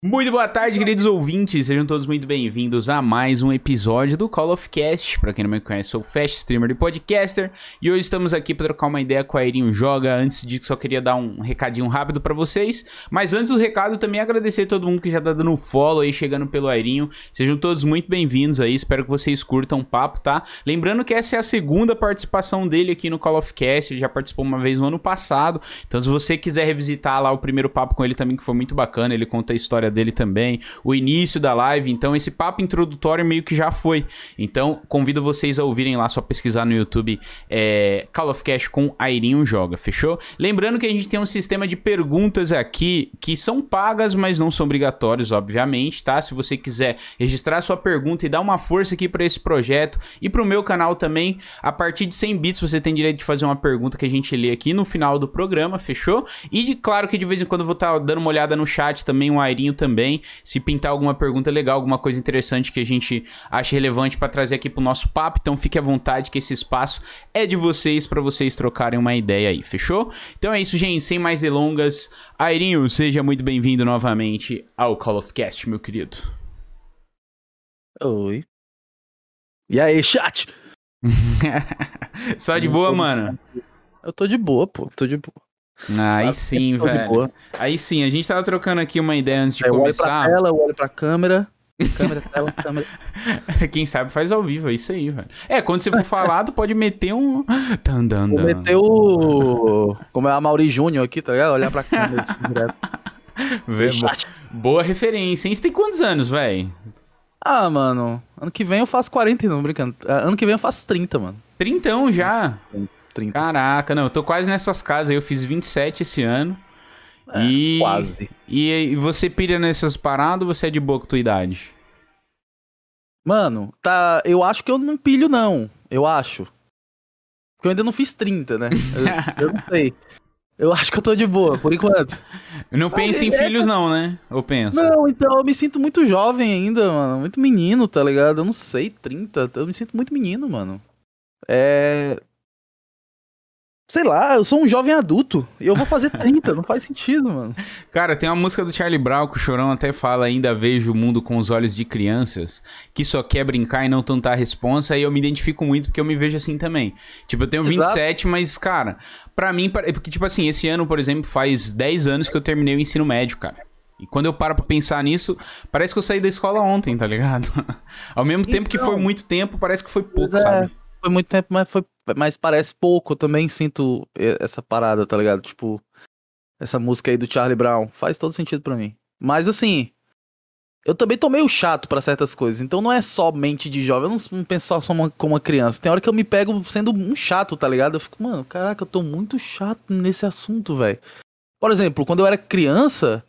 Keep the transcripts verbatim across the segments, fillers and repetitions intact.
Muito boa tarde, queridos ouvintes, sejam todos muito bem-vindos a mais um episódio do Call of Cast. Pra quem não me conhece, sou o Fast Streamer e Podcaster e hoje estamos aqui para trocar uma ideia com a Airinho Joga. Antes disso, só queria dar um recadinho rápido pra vocês, mas antes do recado, também agradecer a todo mundo que já tá dando follow aí, chegando pelo Airinho. Sejam todos muito bem-vindos aí, espero que vocês curtam o papo, tá? Lembrando que essa é a segunda participação dele aqui no Call of Cast, ele já participou uma vez no ano passado, então se você quiser revisitar lá o primeiro papo com ele também, que foi muito bacana, ele conta a história dele também, o início da live, então esse papo introdutório meio que já foi, então convido vocês a ouvirem lá, só pesquisar no YouTube é, Call of Cast com Airinho Joga, fechou? Lembrando que a gente tem um sistema de perguntas aqui que são pagas, mas não são obrigatórias, obviamente, tá? Se você quiser registrar sua pergunta e dar uma força aqui para esse projeto e pro meu canal também, a partir de cem bits você tem direito de fazer uma pergunta que a gente lê aqui no final do programa, fechou? E de, claro que de vez em quando eu vou estar dando uma olhada no chat também, o Airinho também, se pintar alguma pergunta legal, alguma coisa interessante que a gente ache relevante para trazer aqui pro nosso papo, então fique à vontade que esse espaço é de vocês, para vocês trocarem uma ideia aí, fechou? Então é isso, gente, sem mais delongas, Airinho, seja muito bem-vindo novamente ao Call of Cast, meu querido. Oi. E aí, chat? Só de boa, mano? Eu tô de boa, pô, tô de boa. Aí ah, sim, velho. Aí sim, a gente tava trocando aqui uma ideia antes de eu começar. Eu olho pra tela, eu olho pra câmera. Câmera, tela, câmera. Quem sabe faz ao vivo, é isso aí, velho. É, quando você for falar, tu pode meter um... Vou meter o... Como é a Mauri Júnior aqui, tá ligado? Olhar pra câmera assim, direto. Boa referência, hein? Você tem quantos anos, velho? Ah, mano, ano que vem eu faço quarenta, não, brincando. Ano que vem eu faço trinta, mano. Trintão já? trinta. Caraca, não, eu tô quase nessas casas aí, eu fiz vinte e sete esse ano. É, e... quase. E, e você pira nessas paradas ou você é de boa com tua idade? Mano, tá, eu acho que eu não pilho não, eu acho. Porque eu ainda não fiz trinta, né? Eu, eu não sei. Eu acho que eu tô de boa, por enquanto. Eu não penso ah, em é... filhos não, né? Ou penso? Não, então eu me sinto muito jovem ainda, mano. Muito menino, tá ligado? Eu não sei, trinta. Eu me sinto muito menino, mano. É... Sei lá, eu sou um jovem adulto e eu vou fazer trinta, não faz sentido, mano. Cara, tem uma música do Charlie Brown que o Chorão até fala: ainda vejo o mundo com os olhos de crianças, que só quer brincar e não tentar a responsa, e eu me identifico muito porque eu me vejo assim também. Tipo, eu tenho vinte e sete, exato. Mas, cara, pra mim, porque, tipo assim, esse ano, por exemplo, faz dez anos que eu terminei o ensino médio, cara. E quando eu paro pra pensar nisso, parece que eu saí da escola ontem, tá ligado? Ao mesmo tempo então, que foi muito tempo, parece que foi pouco, é, sabe? Foi muito tempo, mas, foi, mas parece pouco. Eu também sinto essa parada, tá ligado? Tipo, essa música aí do Charlie Brown faz todo sentido pra mim. Mas assim, eu também tô meio chato pra certas coisas. Então não é somente de jovem. Eu não, não penso só como uma, como uma criança. Tem hora que eu me pego sendo um chato, tá ligado? Eu fico, mano, caraca, eu tô muito chato nesse assunto, velho. Por exemplo, quando eu era criança...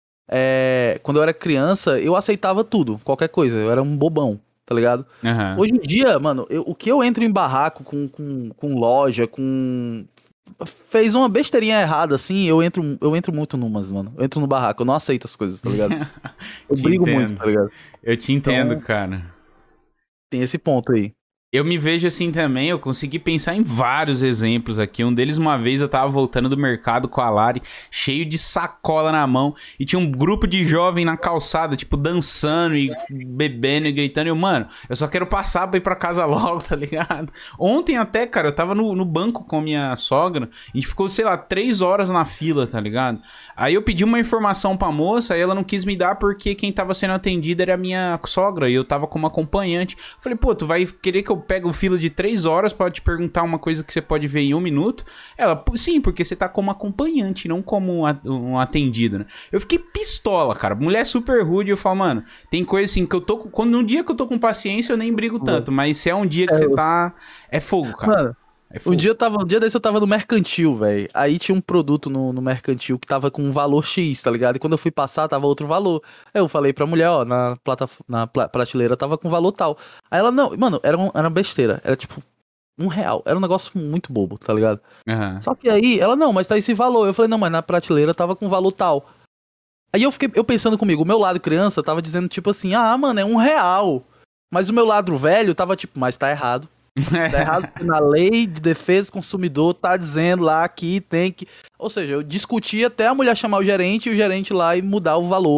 É, quando eu era criança, eu aceitava tudo, qualquer coisa. Eu era um bobão, tá ligado? Uhum. Hoje em dia, mano, eu, o que eu entro em barraco com, com, com loja, com... Fez uma besteirinha errada, assim, eu entro, eu entro muito numas, mano. Eu entro no barraco, eu não aceito as coisas, tá ligado? Eu brigo entendo. muito, tá ligado? Eu te entendo, então, cara. Tem esse ponto aí. Eu me vejo assim também, eu consegui pensar em vários exemplos aqui. Um deles, uma vez, eu tava voltando do mercado com a Lari, cheio de sacola na mão, e tinha um grupo de jovem na calçada, tipo, dançando e bebendo e gritando. E eu, mano, eu só quero passar pra ir pra casa logo, tá ligado? Ontem até, cara, eu tava no, no banco com a minha sogra, a gente ficou, sei lá, três horas na fila, tá ligado? Aí eu pedi uma informação pra moça, aí ela não quis me dar porque quem tava sendo atendida era a minha sogra, e eu tava como acompanhante. Falei, pô, tu vai querer que eu pega um fila de três horas pra te perguntar uma coisa que você pode ver em um minuto? Ela, sim, porque você tá como acompanhante, não como um atendido, né? Eu fiquei pistola, cara. Mulher super rude, eu falo, mano, tem coisa assim que eu tô... Quando num dia que eu tô com paciência, eu nem brigo tanto, mas se é um dia que é, você eu... tá... É fogo, cara. Mano, é fogo. Um dia eu tava... Um dia desse eu tava no mercantil, velho. Aí tinha um produto no, no mercantil que tava com um valor X, tá ligado? E quando eu fui passar, tava outro valor. Aí eu falei pra mulher, ó, na, plata, na prateleira tava com valor tal. Aí ela, não, mano, era, um, era uma besteira. Era tipo, um real. Era um negócio muito bobo, tá ligado? Uhum. Só que aí, ela, não, mas tá esse valor. Eu falei, não, mas na prateleira tava com valor tal. Aí eu fiquei, eu pensando comigo, o meu lado criança tava dizendo tipo assim, ah, mano, é um real. Mas o meu lado velho tava tipo, mas tá errado. Tá errado porque na lei de defesa do consumidor tá dizendo lá que tem que... Ou seja, eu discuti até a mulher chamar o gerente e o gerente lá e mudar o valor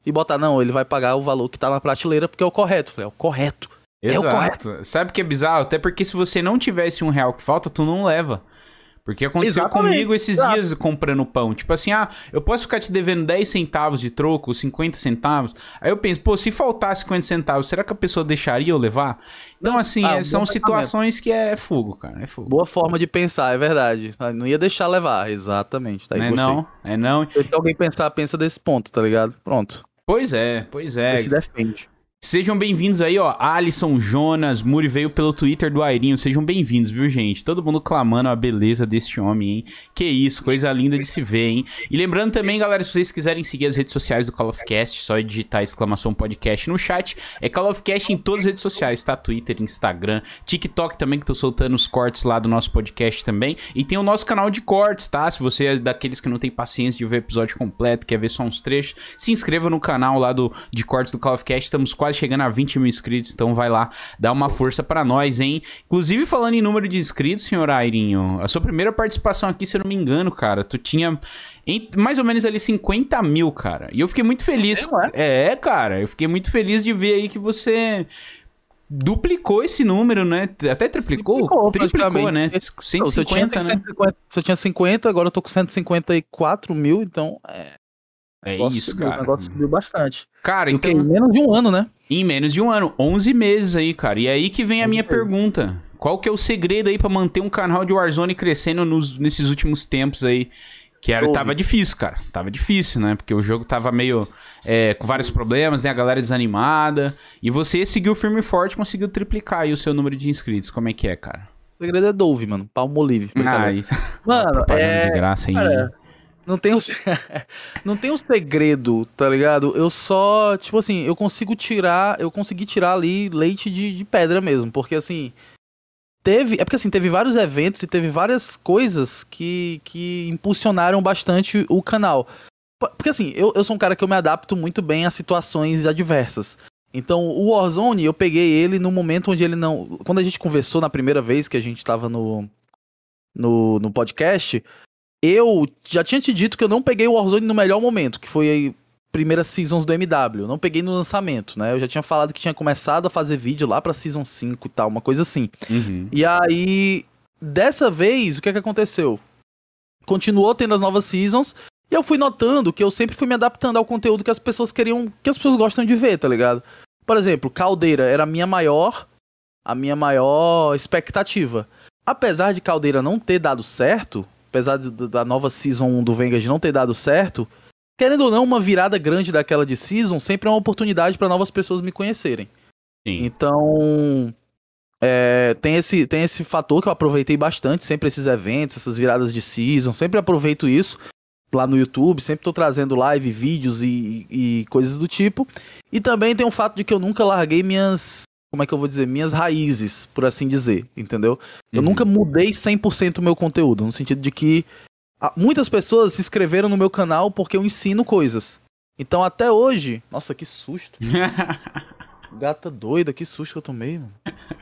e botar, não, ele vai pagar o valor que tá na prateleira porque é o correto. Eu falei, é o correto. Exato. É o correto. Sabe o que é bizarro? Até porque se você não tivesse um real que falta, tu não leva. Porque aconteceu Exatamente, comigo esses exato. dias comprando pão. Tipo assim, ah, eu posso ficar te devendo dez centavos de troco, cinquenta centavos. Aí eu penso, pô, se faltar cinquenta centavos, será que a pessoa deixaria eu levar? Então, assim, Ah, é, um são bom situações que é fogo, cara. É fogo. Boa forma de pensar, é verdade. Não ia deixar levar, exatamente. Daí Não é gostei. não, é não. Se alguém pensar, pensa desse ponto, tá ligado? Pronto. Pois é, pois é. Você se defende. Sejam bem-vindos aí, ó. Alisson, Jonas, Muri veio pelo Twitter do Airinho. Sejam bem-vindos, viu, gente? Todo mundo clamando a beleza deste homem, hein? Que isso, coisa linda de se ver, hein? E lembrando também, galera, se vocês quiserem seguir as redes sociais do Call of Cast, só digitar exclamação podcast no chat. É Call of Cast em todas as redes sociais, tá? Twitter, Instagram, TikTok também, que tô soltando os cortes lá do nosso podcast também. E tem o nosso canal de cortes, tá? Se você é daqueles que não tem paciência de ver o episódio completo, quer ver só uns trechos, se inscreva no canal lá do, de cortes do Call of Cast. Estamos quase chegando a vinte mil inscritos, então vai lá, dá uma força pra nós, hein? Inclusive, falando em número de inscritos, senhor Airinho, a sua primeira participação aqui, se eu não me engano, cara, tu tinha em, mais ou menos ali cinquenta mil, cara. E eu fiquei muito feliz. É, é, cara, eu fiquei muito feliz de ver aí que você duplicou esse número, né? Até triplicou? Triplicou, Triplicou, né? cento e cinquenta, né? Se eu tinha cinquenta, agora eu tô com cento e cinquenta e quatro mil, então é... É isso, subiu, cara. O negócio subiu bastante. Cara, então... em menos de um ano, né? Em menos de um ano. onze meses aí, cara. E aí que vem a minha meses. pergunta. Qual que é o segredo aí pra manter um canal de Warzone crescendo nos, nesses últimos tempos aí? Que era, tava difícil, cara. Tava difícil, né? Porque o jogo tava meio... É, com vários problemas, né? A galera desanimada. E você seguiu firme e forte, conseguiu triplicar aí o seu número de inscritos. Como é que é, cara? O segredo é Dove, mano. Palmolive. Ah, isso. Mano, é... de graça aí. Cara, não tem, um... não tem um segredo, tá ligado? Eu só, tipo assim, eu consigo tirar, eu consegui tirar ali leite de, de pedra mesmo, porque assim, teve, é porque assim, teve vários eventos e teve várias coisas que, que impulsionaram bastante o canal. Porque assim, eu, eu sou um cara que eu me adapto muito bem a situações adversas. Então, o Warzone, eu peguei ele no momento onde ele não... Quando a gente conversou na primeira vez que a gente tava no, no, no podcast... Eu já tinha te dito que eu não peguei o Warzone no melhor momento, que foi a primeira seasons do M W. Eu não peguei no lançamento, né? Eu já tinha falado que tinha começado a fazer vídeo lá pra Season cinco e tal, uma coisa assim. Uhum. E aí, dessa vez, o que é que aconteceu? Continuou tendo as novas Seasons, e eu fui notando que eu sempre fui me adaptando ao conteúdo que as pessoas queriam, que as pessoas gostam de ver, tá ligado? Por exemplo, Caldeira era a minha maior, a minha maior expectativa. Apesar de Caldeira não ter dado certo... apesar de, da nova Season do Vanguard não ter dado certo, querendo ou não, uma virada grande daquela de Season sempre é uma oportunidade para novas pessoas me conhecerem. Sim. Então, é, tem, esse, tem esse fator que eu aproveitei bastante, sempre esses eventos, essas viradas de Season, sempre aproveito isso lá no YouTube, sempre tô trazendo live, vídeos e, e coisas do tipo. E também tem o fato de que eu nunca larguei minhas... como é que eu vou dizer, minhas raízes, por assim dizer, entendeu? Eu Uhum. nunca mudei cem por cento o meu conteúdo, no sentido de que muitas pessoas se inscreveram no meu canal porque eu ensino coisas. Então até hoje... Nossa, que susto. Gata doida, que susto que eu tomei, mano.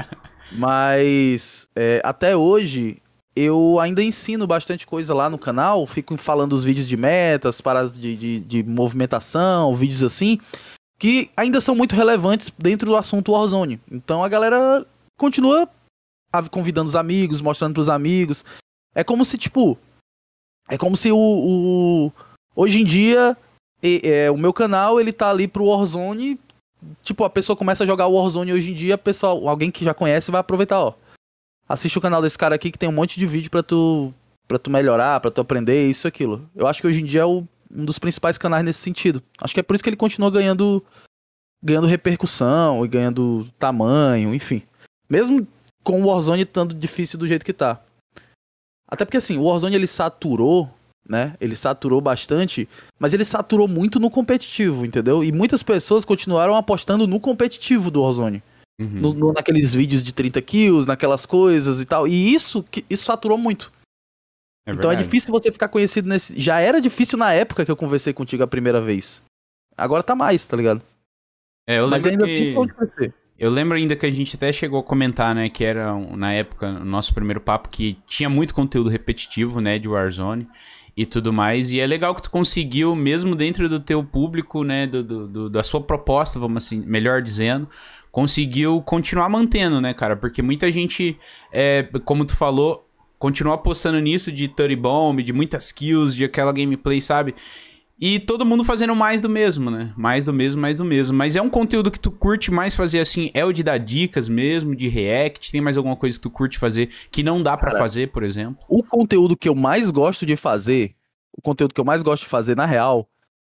Mas é, até hoje eu ainda ensino bastante coisa lá no canal, fico falando os vídeos de metas, paradas de, de, de movimentação, vídeos assim... que ainda são muito relevantes dentro do assunto Warzone. Então a galera continua convidando os amigos, mostrando pros amigos. É como se, tipo... É como se o... o hoje em dia, é, é, o meu canal, ele tá ali pro Warzone. Tipo, a pessoa começa a jogar o Warzone hoje em dia, pessoal, alguém que já conhece vai aproveitar, ó. Assiste o canal desse cara aqui que tem um monte de vídeo pra tu, pra tu melhorar, pra tu aprender, isso e aquilo. Eu acho que hoje em dia é o... um dos principais canais nesse sentido. Acho que é por isso que ele continua ganhando ganhando repercussão e ganhando tamanho, enfim. Mesmo com o Warzone estando difícil do jeito que tá. Até porque assim, o Warzone ele saturou, né? Ele saturou bastante, mas ele saturou muito no competitivo, entendeu? E muitas pessoas continuaram apostando no competitivo do Warzone. Uhum. No, no, naqueles vídeos de trinta kills, naquelas coisas e tal. E isso, isso saturou muito. É então verdade. É difícil você ficar conhecido nesse... Já era difícil na época que eu conversei contigo a primeira vez. Agora tá mais, tá ligado? É, eu Mas lembro ainda que... tem onde crescer. Eu lembro ainda que a gente até chegou a comentar, né, que era, na época, o nosso primeiro papo, que tinha muito conteúdo repetitivo, né, de Warzone. e tudo mais. E é legal que tu conseguiu, mesmo dentro do teu público, né, do, do, do, da sua proposta, vamos assim, melhor dizendo, conseguiu continuar mantendo, né, cara? Porque muita gente, é, como tu falou, continua apostando nisso de thirty bomb, de muitas kills, de aquela gameplay, sabe? E todo mundo fazendo mais do mesmo, né? Mais do mesmo, mais do mesmo. Mas é um conteúdo que tu curte mais fazer assim? É o de dar dicas mesmo, de react? Tem mais alguma coisa que tu curte fazer que não dá pra Cara, fazer, por exemplo? O conteúdo que eu mais gosto de fazer, o conteúdo que eu mais gosto de fazer, na real,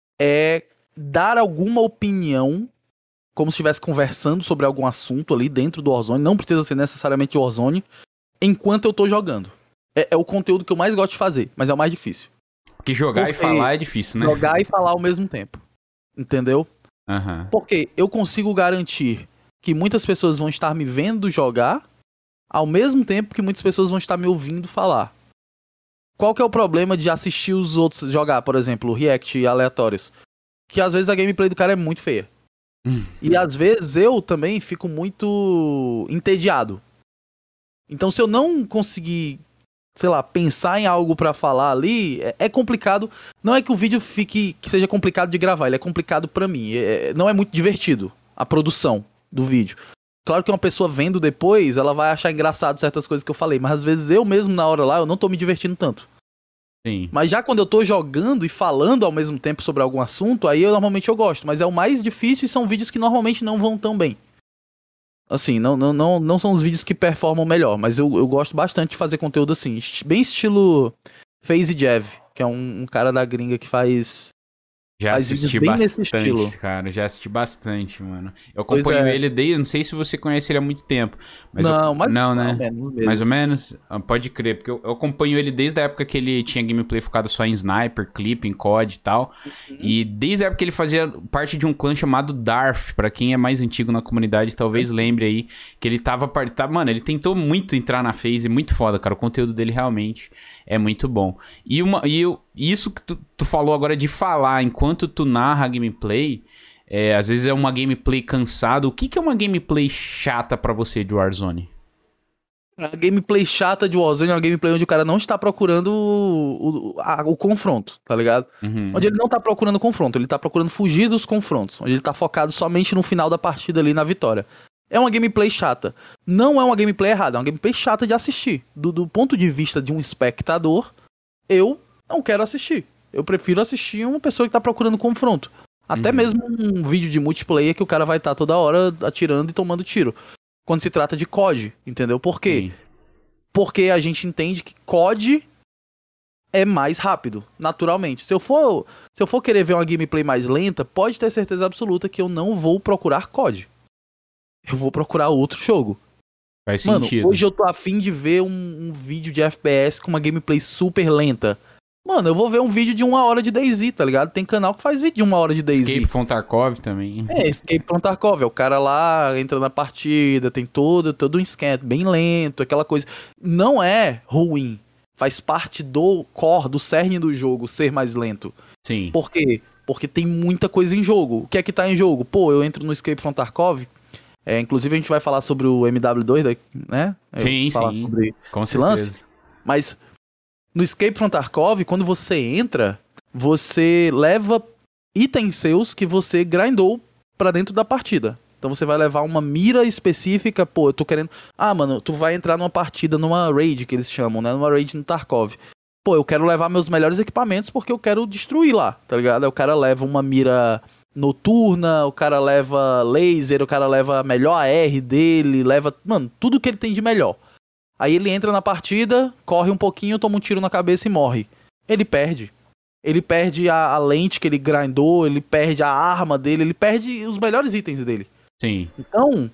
é dar alguma opinião, como se estivesse conversando sobre algum assunto ali dentro do Warzone. Não precisa ser necessariamente Warzone, enquanto eu tô jogando. É, é o conteúdo que eu mais gosto de fazer, mas é o mais difícil. Porque jogar Porque e falar é difícil, né? Jogar e falar ao mesmo tempo. Entendeu? Uhum. Porque eu consigo garantir que muitas pessoas vão estar me vendo jogar, ao mesmo tempo que muitas pessoas vão estar me ouvindo falar. Qual que é o problema de assistir os outros jogar, por exemplo, react aleatórios? Que às vezes a gameplay do cara é muito feia. Hum. E às vezes eu também fico muito entediado. Então se eu não conseguir, sei lá, pensar em algo pra falar ali, é, é complicado. Não é que o vídeo fique, que seja complicado de gravar, ele é complicado pra mim. É, não é muito divertido a produção do vídeo. Claro que uma pessoa vendo depois, ela vai achar engraçado certas coisas que eu falei, mas às vezes eu mesmo na hora lá, eu não tô me divertindo tanto. Sim. Mas já quando eu tô jogando e falando ao mesmo tempo sobre algum assunto, aí eu normalmente eu gosto, mas é o mais difícil e são vídeos que normalmente não vão tão bem. Assim, não, não, não, não são os vídeos que performam melhor, mas eu, eu gosto bastante de fazer conteúdo assim, bem estilo FaZe Jav, que é um, um cara da gringa que faz... Já faz assisti vídeos bem nesse bastante, estilo. cara. Já assisti bastante, mano. Eu Pois acompanho é. ele desde... Não sei se você conhece ele há muito tempo. Mas Não, eu, mas não, mais né? ou menos Mais mesmo. ou menos? Ah, pode crer, porque eu, eu acompanho ele desde a época que ele tinha gameplay focado só em Sniper, Clip, em C O D e tal. Uhum. E desde a época que ele fazia parte de um clã chamado Darth. Pra quem é mais antigo na comunidade, talvez lembre aí que ele tava... Tá, mano, ele tentou muito entrar na FaZe, muito foda, cara. O conteúdo dele realmente é muito bom. E, uma, e eu, isso que tu, tu falou agora de falar enquanto tu narra a gameplay... É, às vezes é uma gameplay cansada. O que, que é uma gameplay chata pra você de Warzone? A gameplay chata de Warzone é uma gameplay onde o cara não está procurando o, o, a- o confronto, tá ligado? Uhum. Onde ele não tá procurando confronto, ele tá procurando fugir dos confrontos. Onde ele tá focado somente no final da partida ali, na vitória. É uma gameplay chata. Não é uma gameplay errada, é uma gameplay chata de assistir. Do, do ponto de vista de um espectador, eu não quero assistir. Eu prefiro assistir uma pessoa que tá procurando confronto. Até Uhum. mesmo um vídeo de multiplayer que o cara vai estar toda hora atirando e tomando tiro. Quando se trata de C O D, entendeu? Por quê? Sim. Porque a gente entende que C O D é mais rápido, naturalmente. Se eu for, se eu for querer ver uma gameplay mais lenta, pode ter certeza absoluta que eu não vou procurar C O D. Eu vou procurar outro jogo. Faz Mano, sentido. hoje eu tô afim de ver um, um vídeo de F P S com uma gameplay super lenta. Mano, eu vou ver um vídeo de uma hora de DayZ, tá ligado? Tem canal que faz vídeo de uma hora de DayZ. Escape from Tarkov também. É, Escape from Tarkov. É o cara lá, entra na partida, tem todo, todo um scan bem lento, aquela coisa. Não é ruim. Faz parte do core, do cerne do jogo, ser mais lento. Sim. Por quê? Porque tem muita coisa em jogo. O que é que tá em jogo? Pô, eu entro no Escape from Tarkov. É, inclusive a gente vai falar sobre o M W dois, né? Eu Sim, vou falar sim. sobre Com esse lance. certeza. Mas no Escape from Tarkov, quando você entra, você leva itens seus que você grindou pra dentro da partida. Então você vai levar uma mira específica, pô, eu tô querendo... Ah, mano, tu vai entrar numa partida, numa raid, que eles chamam, né? Numa raid no Tarkov. Pô, eu quero levar meus melhores equipamentos porque eu quero destruir lá, tá ligado? Aí o cara leva uma mira noturna, o cara leva laser, o cara leva a melhor A R dele, leva, mano, tudo que ele tem de melhor. Aí ele entra na partida, corre um pouquinho, toma um tiro na cabeça e morre. Ele perde. Ele perde a, a lente que ele grindou, ele perde a arma dele, ele perde os melhores itens dele. Sim. Então,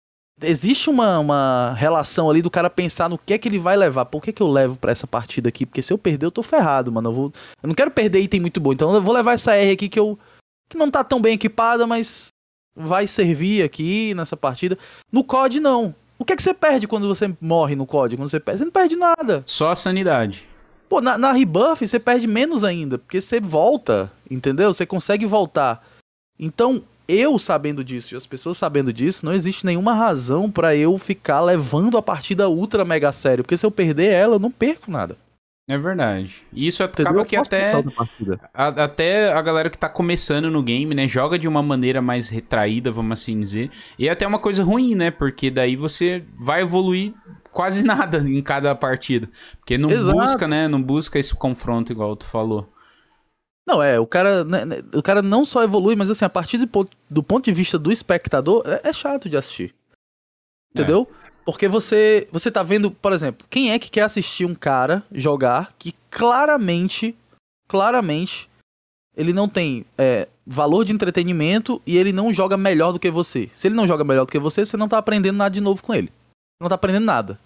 existe uma, uma relação ali do cara pensar no que é que ele vai levar. Por que que eu levo pra essa partida aqui? Porque se eu perder, eu tô ferrado, mano. Eu, vou... eu não quero perder item muito bom, então eu vou levar essa R aqui que eu... que não tá tão bem equipada, mas vai servir aqui nessa partida. No C O D, não. O que é que você perde quando você morre no C O D? Quando você perde? Você não perde nada. Só a sanidade. Pô, na, na Rebuff você perde menos ainda, porque você volta, entendeu? Você consegue voltar. Então, eu sabendo disso e as pessoas sabendo disso, não existe nenhuma razão pra eu ficar levando a partida ultra mega a sério, porque se eu perder ela, eu não perco nada. É verdade. E isso Entendeu? acaba Eu que posso até passar outra partida. a, até a galera que tá começando no game, né, joga de uma maneira mais retraída, vamos assim dizer. E é até uma coisa ruim, né? Porque daí você vai evoluir quase nada em cada partida. Porque não busca, Exato. né? Não busca esse confronto igual tu falou. Não, é, o cara, né, né, o cara não só evolui, mas assim, a partir do ponto, do ponto de vista do espectador, é, é chato de assistir. É. Entendeu? Porque você, você tá vendo, por exemplo, quem é que quer assistir um cara jogar que claramente, claramente, ele não tem é, valor de entretenimento e ele não joga melhor do que você. Se ele não joga melhor do que você, você não tá aprendendo nada de novo com ele. Não tá aprendendo nada.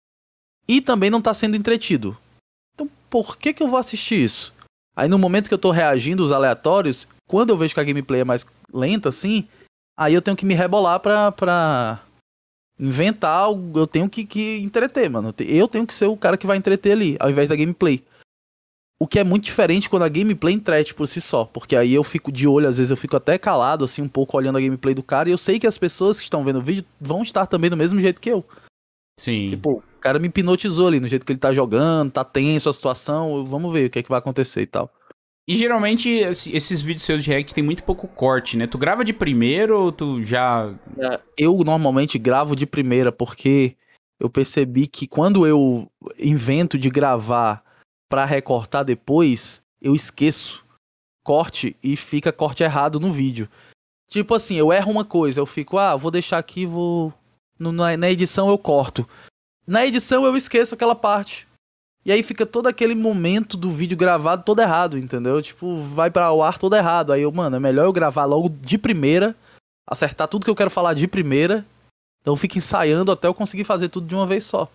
E também não tá sendo entretido. Então, por que que eu vou assistir isso? Aí no momento que eu tô reagindo os aleatórios, quando eu vejo que a gameplay é mais lenta, assim, aí eu tenho que me rebolar pra, pra inventar algo, eu tenho que, que entreter, mano. Eu tenho que ser o cara que vai entreter ali, ao invés da gameplay. O que é muito diferente quando a gameplay entrete por si só, porque aí eu fico de olho, às vezes eu fico até calado, assim, um pouco olhando a gameplay do cara, e eu sei que as pessoas que estão vendo o vídeo vão estar também do mesmo jeito que eu. Sim. Tipo, o cara me hipnotizou ali, no jeito que ele tá jogando, tá tenso a situação, vamos ver o que é que vai acontecer e tal. E geralmente esse- esses vídeos seus de react tem muito pouco corte, né? Tu grava de primeiro ou tu já. É, eu normalmente gravo de primeira, porque eu percebi que quando eu invento de gravar pra recortar depois, eu esqueço corte e fica corte errado no vídeo. Tipo assim, eu erro uma coisa, eu fico, ah, vou deixar aqui, vou. no- na, na edição eu corto. Na edição eu esqueço aquela parte. E aí fica todo aquele momento do vídeo gravado todo errado, entendeu? Tipo, vai para o ar todo errado. Aí eu, mano, é melhor eu gravar logo de primeira, acertar tudo que eu quero falar de primeira. Então eu fico ensaiando até eu conseguir fazer tudo de uma vez só.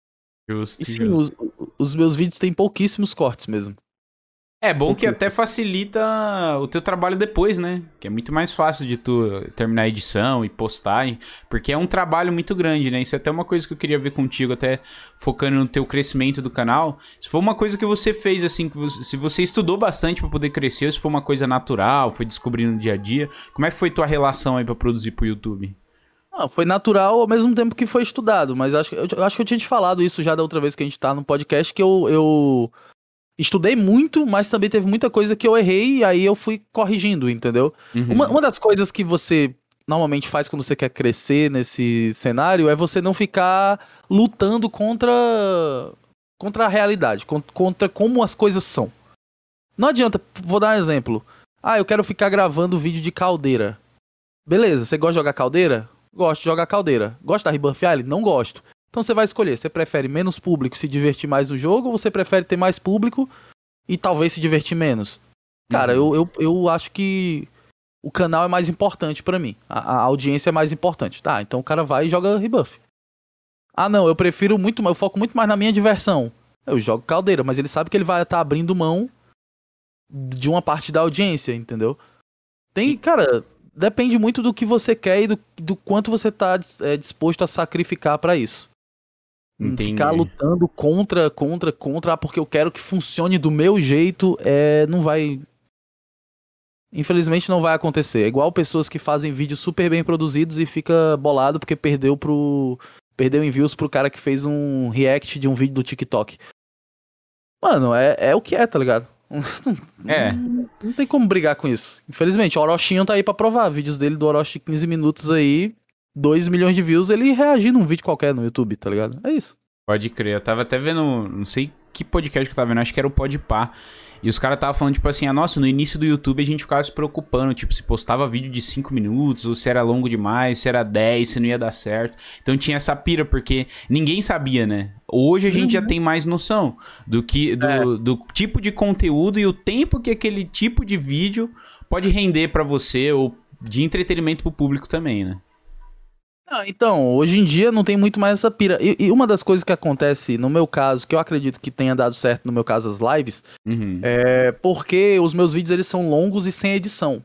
E Justo, sim, os, justo. os meus vídeos têm pouquíssimos cortes mesmo. É bom que Pouquíssimos. até facilita o teu trabalho depois, né? Que é muito mais fácil de tu terminar a edição e postar, porque é um trabalho muito grande, né? Isso é até uma coisa que eu queria ver contigo, até focando no teu crescimento do canal. Se for uma coisa que você fez, assim, que você, se você estudou bastante pra poder crescer, ou se for uma coisa natural, foi descobrindo no dia a dia, como é que foi tua relação aí pra produzir pro YouTube? Ah, foi natural ao mesmo tempo que foi estudado, mas acho, que- eu, eu acho que eu tinha te falado isso já da outra vez que a gente tá no podcast, que eu, eu estudei muito, mas também teve muita coisa que eu errei e aí eu fui corrigindo, entendeu? Uma, Uhum. uma das coisas que você normalmente faz quando você quer crescer nesse cenário é você não ficar lutando contra contra a realidade, con- contra como as coisas são. Não adianta, vou dar um exemplo. Ah, eu quero ficar gravando vídeo de caldeira. Beleza, você gosta de jogar caldeira? Gosto de jogar caldeira. Gosta da Rebuff Island? Não gosto. Então você vai escolher, você prefere menos público e se divertir mais no jogo, ou você prefere ter mais público e talvez se divertir menos? Cara, Uhum. eu, eu, eu acho que o canal é mais importante pra mim. A, a audiência é mais importante. Tá, então o cara vai e joga Rebuff. Ah, não, eu prefiro muito mais, eu foco muito mais na minha diversão. Eu jogo caldeira, mas ele sabe que ele vai estar abrindo mão de uma parte da audiência, entendeu? Tem, E- cara, depende muito do que você quer e do, do quanto você tá é, disposto a sacrificar pra isso. Hum, Ficar Entendi. lutando contra, contra, contra, ah, porque eu quero que funcione do meu jeito, é, não vai. Infelizmente não vai acontecer. É igual pessoas que fazem vídeos super bem produzidos e fica bolado porque perdeu pro. Perdeu em views pro cara que fez um react de um vídeo do TikTok. Mano, é, é o que é, tá ligado? É. Não, não tem como brigar com isso. Infelizmente, o Orochinho tá aí pra provar. Vídeos dele do Orochi de quinze minutos aí, dois milhões de views, ele reagindo num vídeo qualquer no YouTube, tá ligado? É isso. Pode crer, eu tava até vendo, não sei que podcast que eu tava vendo, acho que era o Podpah. E os caras estavam falando, tipo assim, ah, nossa, no início do YouTube a gente ficava se preocupando, tipo, se postava vídeo de cinco minutos, ou se era longo demais, se era dez, se não ia dar certo. Então tinha essa pira, porque ninguém sabia, né? Hoje a gente já Uhum. tem mais noção do, que, É. do, do tipo de conteúdo e o tempo que aquele tipo de vídeo pode render pra você, ou de entretenimento pro público também, né? Não, então, hoje em dia não tem muito mais essa pira. E, e uma das coisas que acontece, no meu caso, que eu acredito que tenha dado certo no meu caso as lives, Uhum. é porque os meus vídeos eles são longos e sem edição.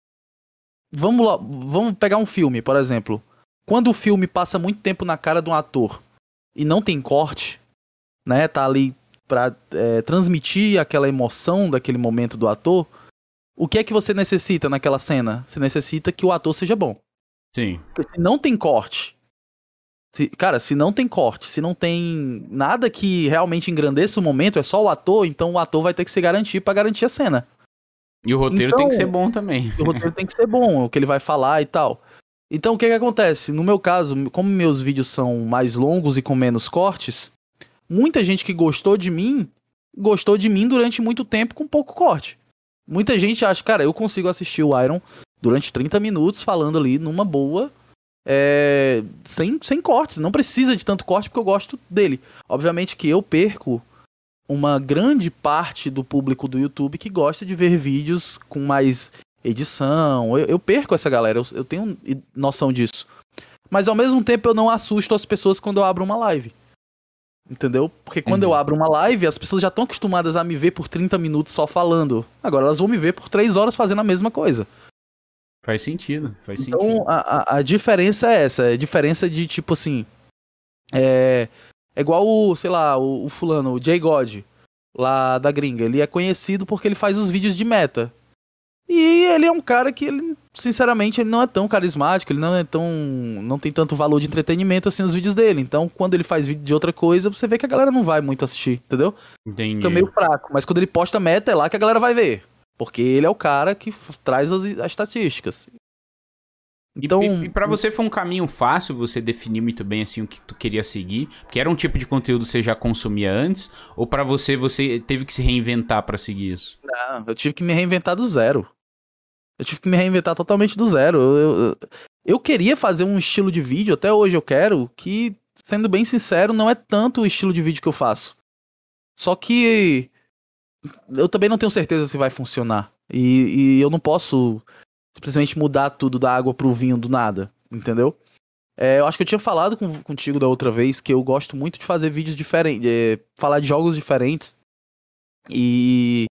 Vamos lá, vamos pegar um filme, por exemplo. Quando o filme passa muito tempo na cara de um ator e não tem corte, né, tá ali pra é, transmitir aquela emoção daquele momento do ator, o que é que você necessita naquela cena? Você necessita que o ator seja bom. Sim. Porque se não tem corte Se, cara, se não tem corte, se não tem nada que realmente engrandeça o momento, é só o ator, então o ator vai ter que se garantir pra garantir a cena. E o roteiro Então, tem que ser bom também. o roteiro tem que ser bom, o que ele vai falar e tal. Então, o que que acontece? No meu caso, como meus vídeos são mais longos e com menos cortes, muita gente que gostou de mim, gostou de mim durante muito tempo com pouco corte. Muita gente acha, cara, eu consigo assistir o Iron durante trinta minutos falando ali numa boa, é, sem, sem cortes. Não precisa de tanto corte porque eu gosto dele. Obviamente que eu perco uma grande parte do público do YouTube que gosta de ver vídeos com mais edição. Eu, eu perco essa galera, eu, eu tenho noção disso. Mas ao mesmo tempo eu não assusto as pessoas quando eu abro uma live. Entendeu? Porque quando Uhum. eu abro uma live, as pessoas já estão acostumadas a me ver por trinta minutos só falando. Agora elas vão me ver por três horas fazendo a mesma coisa. Faz sentido, faz Então sentido. a, a, a diferença é essa. É a diferença de tipo assim. É, é igual o, sei lá, o, o fulano, o Jay God, lá da gringa. Ele é conhecido porque ele faz os vídeos de meta. E ele é um cara que, ele, sinceramente, ele não é tão carismático, ele não é tão. Não tem tanto valor de entretenimento assim os vídeos dele. Então, quando ele faz vídeo de outra coisa, você vê que a galera não vai muito assistir, entendeu? Entendi. Fica meio fraco. Mas quando ele posta meta, é lá que a galera vai ver. Porque ele é o cara que f- traz as, as estatísticas. E, Então. e, e pra você foi um caminho fácil você definir muito bem assim o que tu queria seguir? Porque era um tipo de conteúdo que você já consumia antes? Ou pra você, você teve que se reinventar pra seguir isso? Não, eu tive que me reinventar do zero. Eu tive que me reinventar totalmente do zero. Eu, eu, eu- eu queria fazer um estilo de vídeo, até hoje eu quero, que, sendo bem sincero, não é tanto o estilo de vídeo que eu faço. Só que eu também não tenho certeza se vai funcionar. E, e eu não posso simplesmente mudar tudo da água pro vinho do nada, entendeu? É, eu acho que eu tinha falado com- contigo da outra vez que eu gosto muito de fazer vídeos diferentes, é, falar de jogos diferentes. E,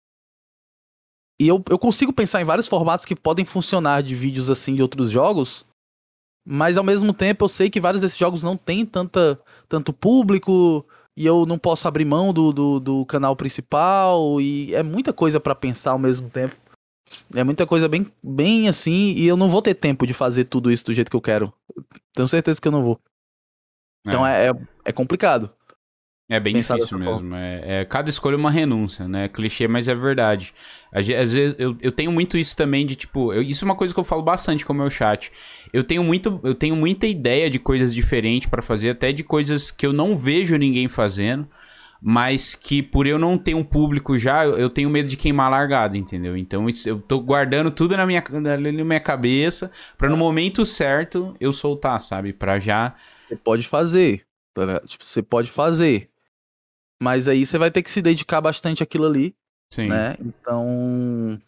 e eu, eu consigo pensar em vários formatos que podem funcionar de vídeos assim de outros jogos, mas ao mesmo tempo eu sei que vários desses jogos não têm tanta, tanto público e eu não posso abrir mão do, do, do canal principal e é muita coisa pra pensar ao mesmo tempo. É muita coisa bem, bem assim e eu não vou ter tempo de fazer tudo isso do jeito que eu quero. Tenho certeza que eu não vou. Então É. é, é, é complicado É bem pensar difícil dessa forma. mesmo. É, é- cada escolha é uma renúncia, né? É clichê, mas é verdade. Às ve- às vezes eu, eu tenho muito isso também de tipo. Eu- isso é uma coisa que eu falo bastante com o meu chat. Eu tenho, muito, eu tenho muita ideia de coisas diferentes pra fazer, até de coisas que eu não vejo ninguém fazendo, mas que por eu não ter um público já, eu eu tenho medo de queimar a largada, entendeu? Então isso- eu tô guardando tudo na minha, ali na minha cabeça pra no momento certo eu soltar, sabe? Pra já. Você pode fazer, tá ligado? Tipo, você pode fazer. Mas aí você vai ter que se dedicar bastante àquilo ali, Sim. né? Então.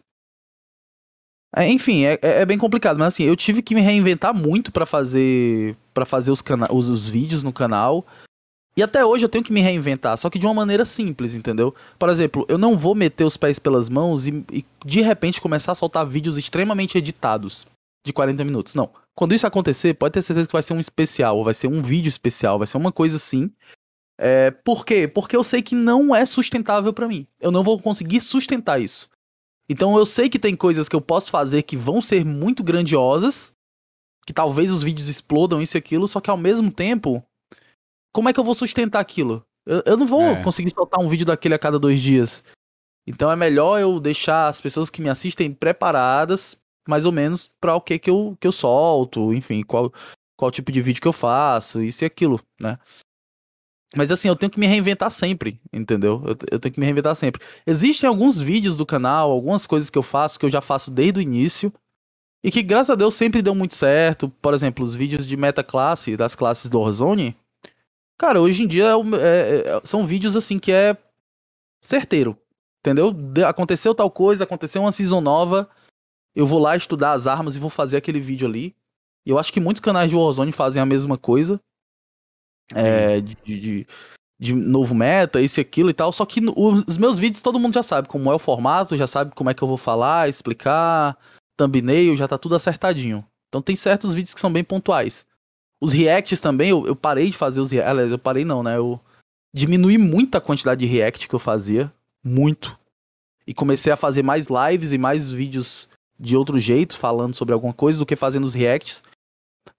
É, enfim, é, é é bem complicado, mas assim, eu tive que me reinventar muito pra fazer para fazer os, cana os, os vídeos no canal. E até hoje eu tenho que me reinventar, só que de uma maneira simples, entendeu? Por exemplo, eu não vou meter os pés pelas mãos e, e de repente começar a soltar vídeos extremamente editados de quarenta minutos. Não. Quando isso acontecer, pode ter certeza que vai ser um especial, ou vai ser um vídeo especial, vai ser uma coisa assim. É, por quê? Porque eu sei que não é sustentável pra mim. Eu não vou conseguir sustentar isso. Então eu sei que tem coisas que eu posso fazer que vão ser muito grandiosas, que talvez os vídeos explodam isso e aquilo, só que ao mesmo tempo, como é que eu vou sustentar aquilo? Eu, eu não vou É. conseguir soltar um vídeo daquele a cada dois dias. Então é melhor eu deixar as pessoas que me assistem preparadas, mais ou menos, pra o que que eu, que eu solto, enfim, qual, qual tipo de vídeo que eu faço, isso e aquilo, né? Mas assim, eu tenho que me reinventar sempre, entendeu? Eu, eu tenho que me reinventar sempre. Existem alguns vídeos do canal, algumas coisas que eu faço, que eu já faço desde o início, e que, graças a Deus, sempre deu muito certo. Por exemplo, os vídeos de meta classe, das classes do Warzone. Cara, hoje em dia é o- é- é- são vídeos assim que é certeiro, entendeu? De- aconteceu tal coisa, aconteceu uma season nova, eu vou lá estudar as armas e vou fazer aquele vídeo ali. E eu acho que muitos canais de Warzone fazem a mesma coisa. Sim. É, de, de- de novo meta, isso e aquilo e tal. Só que no- os meus vídeos todo mundo já sabe como é o formato, já sabe como é que eu vou falar, explicar, thumbnail, já tá tudo acertadinho. Então tem certos vídeos que são bem pontuais. Os reacts também, eu, eu parei de fazer os reacts. Aliás, eu parei não, né? Eu diminui muito a quantidade de react que eu fazia. Muito. E comecei a fazer mais lives e mais vídeos de outro jeito, falando sobre alguma coisa, do que fazendo os reacts.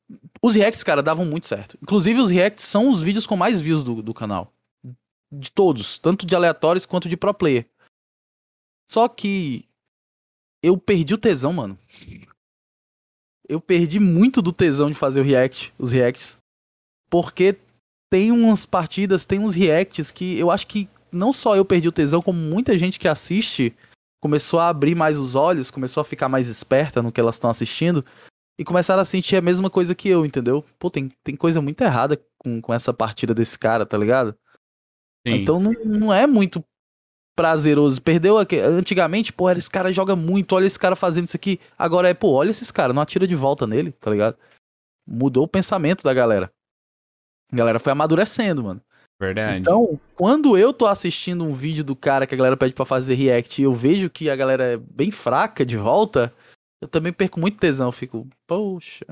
Os reacts, cara, davam muito certo. Inclusive, os reacts são os vídeos com mais views do, do canal. De todos. Tanto de aleatórios quanto de pro player. Só que eu perdi o tesão, mano. Eu perdi muito do tesão de fazer o react, os reacts. Porque tem umas partidas, tem uns reacts que eu acho que não só eu perdi o tesão, como muita gente que assiste começou a abrir mais os olhos, começou a ficar mais esperta no que elas estão assistindo e começaram a sentir a mesma coisa que eu, entendeu? Pô, tem, tem coisa muito errada com, com essa partida desse cara, tá ligado? Sim. Então não, não é muito prazeroso. Perdeu aqui. Antigamente, pô, esse cara joga muito, olha esse cara fazendo isso aqui. Agora é, pô, olha esses caras, não atira de volta nele, tá ligado? Mudou o pensamento da galera. A galera foi amadurecendo, mano. Verdade. Então, quando eu tô assistindo um vídeo do cara que a galera pede pra fazer react e eu vejo que a galera é bem fraca de volta, eu também perco muito tesão. Eu fico, poxa.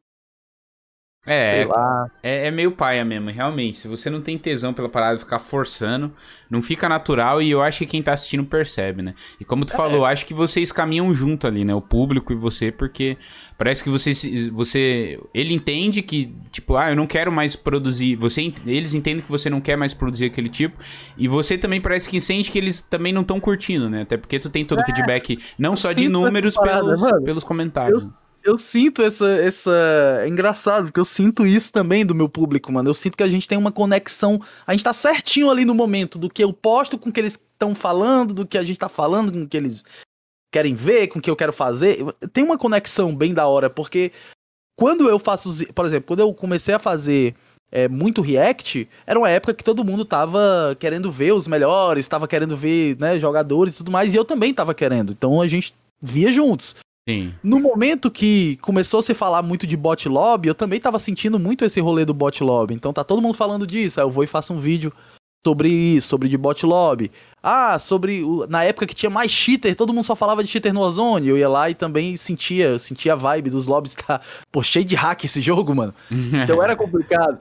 É, sei lá. É, é meio paia mesmo, realmente. Se você não tem tesão pela parada, ficar forçando, não fica natural e eu acho que quem tá assistindo percebe, né? E como tu É. falou, acho que vocês caminham junto ali, né? O público e você, porque parece que você, você... Ele entende que, tipo, ah, eu não quero mais produzir... Você, eles entendem que você não quer mais produzir aquele tipo e você também parece que sente que eles também não estão curtindo, né? Até porque tu tem todo o É. feedback, não só de sinto essa números, parada, pelos, mano. pelos comentários. Eu- Eu sinto essa, essa... É engraçado, porque eu sinto isso também do meu público, mano. Eu sinto que a gente tem uma conexão... A gente tá certinho ali no momento do que eu posto com o que eles estão falando, do que a gente tá falando, com o que eles querem ver, com o que eu quero fazer. Tem uma conexão bem da hora, porque quando eu faço... os- Por exemplo, quando eu comecei a fazer é, muito react, era uma época que todo mundo tava querendo ver os melhores, tava querendo ver, né, jogadores e tudo mais, e eu também tava querendo. Então a gente via juntos. Sim. No momento que começou a se falar muito de bot lobby, eu também tava sentindo muito esse rolê do bot lobby. Então tá todo mundo falando disso. Aí eu vou e faço um vídeo sobre isso, sobre de bot lobby. Ah, sobre... o- Na época que tinha mais cheater, todo mundo só falava de cheater no Warzone. Eu ia lá e também sentia, sentia a vibe dos lobbies. Tá, pô, cheio de hack esse jogo, mano. Então era complicado.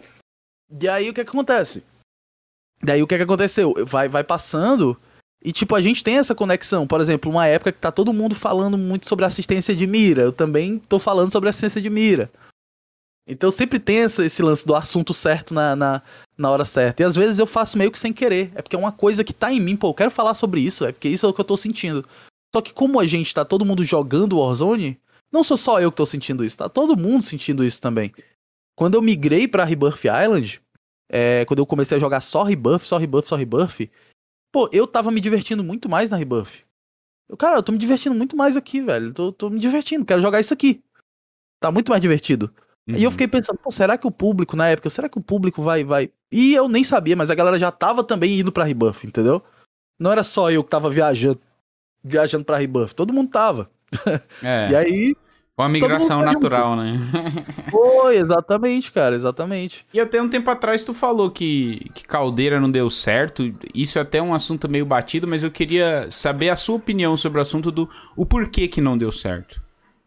E aí o que que acontece? Daí o que que aconteceu? Vai, vai passando... E, tipo, a gente tem essa conexão. Por exemplo, uma época que tá todo mundo falando muito sobre assistência de mira. Eu também tô falando sobre assistência de mira. Então sempre tem essa, esse lance do assunto certo na, na, na hora certa. E às vezes eu faço meio que sem querer. É porque é uma coisa que tá em mim. Pô, eu quero falar sobre isso. É porque isso é o que eu tô sentindo. Só que como a gente tá todo mundo jogando Warzone, não sou só eu que tô sentindo isso. Tá todo mundo sentindo isso também. Quando eu migrei pra Rebirth Island, é, quando eu comecei a jogar só Rebirth, só Rebirth, só Rebirth... Pô, eu tava me divertindo muito mais na Rebirth. Eu, cara, eu tô me divertindo muito mais aqui, velho. Tô, tô me divertindo, quero jogar isso aqui. Tá muito mais divertido. Uhum. E eu fiquei pensando, pô, será que o público, na época, será que o público vai, vai... E eu nem sabia, mas a galera já tava também indo pra Rebirth, entendeu? Não era só eu que tava viajando, viajando pra Rebirth, todo mundo tava. É. E aí... Uma migração mundo tá natural, né? Foi, exatamente, cara, exatamente. E até um tempo atrás tu falou que, que Caldeira não deu certo. Isso é até um assunto meio batido, mas eu queria saber a sua opinião sobre o assunto do o porquê que não deu certo.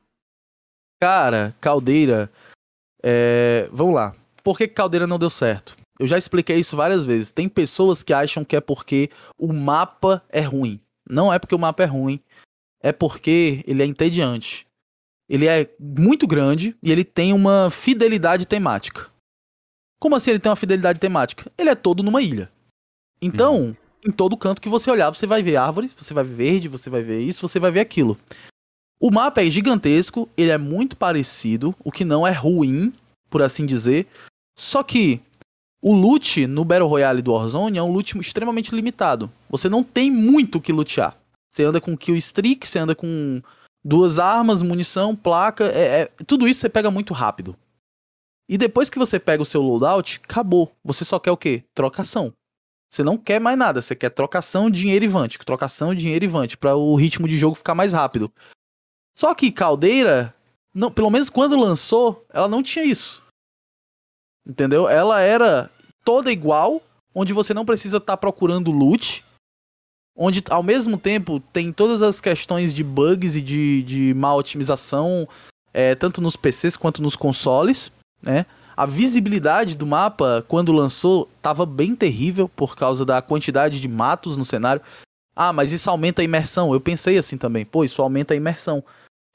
Cara, Caldeira... É... Vamos lá. Por que que Caldeira não deu certo? Eu já expliquei isso várias vezes. Tem pessoas que acham que é porque o mapa é ruim. Não é porque o mapa é ruim. É porque ele é entediante. Ele é muito grande e ele tem uma fidelidade temática. Como assim ele tem uma fidelidade temática? Ele é todo numa ilha. Então, Uhum. em todo canto que você olhar, você vai ver árvores, você vai ver verde, você vai ver isso, você vai ver aquilo. O mapa é gigantesco, ele é muito parecido, o que não é ruim, por assim dizer. Só que o loot no Battle Royale do Warzone é um loot extremamente limitado. Você não tem muito o que lutear. Você anda com kill streak, você anda com duas armas, munição, placa, é, é- tudo isso você pega muito rápido. E depois que você pega o seu loadout, acabou. Você só quer o quê? Trocação. Você não quer mais nada, você quer trocação, dinheiro e vante. Trocação, dinheiro e vante, pra o ritmo de jogo ficar mais rápido. Só que Caldeira, não, pelo menos quando lançou, ela não tinha isso. Entendeu? Ela era toda igual, onde você não precisa estar procurando loot, onde ao mesmo tempo tem todas as questões de bugs e de, de má otimização, é, tanto nos P Cs quanto nos consoles, né? A visibilidade do mapa, quando lançou, tava bem terrível por causa da quantidade de matos no cenário. Ah, mas isso aumenta a imersão. Eu pensei assim também. Pô, isso aumenta a imersão.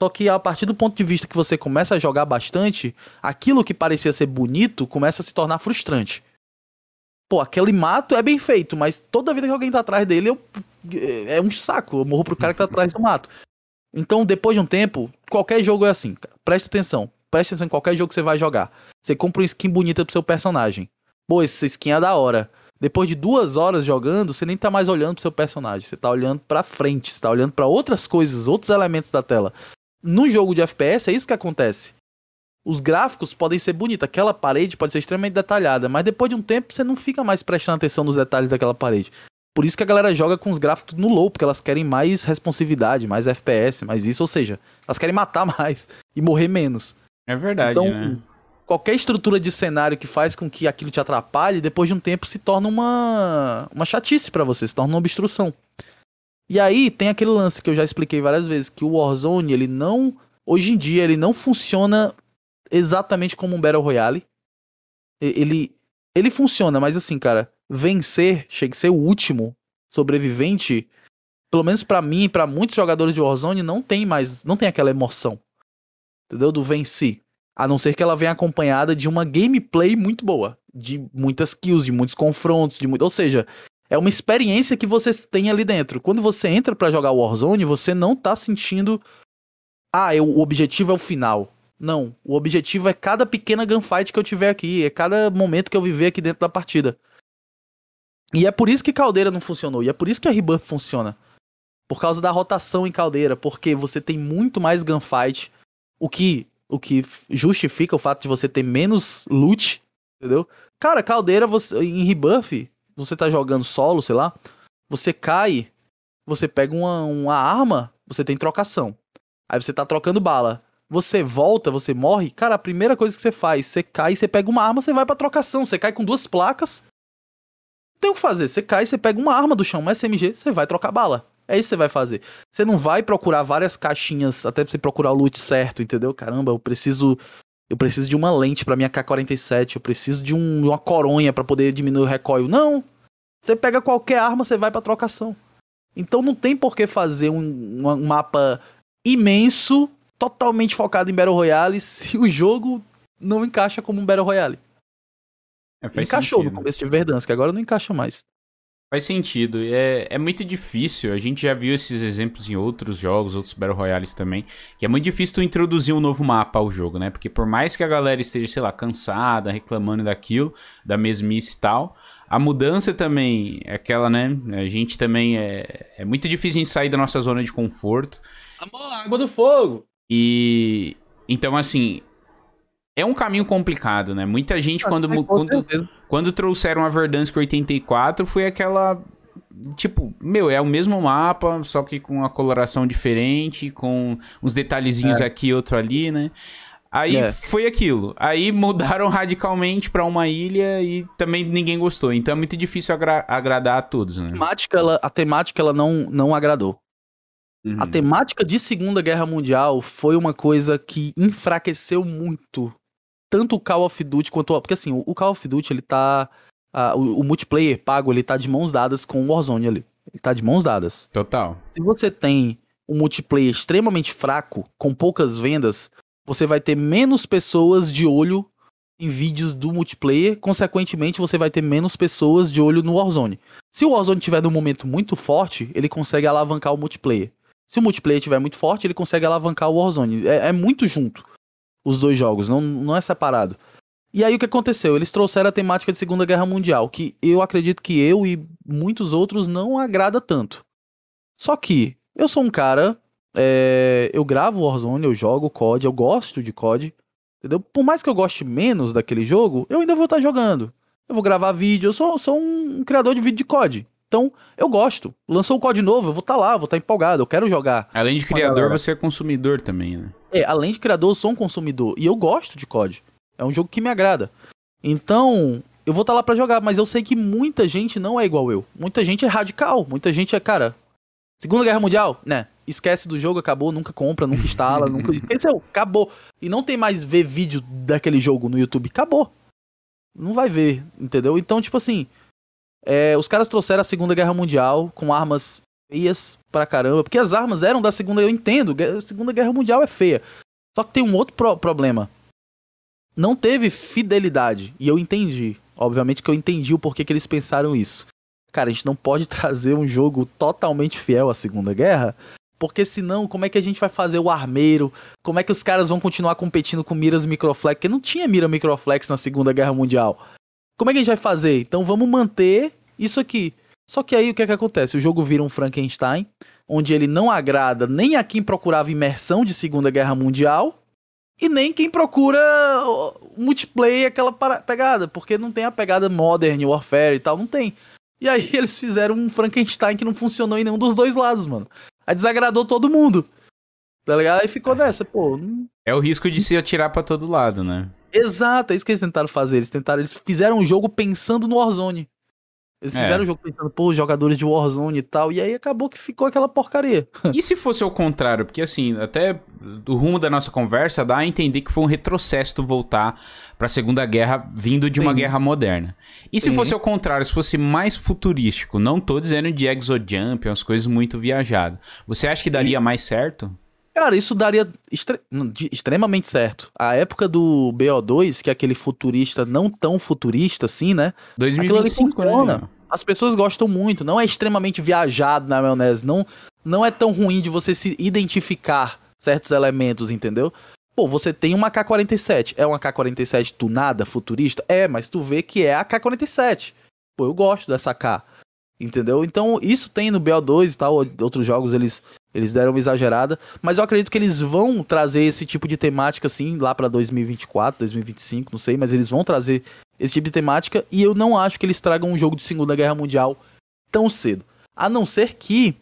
Só que a partir do ponto de vista que você começa a jogar bastante, aquilo que parecia ser bonito começa a se tornar frustrante. Pô, aquele mato é bem feito, mas toda vida que alguém tá atrás dele eu, é um saco. Eu morro pro cara que tá atrás do mato. Então, depois de um tempo, qualquer jogo é assim, cara. Presta atenção. Presta atenção em qualquer jogo que você vai jogar. Você compra uma skin bonita pro seu personagem. Pô, essa skin é da hora. Depois de duas horas jogando, você nem tá mais olhando pro seu personagem. Você tá olhando pra frente, você tá olhando pra outras coisas, outros elementos da tela. No jogo de F P S, é isso que acontece. Os gráficos podem ser bonitos, aquela parede pode ser extremamente detalhada, mas depois de um tempo você não fica mais prestando atenção nos detalhes daquela parede. Por isso que a galera joga com os gráficos no low, porque elas querem mais responsividade, mais F P S, mais isso, ou seja, elas querem matar mais e morrer menos. É verdade, então, né? Qualquer estrutura de cenário que faz com que aquilo te atrapalhe, depois de um tempo se torna uma, uma chatice pra você, se torna uma obstrução. E aí tem aquele lance que eu já expliquei várias vezes, que o Warzone, ele não, hoje em dia, ele não funciona exatamente como um Battle Royale. Ele, ele funciona, mas assim, cara, vencer, chega a ser o último sobrevivente, pelo menos pra mim e pra muitos jogadores de Warzone, não tem mais, não tem aquela emoção, entendeu? Do vencer. A não ser que ela venha acompanhada de uma gameplay muito boa, de muitas kills, de muitos confrontos, de muito, ou seja, é uma experiência que você tem ali dentro. Quando você entra pra jogar Warzone, você não tá sentindo, ah, eu, o objetivo é o final. Não, o objetivo é cada pequena gunfight que eu tiver aqui, é cada momento que eu viver aqui dentro da partida. E é por isso que Caldeira não funcionou, e é por isso que a Rebirth funciona. Por causa da rotação em Caldeira, porque você tem muito mais gunfight, o que, o que justifica o fato de você ter menos loot, entendeu? Cara, Caldeira, você, em Rebirth, você tá jogando solo, sei lá, você cai, você pega uma, uma arma, você tem trocação. Aí você tá trocando bala. Você volta, você morre, cara, a primeira coisa que você faz, você cai, você pega uma arma, você vai pra trocação, você cai com duas placas, tem o que fazer, você cai, você pega uma arma do chão, uma S M G, você vai trocar bala, é isso que você vai fazer. Você não vai procurar várias caixinhas até você procurar o loot certo, entendeu? Caramba, eu preciso, eu preciso de uma lente pra minha K quarenta e sete, eu preciso de um, uma coronha pra poder diminuir o recoil, não, você pega qualquer arma, você vai pra trocação. Então não tem por que fazer um, um mapa imenso, totalmente focado em Battle Royale, se o jogo não encaixa como um Battle Royale. É, faz Encaixou sentido. no começo de Verdansk, agora não encaixa mais. Faz sentido. É, é muito difícil. A gente já viu esses exemplos em outros jogos, outros Battle Royales também. Que é muito difícil tu introduzir um novo mapa ao jogo, né? Porque por mais que a galera esteja, sei lá, cansada, reclamando daquilo, da mesmice e tal, a mudança também é aquela, né? A gente também é. É muito difícil a gente sair da nossa zona de conforto. Amor, água do fogo! E. Então, assim. É um caminho complicado, né? Muita gente, ah, quando, quando, quando trouxeram a Verdansk oitenta e quatro, foi aquela... Tipo, meu, é o mesmo mapa, só que com a coloração diferente, com uns detalhezinhos é. aqui e outro ali, né? Aí é. foi aquilo. Aí mudaram radicalmente pra uma ilha e também ninguém gostou. Então é muito difícil agra- agradar a todos, né? A temática, ela, a temática, ela não, não agradou. Uhum. A temática de Segunda Guerra Mundial foi uma coisa que enfraqueceu muito tanto o Call of Duty quanto... Porque assim, o Call of Duty, ele tá... Uh, o, o multiplayer pago, ele tá de mãos dadas com o Warzone ali. Ele tá de mãos dadas. Total. Se você tem um multiplayer extremamente fraco, com poucas vendas, você vai ter menos pessoas de olho em vídeos do multiplayer. Consequentemente, você vai ter menos pessoas de olho no Warzone. Se o Warzone tiver num momento muito forte, ele consegue alavancar o multiplayer. Se o multiplayer estiver muito forte, ele consegue alavancar o Warzone. É, é muito junto. Os dois jogos, não, não é separado. E aí o que aconteceu? Eles trouxeram a temática de Segunda Guerra Mundial, que eu acredito que eu e muitos outros não agrada tanto. Só que eu sou um cara, é, eu gravo Warzone, eu jogo C O D, eu gosto de C O D, entendeu? Por mais que eu goste menos daquele jogo, eu ainda vou estar jogando. Eu vou gravar vídeo, eu sou, sou um criador de vídeo de C O D. Então, eu gosto. Lançou o C O D novo, eu vou estar lá, vou estar empolgado, eu quero jogar. Além de criador, você é consumidor também, né? É, além de criador, eu sou um consumidor. E eu gosto de C O D. É um jogo que me agrada. Então, eu vou estar lá pra jogar, mas eu sei que muita gente não é igual eu. Muita gente é radical. Muita gente é, cara... Segunda Guerra Mundial, né? Esquece do jogo, acabou, nunca compra, nunca instala, nunca... Esqueceu, acabou. E não tem mais ver vídeo daquele jogo no YouTube. Acabou. Não vai ver, entendeu? Então, tipo assim... É, os caras trouxeram a Segunda Guerra Mundial com armas feias pra caramba, porque as armas eram da Segunda, eu entendo, a Segunda Guerra Mundial é feia. Só que tem um outro pro- problema. Não teve fidelidade, e eu entendi. Obviamente que eu entendi o porquê que eles pensaram isso. Cara, a gente não pode trazer um jogo totalmente fiel à Segunda Guerra, porque senão, como é que a gente vai fazer o armeiro? Como é que os caras vão continuar competindo com miras microflex? Porque não tinha mira microflex na Segunda Guerra Mundial. Como é que a gente vai fazer? Então vamos manter isso aqui. Só que aí o que é que acontece? O jogo vira um Frankenstein, onde ele não agrada nem a quem procurava imersão de Segunda Guerra Mundial, e nem quem procura multiplayer, aquela pegada, porque não tem a pegada Modern Warfare e tal, não tem. E aí eles fizeram um Frankenstein que não funcionou em nenhum dos dois lados, mano. Aí desagradou todo mundo, tá ligado? Aí ficou nessa, pô... Não... É o risco de se atirar pra todo lado, né? Exato, é isso que eles tentaram fazer. Eles tentaram, eles fizeram um jogo pensando no Warzone. Eles fizeram o é. um jogo pensando, pô, jogadores de Warzone e tal, e aí acabou que ficou aquela porcaria. E se fosse o contrário? Porque assim, até do rumo da nossa conversa dá a entender que foi um retrocesso tu voltar pra Segunda Guerra vindo de Sim. uma guerra moderna. E se Sim. fosse o contrário, se fosse mais futurístico? Não tô dizendo de Exojump, umas coisas muito viajadas. Você acha que daria Sim. mais certo? Cara, isso daria extre- extremamente certo. A época do B O dois, que é aquele futurista não tão futurista assim, né? dois mil e vinte e cinco, né? As pessoas gostam muito, não é extremamente viajado na maionese, não, não é tão ruim de você se identificar certos elementos, entendeu? Pô, você tem uma A K quarenta e sete, é uma A K quarenta e sete tunada, futurista? É, mas tu vê que é a A K quarenta e sete. Pô, eu gosto dessa A K, entendeu? Então isso tem no B O dois e tal, outros jogos eles... Eles deram uma exagerada, mas eu acredito que eles vão trazer esse tipo de temática, assim, lá pra dois mil e vinte e quatro, dois mil e vinte e cinco, não sei, mas eles vão trazer esse tipo de temática, e eu não acho que eles tragam um jogo de Segunda Guerra Mundial tão cedo. A não ser que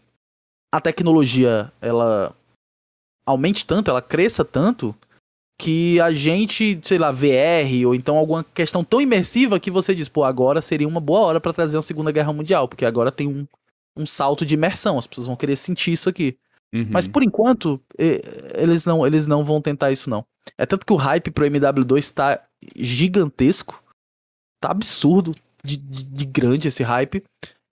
a tecnologia, ela aumente tanto, ela cresça tanto, que a gente, sei lá, V R, ou então alguma questão tão imersiva que você diz, pô, agora seria uma boa hora pra trazer uma Segunda Guerra Mundial, porque agora tem um um salto de imersão, as pessoas vão querer sentir isso aqui. Uhum. Mas por enquanto, eles não, eles não vão tentar isso não. É tanto que o hype pro M W dois tá gigantesco, tá absurdo de, de, de grande esse hype,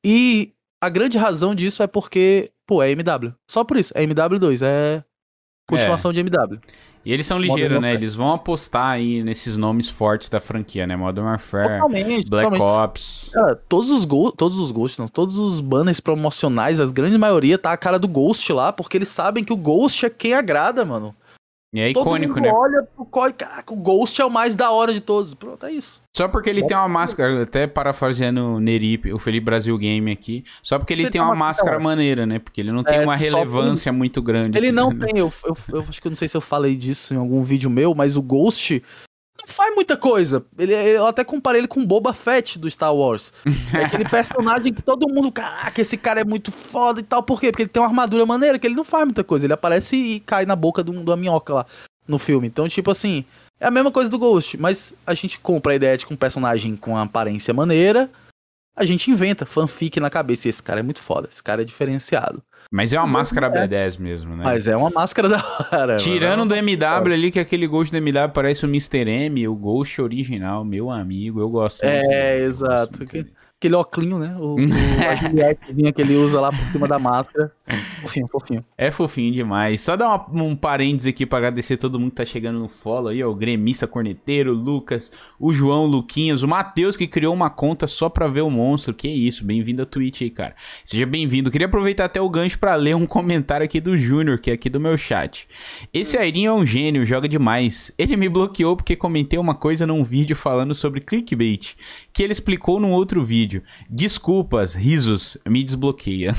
e a grande razão disso é porque, pô, é M W. Só por isso, é M W dois, é continuação é. de M W. E eles são ligeiros, né? Eles vão apostar aí nesses nomes fortes da franquia, né? Modern Warfare, totalmente, Black totalmente. Ops. Cara, todos os go- todos os Ghosts, não, todos os banners promocionais, a grande maioria tá a cara do Ghost lá, porque eles sabem que o Ghost é quem agrada, mano. E é icônico, Todo mundo né? olha pro código, caraca, o Ghost é o mais da hora de todos. Pronto, é isso. Só porque ele Bom, tem uma máscara, até parafraseando o Neri, o Felipe Brasil Game aqui, só porque ele, ele tem uma, uma máscara então, maneira, né? Porque ele não tem é, uma relevância ele, muito grande. Ele assim, não né? tem, eu, eu, eu acho que eu não sei se eu falei disso em algum vídeo meu, mas o Ghost não faz muita coisa. Ele, eu até comparei ele com o Boba Fett do Star Wars. É aquele personagem que todo mundo, caraca, esse cara é muito foda e tal. Por quê? Porque ele tem uma armadura maneira, que ele não faz muita coisa. Ele aparece e cai na boca de uma minhoca lá no filme. Então, tipo assim, é a mesma coisa do Ghost, mas a gente compra a ideia de que um personagem com uma aparência maneira, a gente inventa fanfic na cabeça. E esse cara é muito foda, esse cara é diferenciado. Mas é uma Mas máscara é. B dez mesmo, né? Mas é uma máscara da hora. Tirando mano. do M W ali, que aquele Ghost do M W parece o mister M, o Ghost original, meu amigo, eu gosto muito. É, dele, exato. Muito aquele, aquele óculinho, né? O, o a Julietezinha que ele usa lá por cima da máscara. Fofinho, fofinho. É fofinho demais. Só dar uma, um parênteses aqui pra agradecer todo mundo que tá chegando no follow aí, ó. O Gremista Corneteiro, o Lucas, o João, o Luquinhas, o Matheus, que criou uma conta só pra ver o monstro. Que isso, bem-vindo a Twitch aí, cara. Seja bem-vindo. Queria aproveitar até o gancho pra ler um comentário aqui do Júnior, que é aqui do meu chat. Esse Airinho é um gênio, joga demais. Ele me bloqueou porque comentei uma coisa num vídeo falando sobre clickbait, que ele explicou num outro vídeo. Desculpas, risos, me desbloqueia.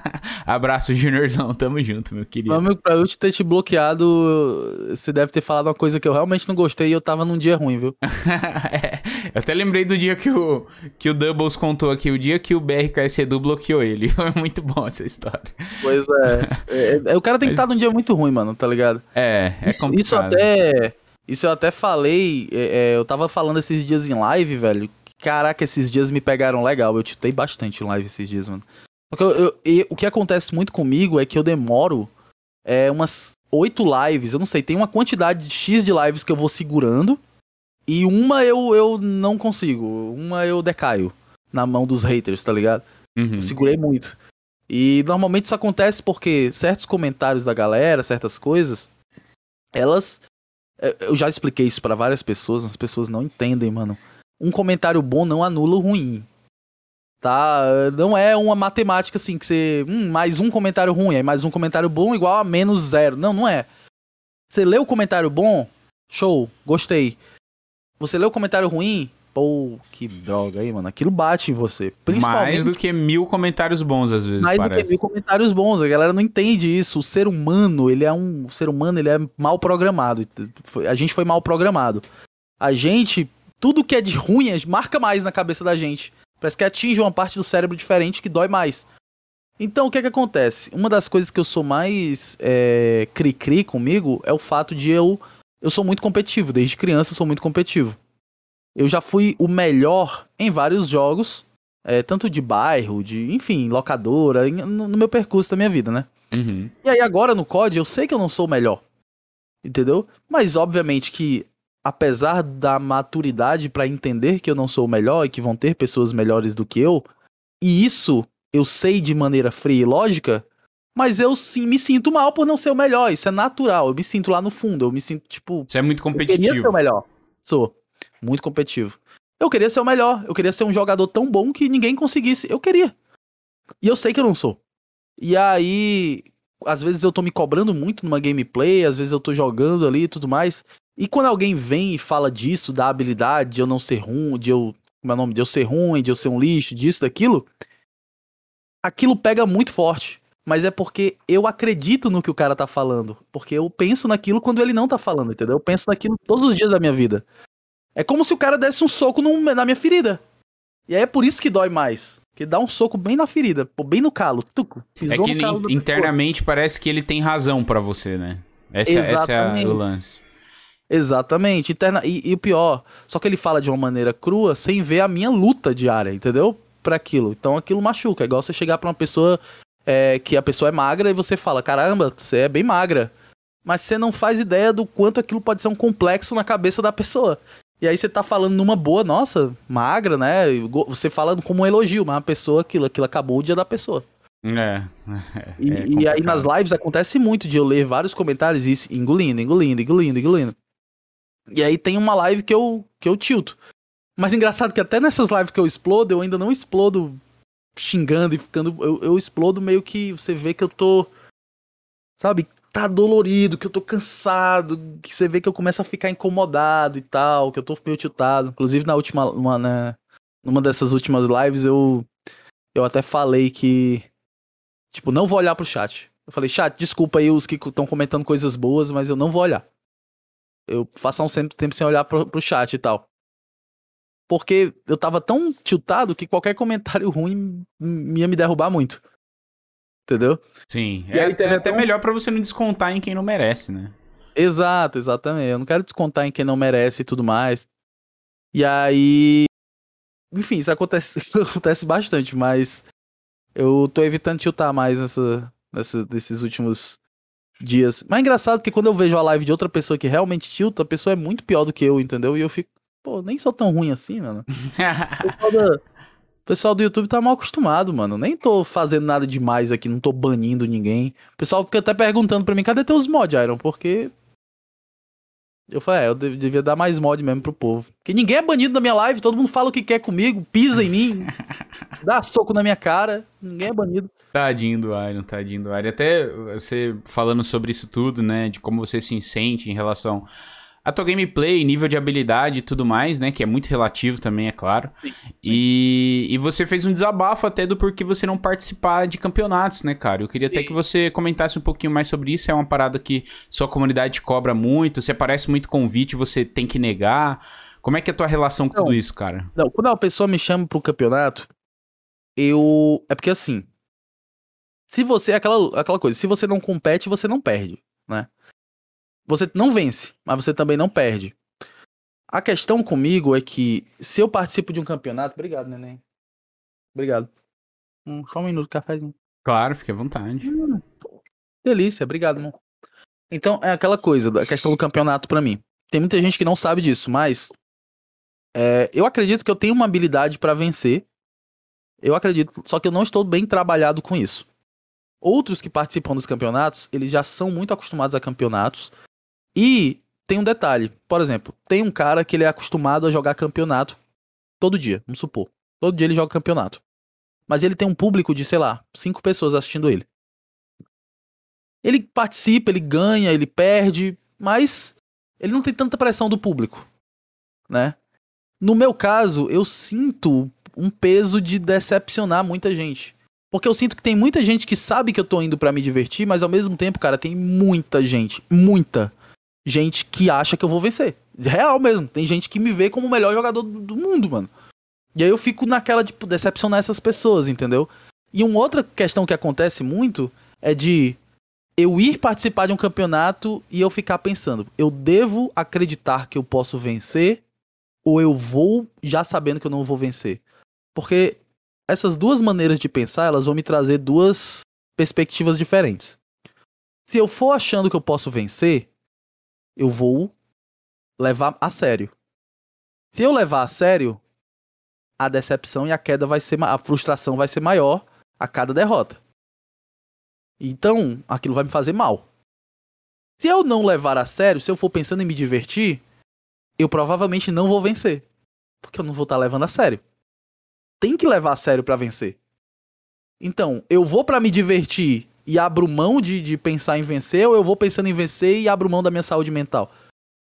Abraço, Juniorzão, tamo junto, meu querido. Meu amigo, pra eu ter te bloqueado, você deve ter falado uma coisa que eu realmente não gostei e eu tava num dia ruim, viu? É, eu até lembrei do dia que o, que o Doubles contou aqui, o dia que o B R K S Edu bloqueou ele. Foi muito bom essa história. Pois é. é, é o cara tem que estar Mas... num dia muito ruim, mano, tá ligado? É, é isso, complicado. Isso até, isso eu até falei, é, é, eu tava falando esses dias em live, velho. Caraca, esses dias me pegaram legal, eu chutei bastante em live esses dias, mano. Porque eu, eu, eu, o que acontece muito comigo é que eu demoro é, umas oito lives, eu não sei, tem uma quantidade de X de lives que eu vou segurando e uma eu, eu não consigo, uma eu decaio na mão dos haters, tá ligado? Uhum. Eu segurei muito. E normalmente isso acontece porque certos comentários da galera, certas coisas, elas... Eu já expliquei isso pra várias pessoas, as pessoas não entendem, mano. Um comentário bom não anula o ruim. Tá? Não é uma matemática assim que você... Hum, mais um comentário ruim, aí mais um comentário bom igual a menos zero. Não, não é. Você lê o comentário bom, show, gostei. Você lê o comentário ruim, pô, que droga aí, mano. Aquilo bate em você. Principalmente... Mais do que mil comentários bons, às vezes, mais parece. do que mil comentários bons. A galera não entende isso. O ser humano, ele é um... O ser humano, ele é mal programado. A gente foi mal programado. A gente... Tudo que é de ruim marca mais na cabeça da gente. Parece que atinge uma parte do cérebro diferente que dói mais. Então, o que é que acontece? Uma das coisas que eu sou mais é, cri-cri comigo é o fato de eu... Eu sou muito competitivo. Desde criança eu sou muito competitivo. Eu já fui o melhor em vários jogos. É, tanto de bairro, de... Enfim, locadora. No, no meu percurso da minha vida, né? Uhum. E aí agora no C O D eu sei que eu não sou o melhor. Entendeu? Mas obviamente que... Apesar da maturidade pra entender que eu não sou o melhor e que vão ter pessoas melhores do que eu, e isso eu sei de maneira fria e lógica, mas eu sim me sinto mal por não ser o melhor. Isso é natural. Eu me sinto lá no fundo. Eu me sinto, tipo... Você é muito Eu competitivo. queria ser o melhor. Sou. Muito competitivo. Eu queria ser o melhor. Eu queria ser um jogador tão bom que ninguém conseguisse. Eu queria. E eu sei que eu não sou. E aí... Às vezes eu tô me cobrando muito numa gameplay, às vezes eu tô jogando ali e tudo mais. E quando alguém vem e fala disso, da habilidade, de eu não ser ruim, de eu... Como é o nome? De eu ser ruim, de eu ser um lixo, disso, daquilo. Aquilo pega muito forte. Mas é porque eu acredito no que o cara tá falando. Porque eu penso naquilo quando ele não tá falando, entendeu? Eu penso naquilo todos os dias da minha vida. É como se o cara desse um soco num, na minha ferida. E aí é por isso que dói mais. Que dá um soco bem na ferida, pô, bem no calo. Tuco, É que in, internamente parece que ele tem razão pra você, né? Essa, essa é o lance. Exatamente. Interna... E, e o pior, só que ele fala de uma maneira crua sem ver a minha luta diária, entendeu? Pra aquilo. Então aquilo machuca. É igual você chegar pra uma pessoa é, que a pessoa é magra e você fala, caramba, você é bem magra. Mas você não faz ideia do quanto aquilo pode ser um complexo na cabeça da pessoa. E aí você tá falando numa boa, nossa, magra, né? Você falando como um elogio, mas a pessoa, aquilo, aquilo acabou o dia da pessoa. É. é e, e aí nas lives acontece muito de eu ler vários comentários e ir engolindo, engolindo, engolindo, engolindo. E aí tem uma live que eu, que eu tilto. Mas engraçado que até nessas lives que eu explodo, eu ainda não explodo xingando e ficando... Eu, eu explodo meio que você vê que eu tô... Sabe? Tá dolorido, que eu tô cansado, que você vê que eu começo a ficar incomodado e tal, que eu tô meio tiltado. Inclusive na última, uma, né, numa dessas últimas lives eu, eu até falei que, tipo, não vou olhar pro chat. Eu falei, chat, desculpa aí os que estão comentando coisas boas, mas eu não vou olhar. Eu faço um certo tempo sem olhar pro, pro chat e tal. Porque eu tava tão tiltado que qualquer comentário ruim ia me derrubar muito. Entendeu? Sim, e é aí, até, até melhor pra você não descontar em quem não merece, né? Exato, exatamente. Eu não quero descontar em quem não merece e tudo mais. E aí... Enfim, isso acontece, acontece bastante, mas... Eu tô evitando tiltar mais nessa, nessa, nesses últimos dias. Mas é engraçado que quando eu vejo a live de outra pessoa que realmente tilta, a pessoa é muito pior do que eu, entendeu? E eu fico... Pô, nem sou tão ruim assim, mano. O pessoal da... O pessoal do YouTube tá mal acostumado, mano. Nem tô fazendo nada demais aqui, não tô banindo ninguém. O pessoal fica até perguntando pra mim, cadê teus mods, Iron? Porque... Eu falei, é, eu dev- devia dar mais mod mesmo pro povo. Porque ninguém é banido na minha live, todo mundo fala o que quer comigo, pisa em mim, dá soco na minha cara, ninguém é banido. Tadinho do Iron, tadinho do Iron. Até você falando sobre isso tudo, né, de como você se sente em relação a tua gameplay, nível de habilidade e tudo mais, né? Que é muito relativo também, é claro. Sim, sim. E, e você fez um desabafo até do porquê você não participar de campeonatos, né, cara? Eu queria até Sim. que você comentasse um pouquinho mais sobre isso. É uma parada que sua comunidade cobra muito. Se aparece muito convite, você tem que negar. Como é que é a tua relação com Não. tudo isso, cara? Não, quando uma pessoa me chama pro campeonato, eu... É porque assim, se você... Aquela, aquela coisa, se você não compete, você não perde, né? Você não vence, mas você também não perde. A questão comigo é que se eu participo de um campeonato... Obrigado, neném. Obrigado. Hum, só um minuto, cafezinho. Claro, fique à vontade. Hum, delícia, obrigado, irmão. Então, é aquela coisa, da questão do campeonato pra mim. Tem muita gente que não sabe disso, mas... é, eu acredito que eu tenho uma habilidade pra vencer. Eu acredito, só que eu não estou bem trabalhado com isso. outros que participam dos campeonatos, eles já são muito acostumados a campeonatos. E tem um detalhe, por exemplo, tem um cara que ele é acostumado a jogar campeonato todo dia, vamos supor. Todo dia ele joga campeonato. Mas ele tem um público de, sei lá, cinco pessoas assistindo ele. Ele participa, ele ganha, ele perde, mas ele não tem tanta pressão do público, né? No meu caso, eu sinto um peso de decepcionar muita gente. Porque eu sinto que tem muita gente que sabe que eu tô indo pra me divertir, mas ao mesmo tempo, cara, tem muita gente, muita gente que acha que eu vou vencer. Real mesmo. Tem gente que me vê como o melhor jogador do, do mundo, mano. E aí eu fico naquela de tipo, decepcionar essas pessoas, entendeu? E uma outra questão que acontece muito é de eu ir participar de um campeonato e eu ficar pensando, eu devo acreditar que eu posso vencer ou eu vou já sabendo que eu não vou vencer? Porque essas duas maneiras de pensar, elas vão me trazer duas perspectivas diferentes. Se eu for achando que eu posso vencer, eu vou levar a sério. Se eu levar a sério, a decepção e a queda vai ser, a frustração vai ser maior a cada derrota. Então, aquilo vai me fazer mal. Se eu não levar a sério, se eu for pensando em me divertir, eu provavelmente não vou vencer. Porque eu não vou estar levando a sério. Tem que levar a sério pra vencer. Então, eu vou pra me divertir e abro mão de, de pensar em vencer, ou eu vou pensando em vencer e abro mão da minha saúde mental?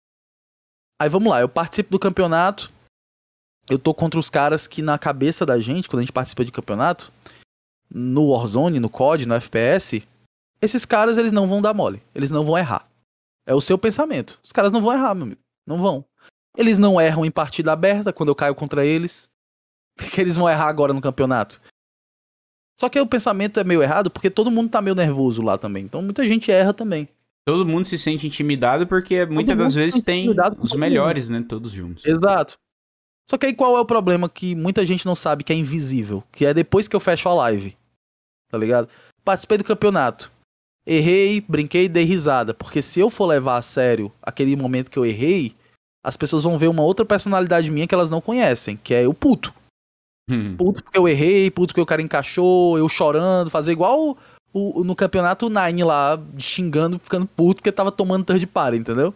Aí vamos lá, eu participo do campeonato, eu tô contra os caras que na cabeça da gente, quando a gente participa de campeonato, no Warzone, no C O D, no F P S, esses caras eles não vão dar mole, eles não vão errar. É o seu pensamento. Os caras não vão errar, meu amigo. Não vão. Eles não erram em partida aberta, quando eu caio contra eles. Por que eles vão errar agora no campeonato? Só que o pensamento é meio errado, porque todo mundo tá meio nervoso lá também. Então muita gente erra também. Todo mundo se sente intimidado porque muitas das vezes tem os melhores, né? Todos juntos. Exato. Só que aí qual é o problema que muita gente não sabe, que é invisível? Que é depois que eu fecho a live. Tá ligado? Participei do campeonato. Errei, brinquei, dei risada. Porque se eu for levar a sério aquele momento que eu errei, as pessoas vão ver uma outra personalidade minha que elas não conhecem, que é o puto. Hum. Puto porque eu errei, puto porque o cara encaixou, eu chorando, fazer igual o, o, no campeonato Nine lá, xingando, ficando puto porque tava tomando third party, entendeu?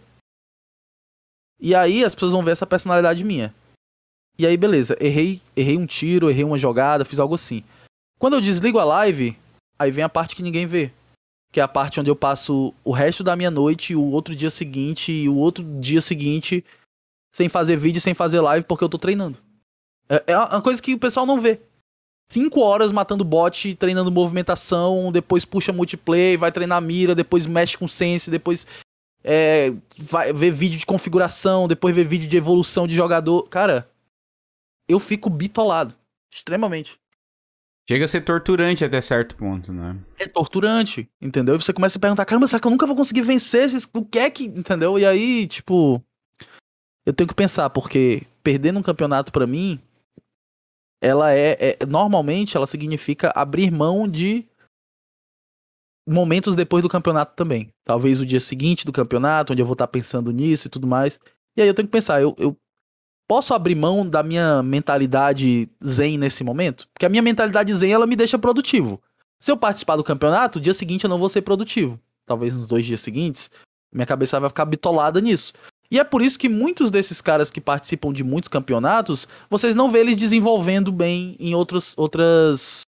E aí as pessoas vão ver essa personalidade minha. E aí beleza, errei, errei um tiro, errei uma jogada, fiz algo assim. Quando eu desligo a live, aí vem a parte que ninguém vê. Que é a parte onde eu passo o resto da minha noite, o outro dia seguinte e o outro dia seguinte sem fazer vídeo, sem fazer live, porque eu tô treinando. É, é uma coisa que o pessoal não vê. Cinco horas matando bot, treinando movimentação, depois puxa multiplayer, vai treinar mira, depois mexe com sense, depois é, vai ver vídeo de configuração, depois ver vídeo de evolução de jogador. Cara, eu fico bitolado. Extremamente. Chega a ser torturante até certo ponto, né? É torturante, entendeu? E você começa a perguntar, caramba, será que eu nunca vou conseguir vencer? O que é que... Entendeu? E aí, tipo... Eu tenho que pensar, porque perder num campeonato pra mim, ela é, é... Normalmente, ela significa abrir mão de momentos depois do campeonato também. Talvez o dia seguinte do campeonato, onde eu vou estar pensando nisso e tudo mais. E aí eu tenho que pensar, eu... eu posso abrir mão da minha mentalidade zen nesse momento? Porque a minha mentalidade zen, ela me deixa produtivo. Se eu participar do campeonato, o dia seguinte eu não vou ser produtivo. Talvez nos dois dias seguintes, minha cabeça vai ficar bitolada nisso. E é por isso que muitos desses caras que participam de muitos campeonatos, vocês não vê eles desenvolvendo bem em outros, outras...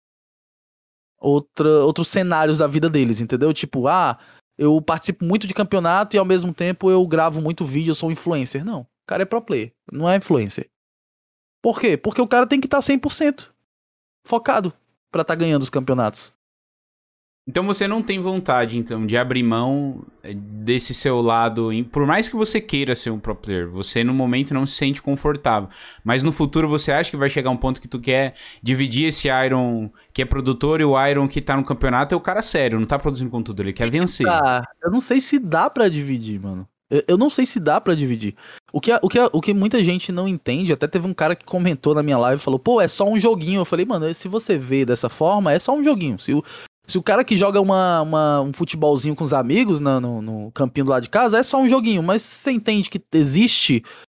Outra, outros cenários da vida deles, entendeu? Tipo, ah, eu participo muito de campeonato e ao mesmo tempo eu gravo muito vídeo, eu sou um influencer. Não. O cara é pro player, não é influencer. Por quê? Porque o cara tem que estar cem por cento focado pra estar ganhando os campeonatos. Então você não tem vontade, então, de abrir mão desse seu lado, por mais que você queira ser um pro player, você no momento não se sente confortável, mas no futuro você acha que vai chegar um ponto que tu quer dividir esse Iron que é produtor e o Iron que tá no campeonato é o cara sério, não tá produzindo conteúdo, ele quer vencer. Ah, eu não sei se dá pra dividir, mano. Eu não sei se dá pra dividir. O que, o, que, o que muita gente não entende, até teve um cara que comentou na minha live e falou, pô, é só um joguinho. Eu falei, mano, se você vê dessa forma, é só um joguinho. Se o, se o cara que joga uma, uma, um futebolzinho com os amigos na, no, no campinho do lado de casa, é só um joguinho. Mas você entende que existe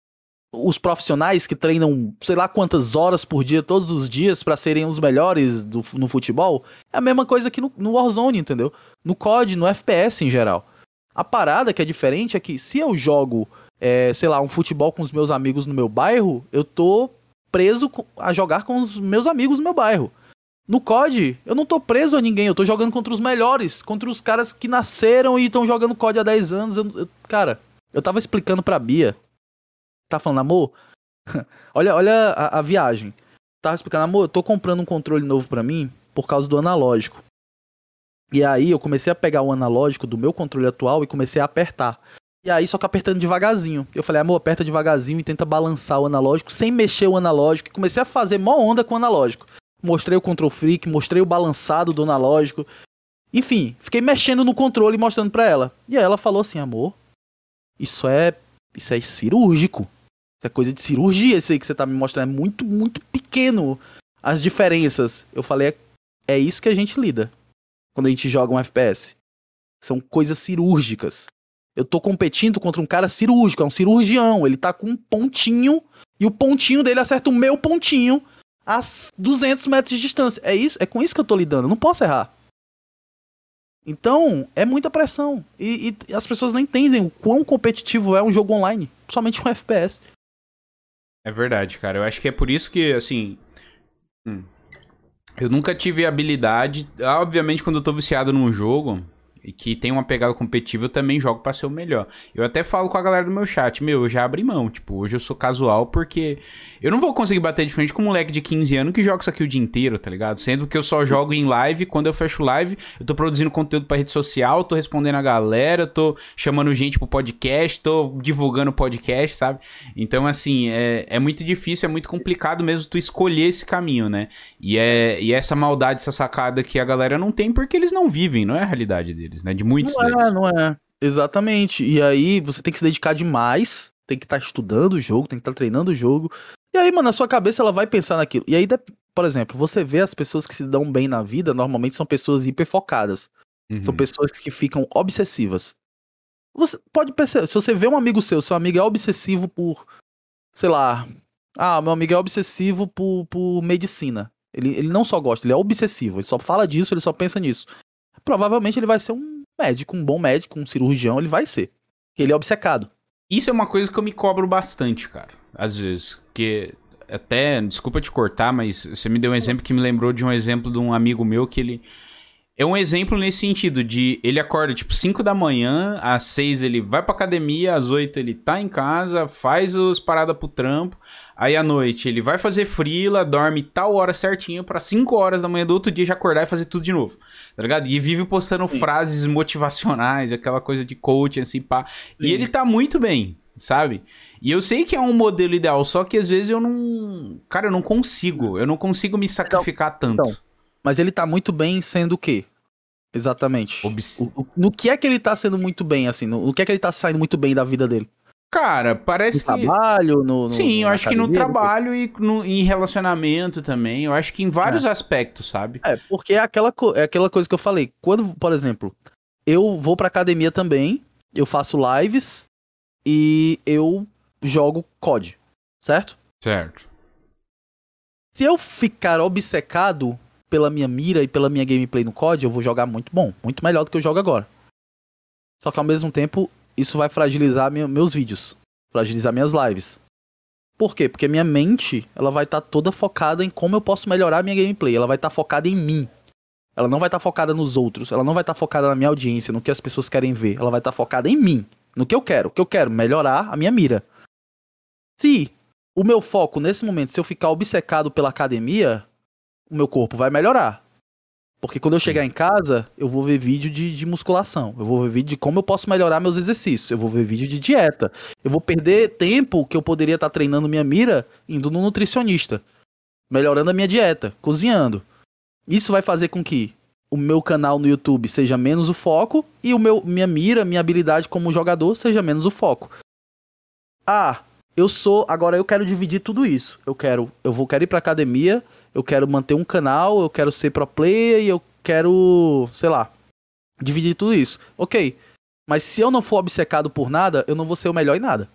os profissionais que treinam sei lá quantas horas por dia, todos os dias, pra serem os melhores do, no futebol, é a mesma coisa aqui no, no Warzone, entendeu? No C O D, no F P S em geral. A parada que é diferente é que se eu jogo, é, sei lá, um futebol com os meus amigos no meu bairro, eu tô preso a jogar com os meus amigos no meu bairro. No C O D, eu não tô preso a ninguém, eu tô jogando contra os melhores, contra os caras que nasceram e estão jogando C O D há dez anos. Eu, eu, cara, eu tava explicando pra Bia, tá falando, amor, olha, olha a, a viagem. Tava explicando, amor, eu tô comprando um controle novo pra mim por causa do analógico. E aí eu comecei a pegar o analógico do meu controle atual e comecei a apertar. E aí só que apertando devagarzinho. Eu falei, amor, aperta devagarzinho e tenta balançar o analógico sem mexer o analógico. E comecei a fazer mó onda com o analógico. Mostrei o control freak, mostrei o balançado do analógico. Enfim, fiquei mexendo no controle e mostrando pra ela. E aí ela falou assim, amor, isso é, isso é cirúrgico. Isso é coisa de cirurgia, isso aí que você tá me mostrando. É muito, muito pequeno as diferenças. Eu falei, é, é isso que a gente lida quando a gente joga um F P S. São coisas cirúrgicas. Eu tô competindo contra um cara cirúrgico, é um cirurgião. Ele tá com um pontinho e o pontinho dele acerta o meu pontinho a duzentos metros de distância. É isso, é com isso que eu tô lidando. Eu não posso errar. Então, é muita pressão. E, e as pessoas não entendem o quão competitivo é um jogo online. Somente um F P S. É verdade, cara. Eu acho que é por isso que, assim... Hum, eu nunca tive habilidade... Obviamente, quando eu tô viciado num jogo... e que tem uma pegada competitiva, eu também jogo pra ser o melhor. Eu até falo com a galera do meu chat, meu, eu já abri mão, tipo, hoje eu sou casual porque eu não vou conseguir bater de frente com um moleque de quinze anos que joga isso aqui o dia inteiro, tá ligado? Sendo que eu só jogo em live, quando eu fecho live, eu tô produzindo conteúdo pra rede social, tô respondendo a galera, tô chamando gente pro podcast, tô divulgando podcast, sabe? Então, assim, é, é muito difícil, é muito complicado mesmo tu escolher esse caminho, né? E, é, e essa maldade, essa sacada que a galera não tem porque eles não vivem, não é a realidade deles. Né? De muitos não deles. é, não é. Exatamente. E aí você tem que se dedicar demais, tem que estar tá estudando o jogo, tem que estar tá treinando o jogo. E aí, mano, a sua cabeça ela vai pensar naquilo. E aí, por exemplo, você vê as pessoas que se dão bem na vida, normalmente são pessoas hiperfocadas. Uhum. São pessoas que ficam obsessivas. Você pode perceber, se você vê um amigo seu, seu amigo é obsessivo por, sei lá, ah, meu amigo é obsessivo por, por medicina. Ele, ele não só gosta, ele é obsessivo, ele só fala disso, ele só pensa nisso. Provavelmente ele vai ser um médico, um bom médico, um cirurgião, ele vai ser. Porque ele é obcecado. Isso é uma coisa que eu me cobro bastante, cara. Às vezes. Porque até, desculpa te cortar, mas você me deu um exemplo que me lembrou de um exemplo de um amigo meu que ele... É um exemplo nesse sentido de ele acorda tipo cinco da manhã, às seis ele vai pra academia, às oito ele tá em casa, faz as paradas pro trampo, aí à noite ele vai fazer freela, dorme tal hora certinho pra cinco horas da manhã do outro dia já acordar e fazer tudo de novo, tá ligado? E vive postando Sim. frases motivacionais, aquela coisa de coaching assim, pá. Sim. E ele tá muito bem, sabe? E eu sei que é um modelo ideal, só que às vezes eu não... Cara, eu não consigo, eu não consigo me sacrificar então, tanto. Então, mas ele tá muito bem sendo o quê? Exatamente. Obs... O, o, no que é que ele tá sendo muito bem, assim? No, no que é que ele tá saindo muito bem da vida dele? Cara, parece no que... trabalho, no, no Sim, eu acho academia, que no trabalho e no, em relacionamento também. Eu acho que em vários é. aspectos, sabe? É, porque é aquela, é aquela coisa que eu falei. Quando, por exemplo, eu vou pra academia também, eu faço lives e eu jogo C O D, certo? Certo. Se eu ficar obcecado pela minha mira e pela minha gameplay no C O D, eu vou jogar muito bom, muito melhor do que eu jogo agora. Só que ao mesmo tempo, isso vai fragilizar meu, meus vídeos, fragilizar minhas lives. Por quê? Porque minha mente, ela vai estar tá toda focada em como eu posso melhorar a minha gameplay, ela vai estar tá focada em mim. Ela não vai estar tá focada nos outros, ela não vai estar tá focada na minha audiência, no que as pessoas querem ver, ela vai estar tá focada em mim, no que eu quero, o que eu quero, melhorar a minha mira. Se o meu foco nesse momento, se eu ficar obcecado pela academia, o meu corpo vai melhorar. Porque quando eu chegar em casa, eu vou ver vídeo de, de musculação. Eu vou ver vídeo de como eu posso melhorar meus exercícios. Eu vou ver vídeo de dieta. Eu vou perder tempo que eu poderia estar treinando minha mira indo no nutricionista. Melhorando a minha dieta, cozinhando. Isso vai fazer com que o meu canal no YouTube seja menos o foco e o meu, minha mira, minha habilidade como jogador seja menos o foco. Ah, eu sou... Agora eu quero dividir tudo isso. Eu quero, eu vou, quero ir pra academia... Eu quero manter um canal, eu quero ser pro player e eu quero, sei lá, dividir tudo isso. Ok, mas se eu não for obcecado por nada, eu não vou ser o melhor em nada.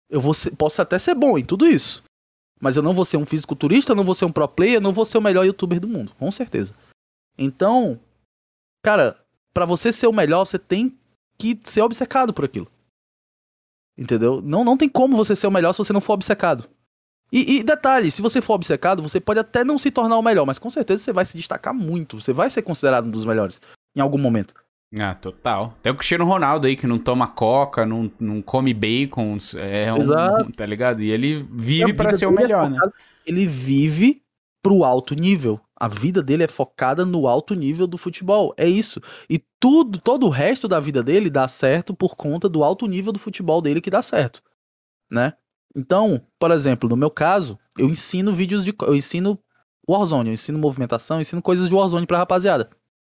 Eu vou ser, posso até ser bom em tudo isso. Mas eu não vou ser um fisiculturista, eu não vou ser um pro player, eu não vou ser o melhor youtuber do mundo, com certeza. Então, cara, pra você ser o melhor, você tem que ser obcecado por aquilo. Entendeu? Não, não tem como você ser o melhor se você não for obcecado. E, e detalhe, se você for obcecado, você pode até não se tornar o melhor, mas com certeza você vai se destacar muito. Você vai ser considerado um dos melhores em algum momento. Ah, total. Tem o Cristiano Ronaldo aí que não toma coca, não, não come bacon, é um, Exato. tá ligado? E ele vive E a pra vida ser o dele é melhor, né? focada- Ele vive pro alto nível. A vida dele é focada no alto nível do futebol. É isso. E tudo, todo o resto da vida dele dá certo por conta do alto nível do futebol dele que dá certo, né? Então, por exemplo, no meu caso, eu ensino vídeos de... Eu ensino Warzone, eu ensino movimentação, eu ensino coisas de Warzone pra rapaziada.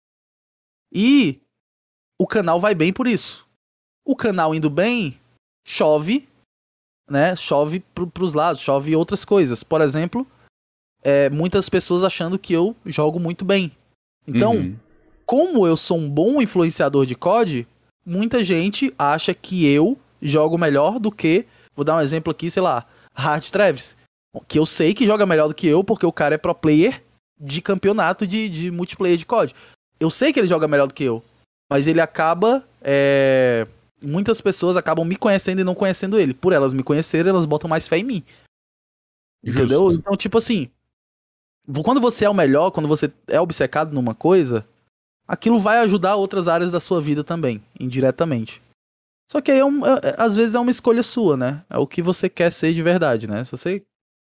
E o canal vai bem por isso. O canal indo bem, chove, né? Chove pro, pros lados, chove outras coisas. Por exemplo, é, muitas pessoas achando que eu jogo muito bem. Então, Uhum. como eu sou um bom influenciador de C O D, muita gente acha que eu jogo melhor do que... Vou dar um exemplo aqui, sei lá, Hard Travis. Que eu sei que joga melhor do que eu, porque o cara é pro player de campeonato de, de multiplayer de C O D. Eu sei que ele joga melhor do que eu. Mas ele acaba... É... Muitas pessoas acabam me conhecendo e não conhecendo ele. Por elas me conhecerem, elas botam mais fé em mim. Entendeu? Justo. Então, tipo assim... Quando você é o melhor, quando você é obcecado numa coisa, aquilo vai ajudar outras áreas da sua vida também, indiretamente. Só que aí, é um, é, às vezes, é uma escolha sua, né? É o que você quer ser de verdade, né? Se você,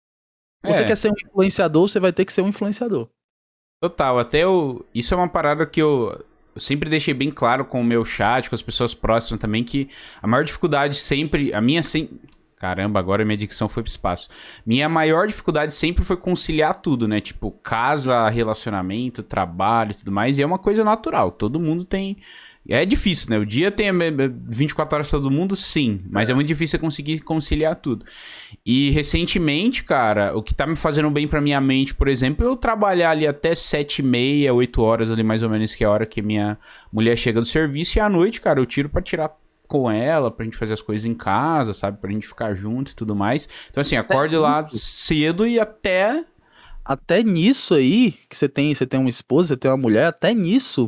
você É. quer ser um influenciador, você vai ter que ser um influenciador. Total, até eu... Isso é uma parada que eu... Eu sempre deixei bem claro com o meu chat, com as pessoas próximas também, que a maior dificuldade sempre... A minha sempre... Caramba, agora minha dicção foi pro espaço. Minha maior dificuldade sempre foi conciliar tudo, né? Tipo, casa, relacionamento, trabalho e tudo mais. E é uma coisa natural. Todo mundo tem... É difícil, né? O dia tem vinte e quatro horas pra todo mundo, sim. Mas é, é muito difícil conseguir conciliar tudo. E recentemente, cara, o que tá me fazendo bem pra minha mente, por exemplo, eu trabalhar ali até sete e meia, oito horas ali mais ou menos, que é a hora que minha mulher chega do serviço. E à noite, cara, eu tiro pra tirar com ela, pra gente fazer as coisas em casa, sabe? Pra gente ficar juntos e tudo mais. Então, assim, acorde lá cedo e até... Até nisso aí, que você tem, você tem uma esposa, você tem uma mulher, até nisso...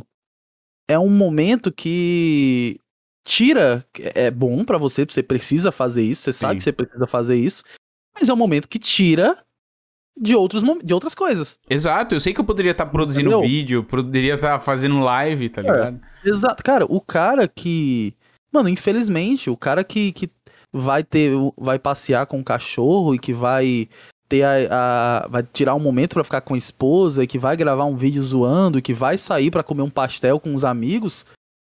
É um momento que tira, é bom pra você, você precisa fazer isso, você sabe Sim. que você precisa fazer isso, mas é um momento que tira de, outros, de outras coisas. Exato, eu sei que eu poderia estar produzindo Entendeu? vídeo, poderia estar fazendo live, tá ligado? É, exato, cara, o cara que, mano, infelizmente, o cara que, que vai ter, vai passear com o cachorro e que vai... ter a, a, vai tirar um momento pra ficar com a esposa, e que vai gravar um vídeo zoando, e que vai sair pra comer um pastel com os amigos,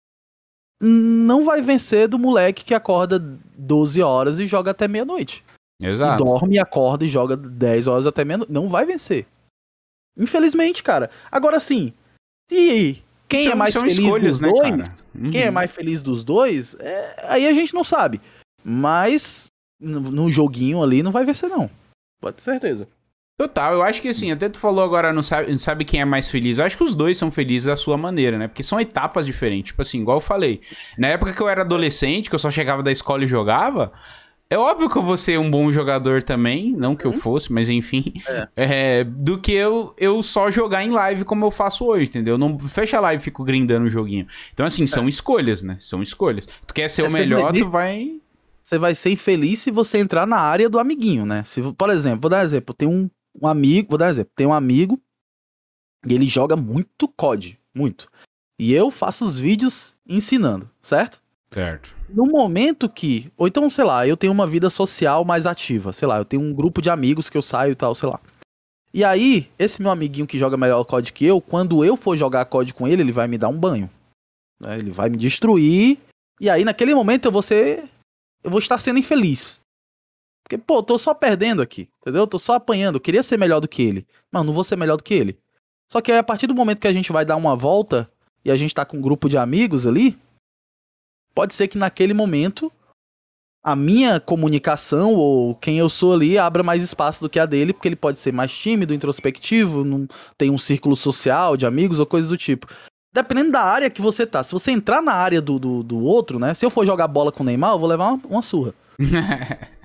não vai vencer do moleque que acorda doze horas e joga até meia-noite. Exato. E dorme, acorda e joga dez horas até meia-noite. Não vai vencer. Infelizmente, cara. Agora sim, e quem são, é mais feliz escolhas, dos né, dois? Uhum. Quem é mais feliz dos dois? É, aí a gente não sabe. Mas no, no joguinho ali não vai vencer, não. Pode ter certeza. Total, eu acho que assim, até tu falou agora, não sabe, não sabe quem é mais feliz. Eu acho que os dois são felizes da sua maneira, né? Porque são etapas diferentes. Tipo assim, igual eu falei. Na época que eu era adolescente, que eu só chegava da escola e jogava, é óbvio que eu vou ser um bom jogador também. Não que eu fosse, mas enfim. É. É, do que eu, eu só jogar em live como eu faço hoje, entendeu? Eu não fecho a live e fico grindando o joguinho. Então assim, são é. escolhas, né? São escolhas. Tu quer ser é o melhor, tu vai... Você vai ser infeliz se você entrar na área do amiguinho, né? Se, por exemplo, vou dar um exemplo. Tem um, um amigo, vou dar um exemplo. Tem um amigo e ele joga muito C O D, muito. E eu faço os vídeos ensinando, certo? Certo. No momento que... Ou então, sei lá, eu tenho uma vida social mais ativa. Sei lá, eu tenho um grupo de amigos que eu saio e tal, sei lá. E aí, esse meu amiguinho que joga melhor C O D que eu, quando eu for jogar C O D com ele, ele vai me dar um banho. Né? Ele vai me destruir. E aí, naquele momento, eu vou ser... Eu vou estar sendo infeliz. Porque, pô, eu tô só perdendo aqui, entendeu? Eu tô só apanhando. Eu queria ser melhor do que ele. Mas não vou ser melhor do que ele. Só que aí, a partir do momento que a gente vai dar uma volta e a gente tá com um grupo de amigos ali, pode ser que naquele momento a minha comunicação ou quem eu sou ali abra mais espaço do que a dele, porque ele pode ser mais tímido, introspectivo, não tem um círculo social de amigos ou coisas do tipo. Dependendo da área que você tá. Se você entrar na área do, do, do outro, né? Se eu for jogar bola com o Neymar, eu vou levar uma, uma surra.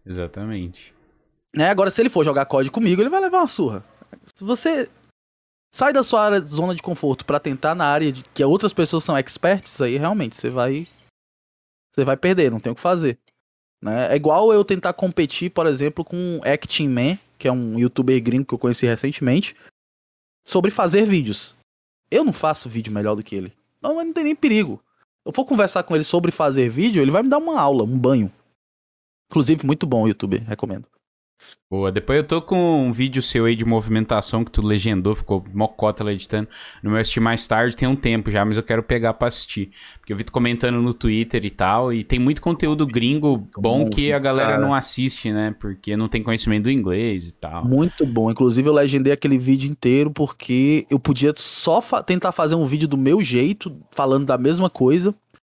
Exatamente. Né? Agora, se ele for jogar C O D comigo, ele vai levar uma surra. Se você sai da sua área, zona de conforto pra tentar na área de que outras pessoas são experts, aí realmente você vai você vai perder, não tem o que fazer. Né? É igual eu tentar competir, por exemplo, com o Acting Man, que é um youtuber gringo que eu conheci recentemente, sobre fazer vídeos. Eu não faço vídeo melhor do que ele. Não, não tem nem perigo. Eu for conversar com ele sobre fazer vídeo, ele vai me dar uma aula, um banho. Inclusive, muito bom o YouTube, recomendo. Boa, depois eu tô com um vídeo seu aí de movimentação que tu legendou, ficou mocota lá editando. No meu assistir mais tarde, tem um tempo já, mas eu quero pegar pra assistir. Porque eu vi tu comentando no Twitter e tal, e tem muito conteúdo gringo bom que a galera não assiste, né? Porque não tem conhecimento do inglês e tal. Muito bom, inclusive eu legendei aquele vídeo inteiro porque eu podia só fa- tentar fazer um vídeo do meu jeito, falando da mesma coisa.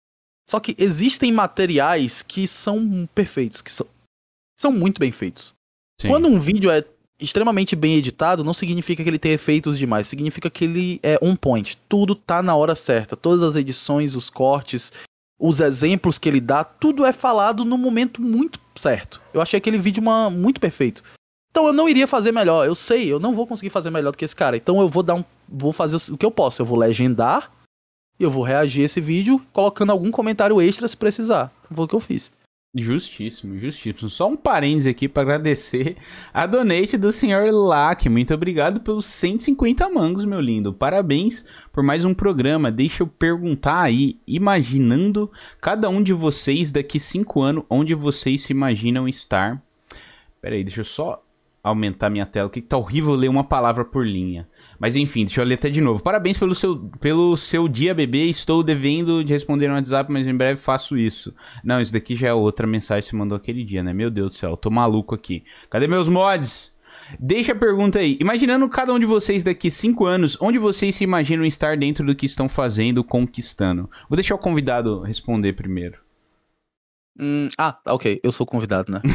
Só que existem materiais que são perfeitos, que são, são muito bem feitos. Sim. Quando um vídeo é extremamente bem editado, não significa que ele tem efeitos demais, significa que ele é on point. Tudo tá na hora certa. Todas as edições, os cortes, os exemplos que ele dá, tudo é falado no momento muito certo. Eu achei aquele vídeo uma, muito perfeito. Então eu não iria fazer melhor. Eu sei, eu não vou conseguir fazer melhor do que esse cara. Então eu vou dar um, vou fazer o que eu posso. Eu vou legendar e eu vou reagir a esse vídeo colocando algum comentário extra se precisar. Foi o que eu fiz. Justíssimo, justíssimo. Só um parênteses aqui pra agradecer a donate do senhor Lack. Muito obrigado pelos cento e cinquenta mangos, meu lindo. Parabéns por mais um programa. Deixa eu perguntar aí, imaginando cada um de vocês daqui cinco anos, onde vocês se imaginam estar. Pera aí, deixa eu só aumentar minha tela, que tá horrível ler uma palavra por linha. Mas enfim, deixa eu ler até de novo. Parabéns pelo seu, pelo seu dia, bebê. Estou devendo de responder no WhatsApp, mas em breve faço isso. Não, isso daqui já é outra mensagem que você mandou aquele dia, né? Meu Deus do céu, tô maluco aqui. Cadê meus mods? Deixa a pergunta aí. Imaginando cada um de vocês daqui cinco anos, onde vocês se imaginam estar dentro do que estão fazendo, conquistando? Vou deixar o convidado responder primeiro. Hum, ah, ok. Eu sou o convidado, né?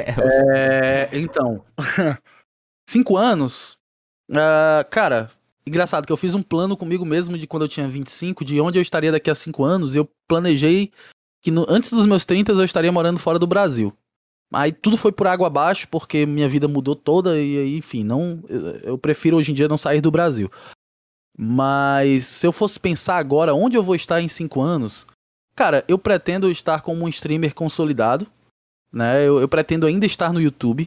é, É, então, cinco anos, uh, cara, engraçado que eu fiz um plano comigo mesmo de quando eu tinha vinte e cinco, de onde eu estaria daqui a cinco anos, e eu planejei que no, antes dos meus trinta eu estaria morando fora do Brasil. Aí tudo foi por água abaixo, porque minha vida mudou toda, e aí, enfim, não, eu, eu prefiro hoje em dia não sair do Brasil. Mas se eu fosse pensar agora onde eu vou estar em cinco anos, cara, eu pretendo estar como um streamer consolidado, né? Eu, eu pretendo ainda estar no YouTube,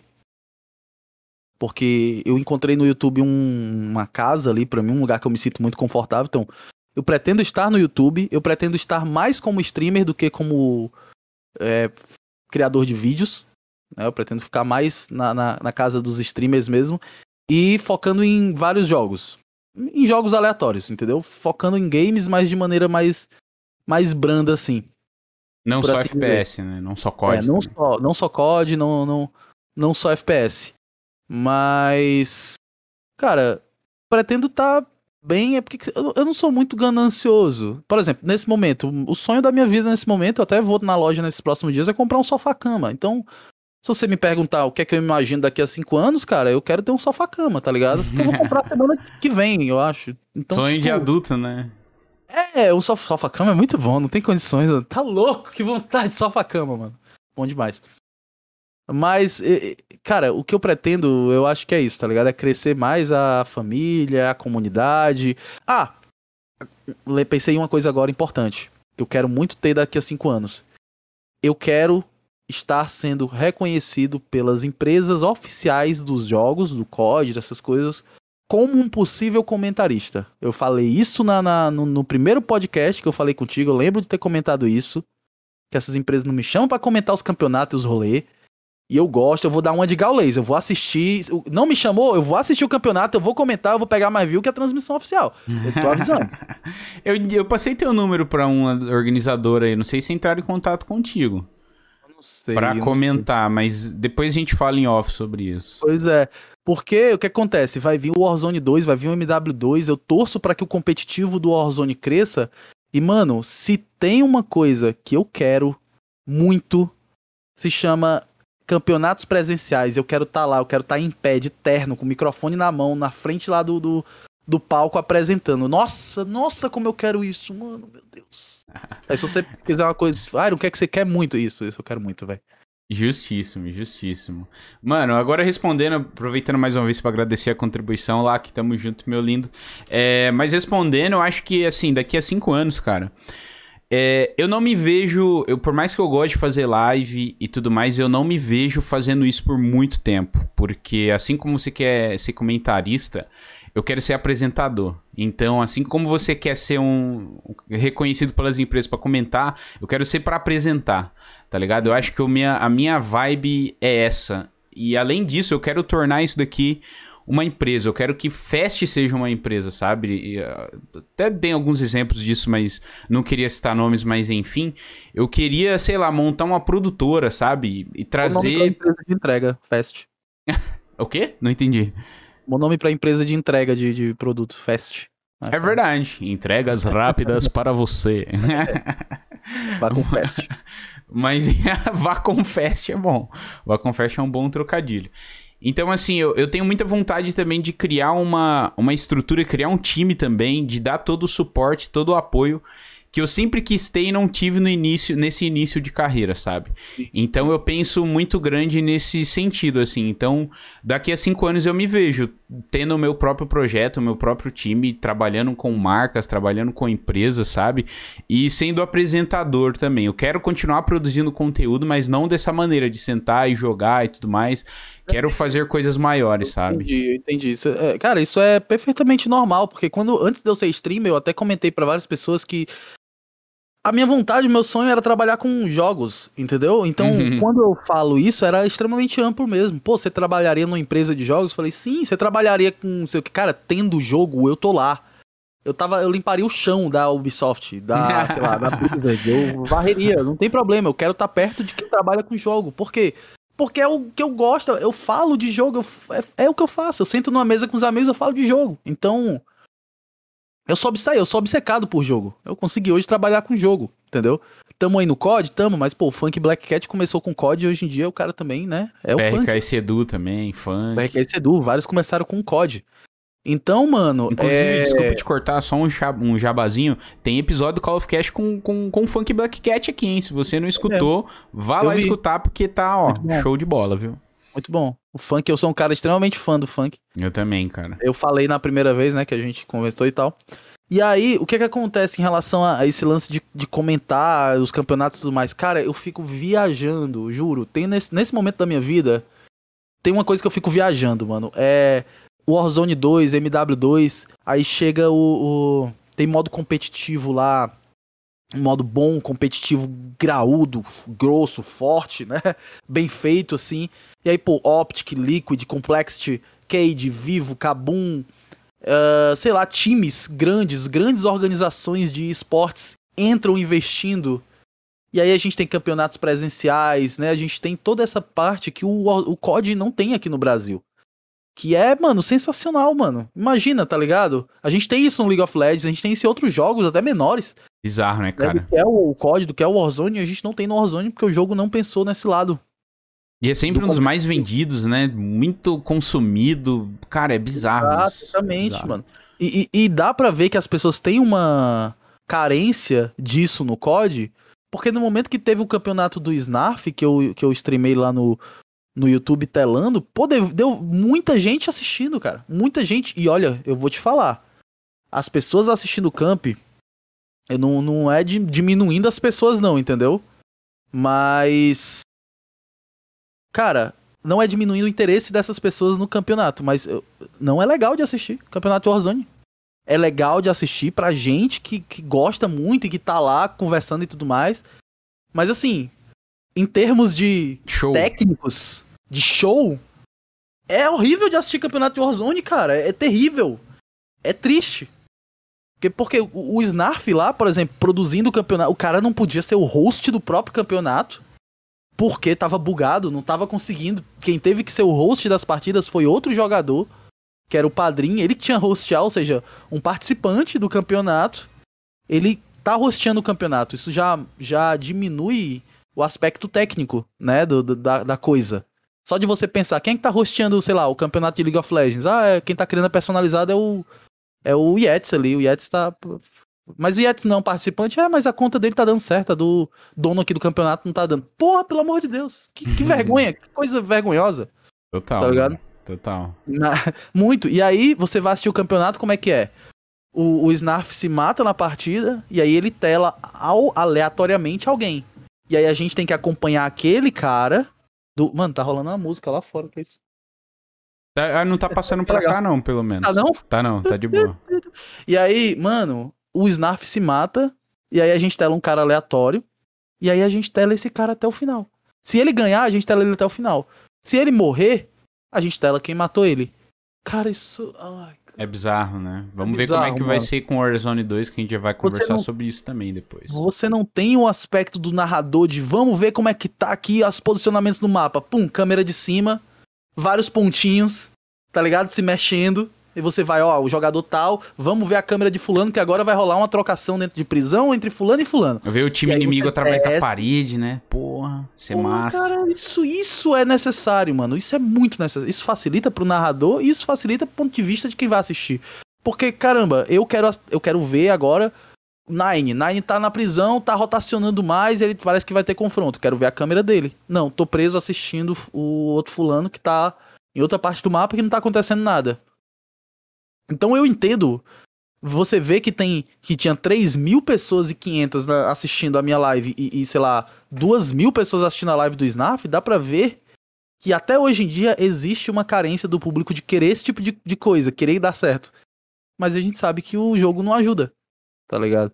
porque eu encontrei no YouTube um, uma casa ali pra mim, um lugar que eu me sinto muito confortável. Então, eu pretendo estar no YouTube, eu pretendo estar mais como streamer do que como é, criador de vídeos, né? Eu pretendo ficar mais na, na, na casa dos streamers mesmo e focando em vários jogos, em jogos aleatórios, entendeu? Focando em games, mas de maneira mais, mais branda assim. Não Por só assim F P S, né? Não só C O D. É, não também. só, não só C O D, não, não, não só F P S. Mas, cara, pretendo estar bem, é porque eu, eu não sou muito ganancioso. Por exemplo, nesse momento, o sonho da minha vida nesse momento, eu até vou na loja nesses próximos dias, é comprar um sofá-cama. Então, se você me perguntar o que é que eu imagino daqui a cinco anos, cara, eu quero ter um sofá-cama, tá ligado? Porque eu vou comprar semana que vem, eu acho. Então, Sonho tipo, de adulto, né? É, o sof- sofá-cama é muito bom, não tem condições. Mano. Tá louco, que vontade de sofá-cama, mano. Bom demais. Mas, e- e, cara, o que eu pretendo, eu acho que é isso, tá ligado? É crescer mais a família, a comunidade. Ah, le- pensei em uma coisa agora importante, que eu quero muito ter daqui a cinco anos. Eu quero estar sendo reconhecido pelas empresas oficiais dos jogos, do C O D, dessas coisas, como um possível comentarista. Eu falei isso na, na- no, no primeiro podcast que eu falei contigo, eu lembro de ter comentado isso, que essas empresas não me chamam pra comentar os campeonatos e os rolês, e eu gosto, eu vou dar uma de Gaules, eu vou assistir, não me chamou, eu vou assistir o campeonato, eu vou comentar, eu vou pegar mais view que a transmissão oficial. Eu tô avisando. eu, eu passei teu número pra uma organizadora aí, não sei se entraram em contato contigo. Eu não sei. Pra eu não comentar, mas depois a gente fala em off sobre isso. Pois é. Porque o que acontece? Vai vir o Warzone dois, vai vir o M W dois. Eu torço pra que o competitivo do Warzone cresça. E, mano, se tem uma coisa que eu quero muito, se chama campeonatos presenciais. Eu quero estar lá, eu quero estar em pé, de terno, com o microfone na mão, na frente lá do, do, do palco apresentando. Nossa, nossa, como eu quero isso, mano, meu Deus. Aí se você quiser uma coisa, Iron, o que é que você quer muito? Isso, isso eu quero muito, velho. Justíssimo, justíssimo. Mano, agora respondendo, aproveitando mais uma vez pra agradecer a contribuição lá, que tamo junto, meu lindo. É, mas respondendo, eu acho que, assim, daqui a cinco anos, cara, é, eu não me vejo, eu, por mais que eu goste de fazer live e tudo mais, eu não me vejo fazendo isso por muito tempo. Porque assim como você quer ser comentarista, eu quero ser apresentador. Então, assim como você quer ser um reconhecido pelas empresas pra comentar, eu quero ser pra apresentar, tá ligado? Eu acho que o minha, a minha vibe é essa. E além disso, eu quero tornar isso daqui uma empresa. Eu quero que Fest seja uma empresa, sabe? E, uh, até tem alguns exemplos disso, mas não queria citar nomes, mas enfim. Eu queria, sei lá, montar uma produtora, sabe? E trazer... O nome pra empresa de entrega, Fest. O quê? Não entendi. O nome pra empresa de entrega de, de produto, Fest. Ah, É verdade. Entregas rápidas para você. Vá com Fest. Mas vá com Fest é bom. Vá com Fest é um bom trocadilho. Então, assim, eu, eu tenho muita vontade também de criar uma, uma estrutura, criar um time também, de dar todo o suporte, todo o apoio que eu sempre quis ter e não tive no início, nesse início de carreira, sabe? Então eu penso muito grande nesse sentido, assim. Então, daqui a cinco anos eu me vejo tendo o meu próprio projeto, o meu próprio time, trabalhando com marcas, trabalhando com empresas, sabe? E sendo apresentador também. Eu quero continuar produzindo conteúdo, mas não dessa maneira, de sentar e jogar e tudo mais. Quero fazer coisas maiores, sabe? Entendi, entendi. Isso é, cara, isso é perfeitamente normal, porque quando antes de eu ser streamer, eu até comentei pra várias pessoas que a minha vontade, meu sonho era trabalhar com jogos, entendeu? Então, Uhum. quando eu falo isso, era extremamente amplo mesmo. Pô, você trabalharia numa empresa de jogos? Eu falei, sim, você trabalharia com, sei o que, cara, tendo jogo, eu tô lá. Eu tava, eu limparia o chão da Ubisoft, da, sei lá, da Blizzard, eu varreria, não tem problema, eu quero estar perto de quem trabalha com jogo. Por quê? Porque é o que eu gosto, eu falo de jogo, eu, é, é o que eu faço. Eu sento numa mesa com os amigos, eu falo de jogo. Então, eu sou obcecado, eu sou obcecado por jogo. Eu consegui hoje trabalhar com jogo, entendeu? Tamo aí no C O D? Tamo, mas pô, o Funk Black Cat começou com C O D e hoje em dia o cara também, né? É o B R Funk. K S Edu também, B funk. R K S Edu, vários começaram com C O D. Então, mano, Inclusive, é... desculpa te cortar, só um, jab, um jabazinho. Tem episódio do Call of Cast com, com, com Funk Black Cat aqui, hein? Se você não escutou, vá Eu lá vi. escutar, porque tá, ó, Muito bom. show de bola, viu? Muito bom. O Funk, eu sou um cara extremamente fã do Funk. Eu também, cara. Eu falei na primeira vez, né, que a gente conversou e tal. E aí, o que que acontece em relação a esse lance de, de comentar os campeonatos e tudo mais? Cara, eu fico viajando, juro. Tem nesse, nesse momento da minha vida, tem uma coisa que eu fico viajando, mano. É Warzone dois, M W dois, aí chega o... o tem modo competitivo lá, um modo bom, competitivo, graúdo, grosso, forte, né? Bem feito, assim. E aí, pô, Optic, Liquid, Complexity, Cade, Vivo, Kabum... Uh, sei lá, times grandes, grandes organizações de esportes entram investindo. E aí a gente tem campeonatos presenciais, né? A gente tem toda essa parte que o, o C O D não tem aqui no Brasil. Que é, mano, sensacional, mano. Imagina, tá ligado? A gente tem isso no League of Legends, a gente tem isso em outros jogos, até menores. Bizarro, né, Né? cara? Do que é o C O D, do que é o Warzone, a gente não tem no Warzone porque o jogo não pensou nesse lado. E é sempre Do um dos como- mais vendidos, né? Muito consumido. Cara, é bizarro isso. Exatamente, Bizarro. mano. E, e, e dá pra ver que as pessoas têm uma carência disso no C O D, porque no momento que teve o campeonato do Snarf, que eu, que eu streamei lá no, no YouTube telando, pô, deu, deu muita gente assistindo, cara. Muita gente. E olha, eu vou te falar, as pessoas assistindo o Camp, eu não, não é de, diminuindo as pessoas não, entendeu? Mas... Cara, não é diminuindo o interesse dessas pessoas no campeonato, mas eu, não é legal de assistir campeonato Warzone. É legal de assistir pra gente que, que gosta muito e que tá lá conversando e tudo mais. Mas assim, em termos de Show. técnicos, de show, é horrível de assistir campeonato de Warzone, cara. É, é terrível. É triste. Porque, porque o, o Snarf lá, por exemplo, produzindo o campeonato, o cara não podia ser o host do próprio campeonato. Porque tava bugado, não tava conseguindo. Quem teve que ser o host das partidas foi outro jogador, que era o padrinho, ele que tinha hostear, ou seja, um participante do campeonato. Ele tá hosteando o campeonato. Isso já, já diminui o aspecto técnico, né, do, do, da, da coisa. Só de você pensar, quem é que tá hosteando, sei lá, o campeonato de League of Legends? Ah, é, quem tá criando a personalizada é o, é o Yetis ali. O Yetis tá Mas o Yetis não é um participante, é, mas a conta dele tá dando certo, a do dono aqui do campeonato não tá dando. Porra, pelo amor de Deus, que, que vergonha, que coisa vergonhosa. Total, tá ligado? Mano. Total. Na, muito, e aí você vai assistir o campeonato, como é que é? O, o Snarf se mata na partida, e aí ele tela ao, aleatoriamente alguém. E aí a gente tem que acompanhar aquele cara do... Mano, tá rolando uma música lá fora, que é isso? Ah, não tá passando pra cá não, pelo menos. Tá não? Tá não, tá de boa. E aí, mano, o Snarf se mata, e aí a gente tela um cara aleatório, e aí a gente tela esse cara até o final. Se ele ganhar, a gente tela ele até o final. Se ele morrer, a gente tela quem matou ele. Cara, isso... Ai, cara. É bizarro, né? Vamos é ver bizarro, como é que mano. vai ser com o Warzone dois, que a gente já vai conversar não... sobre isso também depois. Você não tem o aspecto do narrador de vamos ver como é que tá aqui os posicionamentos no mapa. Pum, câmera de cima, vários pontinhos, tá ligado? Se mexendo. E você vai, ó, o jogador tal, vamos ver a câmera de fulano, que agora vai rolar uma trocação dentro de prisão entre fulano e fulano. Ver o time E aí inimigo você através da testa. parede, né? Porra, isso é Porra, massa. cara, isso, isso é necessário, mano. Isso é muito necessário. Isso facilita pro narrador e isso facilita pro ponto de vista de quem vai assistir. Porque, caramba, eu quero, eu quero ver agora Nine. Nine tá na prisão, tá rotacionando mais, ele parece que vai ter confronto. Quero ver a câmera dele. Não, tô preso assistindo o outro fulano que tá em outra parte do mapa que não tá acontecendo nada. Então eu entendo, você vê que tem que tinha três mil pessoas e quinhentas assistindo a minha live e, e, sei lá, duas mil pessoas assistindo a live do Snarf, dá pra ver que até hoje em dia existe uma carência do público de querer esse tipo de, de coisa, querer dar certo. Mas a gente sabe que o jogo não ajuda, tá ligado?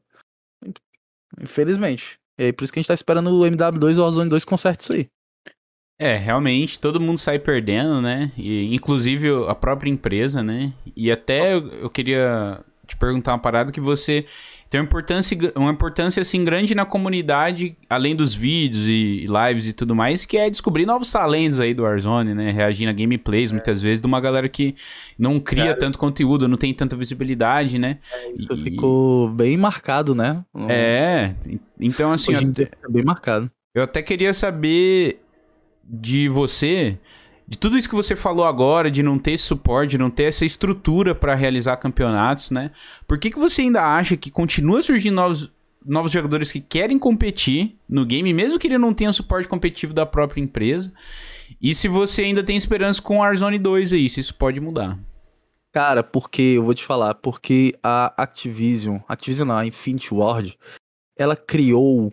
Infelizmente. E aí por isso que a gente tá esperando o M W dois ou o Warzone dois conserte isso aí. É, realmente, todo mundo sai perdendo, né? E, inclusive a própria empresa, né? E até eu, eu queria te perguntar uma parada que você tem uma importância, uma importância assim grande na comunidade, além dos vídeos e lives e tudo mais, que é descobrir novos talentos aí do Warzone, né? Reagindo a gameplays, é. muitas vezes, de uma galera que não cria Cara, tanto conteúdo, não tem tanta visibilidade, né? É, isso e, ficou bem marcado, né? É, então assim... Hoje em até, dia fica bem marcado. Eu até queria saber... de você, de tudo isso que você falou agora, de não ter esse suporte, de não ter essa estrutura para realizar campeonatos, né? Por que que você ainda acha que continua surgindo novos, novos jogadores que querem competir no game, mesmo que ele não tenha o suporte competitivo da própria empresa? E se você ainda tem esperança com o Warzone dois aí, se isso pode mudar? Cara, porque, eu vou te falar, porque a Activision, Activision não, a Infinity Ward, ela criou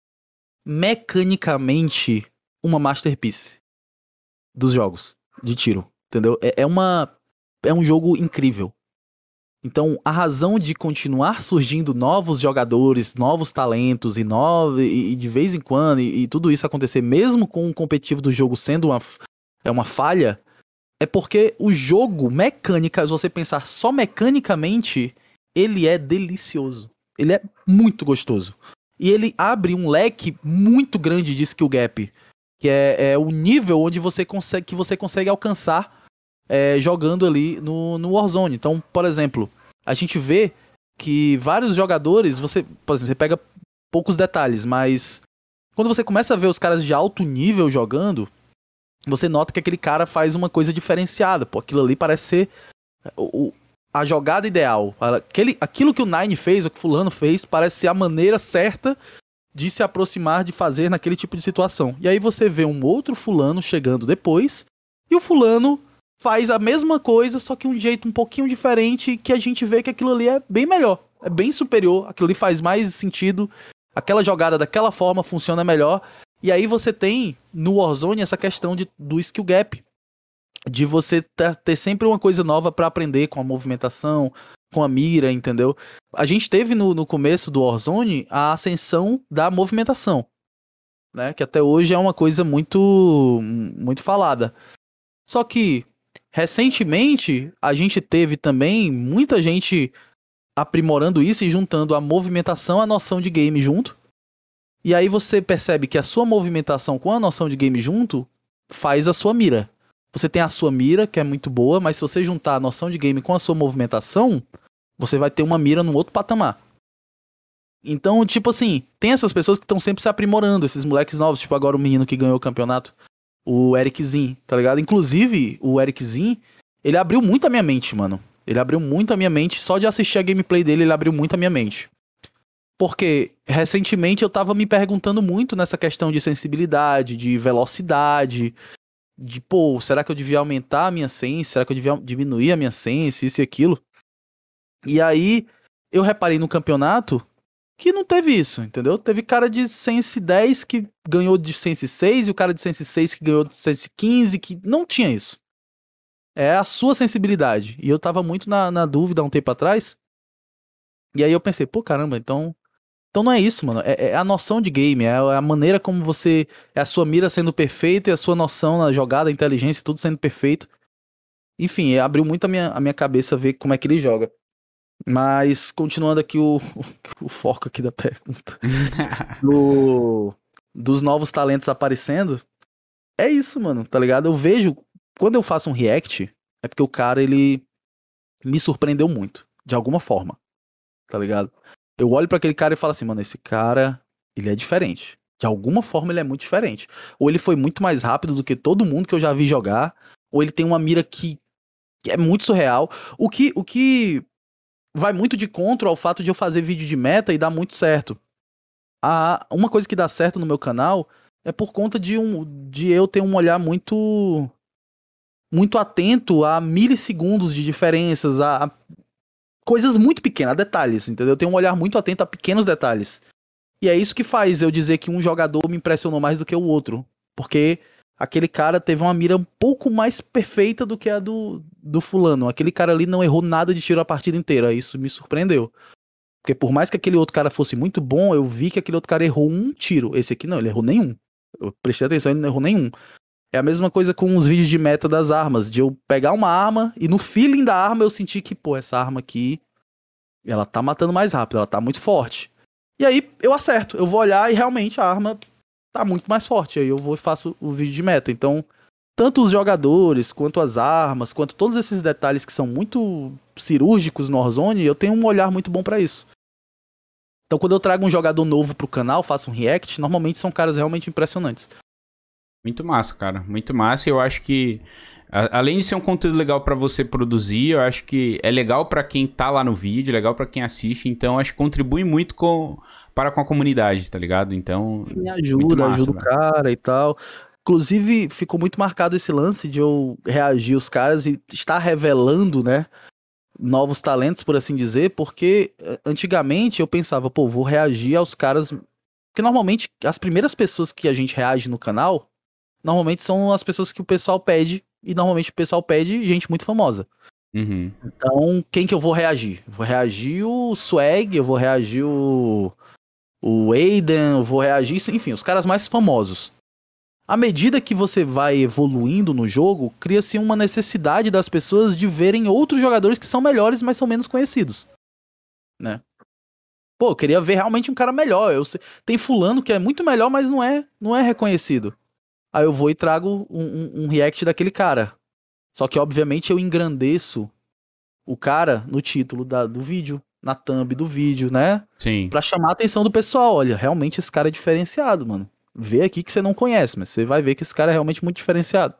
mecanicamente uma masterpiece dos jogos de tiro, entendeu? É, é uma é um jogo incrível. Então, a razão de continuar surgindo novos jogadores, novos talentos e, novo, e, e de vez em quando e, e tudo isso acontecer, mesmo com o competitivo do jogo sendo uma, é uma falha, é porque o jogo, mecânica, se você pensar só mecanicamente, ele é delicioso. Ele é muito gostoso. E ele abre um leque muito grande de skill gap. Que é, é o nível onde você consegue, que você consegue alcançar é, jogando ali no, no Warzone. Então, por exemplo, a gente vê que vários jogadores, você, por exemplo, você pega poucos detalhes, mas quando você começa a ver os caras de alto nível jogando, você nota que aquele cara faz uma coisa diferenciada. Pô, aquilo ali parece ser o, o, a jogada ideal. Aquele, aquilo que o Nine fez, o que o fulano fez, parece ser a maneira certa de se aproximar, de fazer naquele tipo de situação. E aí você vê um outro fulano chegando depois, e o fulano faz a mesma coisa, só que um jeito um pouquinho diferente, que a gente vê que aquilo ali é bem melhor, é bem superior, aquilo ali faz mais sentido, aquela jogada daquela forma funciona melhor, e aí você tem no Warzone essa questão de, do skill gap, de você ter, ter sempre uma coisa nova pra aprender com a movimentação, com a mira, entendeu? A gente teve no, no começo do Warzone a ascensão da movimentação, né? Que até hoje é uma coisa muito, muito falada. Só que, recentemente, a gente teve também muita gente aprimorando isso e juntando a movimentação à noção de game junto. E aí você percebe que a sua movimentação com a noção de game junto faz a sua mira. Você tem a sua mira, que é muito boa, mas se você juntar a noção de game com a sua movimentação, você vai ter uma mira num outro patamar. Então, tipo assim, tem essas pessoas que estão sempre se aprimorando, esses moleques novos, tipo agora o menino que ganhou o campeonato, o Eric Zin, tá ligado? Inclusive, o Eric Zin, ele abriu muito a minha mente, mano. Ele abriu muito a minha mente, só de assistir a gameplay dele, ele abriu muito a minha mente. Porque recentemente eu tava me perguntando muito nessa questão de sensibilidade, de velocidade, de, pô, será que eu devia aumentar a minha sense? Será que eu devia diminuir a minha sense? Isso e aquilo. E aí, eu reparei no campeonato que não teve isso, entendeu? Teve cara de sense dez que ganhou de sense seis e o cara de sense seis que ganhou de sense quinze, que não tinha isso. É a sua sensibilidade. E eu tava muito na, na dúvida há um tempo atrás. E aí eu pensei, pô, caramba, então... Então não é isso, mano. É, é a noção de game, é a maneira como você... É a sua mira sendo perfeita e a sua noção na jogada, a inteligência, tudo sendo perfeito. Enfim, abriu muito a minha, a minha cabeça ver como é que ele joga. Mas, continuando aqui o, o, o foco aqui da pergunta. Do, dos novos talentos aparecendo. É isso, mano, tá ligado? Eu vejo... Quando eu faço um react, é porque o cara, ele me surpreendeu muito. De alguma forma. Tá ligado? Eu olho pra aquele cara e falo assim, mano, esse cara, ele é diferente. De alguma forma ele é muito diferente. Ou ele foi muito mais rápido do que todo mundo que eu já vi jogar, ou ele tem uma mira que, que é muito surreal. O que, o que vai muito de contra ao fato de eu fazer vídeo de meta e dar muito certo. A, uma coisa que dá certo no meu canal é por conta de, um, de eu ter um olhar muito, muito atento a milissegundos de diferenças, a... a coisas muito pequenas, detalhes, entendeu? Eu tenho um olhar muito atento a pequenos detalhes. E é isso que faz eu dizer que um jogador me impressionou mais do que o outro. Porque aquele cara teve uma mira um pouco mais perfeita do que a do, do fulano. Aquele cara ali não errou nada de tiro a partida inteira. Isso me surpreendeu. Porque por mais que aquele outro cara fosse muito bom, eu vi que aquele outro cara errou um tiro. Esse aqui não, ele errou nenhum. Eu prestei atenção, ele não errou nenhum. É a mesma coisa com os vídeos de meta das armas, de eu pegar uma arma e no feeling da arma eu senti que, pô, essa arma aqui, ela tá matando mais rápido, ela tá muito forte. E aí eu acerto, eu vou olhar e realmente a arma tá muito mais forte. Aí eu vou e faço o vídeo de meta. Então, tanto os jogadores, quanto as armas, quanto todos esses detalhes que são muito cirúrgicos no Warzone, eu tenho um olhar muito bom pra isso. Então quando eu trago um jogador novo pro canal, faço um react, normalmente são caras realmente impressionantes. Muito massa, cara. Muito massa. E eu acho que, a, além de ser um conteúdo legal pra você produzir, eu acho que é legal pra quem tá lá no vídeo, legal pra quem assiste. Então, acho que contribui muito com, para com a comunidade, tá ligado? Então, me ajuda, massa, ajuda o cara e tal. Inclusive, ficou muito marcado esse lance de eu reagir os caras e estar revelando, né, novos talentos, por assim dizer, porque antigamente eu pensava, pô, vou reagir aos caras... Porque normalmente as primeiras pessoas que a gente reage no canal... Normalmente são as pessoas que o pessoal pede. E normalmente o pessoal pede gente muito famosa. Uhum. Então, quem que eu vou reagir? Eu vou reagir o Swag, eu vou reagir o... O Aiden, eu vou reagir... Enfim, os caras mais famosos. À medida que você vai evoluindo no jogo, cria-se uma necessidade das pessoas de verem outros jogadores que são melhores, mas são menos conhecidos. Né? Pô, eu queria ver realmente um cara melhor. Eu sei... Tem fulano que é muito melhor, mas não é, não é reconhecido. Aí eu vou e trago um, um, um react daquele cara. Só que, obviamente, eu engrandeço o cara no título da, do vídeo, na thumb do vídeo, né? Sim. Pra chamar a atenção do pessoal. Olha, realmente esse cara é diferenciado, mano. Vê aqui que você não conhece, mas você vai ver que esse cara é realmente muito diferenciado.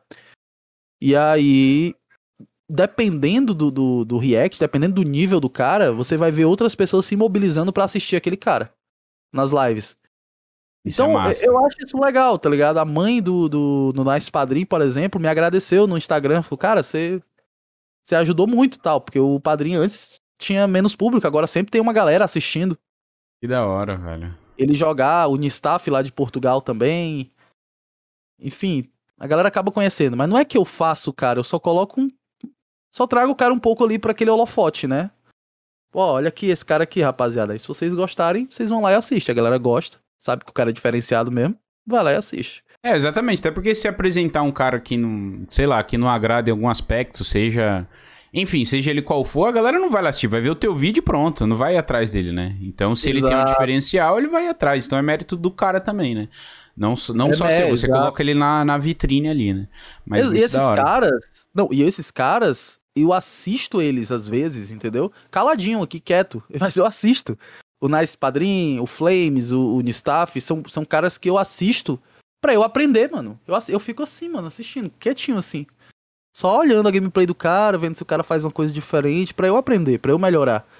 E aí, dependendo do, do, do react, dependendo do nível do cara, você vai ver outras pessoas se mobilizando pra assistir aquele cara nas lives. Isso então, é massa. Eu acho isso legal, tá ligado? A mãe do, do, do Nice Padrinho, por exemplo, me agradeceu no Instagram. Falou, cara, você, você ajudou muito e tal. Porque o Padrinho antes tinha menos público, agora sempre tem uma galera assistindo. Que da hora, velho. Ele jogar, o Nistaff lá de Portugal também. Enfim, a galera acaba conhecendo. Mas não é que eu faço, cara, eu só coloco um... Só trago o cara um pouco ali pra aquele holofote, né? Ó, olha aqui esse cara aqui, rapaziada. Aí se vocês gostarem, vocês vão lá e assistem. A galera gosta. Sabe que o cara é diferenciado mesmo, vai lá e assiste. É, exatamente, até porque se apresentar um cara que não, sei lá, que não agrada em algum aspecto, seja... Enfim, seja ele qual for, a galera não vai lá assistir, vai ver o teu vídeo e pronto, não vai atrás dele, né? Então, se exato. Ele tem um diferencial, ele vai atrás, então é mérito do cara também, né? Não, não é, só é, você, você coloca ele na, na vitrine ali, né? Mas e esses caras... Não, e esses caras, eu assisto eles às vezes, entendeu? Caladinho aqui, quieto, mas eu assisto. O Nice Padrinho, o Flames, o, o Nistaff, são, são caras que eu assisto pra eu aprender, mano. Eu, eu fico assim, mano, assistindo, quietinho assim. Só olhando a gameplay do cara, vendo se o cara faz uma coisa diferente, pra eu aprender, pra eu melhorar.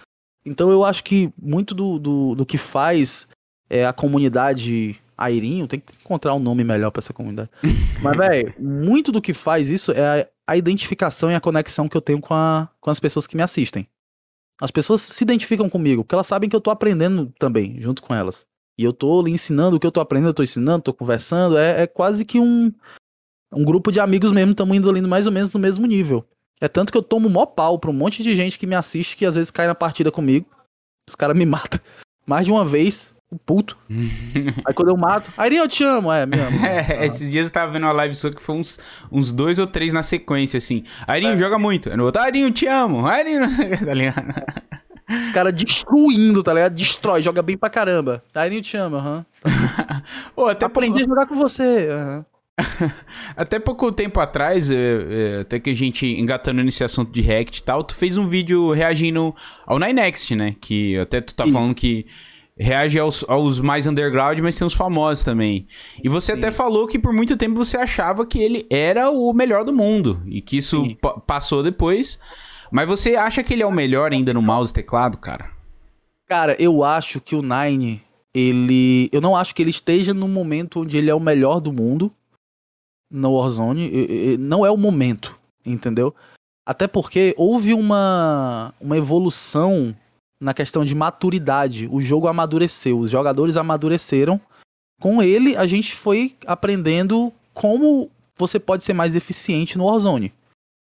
Então eu acho que muito do, do, do que faz é, a comunidade Airinho, tem que encontrar um nome melhor pra essa comunidade. Mas, velho, muito do que faz isso é a, a identificação e a conexão que eu tenho com, a, com as pessoas que me assistem. As pessoas se identificam comigo, porque elas sabem que eu tô aprendendo também, junto com elas. E eu tô lhe ensinando o que eu tô aprendendo, eu tô ensinando, tô conversando. É, é quase que um, um grupo de amigos mesmo, estamos indo ali mais ou menos no mesmo nível. É tanto que eu tomo mó pau pra um monte de gente que me assiste, que às vezes cai na partida comigo. Os caras me matam. Mais de uma vez, o puto. Aí quando eu mato, Airinho, eu te amo. É, me amo. É, Ah. esses dias eu tava vendo uma live sua que foi uns, uns dois ou três na sequência, assim. Airinho, é. joga muito. Aí no outro, Airinho, te amo. Airinho, tá ligado? Os caras destruindo, tá ligado? Destrói, joga bem pra caramba. Airinho, te amo, aham. Uhum. Pô, até Aprendi pouco... a jogar com você, aham. Uhum. Até pouco tempo atrás, é, é, até que a gente engatando nesse assunto de React e tal, tu fez um vídeo reagindo ao Ninext, né? Que até tu tá Sim. falando que reage aos, aos mais underground, mas tem os famosos também. E você Sim. até falou que por muito tempo você achava que ele era o melhor do mundo. E que isso p- passou depois. Mas você acha que ele é o melhor ainda no mouse e teclado, cara? Cara, eu acho que o Nine, ele... Eu não acho que ele esteja no momento onde ele é o melhor do mundo. No Warzone, não é o momento, entendeu? Até porque houve uma, uma evolução na questão de maturidade. O jogo amadureceu, os jogadores amadureceram. Com ele, a gente foi aprendendo como você pode ser mais eficiente no Warzone.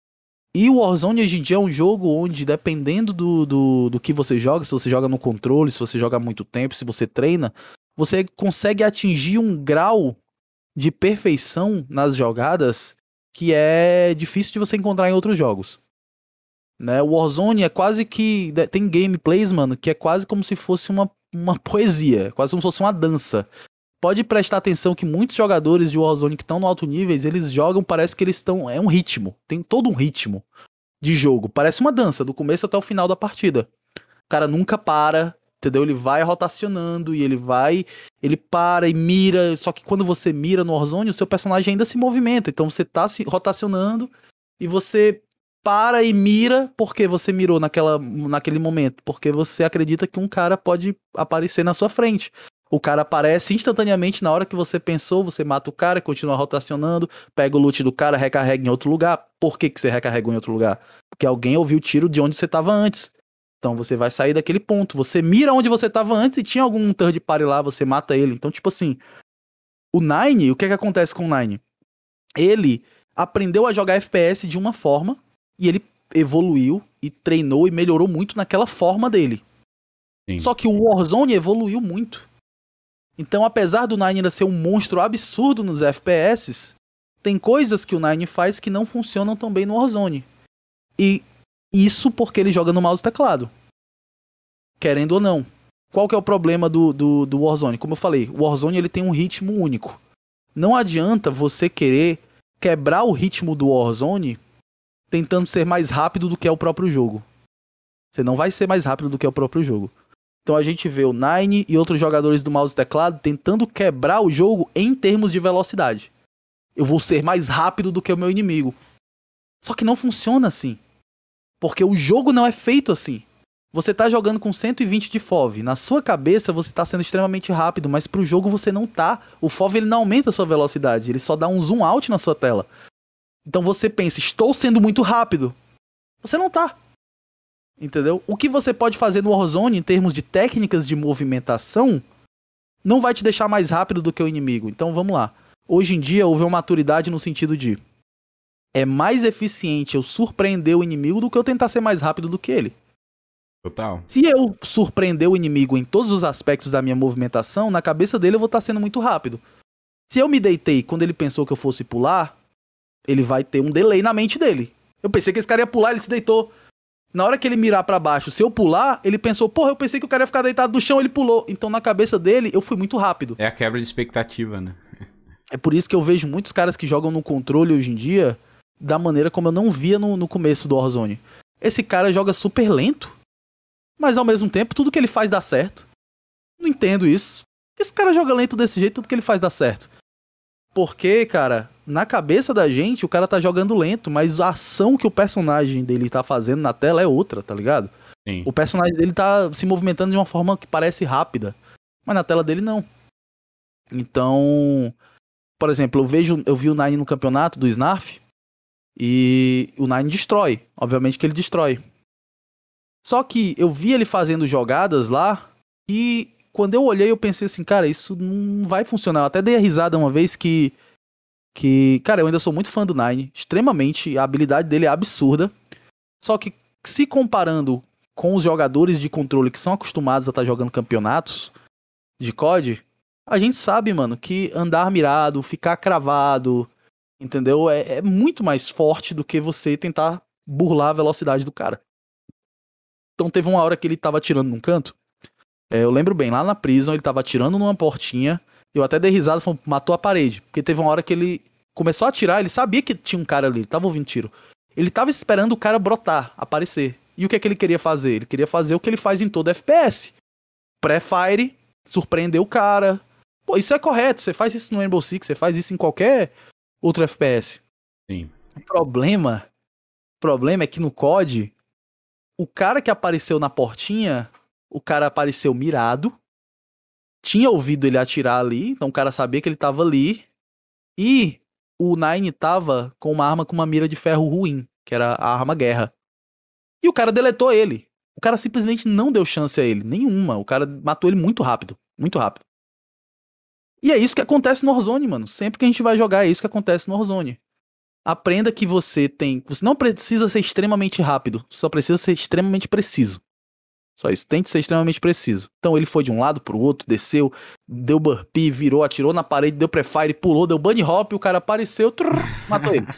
E o Warzone hoje em dia é um jogo onde, dependendo do, do, do que você joga, se você joga no controle, se você joga há muito tempo, se você treina, você consegue atingir um grau de perfeição nas jogadas que é difícil de você encontrar em outros jogos. Né? O Warzone é quase que... Tem gameplays, mano, que é quase como se fosse uma, uma poesia, quase como se fosse uma dança. Pode prestar atenção que muitos jogadores de Warzone que estão no alto nível, eles jogam, parece que eles estão... É um ritmo, tem todo um ritmo de jogo. Parece uma dança, do começo até o final da partida. O cara nunca para... Entendeu? Ele vai rotacionando e ele vai... Ele para e mira. Só que quando você mira no Warzone, o seu personagem ainda se movimenta. Então você tá se rotacionando e você para e mira porque você mirou naquela, naquele momento. Porque você acredita que um cara pode aparecer na sua frente. O cara aparece instantaneamente na hora que você pensou. Você mata o cara, continua rotacionando. Pega o loot do cara, recarrega em outro lugar. Por que que você recarregou em outro lugar? Porque alguém ouviu o tiro de onde você tava antes. Então você vai sair daquele ponto. Você mira onde você tava antes e tinha algum third party lá, você mata ele. Então, tipo assim, o Nine, o que é que acontece com o Nine? Ele aprendeu a jogar F P S de uma forma e ele evoluiu e treinou e melhorou muito naquela forma dele. Sim. Só que o Warzone evoluiu muito. Então, apesar do Nine ainda ser um monstro absurdo nos F P S, tem coisas que o Nine faz que não funcionam tão bem no Warzone. E isso porque ele joga no mouse e teclado. Querendo ou não. Qual que é o problema do, do, do Warzone? Como eu falei, o Warzone ele tem um ritmo único. Não adianta você querer quebrar o ritmo do Warzone tentando ser mais rápido do que é o próprio jogo. Você não vai ser mais rápido do que é o próprio jogo. Então a gente vê o Nine e outros jogadores do mouse e teclado tentando quebrar o jogo em termos de velocidade. Eu vou ser mais rápido do que o meu inimigo. Só que não funciona assim. Porque o jogo não é feito assim. Você tá jogando com cento e vinte de F O V. Na sua cabeça você tá sendo extremamente rápido, mas pro jogo você não tá. O F O V ele não aumenta a sua velocidade, ele só dá um zoom out na sua tela. Então você pensa, estou sendo muito rápido. Você não tá. Entendeu? O que você pode fazer no Warzone em termos de técnicas de movimentação não vai te deixar mais rápido do que o inimigo. Então vamos lá. Hoje em dia houve uma maturidade no sentido de é mais eficiente eu surpreender o inimigo do que eu tentar ser mais rápido do que ele. Total. Se eu surpreender o inimigo em todos os aspectos da minha movimentação, na cabeça dele eu vou estar sendo muito rápido. Se eu me deitei quando ele pensou que eu fosse pular, ele vai ter um delay na mente dele. Eu pensei que esse cara ia pular, ele se deitou. Na hora que ele mirar pra baixo, se eu pular, ele pensou, porra, eu pensei que o cara ia ficar deitado no chão, ele pulou. Então na cabeça dele, eu fui muito rápido. É a quebra de expectativa, né? É por isso que eu vejo muitos caras que jogam no controle hoje em dia da maneira como eu não via no, no começo do Warzone. Esse cara joga super lento, mas ao mesmo tempo tudo que ele faz dá certo. Não entendo isso. Esse cara joga lento desse jeito, tudo que ele faz dá certo. Porque, cara, na cabeça da gente o cara tá jogando lento, mas a ação que o personagem dele tá fazendo na tela é outra, tá ligado? Sim. O personagem dele tá se movimentando de uma forma que parece rápida, mas na tela dele não. Então, por exemplo, eu vejo, eu vi o Nine no campeonato do Snarf e o Nine destrói. Obviamente que ele destrói. Só que eu vi ele fazendo jogadas lá e quando eu olhei eu pensei assim, cara, isso não vai funcionar. Eu até dei a risada uma vez que, que, cara, eu ainda sou muito fã do Nine, extremamente, a habilidade dele é absurda. Só que se comparando com os jogadores de controle que são acostumados a estar jogando campeonatos de C O D, a gente sabe, mano, que andar mirado, ficar cravado, entendeu? É, é muito mais forte do que você tentar burlar a velocidade do cara. Então teve uma hora que ele tava atirando num canto. É, eu lembro bem, lá na prison ele tava atirando numa portinha. Eu até dei risada, falando, matou a parede. Porque teve uma hora que ele começou a atirar, ele sabia que tinha um cara ali, ele tava ouvindo tiro. Ele tava esperando o cara brotar, aparecer. E o que é que ele queria fazer? Ele queria fazer o que ele faz em todo F P S. Pré-fire, surpreender o cara. Pô, isso é correto, você faz isso no Rainbow Six, você faz isso em qualquer outro F P S. Sim. O problema, o problema é que no C O D, o cara que apareceu na portinha, o cara apareceu mirado, tinha ouvido ele atirar ali, então o cara sabia que ele tava ali, e o Nine tava com uma arma com uma mira de ferro ruim, que era a arma guerra. E o cara deletou ele. O cara simplesmente não deu chance a ele, nenhuma. O cara matou ele muito rápido, muito rápido. E é isso que acontece no Warzone, mano. Sempre que a gente vai jogar, é isso que acontece no Warzone. Aprenda que você tem... Você não precisa ser extremamente rápido, só precisa ser extremamente preciso. Só isso, tente ser extremamente preciso. Então ele foi de um lado pro outro, desceu, deu burpee, virou, atirou na parede, deu prefire, pulou, deu bunny hop, o cara apareceu, trrr, matou ele.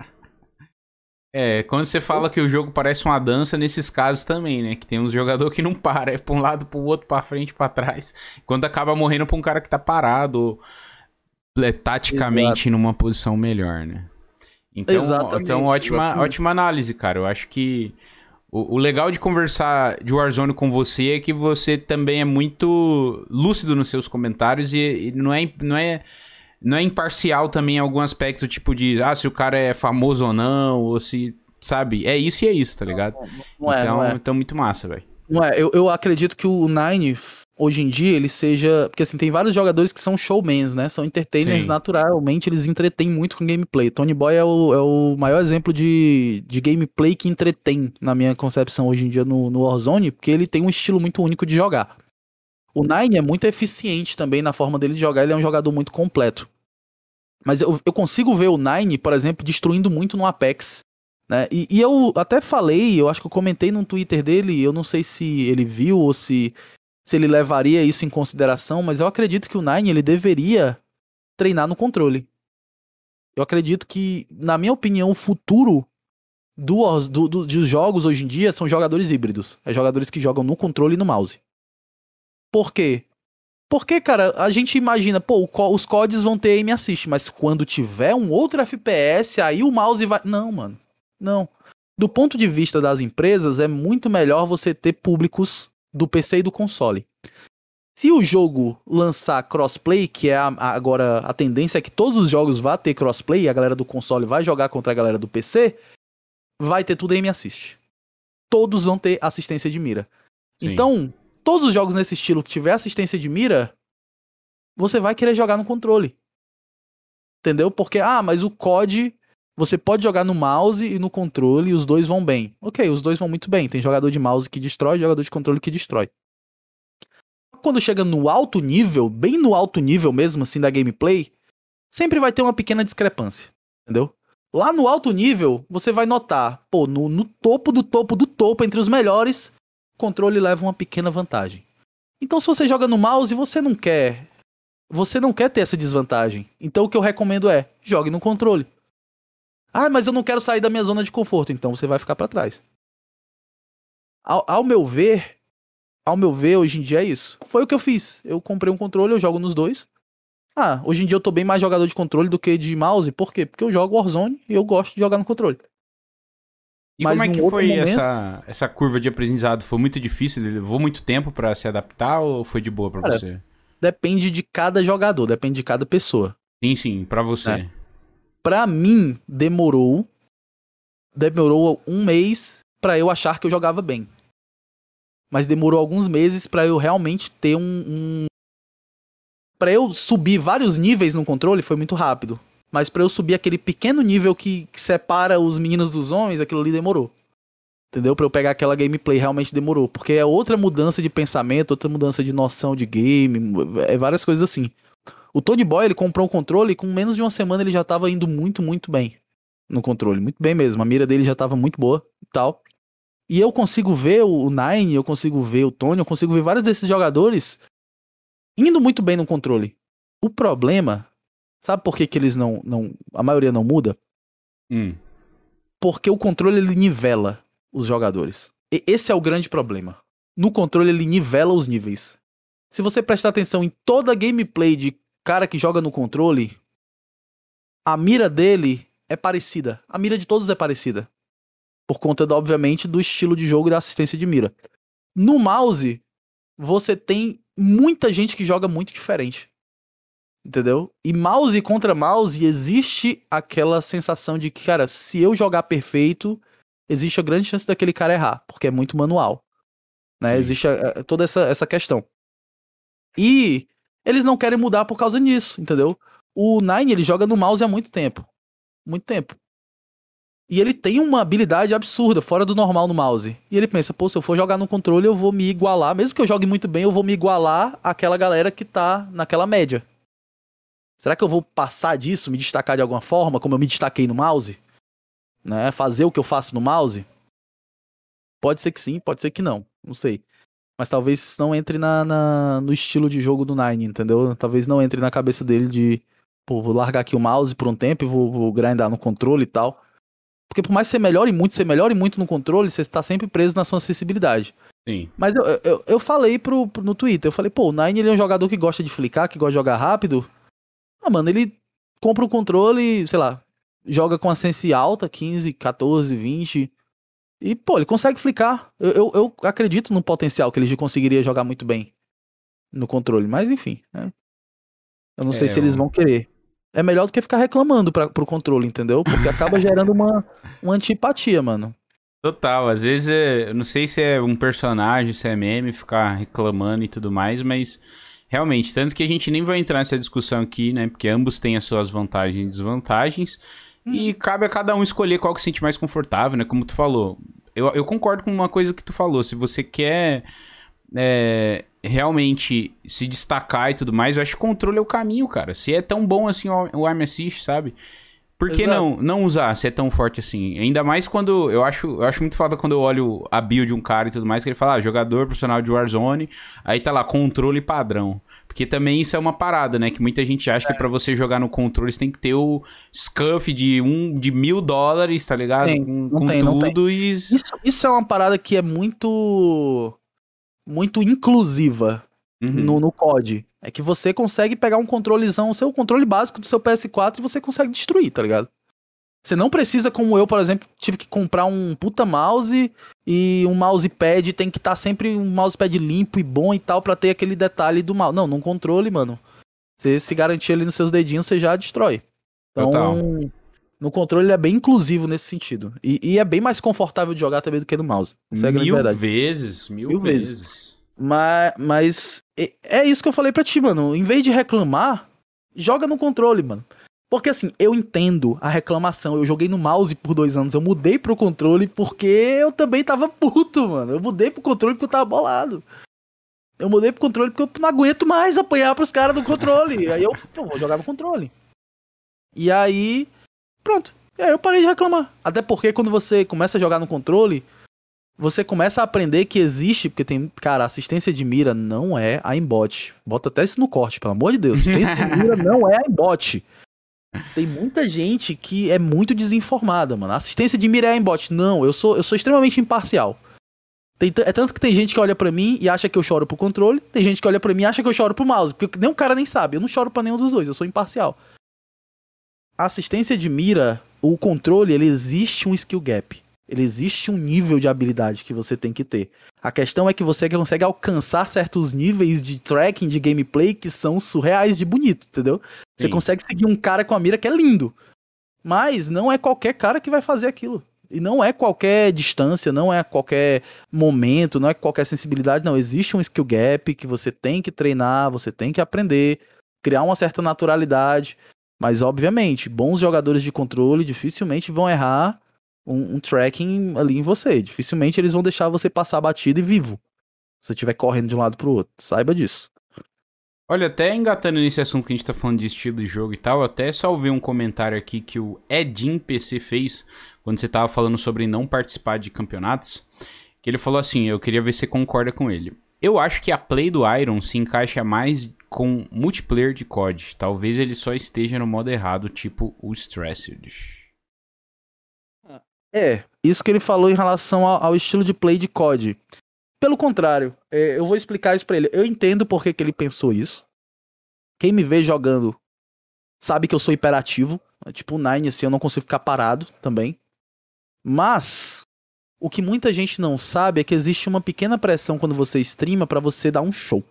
É, quando você fala que o jogo parece uma dança, nesses casos também, né? Que tem uns jogadores que não param, é pra um lado, pro outro, pra frente, pra trás. Quando acaba morrendo pra um cara que tá parado, é, taticamente, Exato. Numa posição melhor, né? Então, então ótima, exatamente. ótima análise, cara. Eu acho que o, o legal de conversar de Warzone com você é que você também é muito lúcido nos seus comentários e, e não é... Não é Não é imparcial também em algum aspecto, tipo de, ah, se o cara é famoso ou não, ou se, sabe? É isso e é isso, tá ligado? Não, não é, então, não é. então, muito massa, velho. Não é, eu, eu acredito que o Nine, hoje em dia, ele seja... Porque, assim, tem vários jogadores que são showmans, né? São entertainers. Sim. Naturalmente, eles entretêm muito com gameplay. Tony Boy é o, é o maior exemplo de, de gameplay que entretém, na minha concepção, hoje em dia, no, no Warzone, porque ele tem um estilo muito único de jogar. O Nine é muito eficiente também na forma dele de jogar, ele é um jogador muito completo. Mas eu, eu consigo ver o Nine, por exemplo, destruindo muito no Apex, né? E, e eu até falei, eu acho que eu comentei no Twitter dele, eu não sei se ele viu ou se, se ele levaria isso em consideração, mas eu acredito que o Nine, ele deveria treinar no controle. Eu acredito que, na minha opinião, o futuro do, do, do, dos jogos hoje em dia são jogadores híbridos. É jogadores que jogam no controle e no mouse. Por quê? Porque, cara, a gente imagina, pô, os C O Ds vão ter aim assist, mas quando tiver um outro F P S, aí o mouse vai... Não, mano, não. Do ponto de vista das empresas, é muito melhor você ter públicos do P C e do console. Se o jogo lançar crossplay, que é a, a, agora a tendência é que todos os jogos vão ter crossplay, e a galera do console vai jogar contra a galera do P C, vai ter tudo aim assist. Todos vão ter assistência de mira. Sim. Então... Todos os jogos nesse estilo que tiver assistência de mira, você vai querer jogar no controle. Entendeu? Porque, ah, mas o C O D, você pode jogar no mouse e no controle e os dois vão bem. Ok, os dois vão muito bem. Tem jogador de mouse que destrói e jogador de controle que destrói. Quando chega no alto nível, bem no alto nível mesmo, assim, da gameplay, sempre vai ter uma pequena discrepância. Entendeu? Lá no alto nível, você vai notar, pô, no, no topo do topo do topo, entre os melhores... O controle leva uma pequena vantagem. Então, se você joga no mouse, você não quer... Você não quer ter essa desvantagem. Então, o que eu recomendo é... Jogue no controle. Ah, mas eu não quero sair da minha zona de conforto. Então, você vai ficar pra trás. Ao, ao meu ver... Ao meu ver, hoje em dia é isso. Foi o que eu fiz. Eu comprei um controle, eu jogo nos dois. Ah, hoje em dia eu tô bem mais jogador de controle do que de mouse. Por quê? Porque eu jogo Warzone e eu gosto de jogar no controle. E mas como é que foi momento... essa, essa curva de aprendizado? Foi muito difícil? Levou muito tempo pra se adaptar ou foi de boa pra Cara, você? Depende de cada jogador, depende de cada pessoa. Sim, sim, pra você. É. Pra mim, demorou... Demorou um mês pra eu achar que eu jogava bem. mas demorou alguns meses pra eu realmente ter um... um... Pra eu subir vários níveis no controle foi muito rápido. Mas pra eu subir aquele pequeno nível que, que separa os meninos dos homens, aquilo ali demorou. Entendeu? Pra eu pegar aquela gameplay realmente demorou. Porque é outra mudança de pensamento, outra mudança de noção de game, é várias coisas assim. O Tony Boy, ele comprou um controle e com menos de uma semana ele já tava indo muito, muito bem no controle. Muito bem mesmo. A mira dele já tava muito boa e tal. E eu consigo ver o Nine, eu consigo ver o Tony, eu consigo ver vários desses jogadores indo muito bem no controle. O problema, sabe por que que eles não, não... A maioria não muda? Hum. Porque o controle, ele nivela os jogadores. E esse é o grande problema. No controle, ele nivela os níveis. Se você prestar atenção em toda a gameplay de cara que joga no controle, a mira dele é parecida. A mira de todos é parecida. Por conta, obviamente, do estilo de jogo e da assistência de mira. No mouse, você tem muita gente que joga muito diferente. Entendeu? E mouse contra mouse, existe aquela sensação de que, cara, se eu jogar perfeito, existe a grande chance daquele cara errar, porque é muito manual. Né? Existe a, a, toda essa, essa questão. E eles não querem mudar por causa disso, entendeu? O Nine, ele joga no mouse há muito tempo. Muito tempo. E ele tem uma habilidade absurda, fora do normal no mouse. E ele pensa, pô, se eu for jogar no controle, eu vou me igualar. Mesmo que eu jogue muito bem, eu vou me igualar àquela galera que tá naquela média. Será que eu vou passar disso, me destacar de alguma forma, como eu me destaquei no mouse? Né? Fazer o que eu faço no mouse? Pode ser que sim, pode ser que não. Não sei. Mas talvez isso não entre na, na, no estilo de jogo do Nine, entendeu? Talvez não entre na cabeça dele de, pô, vou largar aqui o mouse por um tempo e vou, vou grindar no controle e tal. Porque por mais que você melhore muito, você melhore muito no controle, você está sempre preso na sua acessibilidade. Sim. Mas eu, eu, eu falei pro, pro, no Twitter, eu falei, pô, o Nine, ele é um jogador que gosta de flicar, que gosta de jogar rápido. Ah, mano, ele compra o controle, sei lá, joga com a sense alta, quinze, catorze, vinte... E, pô, ele consegue flicar. Eu, eu, eu acredito no potencial que ele conseguiria jogar muito bem no controle. Mas, enfim, né? Eu não É, sei se eles eu- vão querer. É melhor do que ficar reclamando pra, pro controle, entendeu? Porque acaba gerando uma, uma antipatia, mano. Total, às vezes é, eu não sei se é um personagem, se é meme, ficar reclamando e tudo mais, mas realmente, tanto que a gente nem vai entrar nessa discussão aqui, né? Porque ambos têm as suas vantagens e desvantagens. E cabe a cada um escolher qual que se sente mais confortável, né? Como tu falou. Eu, eu concordo com uma coisa que tu falou. Se você quer é, realmente se destacar e tudo mais, eu acho que o controle é o caminho, cara. Se é tão bom assim o, o Aim Assist, sabe? Por que Exato. não, não usar se é tão forte assim? Ainda mais quando... Eu acho, eu acho muito foda quando eu olho a build de um cara e tudo mais, que ele fala, ah, jogador profissional de Warzone, aí tá lá, controle padrão. Porque também isso é uma parada, né? Que muita gente acha que pra você jogar no controle você tem que ter o scuff de, um, de mil dólares, tá ligado? Tem, com não com tem, não tudo e... Isso, isso é uma parada que é muito... Muito inclusiva Uhum. no, no C O D. É que você consegue pegar um controlezão, o seu controle básico do seu P S quatro e você consegue destruir, tá ligado? Você não precisa, como eu, por exemplo, tive que comprar um puta mouse e um mousepad, tem que estar sempre um mousepad limpo e bom e tal pra ter aquele detalhe do mouse. Não, num controle, mano, você se garantir ali nos seus dedinhos, você já destrói. Então, Total. no controle ele é bem inclusivo nesse sentido. E, e é bem mais confortável de jogar também do que no mouse. Isso é a grande Mil verdade. vezes, mil, Mil vezes. vezes. Mas, mas é- é isso que eu falei pra ti, mano. Em vez de reclamar, joga no controle, mano. Porque assim, eu entendo a reclamação. Eu joguei no mouse por dois anos. Eu mudei pro controle porque eu também tava puto, mano. Eu mudei pro controle porque eu tava bolado. Eu mudei pro controle porque eu não aguento mais apanhar pros caras do controle. Aí eu, pô, vou jogar no controle. E aí, pronto. E aí eu parei de reclamar. Até porque quando você começa a jogar no controle, você começa a aprender que existe, porque tem, cara, assistência de mira não é aimbot. Bota até isso no corte, pelo amor de Deus. Assistência de mira não é aimbot. Tem muita gente que é muito desinformada, mano. Assistência de mira é aimbot. Não, eu sou, eu sou extremamente imparcial. Tem t- é tanto que tem gente que olha pra mim e acha que eu choro pro controle, tem gente que olha pra mim e acha que eu choro pro mouse, porque nem o cara nem sabe. Eu não choro pra nenhum dos dois, eu sou imparcial. A assistência de mira, o controle, ele existe um skill gap. Ele existe um nível de habilidade que você tem que ter. A questão é que você consegue alcançar certos níveis de tracking, de gameplay, que são surreais de bonito, entendeu? Você Sim. consegue seguir um cara com a mira que é lindo. Mas não é qualquer cara que vai fazer aquilo. E não é qualquer distância, não é qualquer momento, não é qualquer sensibilidade, não. Existe um skill gap que você tem que treinar, você tem que aprender, criar uma certa naturalidade. Mas, obviamente, bons jogadores de controle dificilmente vão errar um, um tracking ali em você. Dificilmente eles vão deixar você passar batido e vivo. Se você estiver correndo de um lado pro outro. Saiba disso. Olha, até engatando nesse assunto que a gente tá falando de estilo de jogo e tal, eu até salvei um comentário aqui que o Edin P C fez quando você tava falando sobre não participar de campeonatos, que ele falou assim, eu queria ver se você concorda com ele. Eu acho que a play do Iron se encaixa mais com multiplayer de C O D. Talvez ele só esteja no modo errado, tipo o Stressed. É, isso que ele falou em relação ao, ao estilo de play de C O D. Pelo contrário, é, eu vou explicar isso pra ele. Eu entendo por que, que ele pensou isso. Quem me vê jogando sabe que eu sou hiperativo. Tipo o Nine, assim, eu não consigo ficar parado também. Mas o que muita gente não sabe é que existe uma pequena pressão quando você streama pra você dar um show.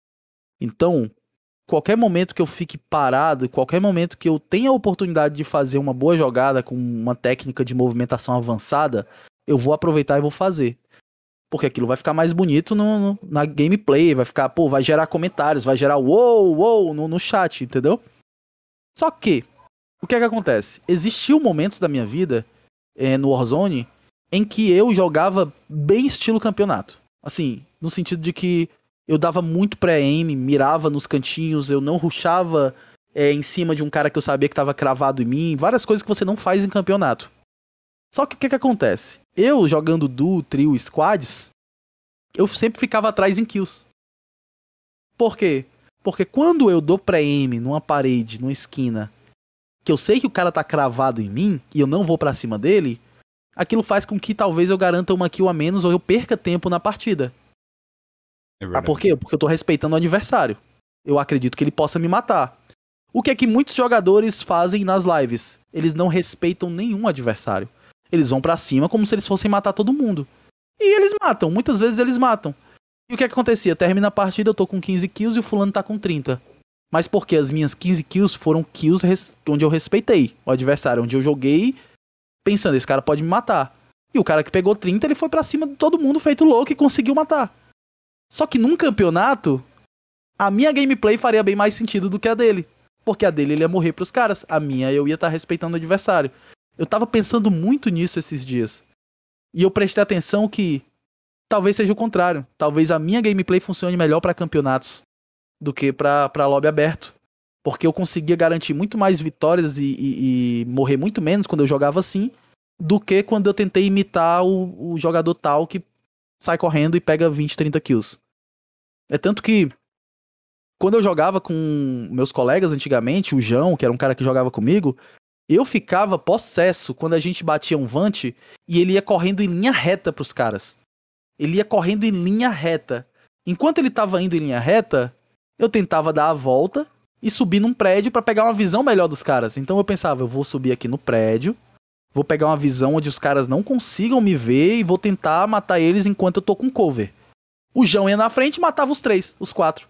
Então, qualquer momento que eu fique parado, qualquer momento que eu tenha a oportunidade de fazer uma boa jogada com uma técnica de movimentação avançada, eu vou aproveitar e vou fazer. Porque aquilo vai ficar mais bonito no, no, na gameplay, vai ficar, pô, vai gerar comentários, vai gerar uou, uou no, no chat, entendeu? Só que, o que é que acontece? Existiu momentos da minha vida, é, no Warzone, em que eu jogava bem estilo campeonato. Assim, no sentido de que eu dava muito pré-aim, mirava nos cantinhos, eu não rushava é, em cima de um cara que eu sabia que tava cravado em mim, várias coisas que você não faz em campeonato. Só que o que que acontece? Eu, jogando duo, trio, squads, eu sempre ficava atrás em kills. Por quê? Porque quando eu dou pré-aim numa parede, numa esquina, que eu sei que o cara tá cravado em mim, e eu não vou pra cima dele, aquilo faz com que talvez eu garanta uma kill a menos ou eu perca tempo na partida. É Ah, por quê? Porque eu tô respeitando o adversário. Eu acredito que ele possa me matar. O que é que muitos jogadores fazem nas lives? Eles não respeitam nenhum adversário. Eles vão pra cima como se eles fossem matar todo mundo. E eles matam, muitas vezes eles matam. E o que é que acontecia? Termina a partida, eu tô com quinze kills e o fulano tá com trinta. Mas porque as minhas quinze kills foram kills res- onde eu respeitei o adversário, onde eu joguei pensando, esse cara pode me matar. E o cara que pegou trinta, ele foi pra cima de todo mundo feito louco e conseguiu matar. Só que num campeonato, a minha gameplay faria bem mais sentido do que a dele. Porque a dele ele ia morrer pros caras, a minha eu ia estar respeitando o adversário. Eu tava pensando muito nisso esses dias. E eu prestei atenção que talvez seja o contrário. Talvez a minha gameplay funcione melhor pra campeonatos do que pra, pra lobby aberto. Porque eu conseguia garantir muito mais vitórias e, e, e morrer muito menos quando eu jogava assim, do que quando eu tentei imitar o, o jogador tal que sai correndo e pega vinte, trinta kills. É tanto que quando eu jogava com meus colegas antigamente, o João, que era um cara que jogava comigo, eu ficava possesso quando a gente batia um vante e ele ia correndo em linha reta pros caras. Ele ia correndo em linha reta. Enquanto ele tava indo em linha reta, eu tentava dar a volta e subir num prédio pra pegar uma visão melhor dos caras. Então eu pensava, eu vou subir aqui no prédio, vou pegar uma visão onde os caras não consigam me ver e vou tentar matar eles enquanto eu tô com cover. O João ia na frente e matava os três, os quatro.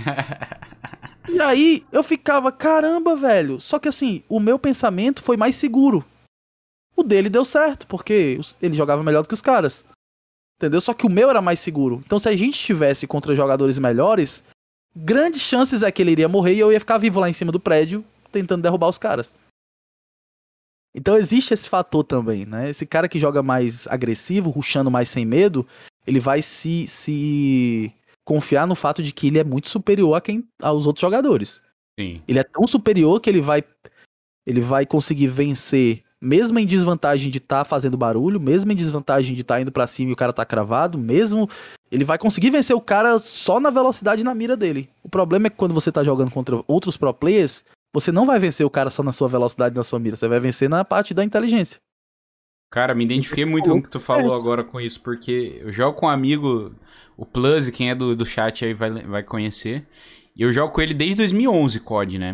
E aí eu ficava, caramba, velho. Só que assim, o meu pensamento foi mais seguro. O dele deu certo, porque ele jogava melhor do que os caras. Entendeu? Só que o meu era mais seguro. Então se a gente estivesse contra jogadores melhores, grandes chances é que ele iria morrer e eu ia ficar vivo lá em cima do prédio, tentando derrubar os caras. Então existe esse fator também, né? Esse cara que joga mais agressivo, rushando mais sem medo, ele vai se, se confiar no fato de que ele é muito superior a quem, aos outros jogadores. Sim. Ele é tão superior que ele vai, ele vai conseguir vencer, mesmo em desvantagem de estar tá fazendo barulho, mesmo em desvantagem de estar tá indo pra cima e o cara tá cravado, mesmo... Ele vai conseguir vencer o cara só na velocidade e na mira dele. O problema é que quando você tá jogando contra outros pro players, você não vai vencer o cara só na sua velocidade e na sua mira. Você vai vencer na parte da inteligência. Cara, me identifiquei muito com o que tu falou agora com isso, porque eu jogo com um amigo, o Plus, quem é do, do chat aí vai, vai conhecer, e eu jogo com ele desde dois mil e onze, C O D, né?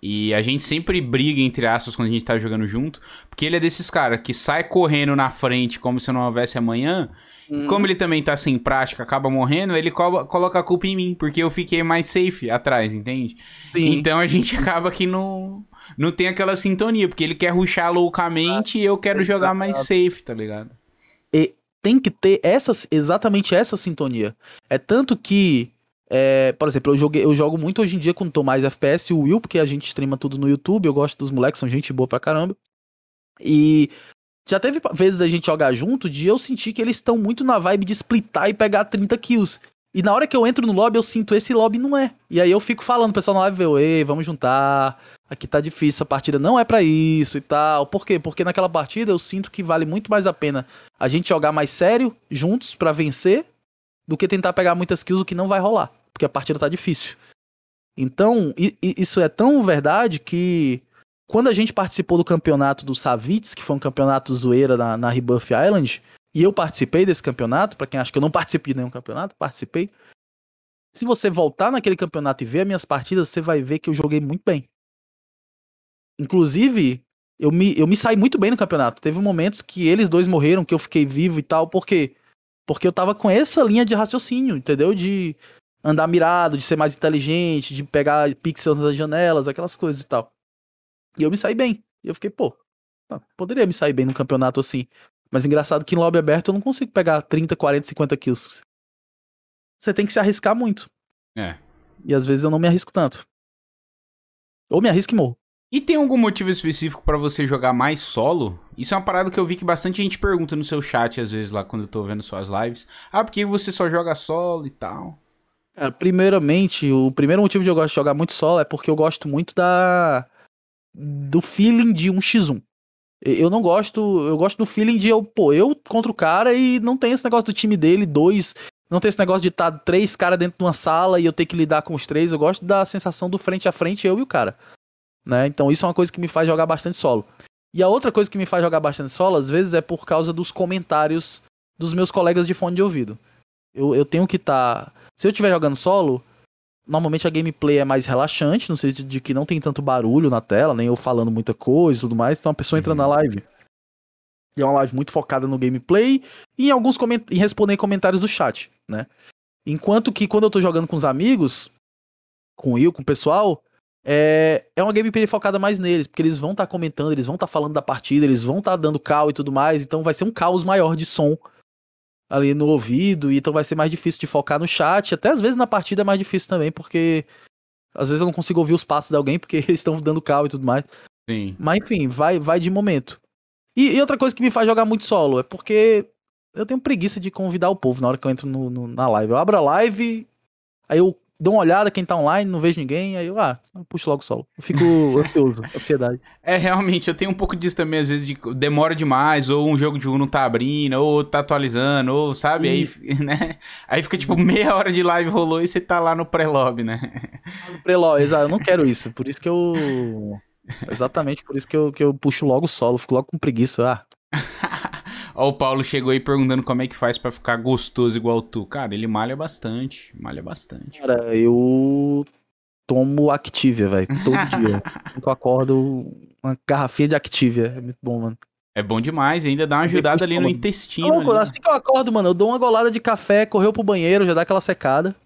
E a gente sempre briga, entre aspas, quando a gente tá jogando junto, porque ele é desses caras que sai correndo na frente como se não houvesse amanhã. Hum. Como ele também tá sem prática, acaba morrendo, ele co- coloca a culpa em mim, porque eu fiquei mais safe atrás, entende? Sim. Então a gente acaba que não, não tem aquela sintonia, porque ele quer rushar loucamente ah, e eu quero é jogar mais safe, tá ligado? E tem que ter essa, exatamente essa sintonia. É tanto que... É, por exemplo, eu, joguei, eu jogo muito hoje em dia quando tô mais F P S e o Will, porque a gente streama tudo no YouTube, eu gosto dos moleques, são gente boa pra caramba. E já teve vezes da gente jogar junto de eu sentir que eles estão muito na vibe de splitar e pegar trinta kills. E na hora que eu entro no lobby, eu sinto esse lobby não é. E aí eu fico falando pro pessoal na live, eu, ei, vamos juntar, aqui tá difícil, essa partida não é pra isso e tal. Por quê? Porque naquela partida eu sinto que vale muito mais a pena a gente jogar mais sério, juntos, pra vencer, do que tentar pegar muitas kills, o que não vai rolar, porque a partida tá difícil. Então, i- i- isso é tão verdade que quando a gente participou do campeonato do Savitz, que foi um campeonato zoeira na, na Rebuff Island, e eu participei desse campeonato, pra quem acha que eu não participei de nenhum campeonato, participei. Se você voltar naquele campeonato e ver as minhas partidas, você vai ver que eu joguei muito bem. Inclusive, eu me, eu me saí muito bem no campeonato. Teve momentos que eles dois morreram, que eu fiquei vivo e tal, por quê? Porque eu tava com essa linha de raciocínio, entendeu? De andar mirado, de ser mais inteligente, de pegar pixels das janelas, aquelas coisas e tal. E eu me saí bem. E eu fiquei, pô, poderia me sair bem num campeonato assim. Mas engraçado que em lobby aberto eu não consigo pegar trinta, quarenta, cinquenta kills. Você tem que se arriscar muito. É. E às vezes eu não me arrisco tanto. Ou me arrisco e morro. E tem algum motivo específico pra você jogar mais solo? Isso é uma parada que eu vi que bastante gente pergunta no seu chat, às vezes, lá quando eu tô vendo suas lives. Ah, por que você só joga solo e tal? É, primeiramente, o primeiro motivo de eu gosto de jogar muito solo é porque eu gosto muito da do feeling de um contra um. Eu não gosto, eu gosto do feeling de eu, pô, eu contra o cara e não tem esse negócio do time dele, dois, não tem esse negócio de estar tá três caras dentro de uma sala e eu ter que lidar com os três. Eu gosto da sensação do frente a frente, eu e o cara. Né? Então isso é uma coisa que me faz jogar bastante solo. E a outra coisa que me faz jogar bastante solo, às vezes, é por causa dos comentários dos meus colegas de fone de ouvido. Eu, eu tenho que estar... Tá... Se eu estiver jogando solo, normalmente a gameplay é mais relaxante, no sentido de que não tem tanto barulho na tela, nem eu falando muita coisa e tudo mais. Então a pessoa entra uhum. na live. E é uma live muito focada no gameplay e em alguns coment... em responder comentários do chat, né? Enquanto que quando eu tô jogando com os amigos, com o Will, com o pessoal... É, é uma gameplay focada mais neles, porque eles vão estar tá comentando, eles vão estar tá falando da partida, eles vão estar tá dando call e tudo mais, então vai ser um caos maior de som ali no ouvido, e então vai ser mais difícil de focar no chat, até às vezes na partida é mais difícil também, porque às vezes eu não consigo ouvir os passos de alguém, porque eles estão dando call e tudo mais. Sim. Mas enfim, vai, vai de momento. E, e outra coisa que me faz jogar muito solo é porque eu tenho preguiça de convidar o povo na hora que eu entro no, no, na live. Eu abro a live, aí eu dou uma olhada, quem tá online, não vejo ninguém, aí eu, ah, eu puxo logo o solo. Eu fico ansioso, ansiedade. É, realmente, eu tenho um pouco disso também, às vezes, de demora demais, ou um jogo de um não tá abrindo, ou tá atualizando, ou, sabe, aí, né, aí fica, tipo, meia hora de live rolou e você tá lá no pré-lobby, né? No pré-lobby, exato, eu não quero isso, por isso que eu, exatamente por isso que eu, que eu puxo logo o solo, fico logo com preguiça, ah. Ó, o Paulo chegou aí perguntando como é que faz pra ficar gostoso igual tu. Cara, ele malha bastante, malha bastante. Cara, eu tomo Activia, velho, todo dia. Eu acordo uma garrafinha de Activia, é muito bom, mano. É bom demais, ainda dá uma ajudada ali no intestino. Não, ali. Assim que eu acordo, mano, eu dou uma golada de café, correu pro banheiro, já dá aquela secada.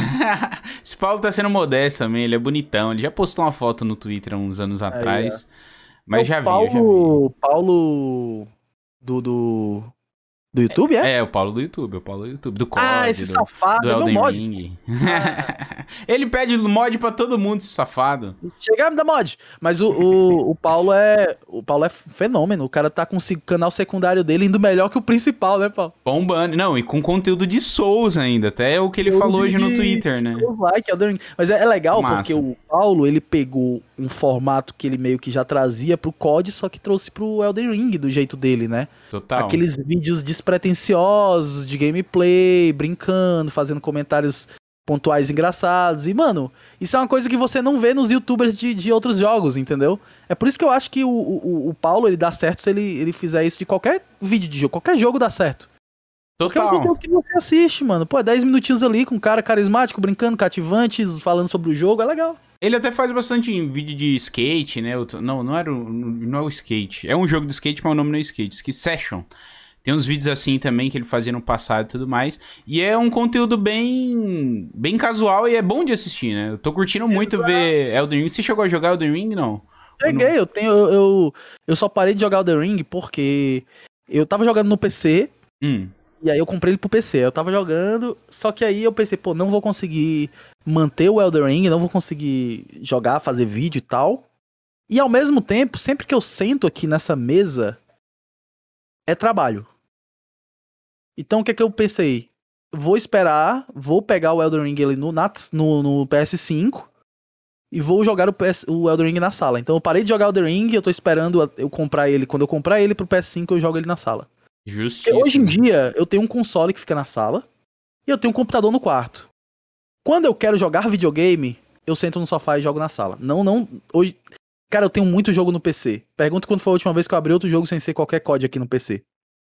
Esse Paulo tá sendo modesto também, ele é bonitão. Ele já postou uma foto no Twitter há uns anos atrás. É, é. Mas é já Paulo, vi, já vi. Paulo... Do, do, do YouTube, é? É, é, o Paulo do YouTube, o Paulo do YouTube, do C O D, ah, esse do, safado, do Elden é meu mod. Ring. Ah. Ele pede mod pra todo mundo, esse safado. Chega a me dar mod. Mas o, o, o Paulo é o Paulo é fenômeno, o cara tá com o canal secundário dele indo melhor que o principal, né, Paulo? Bombando, não, e com conteúdo de Souls ainda, até o que ele eu falou hoje no Twitter, né? Like, mas é, é legal Massa. Porque o Paulo, ele pegou um formato que ele meio que já trazia pro C O D, só que trouxe pro Elden Ring do jeito dele, né? Total. Aqueles vídeos despretensiosos de gameplay, brincando, fazendo comentários pontuais engraçados. E, mano, isso é uma coisa que você não vê nos youtubers de, de outros jogos, entendeu? É por isso que eu acho que o, o, o Paulo, ele dá certo se ele, ele fizer isso de qualquer vídeo de jogo. Qualquer jogo dá certo. Total. Porque é um conteúdo que você assiste, mano. Pô, dez minutinhos ali com um cara carismático, brincando, cativante, falando sobre o jogo, é legal. Ele até faz bastante vídeo de skate, né? Não, não era o, não é o skate. É um jogo de skate, mas o nome não é skate. Skate Session. Tem uns vídeos assim também que ele fazia no passado e tudo mais. E é um conteúdo bem bem casual e é bom de assistir, né? Eu tô curtindo muito Exato. ver Elden Ring. Você chegou a jogar Elden Ring, não? Cheguei, não? eu tenho. Eu, eu, eu só parei de jogar Elden Ring porque eu tava jogando no P C. Hum. E aí eu comprei ele pro P C. Eu tava jogando, só que aí eu pensei, pô, não vou conseguir manter o Elden Ring, não vou conseguir jogar, fazer vídeo e tal. E ao mesmo tempo, sempre que eu sento aqui nessa mesa, é trabalho. Então o que é que eu pensei? Vou esperar, vou pegar o Elden Ring ali no, no, no P S cinco e vou jogar o, P S, o Elden Ring na sala. Então eu parei de jogar o Elden Ring e eu tô esperando eu comprar ele. Quando eu comprar ele pro P S cinco, eu jogo ele na sala. Justíssimo. Hoje em dia, eu tenho um console que fica na sala e eu tenho um computador no quarto. Quando eu quero jogar videogame, eu sento no sofá e jogo na sala. Não, não... Hoje... Cara, eu tenho muito jogo no P C. Pergunta quando foi a última vez que eu abri outro jogo sem ser qualquer código aqui no P C.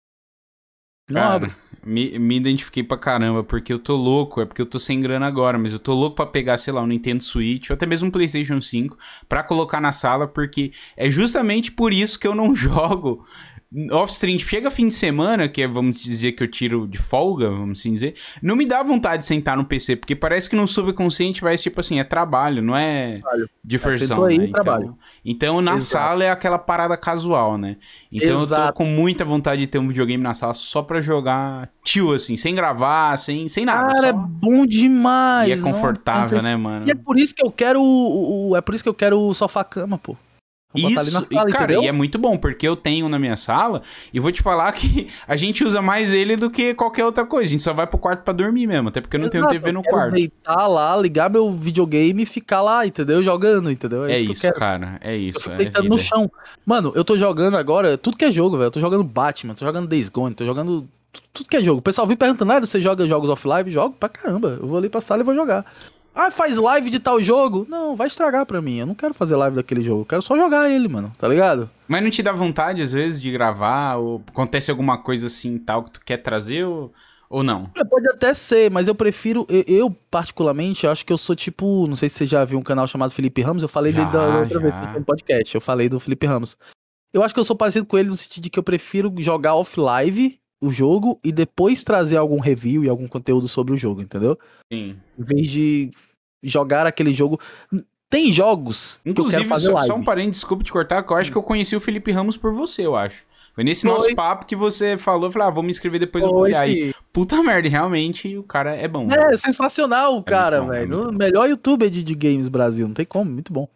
Não Cara, abro. Me, me identifiquei pra caramba, porque eu tô louco, é porque eu tô sem grana agora, mas eu tô louco pra pegar, sei lá, um Nintendo Switch, ou até mesmo um PlayStation cinco, pra colocar na sala, porque é justamente por isso que eu não jogo off-stream. Chega fim de semana, que é, vamos dizer, que eu tiro de folga, vamos assim dizer, não me dá vontade de sentar no P C, porque parece que no subconsciente vai, tipo assim, é trabalho, não é Trabalho. diversão, aí, né? trabalho. Então, então na Exato. sala é aquela parada casual, né? Então Exato. eu tô com muita vontade de ter um videogame na sala só pra jogar chill, assim, sem gravar, sem, sem nada. Cara, só... é bom demais. E é confortável, não, né, mano? E é por isso que eu quero o, o é por isso que eu quero o sofá-cama, pô. Vou botar ali na Isso, sala, e, cara, entendeu? e é muito bom, porque eu tenho na minha sala, e vou te falar que a gente usa mais ele do que qualquer outra coisa. A gente só vai pro quarto pra dormir mesmo, até porque eu não Exato, tenho T V no eu quero quarto. deitar lá, ligar meu videogame e ficar lá, entendeu? Jogando, entendeu? É, É isso, isso que eu quero. cara, é isso. Eu fico é deitando vida. no chão. Mano, eu tô jogando agora tudo que é jogo, velho. Eu tô jogando Batman, tô jogando Days Gone, tô jogando tudo, tudo que é jogo. O pessoal vem perguntando, ah, você joga jogos off-live? Jogo pra caramba. Eu vou ali pra sala e vou jogar. Ah, faz live de tal jogo? Não, vai estragar pra mim. Eu não quero fazer live daquele jogo. Eu quero só jogar ele, mano. Tá ligado? Mas não te dá vontade, às vezes, de gravar? Ou acontece alguma coisa assim tal que tu quer trazer? Ou, ou não? Pode até ser, mas eu prefiro. Eu, eu, particularmente, acho que eu sou tipo. Não sei se você já viu um canal chamado Felipe Ramos. Eu falei Já, dele da outra já. vez no podcast. Eu falei do Felipe Ramos. Eu acho que eu sou parecido com ele no sentido de que eu prefiro jogar off-live o jogo e depois trazer algum review e algum conteúdo sobre o jogo, entendeu? Sim. Em vez de jogar aquele jogo. Tem jogos Inclusive, que eu quero fazer só, live. só um parênteses, desculpa te cortar, que eu acho que eu conheci o Felipe Ramos por você, eu acho. Foi nesse Foi. nosso papo que você falou, eu falei, ah, vou me inscrever depois eu vou Foi, olhar aí. sim. Puta merda, realmente o cara é bom. É, sensacional o cara, muito bom, é velho. muito O bom. melhor youtuber de, de games Brasil, não tem como, muito bom.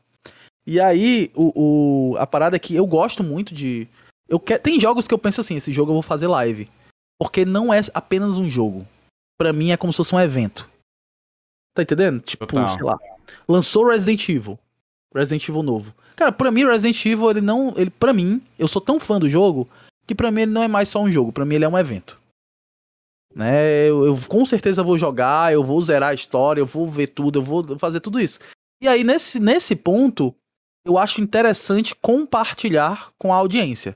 E aí, o, o, a parada é que eu gosto muito de... Eu que, tem jogos que eu penso assim, esse jogo eu vou fazer live. Porque não é apenas um jogo. Pra mim é como se fosse um evento. Tá entendendo? Tipo, Total. sei lá. Lançou Resident Evil. Resident Evil novo. Cara, pra mim Resident Evil, ele não... Ele, pra mim, eu sou tão fã do jogo que pra mim ele não é mais só um jogo. Pra mim ele é um evento. Né? Eu, eu com certeza vou jogar, eu vou zerar a história, eu vou ver tudo, eu vou fazer tudo isso. E aí, nesse, nesse ponto, eu acho interessante compartilhar com a audiência.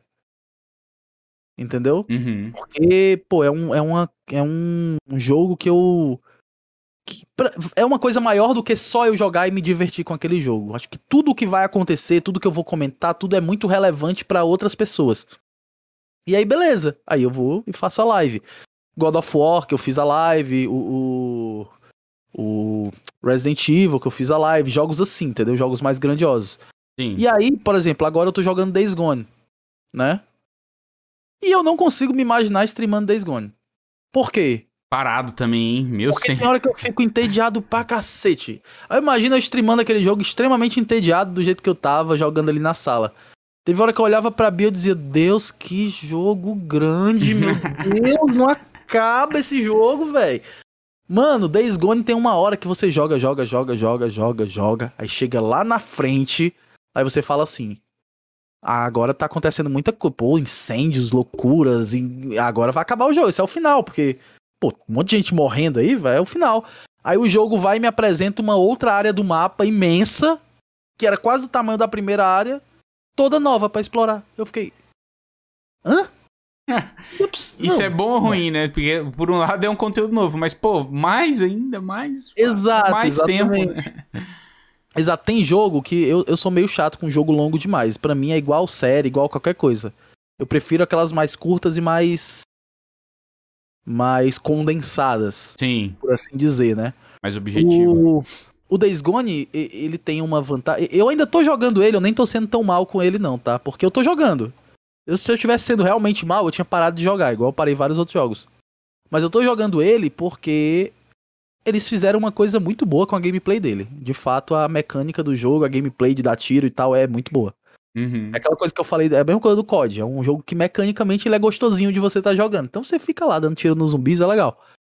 Entendeu? Uhum. Porque, pô, é um, é uma, é um jogo que eu... Que pra, é uma coisa maior do que só eu jogar e me divertir com aquele jogo. Acho que tudo que vai acontecer, tudo que eu vou comentar, tudo é muito relevante pra outras pessoas. E aí, beleza. Aí eu vou e faço a live. God of War, que eu fiz a live, o, o, o Resident Evil, que eu fiz a live, jogos assim, entendeu? Jogos mais grandiosos. Sim. E aí, por exemplo, agora eu tô jogando Days Gone, né? E eu não consigo me imaginar streamando Days Gone. Por quê? Parado também, hein? Meu Porque senhor. tem hora que eu fico entediado pra cacete. Aí imagina eu streamando aquele jogo extremamente entediado do jeito que eu tava jogando ali na sala. Teve hora que eu olhava pra Bia e dizia, Deus, que jogo grande, meu Deus, não acaba esse jogo, velho. Mano, Days Gone tem uma hora que você joga, joga, joga, joga, joga, joga. Aí chega lá na frente, aí você fala assim, ah, agora tá acontecendo muita coisa, pô, incêndios, loucuras, e agora vai acabar o jogo, esse é o final, porque, pô, um monte de gente morrendo aí, velho, é o final. Aí o jogo vai e me apresenta uma outra área do mapa imensa, que era quase o tamanho da primeira área, toda nova pra explorar. Eu fiquei, hã? Ups, Isso não. é bom ou ruim, né? Porque, por um lado, é um conteúdo novo, mas, pô, mais ainda, mais... Exato, mais exatamente. tempo, né? Exato, tem jogo que eu, eu sou meio chato com jogo longo demais. Pra mim é igual série, igual qualquer coisa. Eu prefiro aquelas mais curtas e mais... mais condensadas. Sim. Por assim dizer, né? Mais objetivo. O, o Days Gone, ele tem uma vantagem... Eu ainda tô jogando ele, eu nem tô sendo tão mal com ele não, tá? Porque eu tô jogando. Eu, se eu estivesse sendo realmente mal, eu tinha parado de jogar, igual eu parei vários outros jogos. Mas eu tô jogando ele porque... eles fizeram uma coisa muito boa com a gameplay dele. De fato, a mecânica do jogo, a gameplay de dar tiro e tal é muito boa. Uhum. É aquela coisa que eu falei, é a mesma coisa do C O D. É um jogo que mecanicamente ele é gostosinho de você estar jogando. Então você fica lá dando tiro nos zumbis, é legal.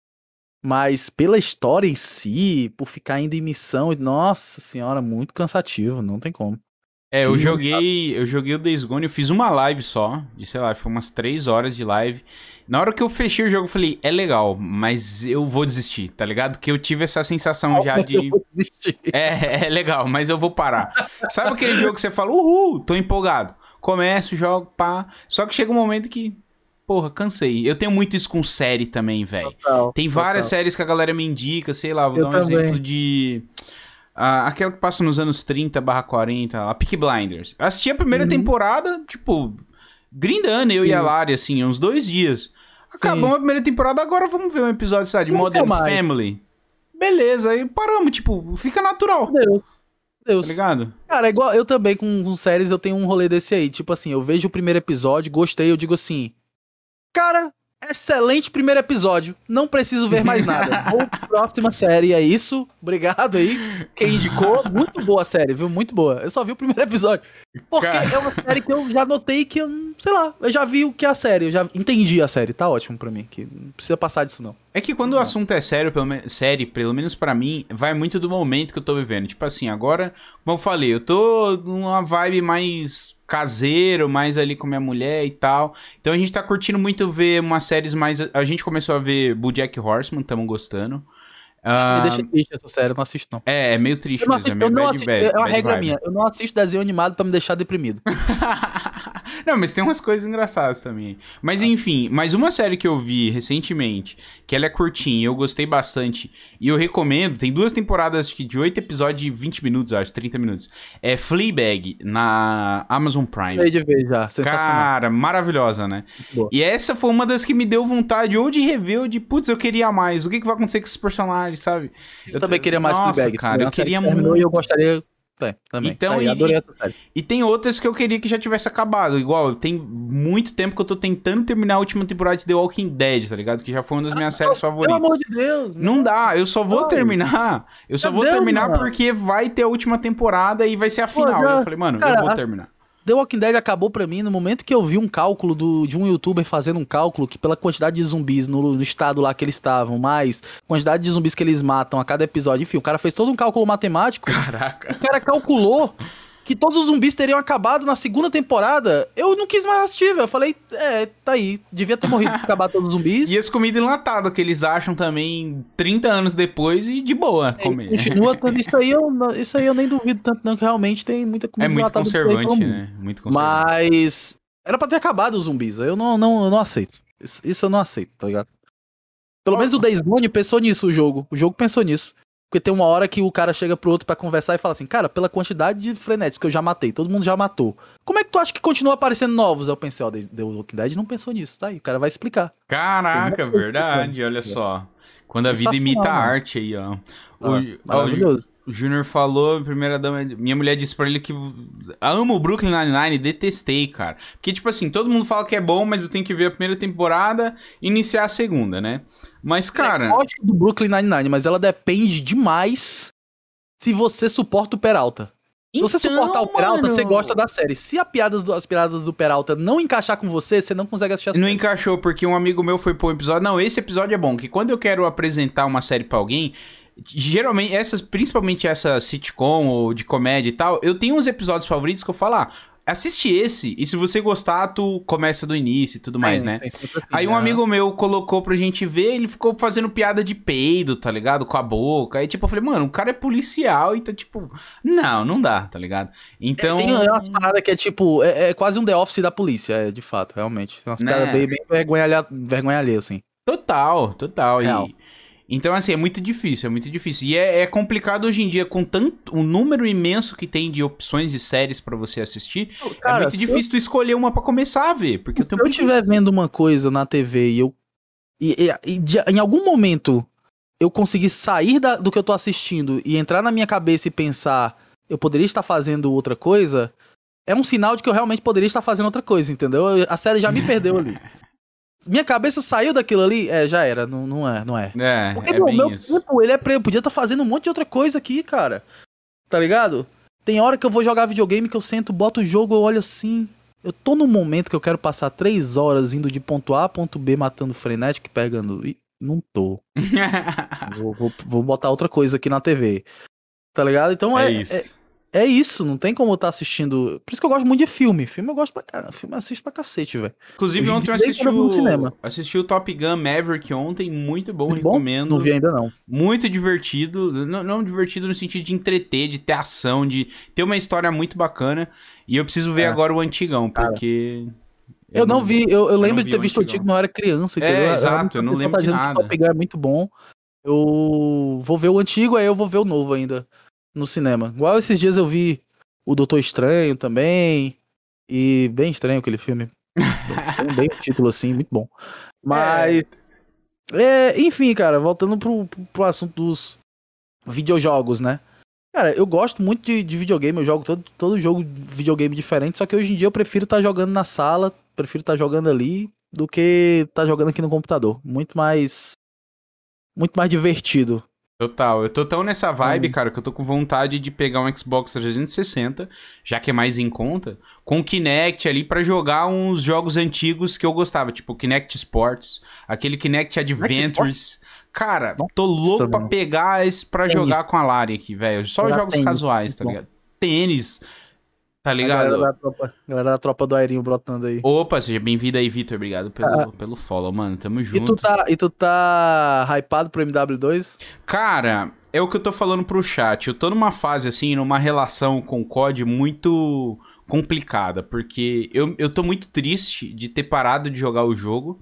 Mas pela história em si, por ficar indo em missão, nossa senhora, muito cansativo, não tem como. É, eu Que joguei, eu joguei o Days Gone, eu fiz uma live só, de sei lá, foi umas três horas de live. Na hora que eu fechei o jogo, eu falei, é legal, mas eu vou desistir, tá ligado? Que eu tive essa sensação já de... Eu vou desistir. É, é legal, mas eu vou parar. Sabe aquele jogo que você fala, uhul, tô empolgado. Começo, jogo, pá. Só que chega um momento que, porra, cansei. Eu tenho muito isso com série também, velho. Tem várias total. séries que a galera me indica, sei lá, vou Eu dar um também. exemplo de... Ah, aquela que passa nos anos trinta barra quarenta, a Peaky Blinders. Eu assisti a primeira Uhum. temporada, tipo, grindando, eu Sim. e a Lari, assim, uns dois dias. Acabou Sim. a primeira temporada, agora vamos ver um episódio, sabe, de Nunca Modern mais. Family. Beleza, aí paramos, tipo, fica natural, Deus. Deus. tá ligado? Cara, é igual eu também com, com séries, eu tenho um rolê desse aí. Tipo assim, eu vejo o primeiro episódio, gostei, eu digo assim, cara, excelente primeiro episódio, não preciso ver mais nada. Vou pra próxima série, é isso. Obrigado aí, quem indicou. Muito boa a série, viu? Muito boa. Eu só vi o primeiro episódio. Porque Cara. é uma série que eu já notei que eu, sei lá, eu já vi o que é a série, eu já entendi a série, tá ótimo pra mim, que não precisa passar disso não. É que quando o assunto é sério, pelo menos, série, pelo menos pra mim, vai muito do momento que eu tô vivendo. Tipo assim, agora, como eu falei, eu tô numa vibe mais caseiro, mais ali com minha mulher e tal. Então a gente tá curtindo muito ver umas séries mais... A gente começou a ver BoJack Horseman, tamo gostando. Ah, Me deixa triste essa série, eu não assisto não. é, é meio triste Eu não mesmo, assisto, é eu meio não bad, assisto, bad, é uma bad regra vibe. minha, eu não assisto desenho animado pra me deixar deprimido. Não, mas tem umas coisas engraçadas também. Mas enfim, mais uma série que eu vi recentemente, que ela é curtinha e eu gostei bastante, e eu recomendo, tem duas temporadas acho que de oito episódios de vinte minutos, acho, trinta minutos. É Fleabag, na Amazon Prime. Acabei de ver já, sensacional. Cara, maravilhosa, né? Boa. E essa foi uma das que me deu vontade ou de rever ou de, putz, eu queria mais. O que, que vai acontecer com esses personagens, sabe? Eu, também queria mais Nossa, Fleabag. cara, eu A série queria terminou muito. E eu gostaria... É, também. Então, Tá aí, e- adorei essa série. E tem outras que eu queria que já tivesse acabado. Igual, tem muito tempo que eu tô tentando terminar a última temporada de The Walking Dead, tá ligado? Que já foi uma das minhas séries Nossa, favoritas. pelo amor de Deus. Não dá, eu só vou Ai. terminar. Eu só Meu vou Deus, terminar mano. porque vai ter a última temporada e vai ser a Pô, final. já- Eu falei, mano, cara, eu vou a- terminar. The Walking Dead acabou pra mim no momento que eu vi um cálculo do, de um youtuber fazendo um cálculo que pela quantidade de zumbis no, no estado lá que eles estavam, mais quantidade de zumbis que eles matam a cada episódio, enfim, o cara fez todo um cálculo matemático. Caraca. O cara calculou que todos os zumbis teriam acabado na segunda temporada. Eu não quis mais assistir, velho. Eu falei, é, tá aí. Devia ter morrido pra acabar todos os zumbis. E as comidas enlatadas que eles acham também trinta anos depois e de boa comer. Continua, tendo- isso aí, eu, não- isso aí eu nem duvido tanto, não, que realmente tem muita comida É muito enlatada por aí pelo conservante, mundo. né? Muito conservante. Mas era pra ter acabado os zumbis. Eu não, não, eu não aceito. Isso, isso eu não aceito, tá ligado? Pelo menos o Days Gone pensou nisso, o jogo. O jogo pensou nisso. Porque tem uma hora que o cara chega pro outro pra conversar e fala assim, cara, pela quantidade de frenéticos que eu já matei, todo mundo já matou. Como é que tu acha que continua aparecendo novos? Eu pensei, ó, The The Walking Dead não pensou nisso, tá aí. O cara vai explicar. Caraca, Tem muita verdade, coisa. olha só. Quando a vida Sensacional, imita a mano. arte aí, ó. O, Ah, ó, o maravilhoso. o Júnior falou, primeira dama, minha mulher disse pra ele que amo o Brooklyn Nine-Nine, detestei, cara. Porque, tipo assim, todo mundo fala que é bom, mas eu tenho que ver a primeira temporada e iniciar a segunda, né? Mas, cara... Eu gosto do Brooklyn Nine-Nine, mas ela depende demais se você suporta o Peralta. Se você Então, suportar o Peralta, mano, você gosta da série. Se a piadas do- as piadas do Peralta não encaixar com você, você não consegue assistir a Não série. encaixou, porque um amigo meu foi pôr um episódio... Não, esse episódio é bom, que quando eu quero apresentar uma série pra alguém... Geralmente, essas, principalmente essa sitcom ou de comédia e tal, eu tenho uns episódios favoritos que eu falo, ah, assiste esse, e se você gostar, tu começa do início e tudo mais, Tem, né? tem sempre assim, Aí um né? amigo meu colocou pra gente ver, ele ficou fazendo piada de peido, tá ligado? Com a boca. Aí, tipo, eu falei, mano, o cara é policial e tá, tipo... Não, não dá, tá ligado? Então... Tem umas paradas que é tipo, é, é quase um The Office da polícia, é, de fato, realmente. Tem umas Né? piadas bem, bem vergonha, alheia- vergonha alheia, assim. Total, total. Real. E, Então, assim, é muito difícil, é muito difícil. E é, é complicado hoje em dia, com tanto um número imenso que tem de opções de séries pra você assistir, Cara, é muito difícil eu... tu escolher uma pra começar a ver, porque se eu estiver vendo uma coisa na T V e eu e, e, e de, em algum momento eu conseguir sair da, do que eu tô assistindo e entrar na minha cabeça e pensar, eu poderia estar fazendo outra coisa, é um sinal de que eu realmente poderia estar fazendo outra coisa, entendeu? A série já me perdeu ali. Minha cabeça saiu daquilo ali, é, já era, não, não é, não é. É, Porque, é meu, bem meu isso. tempo, ele é pra, eu podia estar fazendo um monte de outra coisa aqui, cara. Tá ligado? Tem hora que eu vou jogar videogame que eu sento, boto o jogo, eu olho assim. Eu tô num momento que eu quero passar três horas indo de ponto A a ponto B, matando frenético e pegando. E não tô. vou, vou, vou botar outra coisa aqui na T V. Tá ligado? Então É é, isso. é, é isso, não tem como eu estar assistindo. Por isso que eu gosto muito de filme. Filme eu gosto pra caramba. Filme eu assisto pra cacete, velho. Inclusive, ontem eu assisti no cinema. o... assisti o Top Gun Maverick ontem, muito bom, Muito recomendo. Bom? Não vi ainda não. Muito divertido, não, não divertido no sentido de entreter, de ter ação, de ter uma história muito bacana. E eu preciso ver É. agora o antigão, porque... Eu, eu não vi, eu, eu, eu lembro de ter o visto o antigo, mas eu era criança, entendeu? É, exato, eu não lembro de nada. O Top Gun é muito bom. Eu vou ver o antigo, aí eu vou ver o novo ainda no cinema. Igual esses dias eu vi o Doutor Estranho também. E bem estranho aquele filme. Bem, bem o título assim, muito bom. Mas... É. É, enfim, cara, voltando pro, pro, pro assunto dos videojogos, né? Cara, eu gosto muito de, de videogame, eu jogo todo, todo jogo de videogame diferente, só que hoje em dia eu prefiro estar tá jogando na sala, prefiro estar tá jogando ali, do que estar tá jogando aqui no computador. Muito mais... Muito mais divertido. Total, eu tô tão nessa vibe, hum. cara, que eu tô com vontade de pegar um Xbox trezentos e sessenta, já que é mais em conta, com o Kinect ali pra jogar uns jogos antigos que eu gostava, tipo o Kinect Sports, aquele Kinect Adventures. Cara, Nossa, tô louco pra pegar esse pra Tênis. jogar com a Lari aqui, velho. Só jogos tênis, casuais, tá ligado? Tênis, tá ligado? A galera da tropa, galera da tropa do Airinho brotando aí. Opa, seja bem-vindo aí, Vitor. Obrigado pelo, ah. pelo follow, mano. Tamo junto. E tu, tá, e tu tá hypado pro M W dois? Cara, é o que eu tô falando pro chat. Eu tô numa fase, assim, numa relação com o C O D muito complicada. Porque eu, eu tô muito triste de ter parado de jogar o jogo.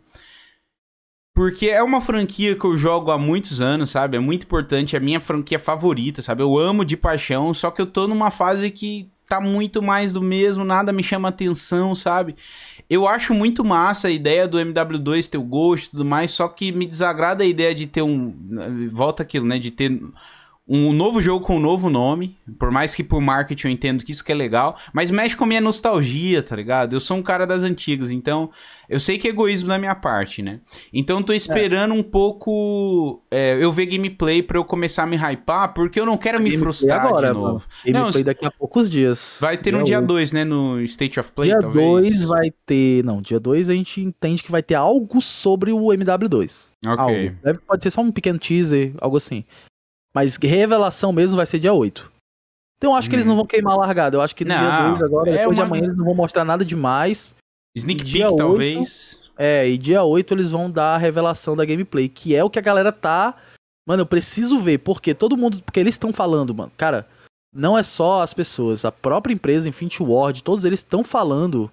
Porque é uma franquia que eu jogo há muitos anos, sabe? É muito importante, é a minha franquia favorita, sabe? Eu amo de paixão, só que eu tô numa fase que tá muito mais do mesmo, nada me chama atenção, sabe? Eu acho muito massa a ideia do M W dois ter o Ghost e tudo mais, só que me desagrada a ideia de ter um... Volta aquilo, né? De ter um novo jogo com um novo nome, por mais que por marketing eu entendo que isso que é legal, mas mexe com a minha nostalgia, tá ligado? Eu sou um cara das antigas, então eu sei que é egoísmo da minha parte, né? Então eu tô esperando é. um pouco é, eu ver gameplay pra eu começar a me hypar, porque eu não quero me frustrar agora, de novo. Mano. Gameplay não, daqui a poucos dias. Vai ter dia no dia dois, né? No State of Play, dia talvez. Dia dois vai ter... Não, dia dois a gente entende que vai ter algo sobre o M W dois. Ok. Algo. Deve, pode ser só um pequeno teaser, algo assim. Mas revelação mesmo vai ser dia oito. Então eu acho hum. que eles não vão queimar a largada. Eu acho que no não, dia dois agora, é depois uma... de amanhã, eles não vão mostrar nada demais. Sneak peek, oito, talvez. É, e dia oito eles vão dar a revelação da gameplay, que é o que a galera tá... Mano, eu preciso ver, porque todo mundo... Porque eles estão falando, mano. Cara, não é só as pessoas. A própria empresa, Infinity Ward, todos eles estão falando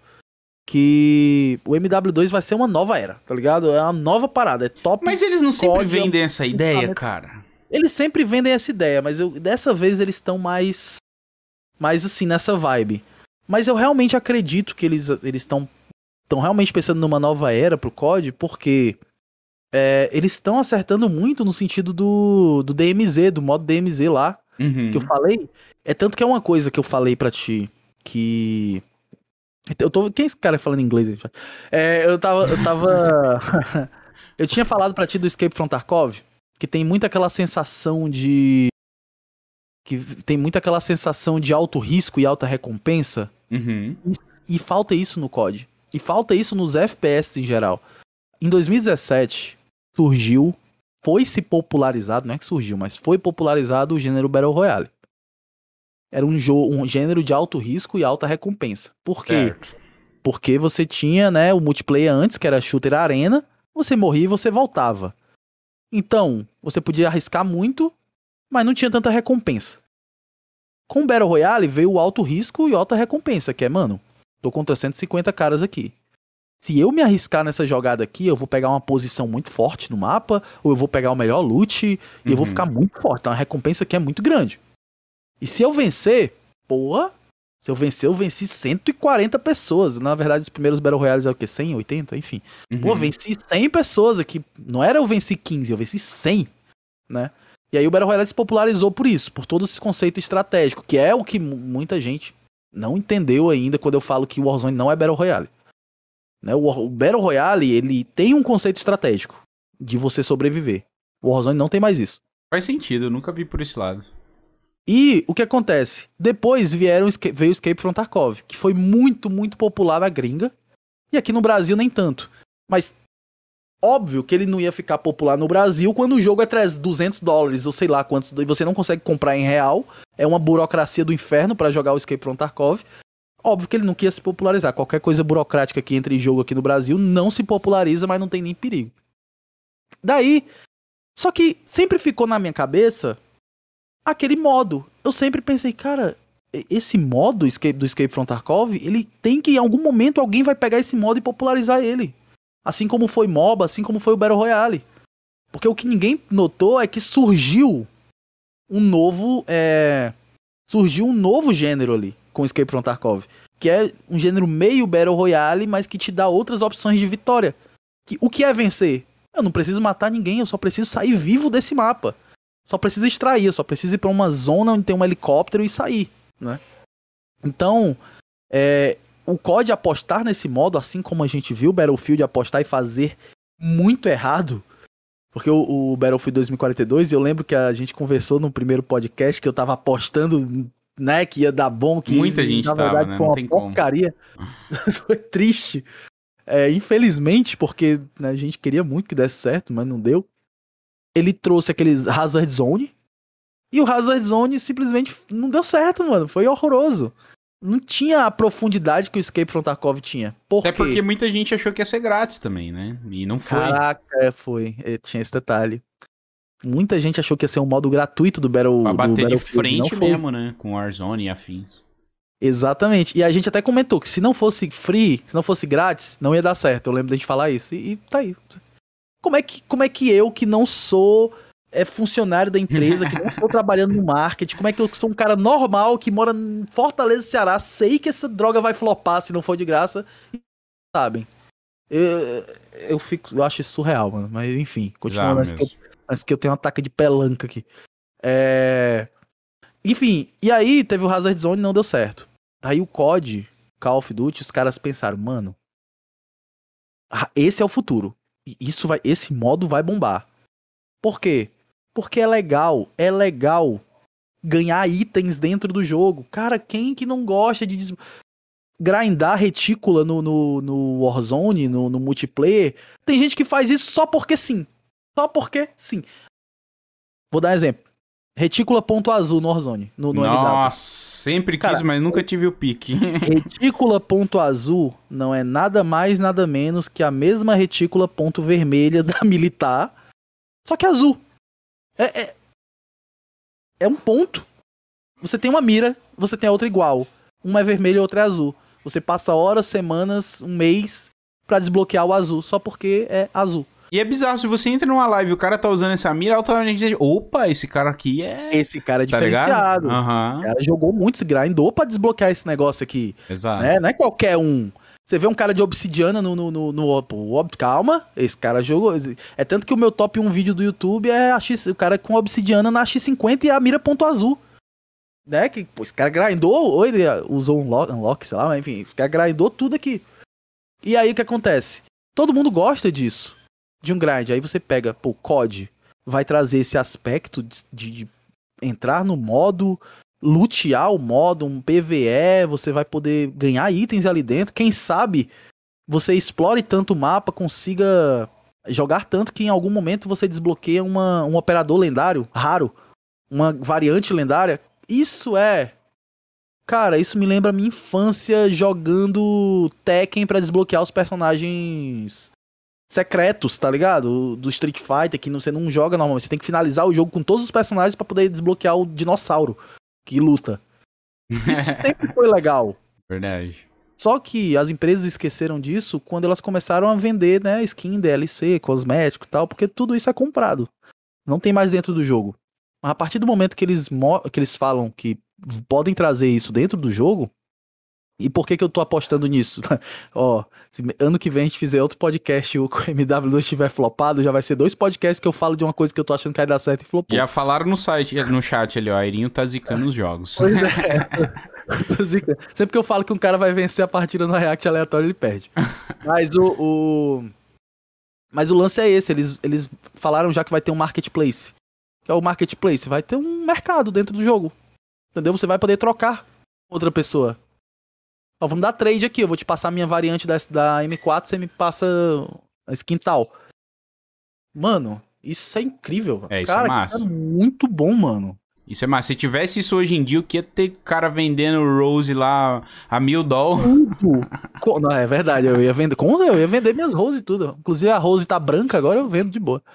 que o M W dois vai ser uma nova era, tá ligado? É uma nova parada, é top. Mas eles não sempre vendem essa ideia, cara. Eles sempre vendem essa ideia, mas eu, dessa vez eles estão mais, mais assim, nessa vibe. Mas eu realmente acredito que eles estão estão realmente pensando numa nova era pro C O D, porque é, eles estão acertando muito no sentido do, do D M Z, do modo D M Z lá, uhum. que eu falei. É tanto que é uma coisa que eu falei pra ti, que... Eu tô... Quem é esse cara falando inglês? É, eu tava... Eu, tava... eu tinha falado pra ti do Escape from Tarkov, que tem muito aquela sensação de... Que tem muito aquela sensação de alto risco e alta recompensa. Uhum. E, e falta isso no C O D. E falta isso nos F P S em geral. Em dois mil e dezessete, surgiu, foi se popularizado, não é que surgiu, mas foi popularizado o gênero Battle Royale. Era um, jogo, um gênero de alto risco e alta recompensa. Por quê? Certo. Porque você tinha, né, o multiplayer antes, que era shooter arena, você morria e você voltava. Então, você podia arriscar muito, mas não tinha tanta recompensa. Com o Battle Royale veio o alto risco e alta recompensa, que é, mano, tô contra cento e cinquenta caras aqui. Se eu me arriscar nessa jogada aqui, eu vou pegar uma posição muito forte no mapa, ou eu vou pegar o melhor loot, e Uhum. eu vou ficar muito forte. Então a recompensa aqui é muito grande. E se eu vencer, porra, se eu vencer, eu venci cento e quarenta pessoas. Na verdade, os primeiros Battle Royales é o quê? cem, oitenta? Enfim. Uhum. Pô, venci cem pessoas aqui. Não era eu venci quinze, eu venci cem, né? E aí o Battle Royale se popularizou por isso, por todo esse conceito estratégico, que é o que m- muita gente não entendeu ainda quando eu falo que o Warzone não é Battle Royale. Né? O, War- o Battle Royale, ele tem um conceito estratégico de você sobreviver. O Warzone não tem mais isso. Faz sentido, eu nunca vi por esse lado. E o que acontece? Depois vieram, esca- veio o Escape from Tarkov, que foi muito, muito popular na gringa. E aqui no Brasil nem tanto. Mas óbvio que ele não ia ficar popular no Brasil quando o jogo é trezentos, duzentos dólares, ou sei lá quantos, e você não consegue comprar em real. É uma burocracia do inferno pra jogar o Escape from Tarkov. Óbvio que ele não queria se popularizar. Qualquer coisa burocrática que entre em jogo aqui no Brasil não se populariza, mas não tem nem perigo. Daí, só que sempre ficou na minha cabeça aquele modo. Eu sempre pensei, cara, e- esse modo escape, do Escape from Tarkov, ele tem que, em algum momento, alguém vai pegar esse modo e popularizar ele. Assim como foi MOBA, assim como foi o Battle Royale. Porque o que ninguém notou é que surgiu um novo, é... surgiu um novo gênero ali com o Escape from Tarkov. Que é um gênero meio Battle Royale, mas que te dá outras opções de vitória. Que, o que é vencer? Eu não preciso matar ninguém, eu só preciso sair vivo desse mapa. Só preciso extrair, eu só preciso ir pra uma zona onde tem um helicóptero e sair, né? Então, é, o C O D apostar nesse modo, assim como a gente viu o Battlefield apostar e fazer muito errado, porque o, o Battlefield dois mil e quarenta e dois, eu lembro que a gente conversou no primeiro podcast que eu tava apostando, né, que ia dar bom, que Muita isso, gente na tava, verdade né? foi Não uma tem como. porcaria. Foi triste. É, infelizmente, porque né, a gente queria muito que desse certo, mas não deu. Ele trouxe aqueles Hazard Zone. E o Hazard Zone simplesmente não deu certo, mano. Foi horroroso. Não tinha a profundidade que o Escape from Tarkov tinha. Por Até quê? porque muita gente achou que ia ser grátis também, né? E não foi. Caraca, é, foi. É, tinha esse detalhe. Muita gente achou que ia ser um modo gratuito do Battle Pra do bater de Battlefield. Não frente foi. mesmo, né? Com Warzone e afins. Exatamente. E a gente até comentou que se não fosse free, se não fosse grátis, não ia dar certo. Eu lembro da gente falar isso. E, e tá aí. Como é, que, como é que eu, que não sou é, funcionário da empresa, que não estou trabalhando no marketing, como é que eu sou um cara normal que mora em Fortaleza, Ceará, sei que essa droga vai flopar se não for de graça, e sabem? Eu, eu, fico, eu acho isso surreal, mano. Mas enfim, continuando antes que, eu, antes que eu tenha um ataque de pelanca aqui. É... Enfim, e aí teve o Hazard Zone e não deu certo. Aí o C O D, Call of Duty, os caras pensaram, mano, esse é o futuro. Isso vai, esse modo vai bombar. Por quê? Porque é legal, é legal ganhar itens dentro do jogo. Cara, quem que não gosta de des... grindar retícula no, no, no Warzone, no, no multiplayer? Tem gente que faz isso só porque sim. Só porque sim. Vou dar um exemplo. Retícula ponto azul no Warzone, no, no Nossa, M W. sempre quis, Cara, mas nunca tive o pique. Retícula ponto azul não é nada mais, nada menos que a mesma retícula ponto vermelha da militar, só que azul. É, é, é um ponto. Você tem uma mira, você tem a outra igual. Uma é vermelha e outra é azul. Você passa horas, semanas, um mês pra desbloquear o azul, só porque é azul. E é bizarro, se você entra numa live e o cara tá usando essa mira, automaticamente diz, opa, esse cara aqui é... Esse cara é tá diferenciado. Uhum. O cara jogou muito, se grindou pra desbloquear esse negócio aqui. Exato. Né? Não é qualquer um. Você vê um cara de obsidiana no... no, no, no, no calma, esse cara jogou... É tanto que o meu top um vídeo do YouTube é a X, o cara com obsidiana na X cinquenta e a mira ponto azul. Né? Que, pô, esse cara grindou, ou ele usou um unlock, unlock, sei lá, mas enfim, esse cara grindou tudo aqui. E aí o que acontece? Todo mundo gosta disso. De um grind. Aí você pega, pô, C O D vai trazer esse aspecto de, de, de entrar no modo, lutear o modo, um P V E, você vai poder ganhar itens ali dentro. Quem sabe você explore tanto o mapa, consiga jogar tanto que em algum momento você desbloqueia uma, um operador lendário, raro, uma variante lendária. Isso é... Cara, isso me lembra a minha infância jogando Tekken pra desbloquear os personagens... secretos, tá ligado? Do Street Fighter, que você não joga normalmente. Você tem que finalizar o jogo com todos os personagens pra poder desbloquear o dinossauro que luta. Isso sempre foi legal. Verdade. Só que as empresas esqueceram disso quando elas começaram a vender, né, skin, D L C, cosmético e tal, porque tudo isso é comprado. Não tem mais dentro do jogo. Mas a partir do momento que eles, que eles falam que podem trazer isso dentro do jogo, e por que que eu tô apostando nisso? Ó, se ano que vem a gente fizer outro podcast e o M W dois estiver flopado, já vai ser dois podcasts que eu falo de uma coisa que eu tô achando que vai dar certo e flopou. Já falaram no site, no chat ali, ó, a Irinho tá zicando os jogos. Pois é. Sempre que eu falo que um cara vai vencer a partida no React aleatório, ele perde. Mas o, o... Mas o lance é esse, eles, eles falaram já que vai ter um marketplace. Que é o marketplace, vai ter um mercado dentro do jogo. Entendeu? Você vai poder trocar com outra pessoa. Ó, vamos dar trade aqui, eu vou te passar a minha variante da, da M quatro, você me passa a skin tal. Mano, isso é incrível. É, isso cara, é massa. É muito bom, mano. Isso é massa. Se tivesse isso hoje em dia, o que ia ter cara vendendo Rose lá a mil dólares? Tudo. Não, é verdade, eu ia vender. Como eu ia vender minhas Rose e tudo. Inclusive a Rose tá branca, agora eu vendo de boa.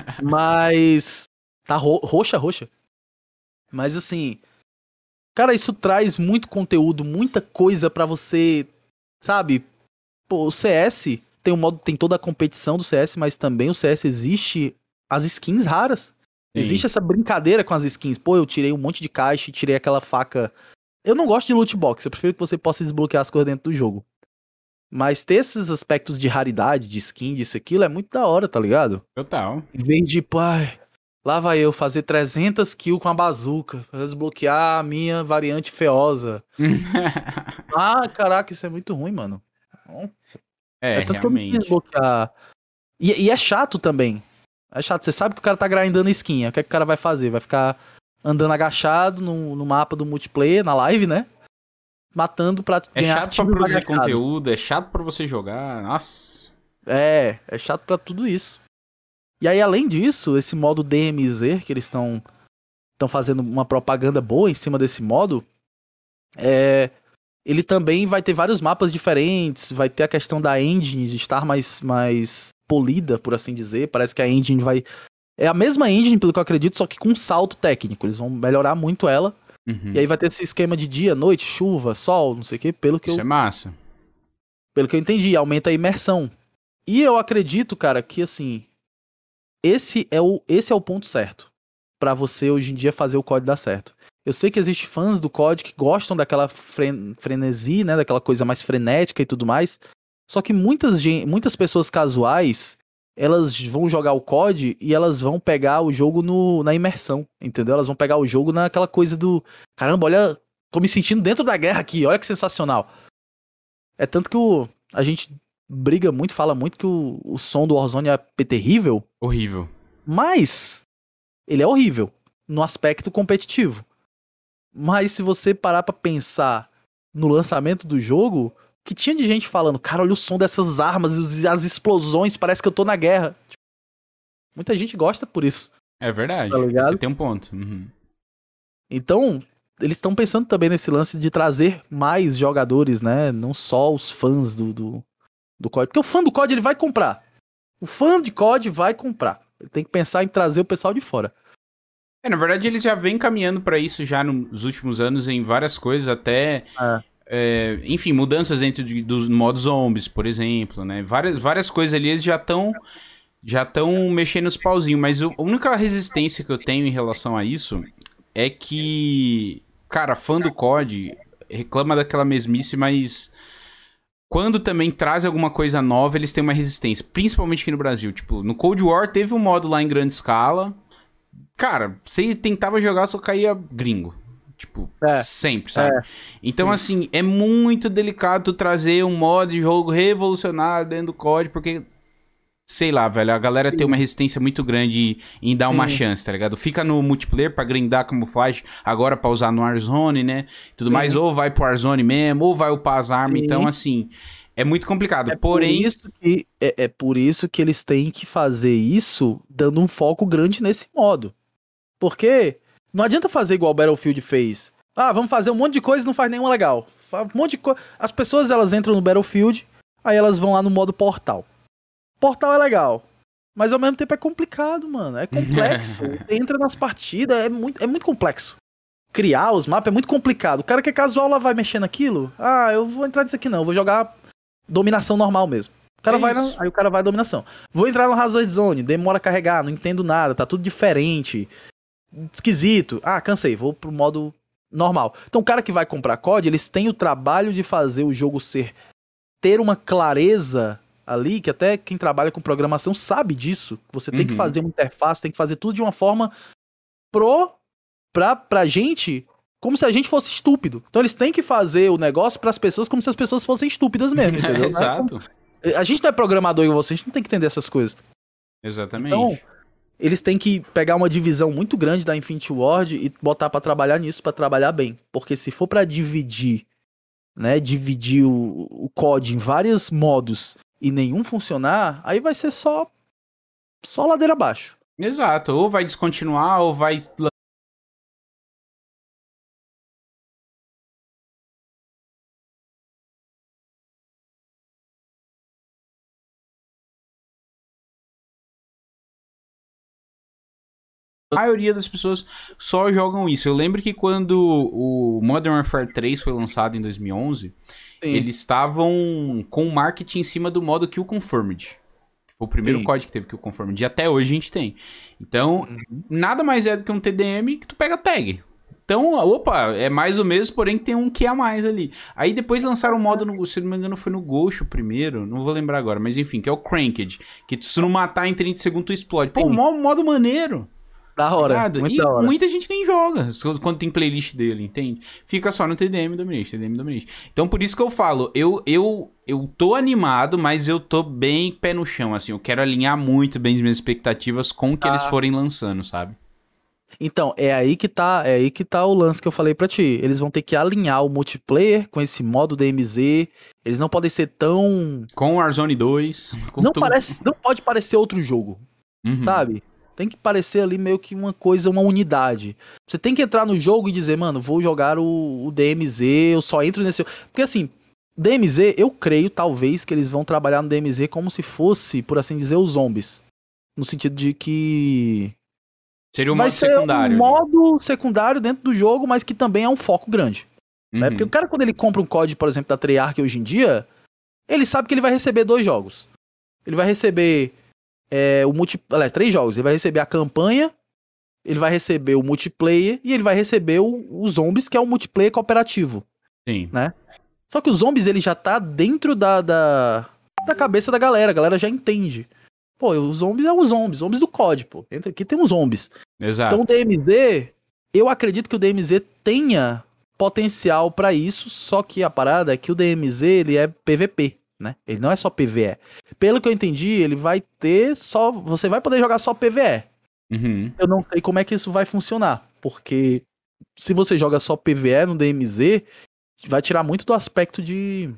Mas. Tá ro roxa, roxa. Mas assim. Cara, isso traz muito conteúdo, muita coisa pra você. Sabe? Pô, o C S tem um modo. Tem toda a competição do C S, mas também o C S existe as skins raras. Sim. Existe essa brincadeira com as skins. Pô, eu tirei um monte de caixa e tirei aquela faca. Eu não gosto de loot box, eu prefiro que você possa desbloquear as coisas dentro do jogo. Mas ter esses aspectos de raridade, de skin, disso, aquilo, é muito da hora, tá ligado? Total. Em vez de, pai, lá vai eu fazer trezentas kills com a bazuca, pra desbloquear a minha variante feosa. Ah, caraca, isso é muito ruim, mano. É, é tanto realmente. Que eu desbloquear. E, e é chato também. É chato, você sabe que o cara tá grindando skin, o que, é que o cara vai fazer? Vai ficar andando agachado no, no mapa do multiplayer, na live, né? Matando pra é ganhar. É chato pra produzir agachado. Conteúdo, é chato pra você jogar, nossa. É, é chato pra tudo isso. E aí, além disso, esse modo D M Z, que eles estão estão fazendo uma propaganda boa em cima desse modo, é, ele também vai ter vários mapas diferentes, vai ter a questão da engine de estar mais, mais polida, por assim dizer. Parece que a engine vai... É a mesma engine, pelo que eu acredito, só que com um salto técnico. Eles vão melhorar muito ela. Uhum. E aí vai ter esse esquema de dia, noite, chuva, sol, não sei o que, pelo que Isso eu... é massa. Pelo que eu entendi, aumenta a imersão. E eu acredito, cara, que assim... Esse é o, esse é o ponto certo pra você, hoje em dia, fazer o C O D dar certo. Eu sei que existem fãs do C O D que gostam daquela fren frenesi, né? Daquela coisa mais frenética e tudo mais. Só que muitas, muitas pessoas casuais, elas vão jogar o C O D e elas vão pegar o jogo no, na imersão, entendeu? Elas vão pegar o jogo naquela coisa do... Caramba, olha, tô me sentindo dentro da guerra aqui, olha que sensacional. É tanto que o, a gente briga muito, fala muito que o, o som do Warzone é terrível. Horrível. Mas ele é horrível no aspecto competitivo. Mas se você parar pra pensar no lançamento do jogo... que tinha de gente falando, cara, olha o som dessas armas, as explosões, parece que eu tô na guerra. Tipo, muita gente gosta por isso. É verdade, tá você tem um ponto. Uhum. Então, eles estão pensando também nesse lance de trazer mais jogadores, né? Não só os fãs do, do, do C O D. Porque o fã do C O D, ele vai comprar. O fã de C O D vai comprar. Ele tem que pensar em trazer o pessoal de fora. É, na verdade, eles já vêm caminhando pra isso já nos últimos anos em várias coisas, até... É. É, enfim, mudanças dentro de, dos modos zombies, por exemplo, né? Várias, várias coisas ali eles já estão já estão mexendo os pauzinhos, mas a única resistência que eu tenho em relação a isso é que, cara, fã do C O D reclama daquela mesmice, mas quando também traz alguma coisa nova, eles têm uma resistência, principalmente aqui no Brasil. Tipo, no Cold War teve um modo lá em grande escala, cara, você tentava jogar, só caía gringo. Tipo, é, sempre, sabe? É, então, sim. assim, é muito delicado tu trazer um modo de jogo revolucionário dentro do C O D, porque, sei lá, velho, a galera sim. tem uma resistência muito grande em dar sim. uma chance, tá ligado? Fica no multiplayer pra grindar camuflagem, agora pra usar no Warzone, né? Tudo sim. mais, ou vai pro Warzone mesmo, ou vai upar as armas, sim. então, assim, é muito complicado. É Porém... Por isso que, é, é por isso que eles têm que fazer isso dando um foco grande nesse modo. Porque... Não adianta fazer igual o Battlefield fez. Ah, vamos fazer um monte de coisa e não faz nenhuma legal. Um monte de coisa. As pessoas, elas entram no Battlefield, aí elas vão lá no modo portal. Portal é legal, mas ao mesmo tempo é complicado, mano. É complexo. Você entra nas partidas, é muito, é muito complexo. criar os mapas é muito complicado. O cara que é casual lá vai mexer naquilo. Ah, eu vou entrar nisso aqui não, eu vou jogar dominação normal mesmo. O cara É vai na, isso. aí o cara vai dominação. Vou entrar no Hazard Zone, demora a carregar, não entendo nada, tá tudo diferente. Esquisito. Ah, cansei, vou pro modo normal. Então o cara que vai comprar C O D, eles têm o trabalho de fazer o jogo ser ter uma clareza ali, que até quem trabalha com programação sabe disso. Você tem Uhum. que fazer uma interface, tem que fazer tudo de uma forma pro pra, pra gente, como se a gente fosse estúpido. Então eles têm que fazer o negócio pras pessoas como se as pessoas fossem estúpidas mesmo, entendeu? Não é como- Exato. A gente não é programador igual você, a gente não tem que entender essas coisas. Exatamente. Então, eles têm que pegar uma divisão muito grande da Infinity Ward e botar pra trabalhar nisso, pra trabalhar bem. Porque se for pra dividir, né, dividir o, o código em vários modos e nenhum funcionar, aí vai ser só só ladeira abaixo. Exato. Ou vai descontinuar, ou vai a maioria das pessoas só jogam isso. Eu lembro que quando o Modern Warfare três foi lançado em dois mil e onze, Sim. eles estavam com o marketing em cima do modo Kill Confirmed. Que foi o primeiro Sim. código que teve Kill Confirmed. E até hoje a gente tem. Então, Uhum. nada mais é do que um T D M que tu pega tag. Então, opa, é mais o mesmo, porém tem um que a mais ali. Aí depois lançaram um modo, no, se não me engano foi no Ghost o primeiro, não vou lembrar agora, mas enfim, que é o Cranked. Que tu, se não matar em trinta segundos tu explode. Pô, Sim. mó- modo maneiro. Da hora, Ligado? muito E da hora. muita gente nem joga quando tem playlist dele, entende? Fica só no T D M Domination, T D M Domination. Então por isso que eu falo, eu, eu, eu tô animado, mas eu tô bem pé no chão, assim. Eu quero alinhar muito bem as minhas expectativas com o que Ah. eles forem lançando, sabe? Então, é aí que tá, é aí que tá o lance que eu falei pra ti. Eles vão ter que alinhar o multiplayer com esse modo D M Z. Eles não podem ser tão Com o Warzone dois, com não tudo. parece, não pode parecer outro jogo, Uhum. sabe? Tem que parecer ali meio que uma coisa, uma unidade. Você tem que entrar no jogo e dizer, mano, vou jogar o, o D M Z, eu só entro nesse... Porque assim, D M Z, eu creio, talvez, que eles vão trabalhar no D M Z como se fosse, por assim dizer, os zombies. No sentido de que... Seria o vai modo ser secundário. um ali. modo secundário dentro do jogo, mas que também é um foco grande. Né? Uhum. Porque o cara, quando ele compra um código, por exemplo, da Treyarch hoje em dia, ele sabe que ele vai receber dois jogos. Ele vai receber é, o multi... Aliás, três jogos. Ele vai receber a campanha, ele vai receber o multiplayer e ele vai receber o, o Zombies, que é o multiplayer cooperativo. Sim. Né? Só que o Zombies, ele já tá dentro da, da, da cabeça da galera. A galera já entende. Pô, os Zombies é os Zombies. Zombies do C O D, pô. Entra aqui, tem os Zombies. Exato. Então o D M Z, eu acredito que o D M Z tenha potencial pra isso, só que a parada é que o D M Z, ele é P V P, né? Ele não é só P V E. Pelo que eu entendi, ele vai ter só... Você vai poder jogar só P V E. Uhum. Eu não sei como é que isso vai funcionar, porque se você joga só P V E no D M Z, vai tirar muito do aspecto de...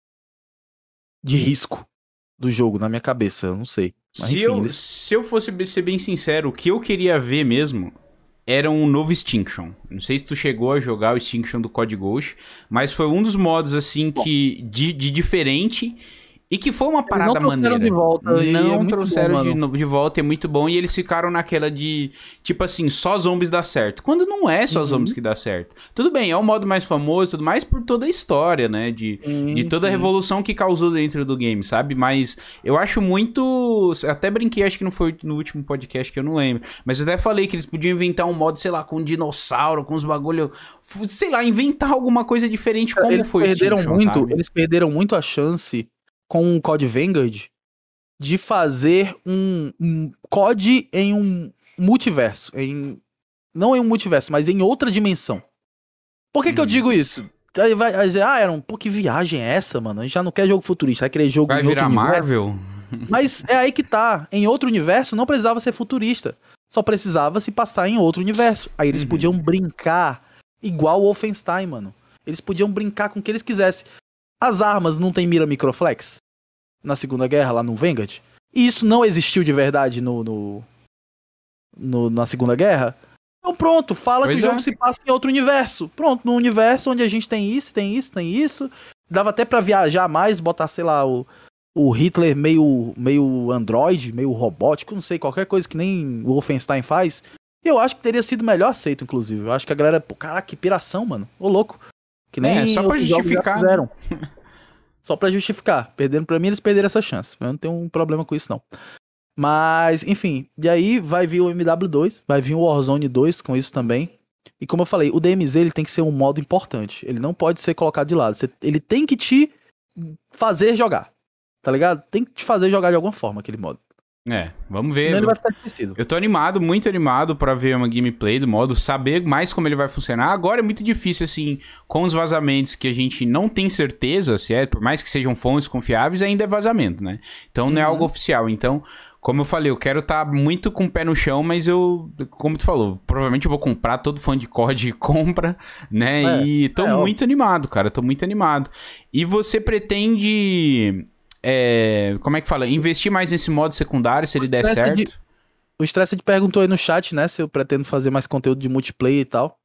de risco do jogo, na minha cabeça, eu não sei. Mas, Se, enfim, eu, eles... se eu fosse ser bem sincero, o que eu queria ver mesmo era um novo Extinction. Não sei se tu chegou a jogar o Extinction do Code Ghost, mas foi um dos modos, assim, que de, de diferente e que foi uma parada não trouxeram maneira. de volta e é Não muito trouxeram bom, de, mano. no- de volta, é muito bom. E eles ficaram naquela de, tipo assim, só zombies dá certo. Quando não é só Uhum. zombies que dá certo. Tudo bem, é o modo mais famoso, tudo mais por toda a história, né? De, Sim, de toda a sim. revolução que causou dentro do game, sabe? Mas eu acho muito... Até brinquei, acho que não foi no último podcast que eu não lembro. Mas eu até falei que eles podiam inventar um modo, sei lá, com um dinossauro, com uns bagulho... f- Sei lá, inventar alguma coisa diferente como eles foi o perderam Extinction, muito, sabe? eles perderam muito a chance com o C O D Vanguard de fazer um, um C O D em um multiverso, em não em um multiverso, mas em outra dimensão. Por que que eu Hum. digo isso? Aí vai vai dizer, ah, Aaron, pô, que viagem é essa, mano? A gente já não quer jogo futurista, vai querer jogo Vai em outro virar universo. Marvel? Mas é aí que tá. Em outro universo não precisava ser futurista. Só precisava se passar em outro universo. Aí eles Uhum. podiam brincar igual o Wolfenstein, mano. Eles podiam brincar com o que eles quisessem. As armas não tem mira microflex? Na Segunda Guerra, lá no Vanguard? E isso não existiu de verdade no, no, no- na Segunda Guerra? Então pronto, fala Pois que o jogo é. se passa em outro universo. Pronto, num universo onde a gente tem isso, tem isso, tem isso. Dava até pra viajar mais, botar, sei lá, o, o Hitler meio, meio androide, meio robótico, não sei, qualquer coisa que nem o Wolfenstein faz. E eu acho que teria sido melhor aceito, inclusive. Eu acho que a galera, pô, caraca, que piração, mano. Ô, louco. Que nem É, só pra outros jogos já justificar, fizeram. Só pra justificar. Perdendo pra mim, eles perderam essa chance. Eu não tenho um problema com isso, não. Mas, enfim. E aí vai vir o M W dois, vai vir o Warzone dois com isso também. E como eu falei, o D M Z ele tem que ser um modo importante. Ele não pode ser colocado de lado. Você- ele tem que te fazer jogar. Tá ligado? Tem que te fazer jogar de alguma forma aquele modo. É, vamos ver. Senão ele vai ficar esquecido. Eu tô animado, muito animado pra ver uma gameplay do modo, saber mais como ele vai funcionar. Agora é muito difícil, assim, com os vazamentos que a gente não tem certeza se é, por mais que sejam fontes confiáveis, ainda é vazamento, né? Então não é Uhum. algo oficial. Então, como eu falei, eu quero estar muito com o pé no chão, mas eu, como tu falou, provavelmente eu vou comprar, todo fã de C O D compra, né? É, e tô é, muito animado, cara, tô muito animado. E você pretende... É, como é que fala? Investir mais nesse modo secundário, se ele der Stressed certo? de- O Stressed perguntou aí no chat, né, se eu pretendo fazer mais conteúdo de multiplayer e tal.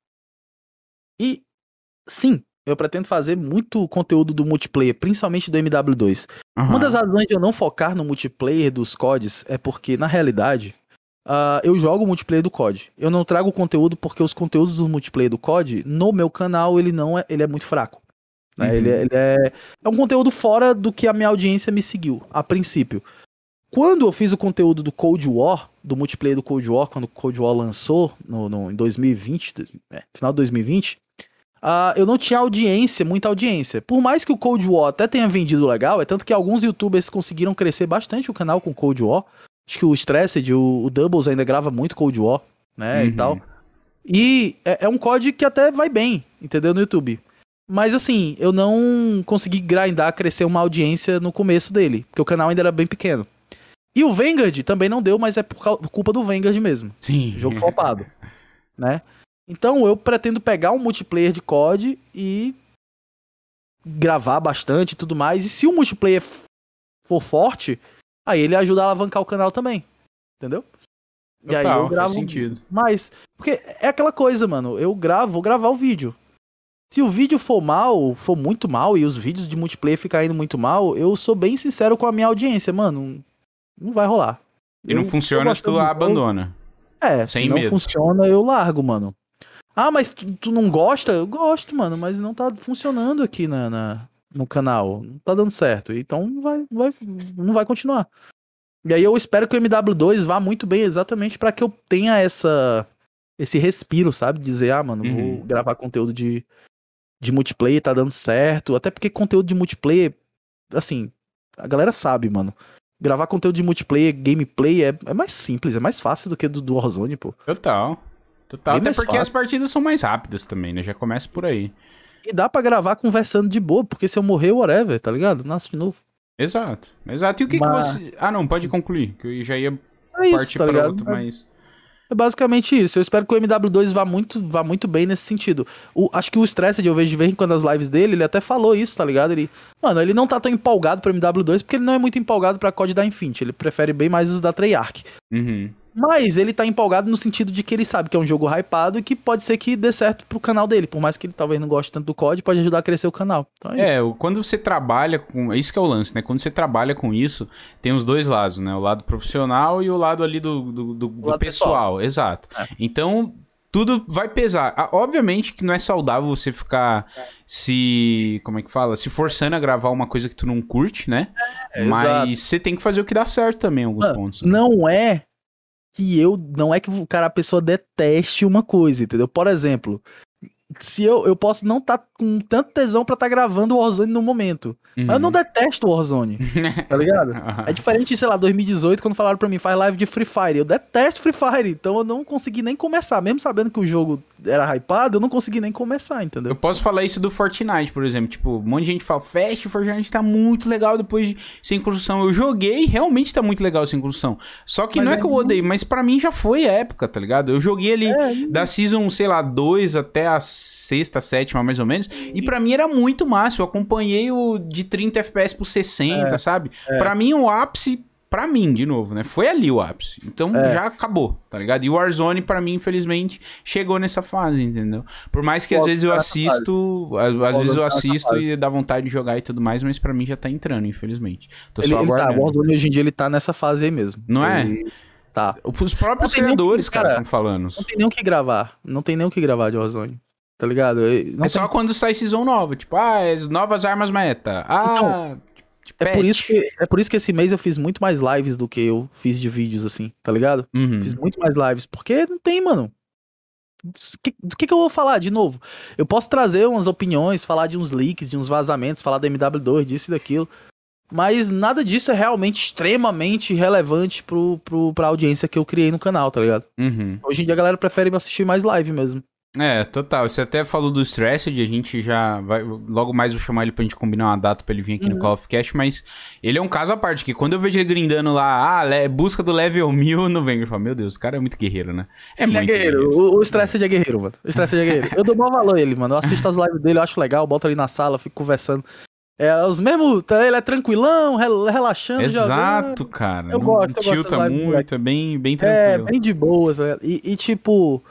E sim, eu pretendo fazer muito conteúdo do multiplayer, principalmente do M W dois. Aham. Uma das razões de eu não focar no multiplayer dos C O Ds é porque, na realidade, ah, eu jogo o multiplayer do C O D. Eu não trago conteúdo porque os conteúdos do multiplayer do C O D, no meu canal, ele não é, ele é muito fraco. Né? Uhum. Ele, é, ele é, é um conteúdo fora do que a minha audiência me seguiu, a princípio. Quando eu fiz o conteúdo do Cold War, do multiplayer do Cold War, quando o Cold War lançou no, no, em dois mil e vinte, é, final de dois mil e vinte, ah, eu não tinha audiência, muita audiência. Por mais que o Cold War até tenha vendido legal, é tanto que alguns youtubers conseguiram crescer bastante o canal com Cold War. Acho que o Stressed, o, o Doubles ainda grava muito Cold War, né, e Uhum. tal. E é, é um C O D que até vai bem, entendeu, no YouTube. Mas assim, eu não consegui grindar, crescer uma audiência no começo dele, porque o canal ainda era bem pequeno. E o Vanguard também não deu, mas é por cau- culpa do Vanguard mesmo. Sim. Jogo flopado, né? Então eu pretendo pegar um multiplayer de C O D e gravar bastante e tudo mais. E se o multiplayer f- for forte, aí ele ajuda a alavancar o canal também. Entendeu? E aí Total, eu gravo faz sentido. mais. Porque é aquela coisa, mano. Eu gravo, vou gravar o vídeo. Se o vídeo for mal, for muito mal, e os vídeos de multiplayer ficarem indo muito mal, eu sou bem sincero com a minha audiência, mano. Não vai rolar. E não Eu- funciona eu se tu gostando do abandona. É, Sem se não medo. funciona, eu largo, mano. Ah, mas tu, tu não gosta? Eu gosto, mano, mas não tá funcionando aqui na, na- no canal. Não tá dando certo. Então não vai, não vai, não vai continuar. E aí eu espero que o M W dois vá muito bem exatamente pra que eu tenha essa esse respiro, sabe? Dizer, ah, mano, Uhum. vou gravar conteúdo de, de multiplayer, tá dando certo. Até porque conteúdo de multiplayer, assim, a galera sabe, mano. Gravar conteúdo de multiplayer, gameplay, é, é mais simples, é mais fácil do que do, do Warzone, pô. Total. Total. Bem Até mais porque fácil. as partidas são mais rápidas também, né? Já começa por aí. E dá pra gravar conversando de boa, porque se eu morrer, whatever, tá ligado? Nasce de novo. Exato. Exato. E o que, Mas- que você... Ah, não, pode concluir. Que eu já ia É isso, partir tá pra ligado? outro, mas... É basicamente isso. Eu espero que o M W dois vá muito, vá muito bem nesse sentido. O- acho que o Stressed, eu vejo de vez em quando as lives dele, ele até falou isso, tá ligado? Ele, mano, ele não tá tão empolgado pro M W dois porque ele não é muito empolgado pra C O D da Infinity. Ele prefere bem mais os da Treyarch. Uhum. Mas ele tá empolgado no sentido de que ele sabe que é um jogo hypado e que pode ser que dê certo pro canal dele. Por mais que ele talvez não goste tanto do C O D, pode ajudar a crescer o canal. Então é isso. É, o- quando você trabalha com... Isso que é o lance, né? Quando você trabalha com isso, tem os dois lados, né? O lado profissional e o lado ali do, do, do- do lado pessoal. Exato. É. Então, tudo vai pesar. Ah, obviamente que não é saudável você ficar se... Como é que fala? Se forçando a gravar uma coisa que tu não curte, né? É, Mas exato. você tem que fazer o que dá certo também em alguns Mano, pontos. né? não é que eu. Não é que o cara, a pessoa deteste uma coisa, entendeu? Por exemplo, se eu, eu posso não estar com tanto tesão pra estar gravando o Warzone no momento. Mas eu não Uhum. detesto o Warzone, tá ligado? É diferente, sei lá, dois mil e dezoito, quando falaram pra mim, faz live de Free Fire. Eu detesto Free Fire, então eu não consegui nem começar. Mesmo sabendo que o jogo era hypado, eu não consegui nem começar, Eu entendeu? posso falar isso do Fortnite, por exemplo. Tipo, um monte de gente fala, Fast, Fortnite tá muito legal depois de sem construção. Eu joguei, realmente tá muito legal sem construção. Só que Mas não é aí que eu não- odeio, mas pra mim já foi época, tá ligado? Eu joguei ali É, da Season, sei lá, dois até a sexta, sétima, mais ou menos. E pra mim era muito massa. Eu acompanhei o de trinta F P S por sessenta, sabe? Pra mim o ápice... Pra mim, de novo, né? Foi ali o ápice. Então É. já acabou, tá ligado? E o Warzone, pra mim, infelizmente, chegou nessa fase, entendeu? Por mais que às Pode vezes eu tá nessa assisto, às, às vezes eu tá nessa assisto fase. e dá vontade de jogar e tudo mais, mas pra mim já tá entrando, infelizmente. Tô Ele, só ele tá, aguardando. o Warzone hoje em dia ele tá nessa fase aí mesmo. Não é? Ele, Tá. Os próprios Não tem nem o que- criadores, cara, cara, estão falando. Não tem nem o que gravar. Não tem nem o que gravar de Warzone. Tá ligado? Eu- Não É tem- só quando sai season nova. Tipo, ah, as novas armas meta. Ah, tipo, É patch. por, isso que, é por isso que esse mês eu fiz muito mais lives do que eu fiz de vídeos, assim, tá ligado? Uhum. Fiz muito mais lives, porque não tem, mano. Do que, do que que eu vou falar de novo? Eu posso trazer umas opiniões, falar de uns leaks, de uns vazamentos, falar da M W dois, disso e daquilo, mas nada disso é realmente extremamente relevante pro, pro, pra audiência que eu criei no canal, tá ligado? Uhum. Hoje em dia a galera prefere assistir mais live mesmo. É, total. Você até falou do Stressed, a gente já vai. Logo mais vou chamar ele pra gente combinar uma data pra ele vir aqui no Uhum. Call of Cast, mas ele é um caso à parte, que quando eu vejo ele grindando lá, ah, le- busca do level mil no Vanguard, eu falo, meu Deus, o cara é muito guerreiro, né? É Ele muito é guerreiro. O, o Stressed é guerreiro, mano. O Stressed é guerreiro. Eu dou maior valor a ele, mano. Eu assisto as lives dele, eu acho legal, boto ali na sala, fico conversando. É, os mesmos. tá, Ele é tranquilão, rel- relaxando, jogando. Exato, cara. Eu Não gosto, eu gosto tilta das lives do muito, moleque. é bem, bem É, tranquilo. bem de boas. né? E, e, tipo,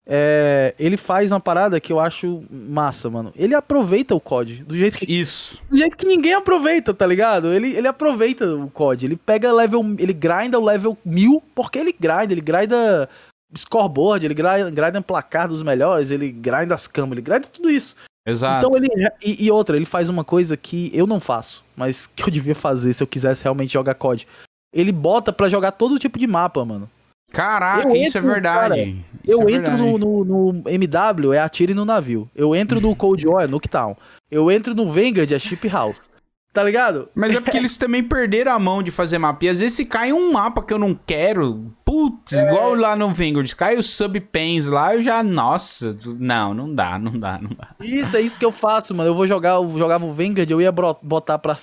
é, ele faz uma parada que eu acho massa, mano. Ele aproveita o C O D do jeito que, Isso. do jeito que ninguém aproveita, tá ligado? Ele, ele aproveita o C O D. Ele pega level. Ele grinda o level mil, porque ele grinda. Ele grinda scoreboard, ele grinda, grinda placar dos melhores, ele grinda as câmeras, ele grinda tudo isso. Exato. Então ele. E, e outra, ele faz uma coisa que eu não faço, mas que eu devia fazer se eu quisesse realmente jogar C O D. Ele bota pra jogar todo tipo de mapa, mano. Caraca, Eu isso é entro, verdade. cara, Isso Eu é entro verdade. no, no, no M W, é atire no navio. Eu entro no Cold War, é Nuketown. Eu entro no Vanguard, é Ship House. Tá ligado? Mas é porque eles também perderam a mão de fazer mapa. E às vezes se cai um mapa que eu não quero, putz, É. igual lá no Vanguard, cai o Subpens lá, eu já, nossa, não, não dá, não dá, não dá. Isso, é isso que eu faço, mano. Eu vou jogar, eu jogava o Vanguard, eu ia bro- botar pra,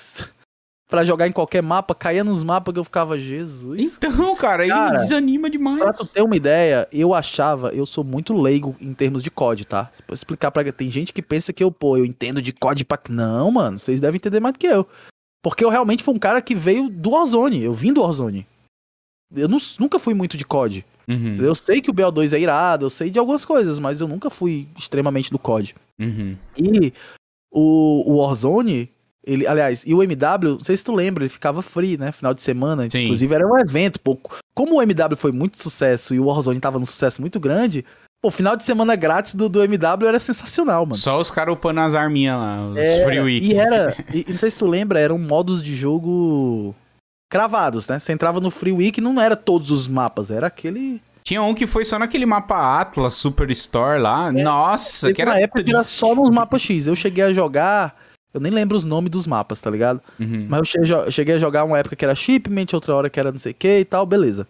pra jogar em qualquer mapa, caía nos mapas que eu ficava, Jesus. Então, cara, aí Cara, desanima demais. Pra tu ter uma ideia, eu achava, eu sou muito leigo em termos de C O D, tá? Vou explicar pra... Tem gente que pensa que eu, pô, eu entendo de C O D pra... Não, mano, vocês devem entender mais do que eu. Porque eu realmente fui um cara que veio do Warzone, eu vim do Warzone. Eu não- nunca fui muito de C O D. Uhum, Eu sei que o B O dois é irado, eu sei de algumas coisas, mas eu nunca fui extremamente do C O D. uhum. E o, o Warzone, ele, aliás, e o M W, não sei se tu lembra, ele ficava free, né? Final de semana. Sim. Inclusive era um evento, pô. Como o M W foi muito sucesso e o Warzone tava num sucesso muito grande, pô, final de semana grátis do, do M W era sensacional, mano. Só os caras upando as arminhas lá, os Era, Free Week. E era, e, e não sei se tu lembra, eram modos de jogo cravados, né? Você entrava no Free Week e não era todos os mapas, era aquele... Tinha um que foi só naquele mapa Atlas Superstore lá. Nossa, Teve que era uma época que era triste. só nos mapas X. Eu cheguei a jogar, eu nem lembro os nomes dos mapas, tá ligado? Uhum. Mas eu cheguei, eu cheguei a jogar uma época que era Shipment, outra hora que era não sei o que e tal, beleza.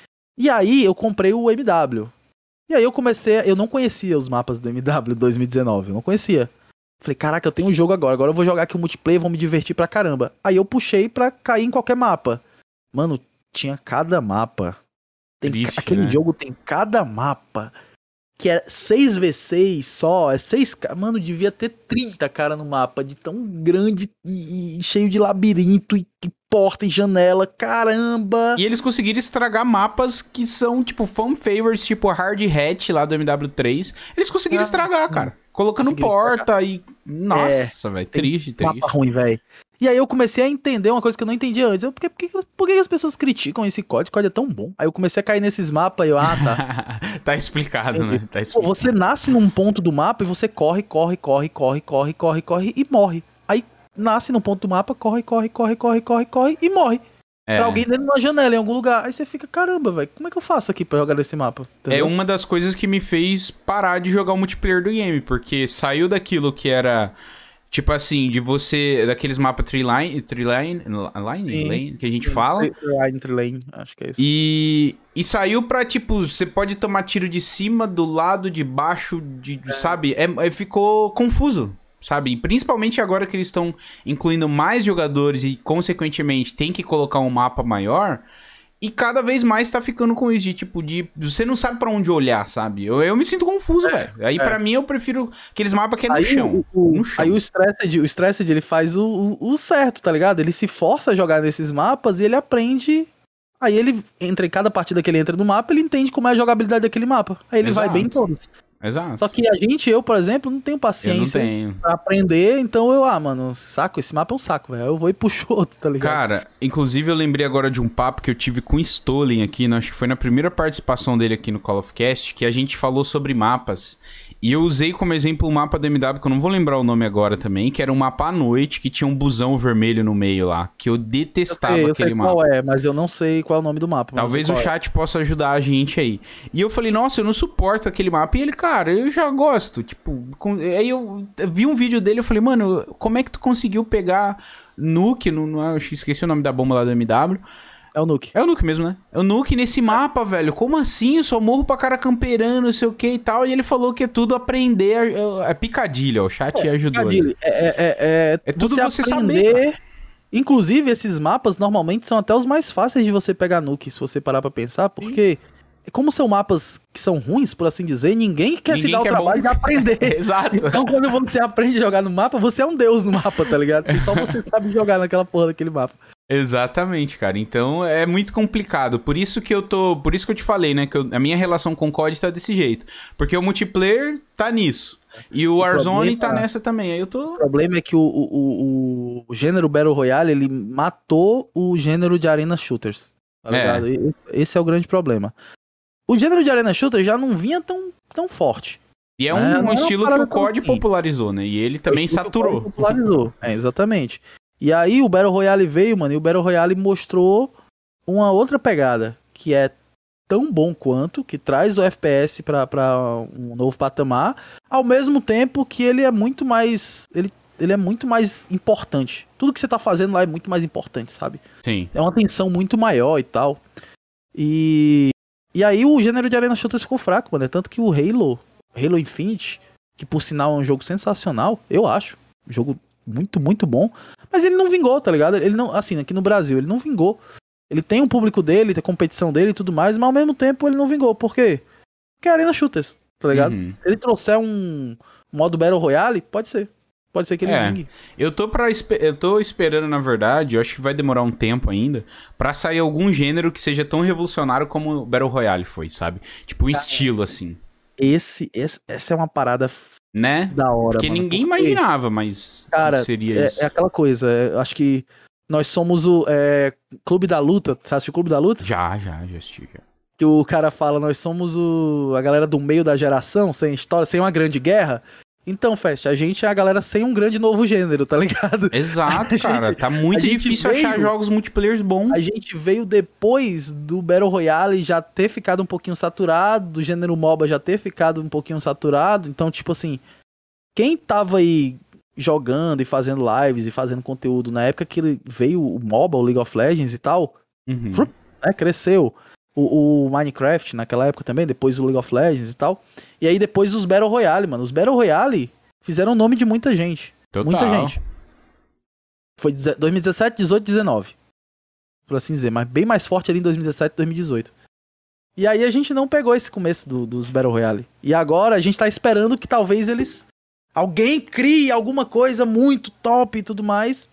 E aí eu comprei o M W. E aí eu comecei, a- eu não conhecia os mapas do M W dois mil e dezenove, eu não conhecia. Falei, caraca, eu tenho um jogo agora, agora eu vou jogar aqui o multiplayer, vou me divertir pra caramba. Aí eu puxei pra cair em qualquer mapa. Mano, tinha cada mapa. Tem ca- Triste, aquele né? jogo tem cada mapa. Que é seis vezes seis só, é seis... ca- Mano, devia ter trinta cara no mapa, de tão grande e, e cheio de labirinto e, e porta e janela, caramba! E eles conseguiram estragar mapas que são, tipo, fan favorites, tipo Hard Hat lá do M W três. Eles conseguiram Ah, estragar, cara. Colocando conseguiram porta e... Nossa, velho, tem triste, triste. Mapa ruim, velho. E aí eu comecei a entender uma coisa que eu não entendia antes. Eu, por, que, por, que, por que as pessoas criticam esse código? O código é tão bom. Aí eu comecei a cair nesses mapas e eu, ah, tá. Tá explicado, Entendi. né? Tá Pô, explicado. você nasce num ponto do mapa e você corre, corre, corre, corre, corre, corre, corre e morre. Aí nasce num ponto do mapa, corre, corre, corre, corre, corre, corre e morre. É. Pra alguém dentro de uma janela em algum lugar. Aí você fica, caramba, velho, como é que eu faço aqui pra jogar nesse mapa? É Entendeu? uma das coisas que me fez parar de jogar o multiplayer do game, porque saiu daquilo que era, tipo assim, de você, daqueles mapas tree line, tree line, line, Sim. lane, que a gente fala, Line to lane, acho que é isso. e, e saiu pra, tipo, você pode tomar tiro de cima, do lado, de baixo, de, sabe? É, é- ficou confuso, sabe? E principalmente agora que eles estão incluindo mais jogadores e, consequentemente, tem que colocar um mapa maior. E cada vez mais tá ficando com isso de, tipo, de... Você não sabe pra onde olhar, sabe? Eu, eu me sinto confuso, velho. Aí, é. pra mim, eu prefiro aqueles mapas que é no Aí, chão. o, o- no chão. aí o Stressed, o Stressed, ele faz o, o, o certo, tá ligado? Ele se força a jogar nesses mapas e ele aprende. Aí ele entra em cada partida que ele entra no mapa, ele entende como é a jogabilidade daquele mapa. Aí ele vai Exato. bem em todos. Exato. Só que a gente, eu, por exemplo, não tenho paciência eu não tenho. pra aprender, então eu, ah, mano, saco, esse mapa é um saco, velho. Eu vou e puxo outro, tá ligado? Cara, inclusive eu lembrei agora de um papo que eu tive com o Stolen aqui, né? Acho que foi na primeira participação dele aqui no Call of Cast, que a gente falou sobre mapas. E eu usei como exemplo o mapa da M W, que eu não vou lembrar o nome agora também, que era um mapa à noite, que tinha um busão vermelho no meio lá, que eu detestava eu sei, eu aquele sei mapa. qual é, mas eu não sei qual é o nome do mapa. Talvez o chat é. possa ajudar a gente aí. E eu falei, nossa, eu não suporto aquele mapa. E ele, cara, eu já gosto. Tipo, com... aí eu vi um vídeo dele, eu falei, mano, como é que tu conseguiu pegar Nuke, no, no, eu esqueci o nome da bomba lá da M W. É o Nuke. É o Nuke mesmo, né? É o Nuke nesse mapa, velho. Como assim? Eu só morro pra cara camperando, não sei o que e tal. E ele falou que é tudo aprender. É, é picadilha, ó. O chat é, ajudou. Picadilha. É, é, é, é tudo você, você aprender... saber. Inclusive, esses mapas normalmente são até os mais fáceis de você pegar Nuke, se você parar pra pensar, porque... Sim. Como são mapas que são ruins, por assim dizer, ninguém quer ninguém se dar o trabalho bom. de aprender. Exato. Então, quando você aprende a jogar no mapa, você é um deus no mapa, tá ligado? E só você sabe jogar naquela porra daquele mapa. Exatamente, cara. Então é muito complicado. Por isso que eu tô. Por isso que eu te falei, né? Que eu, a minha relação com o C O D tá desse jeito. Porque o multiplayer tá nisso. E o, o Warzone problema, tá nessa também. Aí eu tô. O problema é que o, o, o, o gênero Battle Royale, ele matou o gênero de Arena Shooters. Tá ligado? É. Esse é o grande problema. O gênero de Arena Shooter já não vinha tão, tão forte. E é um, é, um estilo que o C O D popularizou, né? E ele também saturou. Que o popularizou, é, exatamente. E aí o Battle Royale veio, mano, e o Battle Royale mostrou uma outra pegada, que é tão bom quanto, que traz o F P S pra, pra um novo patamar, ao mesmo tempo que ele é muito mais... Ele, ele é muito mais importante. Tudo que você tá fazendo lá é muito mais importante, sabe? Sim. É uma tensão muito maior e tal. E... E aí o gênero de Arena Shooters ficou fraco, mano. É tanto que o Halo, Halo Infinite, que por sinal é um jogo sensacional, eu acho. Um jogo muito, muito bom. Mas ele não vingou, tá ligado? Ele não, assim, aqui no Brasil, ele não vingou. Ele tem um público dele, tem a competição dele e tudo mais, mas ao mesmo tempo ele não vingou. Por quê? Porque é Arena Shooters, tá ligado? Uhum. Se ele trouxer um modo Battle Royale, pode ser. Pode ser que ele é, vingue. Eu tô, pra, eu tô esperando, na verdade, eu acho que vai demorar um tempo ainda, pra sair algum gênero que seja tão revolucionário como o Battle Royale foi, sabe? Tipo, um Cara, estilo, assim. Esse, esse, essa é uma parada né? da hora, Porque mano, ninguém porque, imaginava, mas cara, seria é, isso. É aquela coisa, é, acho que nós somos o é, Clube da Luta, você assistiu o Clube da Luta? Já, já, já assisti, já. Que o cara fala, nós somos o, a galera do meio da geração, sem história, sem uma grande guerra. Então, Fest, a gente é a galera sem um grande novo gênero, tá ligado? Exato, cara. Gente, tá muito difícil veio, achar jogos multiplayers bons. A gente veio depois do Battle Royale já ter ficado um pouquinho saturado, do gênero MOBA já ter ficado um pouquinho saturado. Então, tipo assim, quem tava aí jogando e fazendo lives e fazendo conteúdo na época que veio o MOBA, o League of Legends e tal, uhum. né, cresceu. O, o Minecraft naquela época também, depois o League of Legends e tal. E aí depois os Battle Royale, mano. Os Battle Royale fizeram o nome de muita gente. Total. Muita gente. Foi dois mil e dezessete, dezoito, dezenove. Por assim dizer. Mas bem mais forte ali em dois mil e dezessete, dois mil e dezoito. E aí a gente não pegou esse começo do, dos Battle Royale. E agora a gente tá esperando que talvez eles... Alguém crie alguma coisa muito top e tudo mais...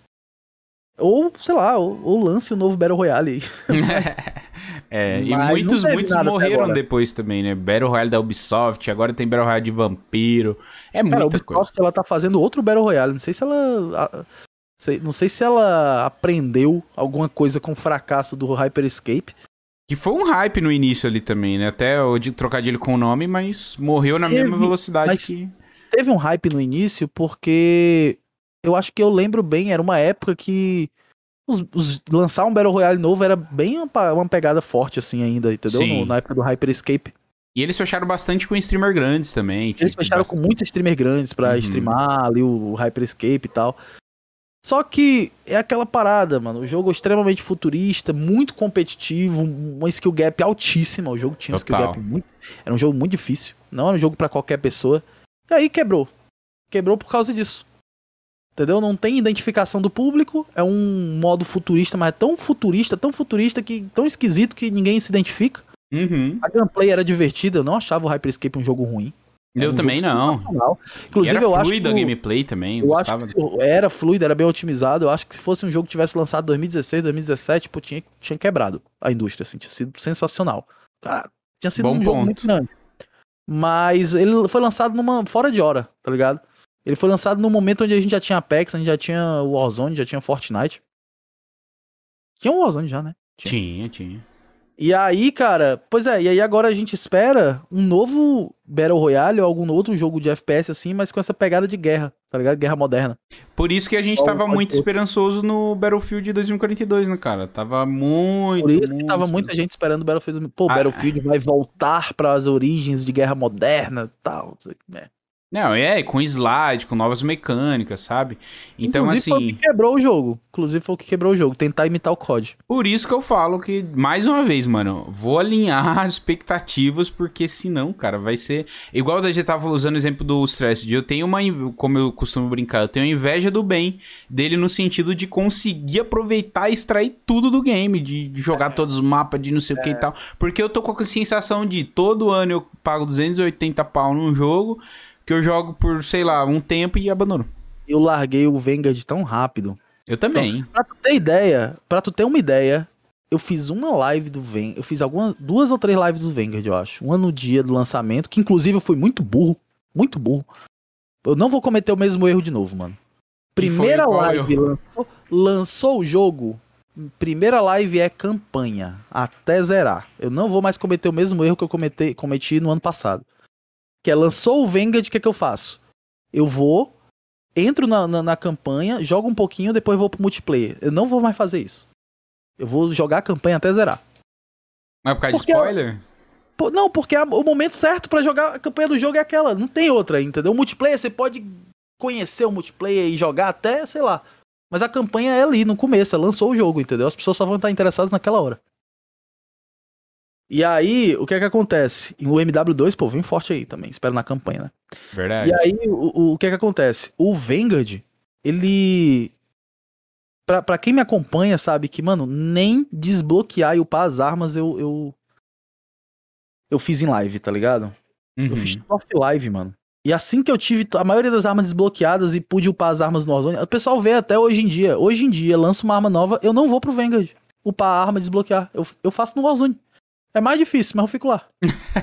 Ou, sei lá, ou, ou lance o um novo Battle Royale. Mas, é, e muitos, muitos morreram depois também, né? Battle Royale da Ubisoft, agora tem Battle Royale de Vampiro. É muita Cara, a Ubisoft, coisa. Ela tá fazendo outro Battle Royale. Não sei se ela... Sei, não sei se ela aprendeu alguma coisa com o fracasso do Hyper Escape. Que foi um hype no início ali também, né? Até o de trocadilho com o nome, mas morreu na teve, mesma velocidade que... Teve um hype no início porque... Eu acho que eu lembro bem, era uma época que os, os, lançar um Battle Royale novo era bem uma, uma pegada forte assim ainda, entendeu? No, na época do Hyper Escape. E eles fecharam bastante com streamer grandes também. Eles tipo, fecharam bastante... com muitos streamer grandes pra uhum. streamar ali o, o Hyper Escape e tal. Só que é aquela parada, mano. O jogo é extremamente futurista, muito competitivo, uma skill gap altíssima. O jogo tinha uma skill gap muito... Era um jogo muito difícil. Não era um jogo pra qualquer pessoa. E aí quebrou. Quebrou por causa disso. Entendeu? Não tem identificação do público, é um modo futurista, mas é tão futurista, tão futurista, que tão esquisito que ninguém se identifica. Uhum. A gameplay era divertida, eu não achava o Hyper Escape um jogo ruim. Eu um também não. Inclusive, era eu acho fluida que a gameplay também. Eu, eu acho que se, era fluido, era bem otimizado. Eu acho que se fosse um jogo que tivesse lançado em dois mil e dezesseis, dois mil e dezessete, pô, tinha, tinha quebrado a indústria, assim, tinha sido sensacional. Cara, tinha sido Bom um ponto. jogo muito grande. Mas ele foi lançado numa fora de hora, tá ligado? Ele foi lançado num momento onde a gente já tinha Apex, a gente já tinha Warzone, já tinha Fortnite. Tinha o Warzone já, né? Tinha, tinha. E aí, cara, pois é, e aí agora a gente espera um novo Battle Royale ou algum outro jogo de F P S assim, mas com essa pegada de guerra, tá ligado? Guerra moderna. Por isso que a gente Qual tava pode muito ser? esperançoso no Battlefield dois mil e quarenta e dois, né, cara? Tava muito, Por isso que muito tava esperançoso. muita gente esperando o Battlefield. Pô, o Ah, Battlefield vai voltar para as origens de guerra moderna e tal. Não sei o que, né? Não, é, com slide, com novas mecânicas, sabe? Então, Inclusive foi o assim, que quebrou o jogo. Inclusive foi o que quebrou o jogo. Tentar imitar o C O D. por isso que eu falo que, mais uma vez, mano, vou alinhar as expectativas, porque senão, cara, vai ser... Igual a gente tava usando o exemplo do Stressed, eu tenho uma, inv- como eu costumo brincar, eu tenho inveja do bem dele no sentido de conseguir aproveitar e extrair tudo do game, de, de jogar todos os mapas, de não sei o que e tal. Porque eu tô com a sensação de, todo ano eu pago duzentos e oitenta pau num jogo, que eu jogo por, sei lá, um tempo e abandono. Eu larguei o Vanguard tão rápido. Eu também. Pra tu ter ideia, pra tu ter uma ideia, eu fiz uma live do Vanguard. Eu fiz algumas, duas ou três lives do Vanguard, eu acho. Uma no dia do lançamento, que inclusive eu fui muito burro. Muito burro. Eu não vou cometer o mesmo erro de novo, mano. Que foi Primeira qual live, erro? lançou, lançou o jogo. Primeira live é campanha, até zerar. Eu não vou mais cometer o mesmo erro que eu cometi, cometi no ano passado. Que é, lançou o Vanguard, o que, é que eu faço? Eu vou, entro na, na, na campanha, jogo um pouquinho, depois vou pro multiplayer. Eu não vou mais fazer isso. Eu vou jogar a campanha até zerar. Mas por causa Porque- de spoiler? Pô, não, porque a- o momento certo pra jogar a campanha do jogo é aquela. Não tem outra, entendeu? O multiplayer, você pode conhecer o multiplayer e jogar até, sei lá. Mas a campanha é ali, no começo, lançou o jogo, entendeu? As pessoas só vão estar interessadas naquela hora. E aí, o que é que acontece? E o M W dois, pô, vem forte aí também, espero na campanha, né? Verdade. E aí, o, o que é que acontece? O Vanguard, ele... Pra, pra quem me acompanha, sabe que, mano, nem desbloquear e upar as armas eu... Eu, eu fiz em live, tá ligado? Uhum. Eu fiz tudo off-live, mano. E assim que eu tive a maioria das armas desbloqueadas e pude upar as armas no Warzone, o pessoal vê até hoje em dia. Hoje em dia, lança uma arma nova, eu não vou pro Vanguard upar a arma e desbloquear. Eu, eu faço no Warzone. É mais difícil, mas eu fico lá.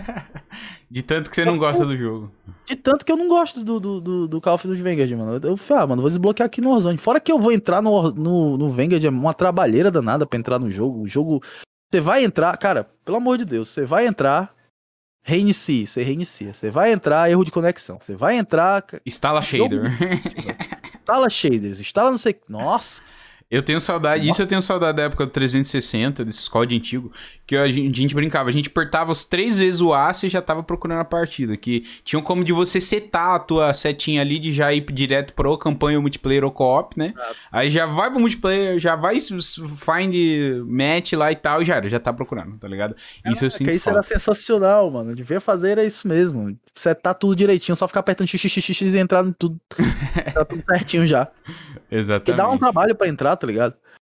De tanto que você não gosta do jogo. De tanto que eu não gosto do, do, do, do Call of Duty Vanguard, mano. Eu falei, ah, mano, vou desbloquear aqui no Warzone. Fora que eu vou entrar no, War- no, no Vanguard, é uma trabalheira danada pra entrar no jogo. O jogo... Você vai entrar... Cara, pelo amor de Deus, você vai entrar... Reinicie, você reinicia. Você vai entrar, erro de conexão. Você vai entrar... Instala shader. Instala shaders, instala não sei... Nossa... Eu tenho saudade, isso eu tenho saudade da época do trezentos e sessenta, desses C O D antigo, que a gente, a gente brincava, a gente apertava os três vezes o A e já tava procurando a partida, que tinham como de você setar a tua setinha ali de já ir direto pro campanha ou multiplayer ou co-op, né? Exato. Aí já vai pro multiplayer, já vai find match lá e tal, e já era, já tá procurando, tá ligado? Isso eu sinto Caraca, isso falta. era sensacional, mano. Devia fazer era isso mesmo. Setar tudo direitinho, só ficar apertando x x x x e entrar em tudo. Tá tudo certinho já. Porque Exatamente. dá um trabalho pra entrar, tá ligado?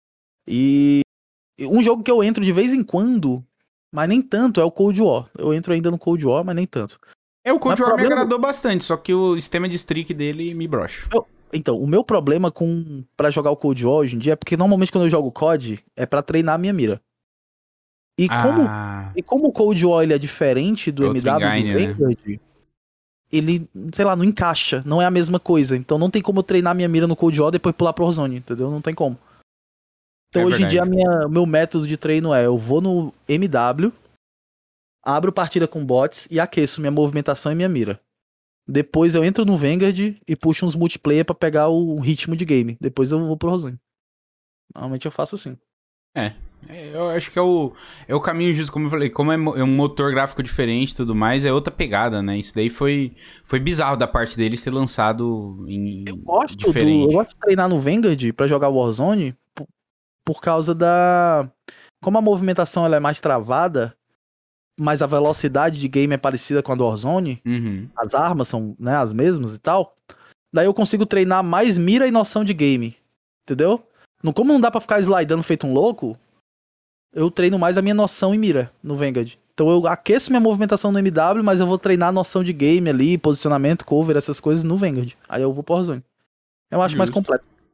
E um jogo que eu entro de vez em quando, mas nem tanto, é o Cold War. Eu entro ainda no Cold War, mas nem tanto. É, o Cold Mas War me problema- agradou bastante, só que o sistema de streak dele me brocha. Então, o meu problema com para jogar o Cold War hoje em dia é porque normalmente quando eu jogo C O D é pra treinar a minha mira. E como Ah, E como o Cold War ele é diferente do Outro M W engine, do né? Vanguard, ele, sei lá, não encaixa, não é a mesma coisa. Então não tem como eu treinar minha mira no Cold War e depois pular pro Warzone, entendeu? Não tem como. Então É hoje em dia verdade. o meu método de treino é, eu vou no M W, abro partida com bots e aqueço minha movimentação e minha mira. Depois eu entro no Vanguard e puxo uns multiplayer pra pegar o ritmo de game. Depois eu vou pro Warzone. Normalmente eu faço assim. É, eu acho que é o, é o caminho justo, como eu falei, como é mo- é um motor gráfico diferente e tudo mais, é outra pegada, né? Isso daí foi, foi bizarro da parte deles ter lançado em Eu gosto, do, diferente. eu gosto de treinar no Vanguard pra jogar Warzone por, por causa da... Como a movimentação ela é mais travada, mas a velocidade de game é parecida com a do Warzone, Uhum. as armas são, né, as mesmas e tal, daí eu consigo treinar mais mira e noção de game, entendeu? No, como não dá pra ficar slidando feito um louco, eu treino mais a minha noção e mira no Vanguard. Então eu aqueço minha movimentação no M W, mas eu vou treinar a noção de game ali, posicionamento, cover, essas coisas no Vanguard. Aí eu vou pro Warzone. Eu acho mais Justo. completo.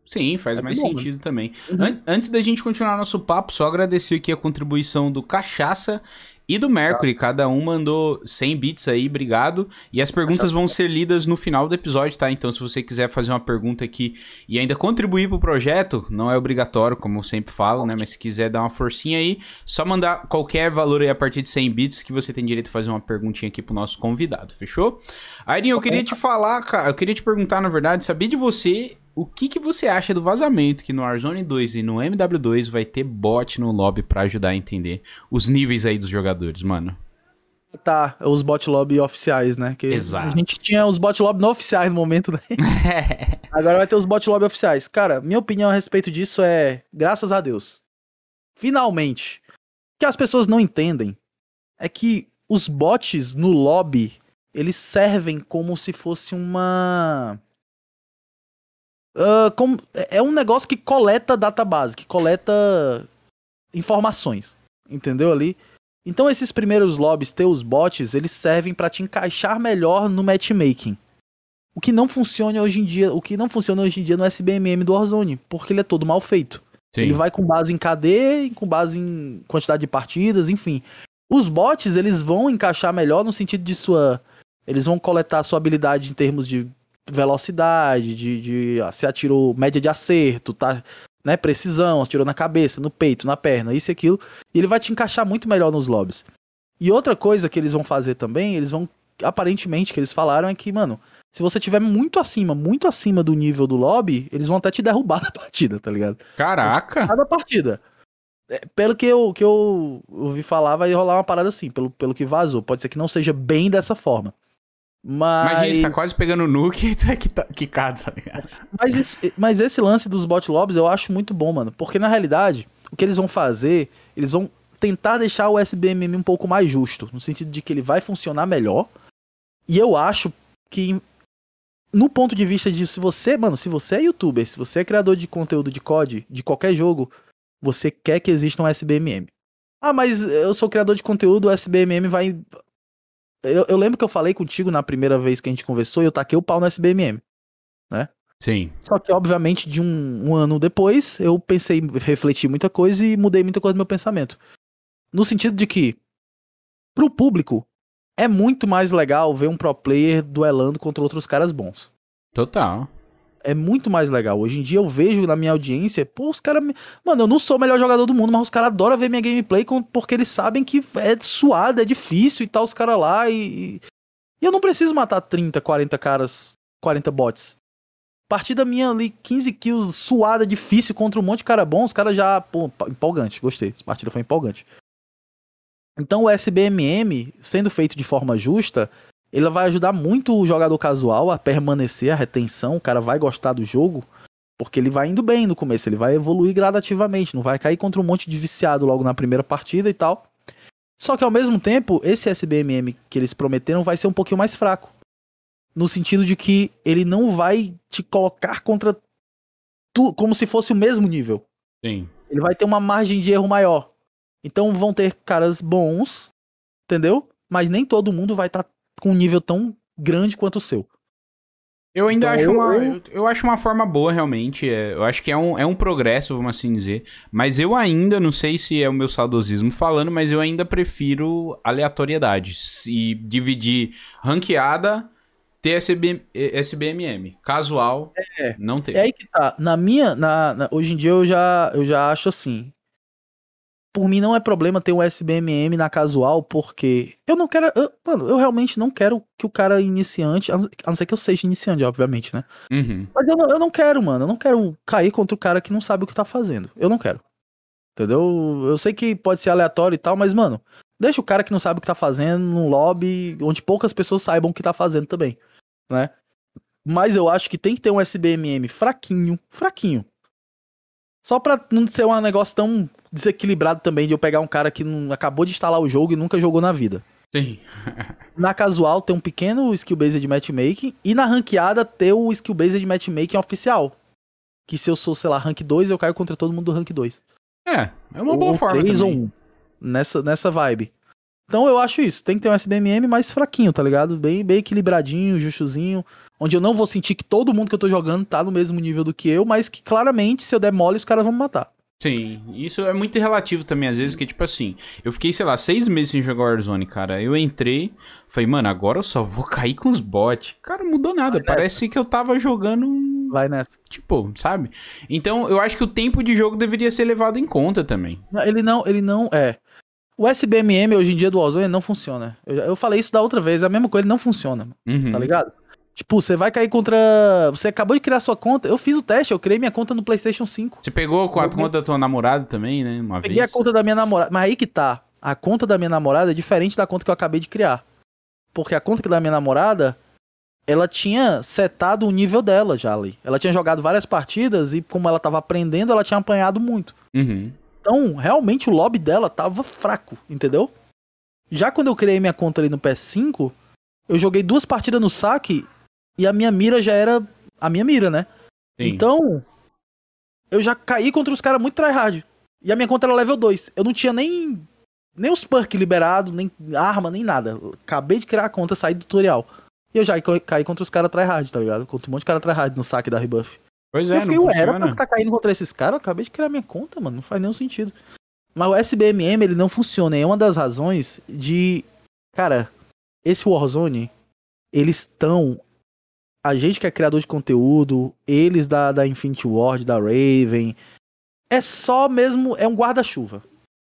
Sim, faz É mais bom, sentido também. Uhum. An- antes da gente continuar nosso papo, só agradecer aqui a contribuição do Cachaça e do Mercury. Cada um mandou cem bits aí, obrigado. E as perguntas Cachaça. vão ser lidas no final do episódio, tá? Então, se você quiser fazer uma pergunta aqui e ainda contribuir pro projeto, não é obrigatório, como eu sempre falo, né? Mas se quiser dar uma forcinha aí, só mandar qualquer valor aí a partir de cem bits que você tem direito a fazer uma perguntinha aqui pro nosso convidado, fechou? Airinho, eu queria te falar, cara, eu queria te perguntar, na verdade, saber de você... O que, que você acha do vazamento que no Warzone dois e no M W dois vai ter bot no lobby pra ajudar a entender os níveis aí dos jogadores, mano? Tá, os bot lobby oficiais, né? Que Exato. A gente tinha os bot lobby não oficiais no momento, né? Agora vai ter os bot lobby oficiais. Cara, minha opinião a respeito disso é, graças a Deus. Finalmente. O que as pessoas não entendem é que os bots no lobby, eles servem como se fosse uma... Uh, como, é um negócio que coleta database, que coleta informações, entendeu ali? Então esses primeiros lobbies, ter os bots, eles servem pra te encaixar melhor no matchmaking. O que não funciona hoje em dia, o que não funciona hoje em dia no S B M M do Warzone, porque ele é todo mal feito. Sim. Ele vai com base em K D, com base em quantidade de partidas, enfim. Os bots, eles vão encaixar melhor no sentido de sua... Eles vão coletar a sua habilidade em termos de velocidade, de, de ah, se atirou média de acerto, tá, né, precisão, atirou na cabeça, no peito, na perna, isso e aquilo, e ele vai te encaixar muito melhor nos lobbies. E outra coisa que eles vão fazer também, eles vão, aparentemente, que eles falaram é que, mano, se você tiver muito acima, muito acima do nível do lobby, eles vão até te derrubar da partida, tá ligado? Caraca! Cada partida. É, pelo que eu, que eu ouvi falar, vai rolar uma parada assim, pelo, pelo que vazou. Pode ser que não seja bem dessa forma. Mas... Imagina, você tá quase pegando nuke e tu é que tá quicado, tá ligado? Mas, isso, mas esse lance dos bot lobbies eu acho muito bom, mano. Porque na realidade, o que eles vão fazer, eles vão tentar deixar o S B M M um pouco mais justo. No sentido de que ele vai funcionar melhor. E eu acho que, no ponto de vista de se você, mano, se você é youtuber, se você é criador de conteúdo de C O D, de qualquer jogo, você quer que exista um S B M M. Ah, mas eu sou criador de conteúdo, o S B M M vai... Eu, eu lembro que eu falei contigo na primeira vez que a gente conversou e eu taquei o pau no S B M M, né? Sim. Só que, obviamente, de um, um ano depois, eu pensei, refleti muita coisa e mudei muita coisa do meu pensamento. No sentido de que, pro público, é muito mais legal ver um pro player duelando contra outros caras bons. Total. É muito mais legal. Hoje em dia eu vejo na minha audiência, pô, os caras... Me... Mano, eu não sou o melhor jogador do mundo, mas os caras adoram ver minha gameplay com... porque eles sabem que é suado, é difícil e tal, os caras lá e... E eu não preciso matar trinta, quarenta caras, quarenta bots. Partida minha ali, quinze kills, suada, difícil, contra um monte de cara bom, os caras já... Pô, empolgante, gostei. Essa partida foi empolgante. Então o S B M M, sendo feito de forma justa... Ele vai ajudar muito o jogador casual a permanecer, a retenção, o cara vai gostar do jogo, porque ele vai indo bem no começo, ele vai evoluir gradativamente, não vai cair contra um monte de viciado logo na primeira partida e tal. Só que ao mesmo tempo, esse S B M M que eles prometeram vai ser um pouquinho mais fraco. No sentido de que ele não vai te colocar contra tu, como se fosse o mesmo nível. Sim. Ele vai ter uma margem de erro maior. Então vão ter caras bons, entendeu? Mas nem todo mundo vai estar... Tá com um nível tão grande quanto o seu. Eu ainda então, acho eu, uma. eu... Eu, eu acho uma forma boa, realmente. É, eu acho que é um, é um progresso, vamos assim dizer. Mas eu ainda, não sei se é o meu saudosismo falando, mas eu ainda prefiro aleatoriedade. E dividir ranqueada, ter S B M M. Casual, é, não ter. É aí que tá. Na minha. Na, na, hoje em dia eu já, eu já acho assim. Por mim não é problema ter um S B M M na casual, porque eu não quero... Eu, mano, eu realmente não quero que o cara iniciante... A não ser que eu seja iniciante, obviamente, né? Uhum. Mas eu não, eu não quero, mano. Eu não quero cair contra o cara que não sabe o que tá fazendo. Eu não quero. Entendeu? Eu sei que pode ser aleatório e tal, mas, mano... Deixa o cara que não sabe o que tá fazendo num lobby onde poucas pessoas saibam o que tá fazendo também, né? Mas eu acho que tem que ter um S B M M fraquinho. Fraquinho. Só pra não ser um negócio tão desequilibrado também de eu pegar um cara que não, acabou de instalar o jogo e nunca jogou na vida. Sim. Na casual tem um pequeno skill-based matchmaking e na ranqueada ter o skill-based matchmaking oficial. Que se eu sou, sei lá, rank dois, eu caio contra todo mundo do rank dois. É, é uma boa ou forma três também. ou um. Nessa, nessa vibe. Então eu acho isso, tem que ter um S B M M mais fraquinho, tá ligado? Bem, bem equilibradinho, justozinho, onde eu não vou sentir que todo mundo que eu tô jogando tá no mesmo nível do que eu, mas que claramente, se eu der mole, os caras vão me matar. Sim, isso é muito relativo também, às vezes, que tipo assim, eu fiquei, sei lá, seis meses sem jogar Warzone, cara, eu entrei, falei, mano, agora eu só vou cair com os bots. Cara, não mudou nada, parece que eu tava jogando... Vai nessa. Tipo, sabe? Então, eu acho que o tempo de jogo deveria ser levado em conta também. Não, ele não, ele não, é... O S B M M hoje em dia do Warzone não funciona. Eu, eu falei isso da outra vez, é a mesma coisa, ele não funciona, Uhum. tá ligado? Tipo, você vai cair contra... Você acabou de criar sua conta. Eu fiz o teste, eu criei minha conta no PlayStation cinco. Você pegou com a Eu conta da tua namorada também, né? Uma Peguei vez. a conta da minha namorada. Mas aí que tá. A conta da minha namorada é diferente da conta que eu acabei de criar. Porque a conta da minha namorada, ela tinha setado o nível dela já ali. Ela tinha jogado várias partidas e como ela tava aprendendo, ela tinha apanhado muito. Uhum. Então, realmente, o lobby dela tava fraco, entendeu? Já quando eu criei minha conta ali no P S cinco, eu joguei duas partidas no saque e a minha mira já era a minha mira, né? Sim. Então, eu já caí contra os caras muito tryhard. E a minha conta era level dois. Eu não tinha nem, nem os perks liberados, nem arma, nem nada. Eu acabei de criar a conta, saí do tutorial. E eu já caí contra os caras tryhard, tá ligado? Contra um monte de cara tryhard no saque da rebuff. Pois E é, eu fiquei, não ué, era funciona. pra tá caindo contra esses caras? Eu acabei de criar minha conta, mano. Não faz nenhum sentido. Mas o S B M M, ele não funciona. É uma das razões de... Cara, esse Warzone, eles estão... A gente que é criador de conteúdo, eles da, da Infinity Ward, da Raven, é só mesmo... É um guarda-chuva.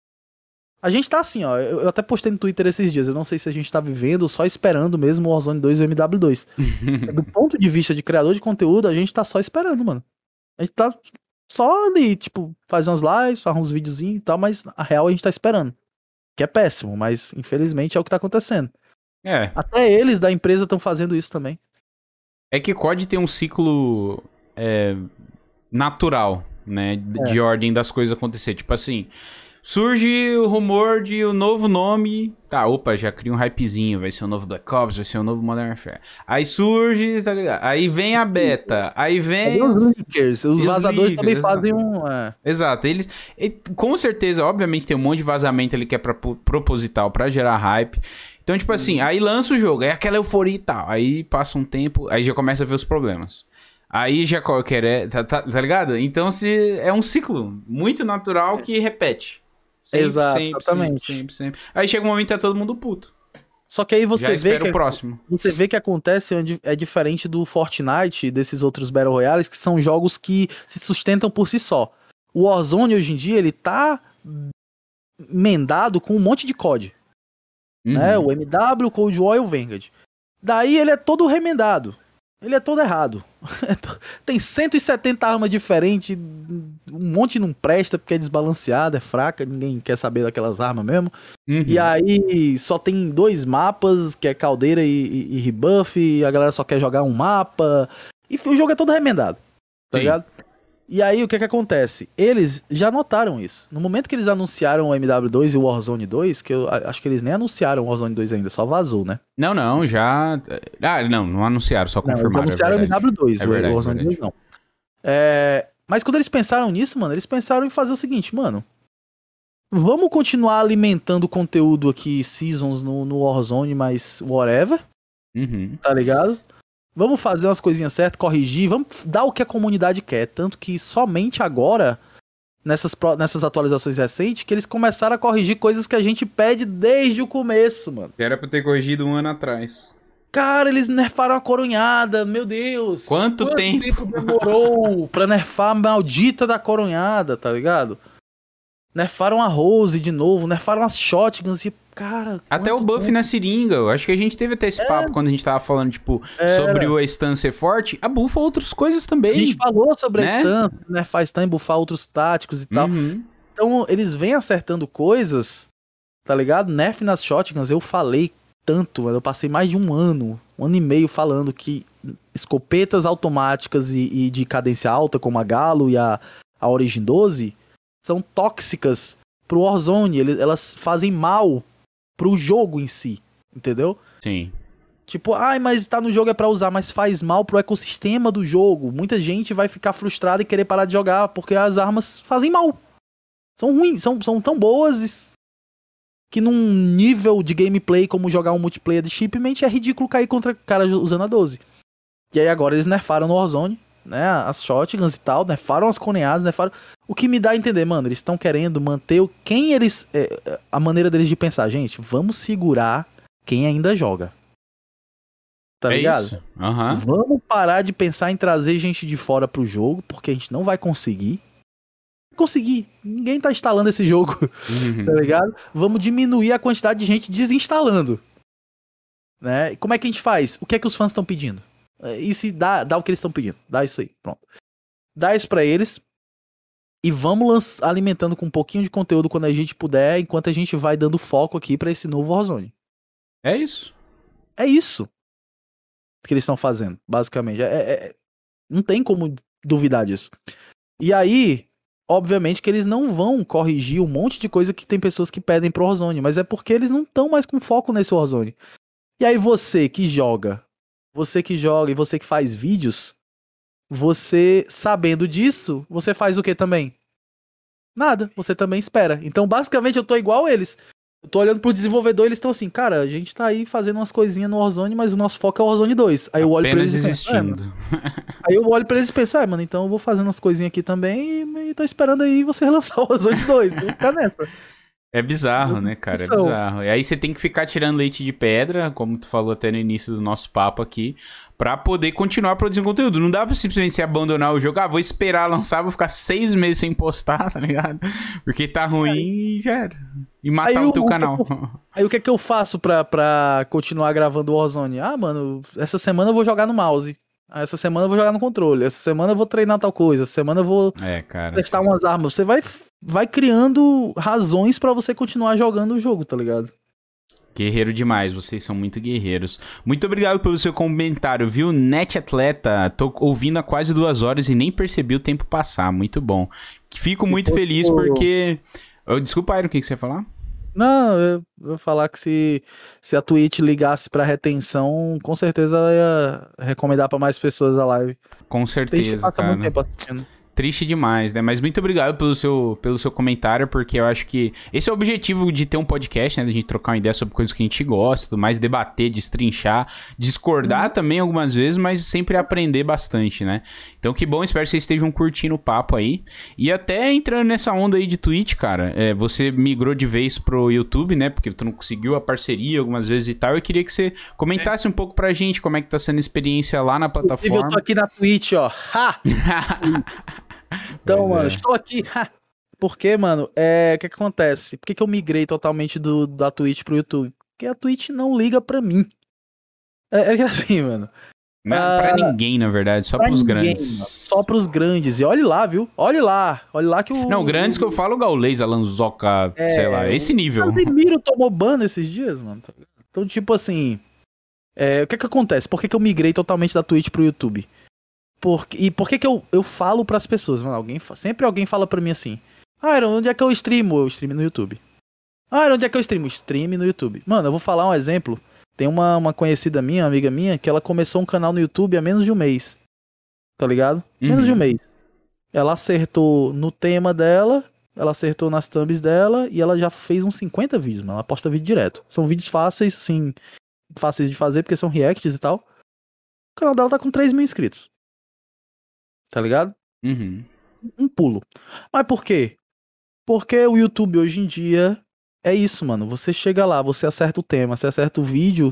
A gente tá assim, ó. Eu, eu até postei no Twitter esses dias. Eu não sei se a gente tá vivendo só esperando mesmo o Warzone dois e o M W dois. Do ponto de vista de criador de conteúdo, a gente tá só esperando, mano. A gente tá só ali, tipo, faz umas lives, faz uns videozinhos e tal, mas a real a gente tá esperando. Que é péssimo, mas infelizmente é o que tá acontecendo. É. Até eles da empresa estão fazendo isso também. É que C O D tem um ciclo é, natural, né? De, É. de ordem das coisas acontecer. Tipo assim, surge o rumor de um novo nome. Tá, opa, já cria um hypezinho. Vai ser o novo Black Ops, vai ser o novo Modern Warfare. Aí surge, tá ligado? Aí vem a beta. Aí vem. Os leakers, os os vazadores leakers, também exato. fazem um. É. Exato, eles e, com certeza, obviamente tem um monte de vazamento ali que é pra, proposital pra gerar hype. Então, tipo assim, aí lança o jogo, é aquela euforia e tal. Aí passa um tempo, aí já começa a ver os problemas. Aí já qualquer é, tá, tá, tá ligado? Então se, é um ciclo muito natural que repete. Sempre, Exato, sempre, exatamente. sempre, sempre, sempre. Aí chega um momento que tá todo mundo puto. Só que aí Já você vê espera que o próximo. você vê que acontece onde é diferente do Fortnite, desses outros Battle Royales, que são jogos que se sustentam por si só. O Warzone hoje em dia, ele tá emendado com um monte de C O D. Uhum. Né? O M W, o Cold War e o Vanguard. Daí ele é todo remendado. Ele é todo errado. Tem cento e setenta armas diferentes, um monte não presta porque é desbalanceada, é fraca, ninguém quer saber daquelas armas mesmo. Uhum. E aí só tem dois mapas, que é caldeira e, e, e rebuff, e a galera só quer jogar um mapa. E o jogo é todo remendado, tá Sim. ligado? E aí o que que acontece? Eles já notaram isso. No momento que eles anunciaram o M W dois e o Warzone dois, que eu acho que eles nem anunciaram o Warzone dois ainda, só vazou, né? Não, não, já... Ah, não, não anunciaram, só Não, eles confirmaram. anunciaram é o M W dois, É verdade, o Warzone é verdade. dois não. É, mas quando eles pensaram nisso, mano, eles pensaram em fazer o seguinte, mano. Vamos continuar alimentando conteúdo aqui, seasons no, no Warzone, mas whatever, Uhum. tá ligado? Vamos fazer umas coisinhas certas, corrigir, vamos dar o que a comunidade quer. Tanto que somente agora, nessas, pro- nessas atualizações recentes, que eles começaram a corrigir coisas que a gente pede desde o começo, mano. Era pra ter corrigido um ano atrás. Cara, eles nerfaram a coronhada, meu Deus. Quanto tempo? demorou pra nerfar a maldita da coronhada, tá ligado? Nerfaram a Rose de novo, nerfaram as shotguns e, cara... Até o quanto buff tempo? na seringa. Eu acho que a gente teve até esse papo quando a gente tava falando, tipo, Era. sobre o stun ser forte. A buffa outras coisas A também. gente falou sobre né? a stun, nerfar stun e buffar outros táticos e tal. Uhum. Então, eles vêm acertando coisas, tá ligado? Nerf nas shotguns, eu falei tanto, mano, eu passei mais de um ano, um ano e meio falando que escopetas automáticas e, e de cadência alta, como a Galo e a, a Origin doze, são tóxicas pro Warzone, eles, elas fazem mal pro jogo em si, entendeu? Sim. Tipo, ai, mas tá no jogo é pra usar, mas faz mal pro ecossistema do jogo. Muita gente vai ficar frustrada e querer parar de jogar, porque as armas fazem mal. São ruins, são, são tão boas que num nível de gameplay como jogar um multiplayer de shipment é ridículo cair contra caras usando a doze. E aí agora eles nerfaram no Warzone, né, as shotguns e tal, nerfaram as coneadas, nerfaram... O que me dá a entender, mano, eles estão querendo manter o... quem eles... É, a maneira deles de pensar, gente, vamos segurar quem ainda joga. Tá é ligado? Isso. Uhum. Vamos parar de pensar em trazer gente de fora pro jogo, porque a gente não vai conseguir. Conseguir. Ninguém tá instalando esse jogo, uhum. tá ligado? Vamos diminuir a quantidade de gente desinstalando. Né? E como é que a gente faz? O que é que os fãs estão pedindo? E se dá, dá o que eles estão pedindo. Dá isso aí, pronto. Dá isso pra eles. E vamos alimentando com um pouquinho de conteúdo quando a gente puder, enquanto a gente vai dando foco aqui pra esse novo Warzone. É isso. É isso que eles estão fazendo, basicamente. É, é, não tem como duvidar disso. E aí, obviamente que eles não vão corrigir um monte de coisa que tem pessoas que pedem pro Warzone, mas é porque eles não estão mais com foco nesse Warzone. E aí você que joga, você que joga e você que faz vídeos, você sabendo disso, você faz o que também? Nada, você também espera. Então basicamente eu tô igual eles. Eu tô olhando pro desenvolvedor e eles estão assim, cara, a gente tá aí fazendo umas coisinhas no Warzone, mas o nosso foco é o Warzone dois. Aí eu olho pra eles e penso, é, aí eu olho pra eles e penso, ah, mano, então eu vou fazendo umas coisinhas aqui também e, e tô esperando aí você relançar o Warzone dois. Vou ficar nessa. É bizarro, né, cara? É bizarro. E aí você tem que ficar tirando leite de pedra, como tu falou até no início do nosso papo aqui, pra poder continuar produzindo conteúdo. Não dá pra simplesmente se abandonar o jogo. Ah, vou esperar lançar, vou ficar seis meses sem postar, tá ligado? Porque tá ruim e já era. E matar aí o teu o, canal. Eu, aí o que é que eu faço pra, pra continuar gravando o Warzone? Ah, mano, essa semana eu vou jogar no mouse. Ah, essa semana eu vou jogar no controle. Essa semana eu vou treinar tal coisa. Essa semana eu vou é, cara, testar sim. umas armas. Você vai, vai criando razões pra você continuar jogando o jogo, tá ligado? Guerreiro demais, vocês são muito guerreiros. Muito obrigado pelo seu comentário, viu? Net Atleta, tô ouvindo há quase duas horas e nem percebi o tempo passar. Muito bom. Fico muito feliz porque... Oh, desculpa, Iron, o que você ia falar? Não, eu vou falar que se, se a Twitch ligasse pra retenção, com certeza ela ia recomendar pra mais pessoas a live. Com certeza, Tem que passa cara. muito tempo assistindo. Triste demais, né? Mas muito obrigado pelo seu, pelo seu comentário, porque eu acho que esse é o objetivo de ter um podcast, né? Da gente trocar uma ideia sobre coisas que a gente gosta, tudo mais, debater, destrinchar, discordar uhum. também algumas vezes, mas sempre aprender bastante, né? Então que bom, espero que vocês estejam curtindo o papo aí. E até entrando nessa onda aí de Twitch, cara, é, você migrou de vez pro YouTube, né? Porque tu não conseguiu a parceria algumas vezes e tal. Eu queria que você comentasse é. um pouco pra gente como é que tá sendo a experiência lá na plataforma. Eu tô aqui na Twitch, ó. Ha! Então, pois mano, é. estou aqui. Porque, mano, é, o que, que acontece? Por que, que eu migrei totalmente do, da Twitch pro YouTube? Porque a Twitch não liga pra mim. É, é que assim, mano. Não, uh, pra ninguém, na verdade, só pros ninguém, grandes. Mano, só pros grandes. E olhe lá, viu? Olhe lá. Olhe lá que o. Não, grandes o, que eu falo, Gaules, Alanzoca, é, sei lá, esse nível. O Casemiro tomou ban esses dias, mano. Então, tipo assim. É, o que que acontece? Por que, que eu migrei totalmente da Twitch pro YouTube? Porque, e por que que eu, eu falo pras pessoas? Mano, alguém, sempre alguém fala pra mim assim: ah, Aaron, onde é que eu streamo? Eu streamo no YouTube. Ah, Aaron, onde é que eu streamo? Stream no YouTube. Mano, eu vou falar um exemplo. Tem uma, uma conhecida minha, uma amiga minha, que ela começou um canal no YouTube há menos de um mês. Tá ligado? Uhum. Menos de um mês. Ela acertou no tema dela, ela acertou nas thumbs dela e ela já fez uns cinquenta vídeos, mano. Ela posta vídeo direto. São vídeos fáceis, assim, fáceis de fazer porque são reacts e tal. O canal dela tá com três mil inscritos. Tá ligado? Uhum. Um pulo. Mas por quê? Porque o YouTube hoje em dia é isso, mano. Você chega lá, você acerta o tema, você acerta o vídeo.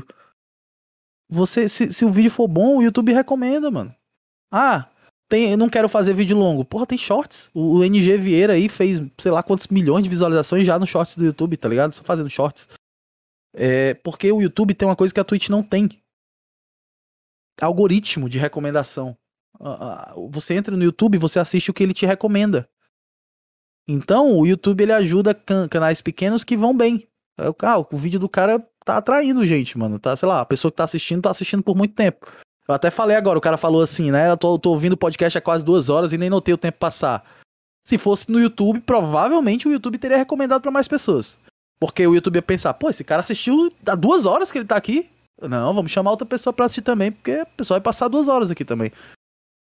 Você, se, se o vídeo for bom, o YouTube recomenda, mano. Ah, tem, eu não quero fazer vídeo longo. Porra, tem shorts. O, o N G Vieira aí fez, sei lá quantos milhões de visualizações já no shorts do YouTube, tá ligado? Só fazendo shorts. É, porque o YouTube tem uma coisa que a Twitch não tem. Algoritmo de recomendação. Você entra no YouTube e você assiste o que ele te recomenda. Então o YouTube ele ajuda can- canais pequenos que vão bem. Ah, o vídeo do cara tá atraindo gente, mano. Tá, sei lá, a pessoa que tá assistindo tá assistindo por muito tempo. Eu até falei agora, o cara falou assim, né? Eu tô, tô ouvindo o podcast há quase duas horas e nem notei o tempo passar. Se fosse no YouTube, provavelmente o YouTube teria recomendado pra mais pessoas. Porque o YouTube ia pensar, pô, esse cara assistiu há duas horas que ele tá aqui. Não, vamos chamar outra pessoa pra assistir também, porque a pessoa vai passar duas horas aqui também.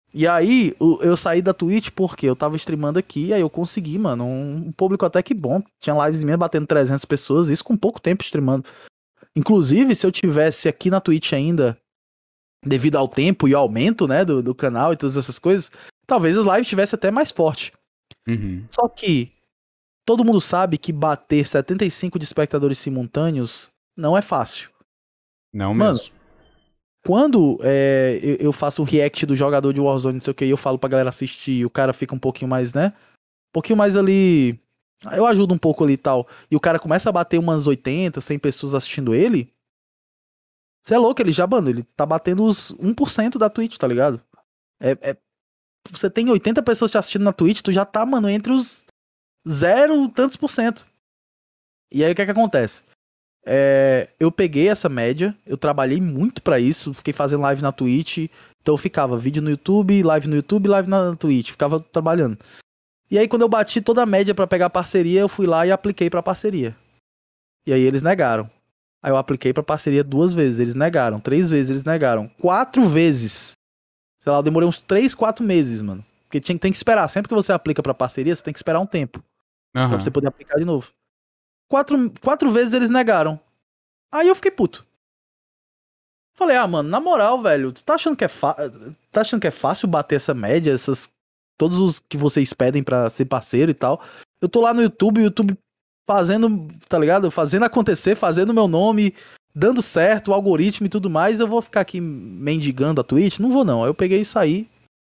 E aí, o- eu saí da Twitch porque eu tava streamando aqui, aí eu consegui, mano, um, um público até que bom. Tinha lives minhas batendo trezentas pessoas, isso com pouco tempo streamando. Inclusive, se eu tivesse aqui na Twitch ainda, devido ao tempo e ao aumento, né, do, do canal e todas essas coisas, talvez as lives tivessem até mais forte. Uhum. Só que todo mundo sabe que bater setenta e cinco de espectadores simultâneos não é fácil. Não Mano, mesmo. Quando é, eu, eu faço um react do jogador de Warzone, não sei o que, e eu falo pra galera assistir, e o cara fica um pouquinho mais, né? Um pouquinho mais ali. Eu ajudo um pouco ali e tal. E o cara começa a bater umas oitenta, cem pessoas assistindo ele. Você é louco, ele já, mano, ele tá batendo os um por cento da Twitch, tá ligado? É, é- você tem oitenta pessoas te assistindo na Twitch, tu já tá, mano, entre os zero tantos por cento. E aí o que é que acontece? É, eu peguei essa média, eu trabalhei muito pra isso, fiquei fazendo live na Twitch, então eu ficava vídeo no YouTube, live no YouTube, live na Twitch, ficava trabalhando. E aí quando eu bati toda a média pra pegar parceria, eu fui lá e apliquei pra parceria. E aí eles negaram. Aí eu apliquei pra parceria duas vezes, eles negaram. Três vezes eles negaram. Quatro vezes. Sei lá, eu demorei uns três, quatro meses, mano. Porque tinha, tem que esperar. Sempre que você aplica pra parceria, você tem que esperar um tempo. Pra Aham. você poder aplicar de novo. Quatro, quatro vezes eles negaram. Aí eu fiquei puto. Falei, ah, mano, na moral, velho, tu tá achando que é, fa- tá achando que é fácil bater essa média, essas todos os que vocês pedem pra ser parceiro e tal? Eu tô lá no YouTube, o YouTube fazendo, tá ligado? Fazendo acontecer, fazendo meu nome, dando certo, o algoritmo e tudo mais, eu vou ficar aqui mendigando a Twitch? Não vou não. Aí eu peguei e saí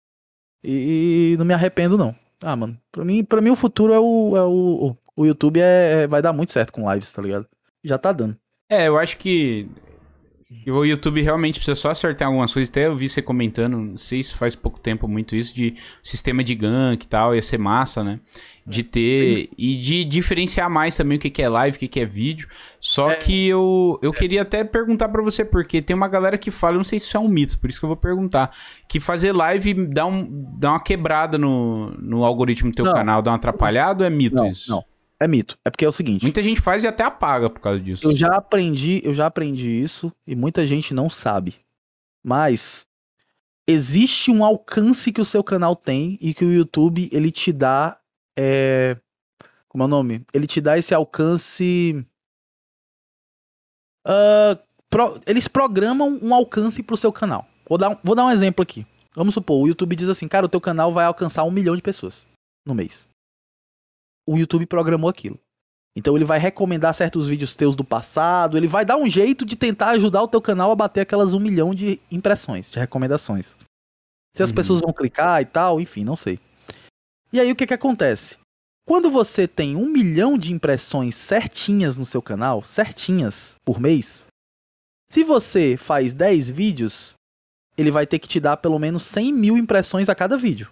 e, e não me arrependo não. Ah, mano, pra mim, pra mim o futuro é o, é o, o o YouTube é, é- vai dar muito certo com lives, tá ligado? Já tá dando. É, eu acho que o YouTube realmente precisa só acertar algumas coisas. Até eu vi você comentando, não sei se faz pouco tempo muito isso, de sistema de gank e tal, ia ser massa, né? De ter e de diferenciar mais também o que que é live, o que que é vídeo. Só É. que eu, eu queria até perguntar pra você, porque tem uma galera que fala, eu não sei se isso é um mito, por isso que eu vou perguntar, que fazer live dá, um, dá uma quebrada no, no algoritmo do teu Não. canal, dá uma atrapalhada ou é mito Não, isso? não. É mito. É porque é o seguinte. Muita gente faz e até apaga por causa disso. Eu já aprendi, eu já aprendi isso e muita gente não sabe. Mas existe um alcance que o seu canal tem e que o YouTube ele te dá, é... como é o nome? Ele te dá esse alcance. ah, pro- Eles programam um alcance pro seu canal. Vou dar, um... Vou dar um exemplo aqui. Vamos supor, o YouTube diz assim, cara, o teu canal vai alcançar um milhão de pessoas no mês. O YouTube programou aquilo. Então ele vai recomendar certos vídeos teus do passado, ele vai dar um jeito de tentar ajudar o teu canal a bater aquelas um milhão de impressões, de recomendações. Se as Uhum. pessoas vão clicar e tal, enfim, não sei. E aí o que que acontece? Quando você tem um milhão de impressões certinhas no seu canal, certinhas por mês, se você faz dez vídeos, ele vai ter que te dar pelo menos cem mil impressões a cada vídeo.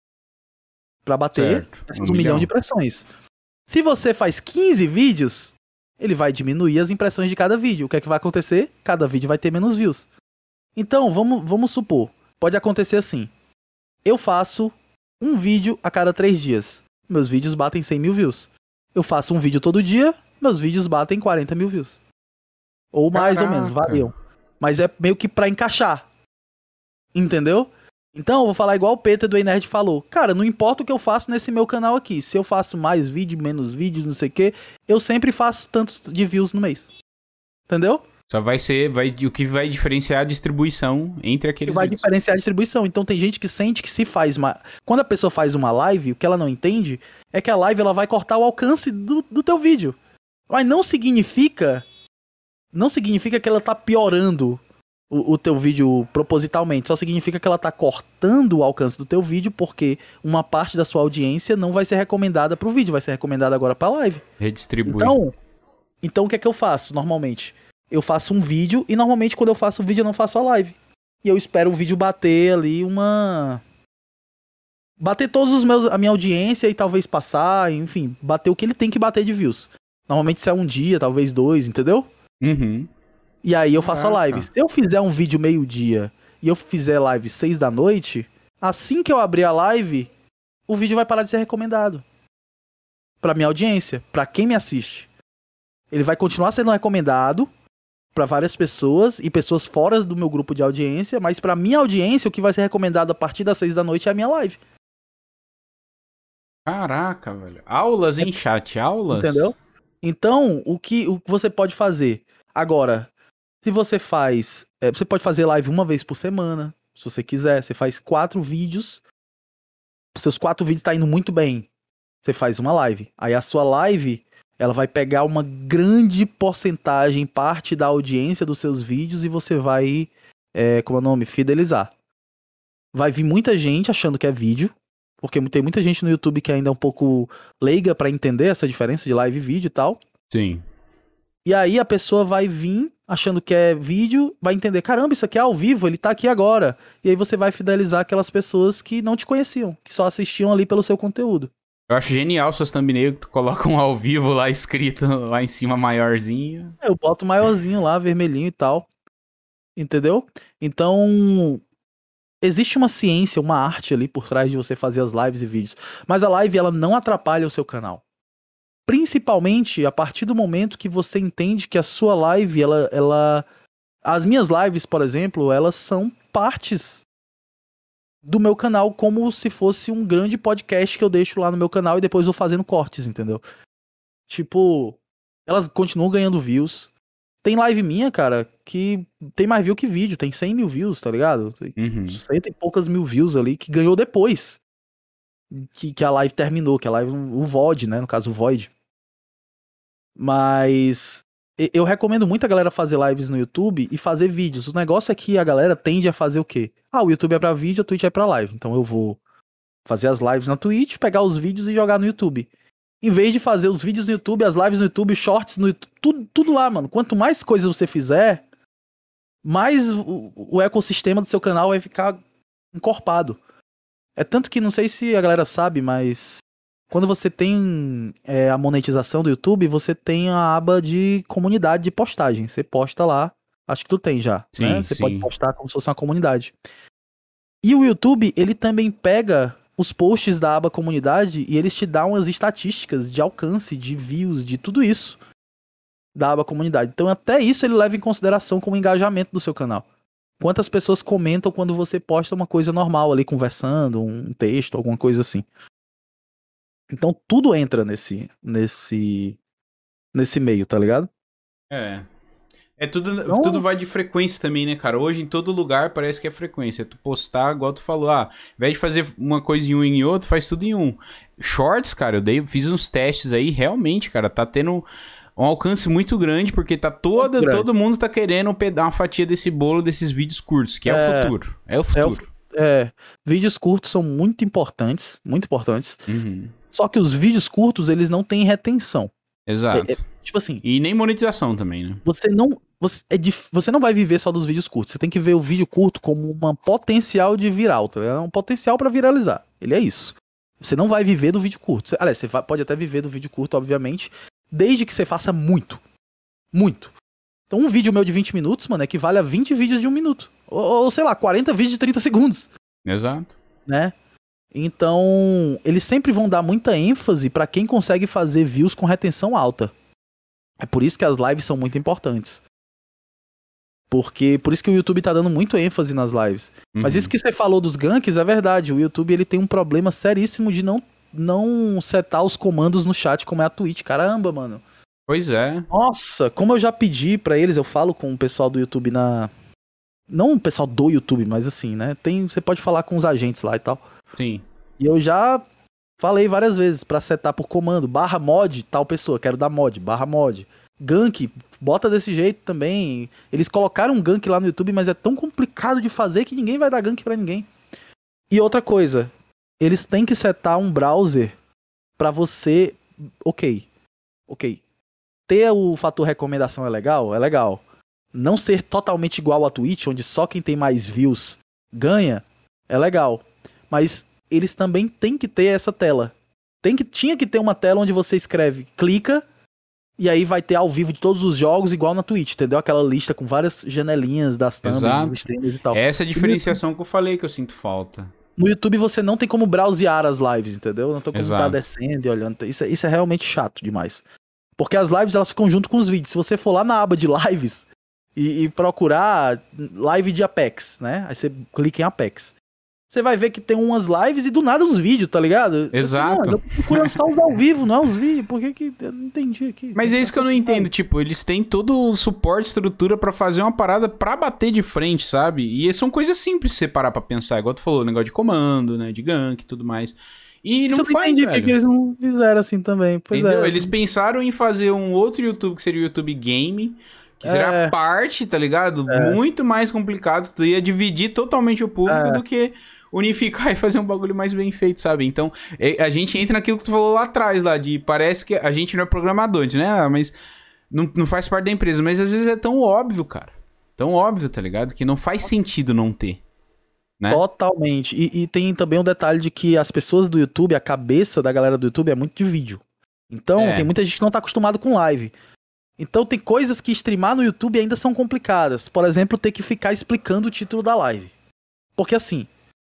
Pra bater Certo, essas um um milhão milhão. de impressões. Se você faz quinze vídeos, ele vai diminuir as impressões de cada vídeo. O que é que vai acontecer? Cada vídeo vai ter menos views. Então, vamos, vamos supor. Pode acontecer assim. Eu faço um vídeo a cada três dias. Meus vídeos batem cem mil views. Eu faço um vídeo todo dia. Meus vídeos batem quarenta mil views. Ou mais ou menos, Caraca. variam. Mas é meio que pra encaixar. Entendeu? Então, eu vou falar igual o Peter do Ei Nerd falou. Cara, não importa o que eu faço nesse meu canal aqui. Se eu faço mais vídeo, menos vídeos, não sei o que, eu sempre faço tantos de views no mês. Entendeu? Só vai ser, vai, o que vai diferenciar a distribuição entre Que aqueles vai vídeos. diferenciar a distribuição. Então tem gente que sente que se faz uma... Quando a pessoa faz uma live, o que ela não entende é que a live ela vai cortar o alcance do, do teu vídeo. Mas não significa... Não significa que ela tá piorando o, o teu vídeo propositalmente. Só significa que ela tá cortando o alcance do teu vídeo porque uma parte da sua audiência não vai ser recomendada pro vídeo, vai ser recomendada agora pra live. Redistribui. Então, então o que é que eu faço normalmente? Eu faço um vídeo e normalmente quando eu faço o vídeo eu não faço a live. E eu espero o vídeo bater ali uma... Bater todos os meus... a minha audiência e talvez passar, enfim, bater o que ele tem que bater de views. Normalmente isso é um dia, talvez dois, entendeu? Uhum. E aí eu faço a Caraca. live. Se eu fizer um vídeo meio-dia e eu fizer live seis da noite, assim que eu abrir a live, o vídeo vai parar de ser recomendado. Pra minha audiência, pra quem me assiste. Ele vai continuar sendo recomendado, pra várias pessoas e pessoas fora do meu grupo de audiência, mas pra minha audiência, o que vai ser recomendado a partir das seis da noite é a minha live. Caraca, velho. Aulas em chat, aulas? Entendeu? Então, o que, o que você pode fazer? Agora, se você faz... É, você pode fazer live uma vez por semana, se você quiser. Você faz quatro vídeos. Seus quatro vídeos tá indo muito bem. Você faz uma live. Aí a sua live, ela vai pegar uma grande porcentagem, parte da audiência dos seus vídeos e você vai, é, como é o nome? Fidelizar. Vai vir muita gente achando que é vídeo. Porque tem muita gente no YouTube que ainda é um pouco leiga pra entender essa diferença de live e vídeo e tal. Sim. E aí a pessoa vai vir achando que é vídeo, vai entender, caramba, isso aqui é ao vivo, ele tá aqui agora. E aí você vai fidelizar aquelas pessoas que não te conheciam, que só assistiam ali pelo seu conteúdo. Eu acho genial suas thumbnails que tu coloca um ao vivo lá escrito lá em cima maiorzinho. Eu boto maiorzinho lá, vermelhinho e tal. Entendeu? Então... existe uma ciência, uma arte ali por trás de você fazer as lives e vídeos. Mas a live, ela não atrapalha o seu canal. Principalmente a partir do momento que você entende que a sua live, ela... ela... as minhas lives, por exemplo, elas são partes do meu canal, como se fosse um grande podcast que eu deixo lá no meu canal e depois vou fazendo cortes, entendeu? Tipo, elas continuam ganhando views. Tem live minha, cara, que tem mais view que vídeo, tem cem mil views, tá ligado? Tem Uhum. cento e poucas mil views ali, que ganhou depois que, que a live terminou, que a live, o V O D, né, no caso o Void. Mas eu recomendo muito a galera fazer lives no YouTube e fazer vídeos. O negócio é que a galera tende a fazer o quê? Ah, o YouTube é pra vídeo, a Twitch é pra live. Então eu vou fazer as lives na Twitch, pegar os vídeos e jogar no YouTube. Em vez de fazer os vídeos no YouTube, as lives no YouTube, shorts no YouTube, tudo, tudo lá, mano. Quanto mais coisas você fizer, mais o, o ecossistema do seu canal vai ficar encorpado. É tanto que, não sei se a galera sabe, mas quando você tem é, a monetização do YouTube, você tem a aba de comunidade de postagem. Você posta lá, acho que tu tem já, Sim, né? Você sim. pode postar como se fosse uma comunidade. E o YouTube, ele também pega os posts da aba comunidade e eles te dão as estatísticas de alcance, de views, de tudo isso da aba comunidade. Então até isso ele leva em consideração como engajamento do seu canal. Quantas pessoas comentam quando você posta uma coisa normal ali, conversando, um texto, alguma coisa assim. Então tudo entra nesse nesse nesse meio, tá ligado? É. É tudo, Então- tudo vai de frequência também, né, cara? Hoje em todo lugar parece que é frequência. Tu postar, igual tu falou, ah, ao invés de fazer uma coisa em um e em outro, faz tudo em um. Shorts, cara, eu dei, fiz uns testes aí, realmente, cara, tá tendo um alcance muito grande, porque tá toda, Muito grande. todo mundo tá querendo pegar uma fatia desse bolo, desses vídeos curtos, que é, É. o futuro. É o futuro. É, vídeos curtos são muito importantes, muito importantes. Uhum. Só que os vídeos curtos, eles não têm retenção. Exato. É- Tipo assim, E nem monetização também, né? você não, você, é dif- você não vai viver só dos vídeos curtos. Você tem que ver o vídeo curto como um potencial de viral, tá? É um potencial pra viralizar. Ele é isso. Você não vai viver do vídeo curto. Você, aliás, você vai- pode até viver do vídeo curto, obviamente, desde que você faça muito. Muito. Então um vídeo meu de vinte minutos, mano, equivale a vinte vídeos de um minuto. Ou, ou sei lá, quarenta vídeos de trinta segundos, Exato. né? Então, eles sempre vão dar muita ênfase pra quem consegue fazer views com retenção alta. É por isso que as lives são muito importantes. Porque, por isso que o YouTube tá dando muito ênfase nas lives. Mas Uhum. isso que você falou dos ganks é verdade. O YouTube, ele tem um problema seríssimo de não, não setar os comandos no chat como é a Twitch. Caramba, mano. Pois é. Nossa, como eu já pedi pra eles, eu falo com o pessoal do YouTube na... Não o pessoal do YouTube, mas assim, né? Tem, você pode falar com os agentes lá e tal. Sim. E eu já falei várias vezes pra setar por comando, barra mod, tal pessoa, quero dar mod, barra mod. Gank, bota desse jeito também. Eles colocaram um gank lá no YouTube, mas é tão complicado de fazer que ninguém vai dar gank pra ninguém. E outra coisa, eles têm que setar um browser pra você... Ok, ok. Ter o fator recomendação é legal? É legal. Não ser totalmente igual a Twitch, onde só quem tem mais views ganha, é legal. Mas eles também têm que ter essa tela. Tem que, tinha que ter uma tela onde você escreve, clica, e aí vai ter ao vivo de todos os jogos, igual na Twitch, entendeu? Aquela lista com várias janelinhas das thumbs, Exato. dos streamers e tal. Essa é a diferenciação que eu falei que eu sinto falta. No YouTube você não tem como browsear as lives, entendeu? Não tem como Exato. estar descendo e olhando. Isso, é- isso é realmente chato demais. Porque as lives, elas ficam junto com os vídeos. Se você for lá na aba de lives, e, e procurar live de Apex, né? Aí você clica em Apex. Você vai ver que tem umas lives e do nada uns vídeos, tá ligado? Exato. Eu procuro só os ao vivo, não é os vídeos. Por que que... Eu não entendi aqui. Mas é isso que eu não entendo. Tipo, eles têm todo o suporte, estrutura pra fazer uma parada pra bater de frente, sabe? E são coisas simples se você parar pra pensar. Igual tu falou, negócio de comando, né? De gank e tudo mais. E não Isso eu faz, entendi velho. porque eles não fizeram assim também. Pois Entendeu? é. Eles pensaram em fazer um outro YouTube, que seria o YouTube Game, que seria É. a parte, tá ligado? É. Muito mais complicado, que tu ia dividir totalmente o público É. do que unificar e fazer um bagulho mais bem feito, sabe? Então, é, a gente entra naquilo que tu falou lá atrás, lá, de parece que a gente não é programador, né? Ah, mas não, não faz parte da empresa, mas às vezes é tão óbvio, cara. Tão óbvio, tá ligado? Que não faz sentido não ter. Né? Totalmente. E, e tem também um detalhe de que as pessoas do YouTube, a cabeça da galera do YouTube é muito de vídeo. Então, É. tem muita gente que não tá acostumado com live. Então, tem coisas que streamar no YouTube ainda são complicadas. Por exemplo, ter que ficar explicando o título da live. Porque assim,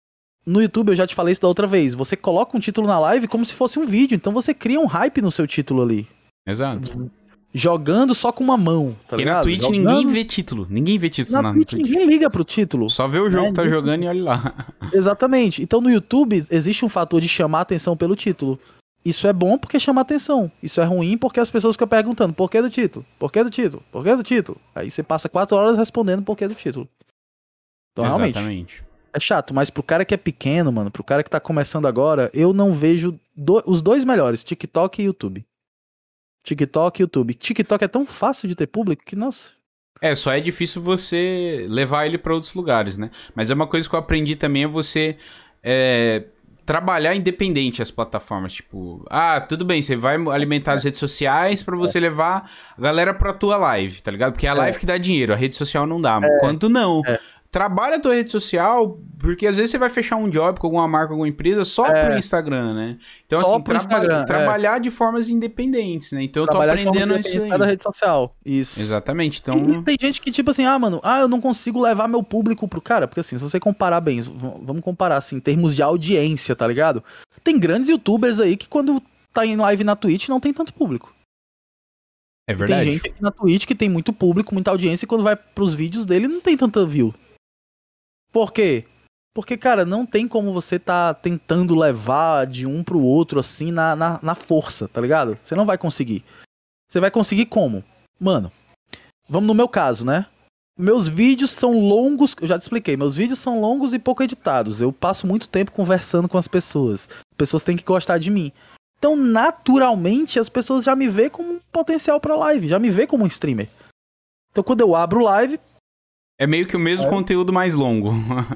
no YouTube, eu já te falei isso da outra vez, você coloca um título na live como se fosse um vídeo. Então, você cria um hype no seu título ali. Exato. Jogando só com uma mão, tá Porque ligado? na Twitch Jogando... ninguém vê título. Ninguém vê título Na na, Twitch, Twitch. ninguém liga pro título. Só vê o jogo É, que tá ninguém- jogando e olha lá. Exatamente. Então no YouTube existe um fator de chamar atenção pelo título. Isso é bom porque chama atenção. Isso é ruim porque as pessoas ficam perguntando por que do título? Por que do título? Por que do título? Aí você passa quatro horas respondendo por que do título. Então realmente, Exatamente. é chato. Mas pro cara que é pequeno, mano, pro cara que tá começando agora, eu não vejo do- os dois melhores, TikTok e YouTube. TikTok e YouTube. TikTok é tão fácil de ter público que, nossa... É, só é difícil você levar ele pra outros lugares, né? Mas é uma coisa que eu aprendi também é você é, trabalhar independente as plataformas. Tipo, ah, tudo bem, você vai alimentar as redes sociais pra você levar a galera pra tua live, tá ligado? Porque é a live que dá dinheiro, a rede social não dá. Quando não. É. Trabalha a tua rede social, porque às vezes você vai fechar um job com alguma marca, alguma empresa só É. pro Instagram, né? Então, Só assim, pro traba- Instagram, é. trabalhar de formas independentes, né? Então, eu tô Trabalhar de forma aprendendo isso independente aí. da rede social. Isso. Exatamente, então... E, e tem gente que, tipo assim, ah, mano, ah, eu não consigo levar meu público pro cara. Porque assim, se você comparar bem, v- vamos comparar assim, em termos de audiência, tá ligado? Tem grandes youtubers aí que quando tá em live na Twitch não tem tanto público. É E verdade. tem gente aqui na Twitch que tem muito público, muita audiência, e quando vai pros vídeos dele não tem tanta view. Por quê? Porque, cara, não tem como você tá tentando levar de um pro outro assim na, na, na força, tá ligado? Você não vai conseguir. Você vai conseguir como? Mano, vamos no meu caso, né? Meus vídeos são longos, eu já te expliquei, meus vídeos são longos e pouco editados. Eu passo muito tempo conversando com as pessoas. As pessoas têm que gostar de mim. Então, naturalmente, as pessoas já me veem como um potencial pra live, já me veem como um streamer. Então, quando eu abro live, É meio que o mesmo É. conteúdo mais longo.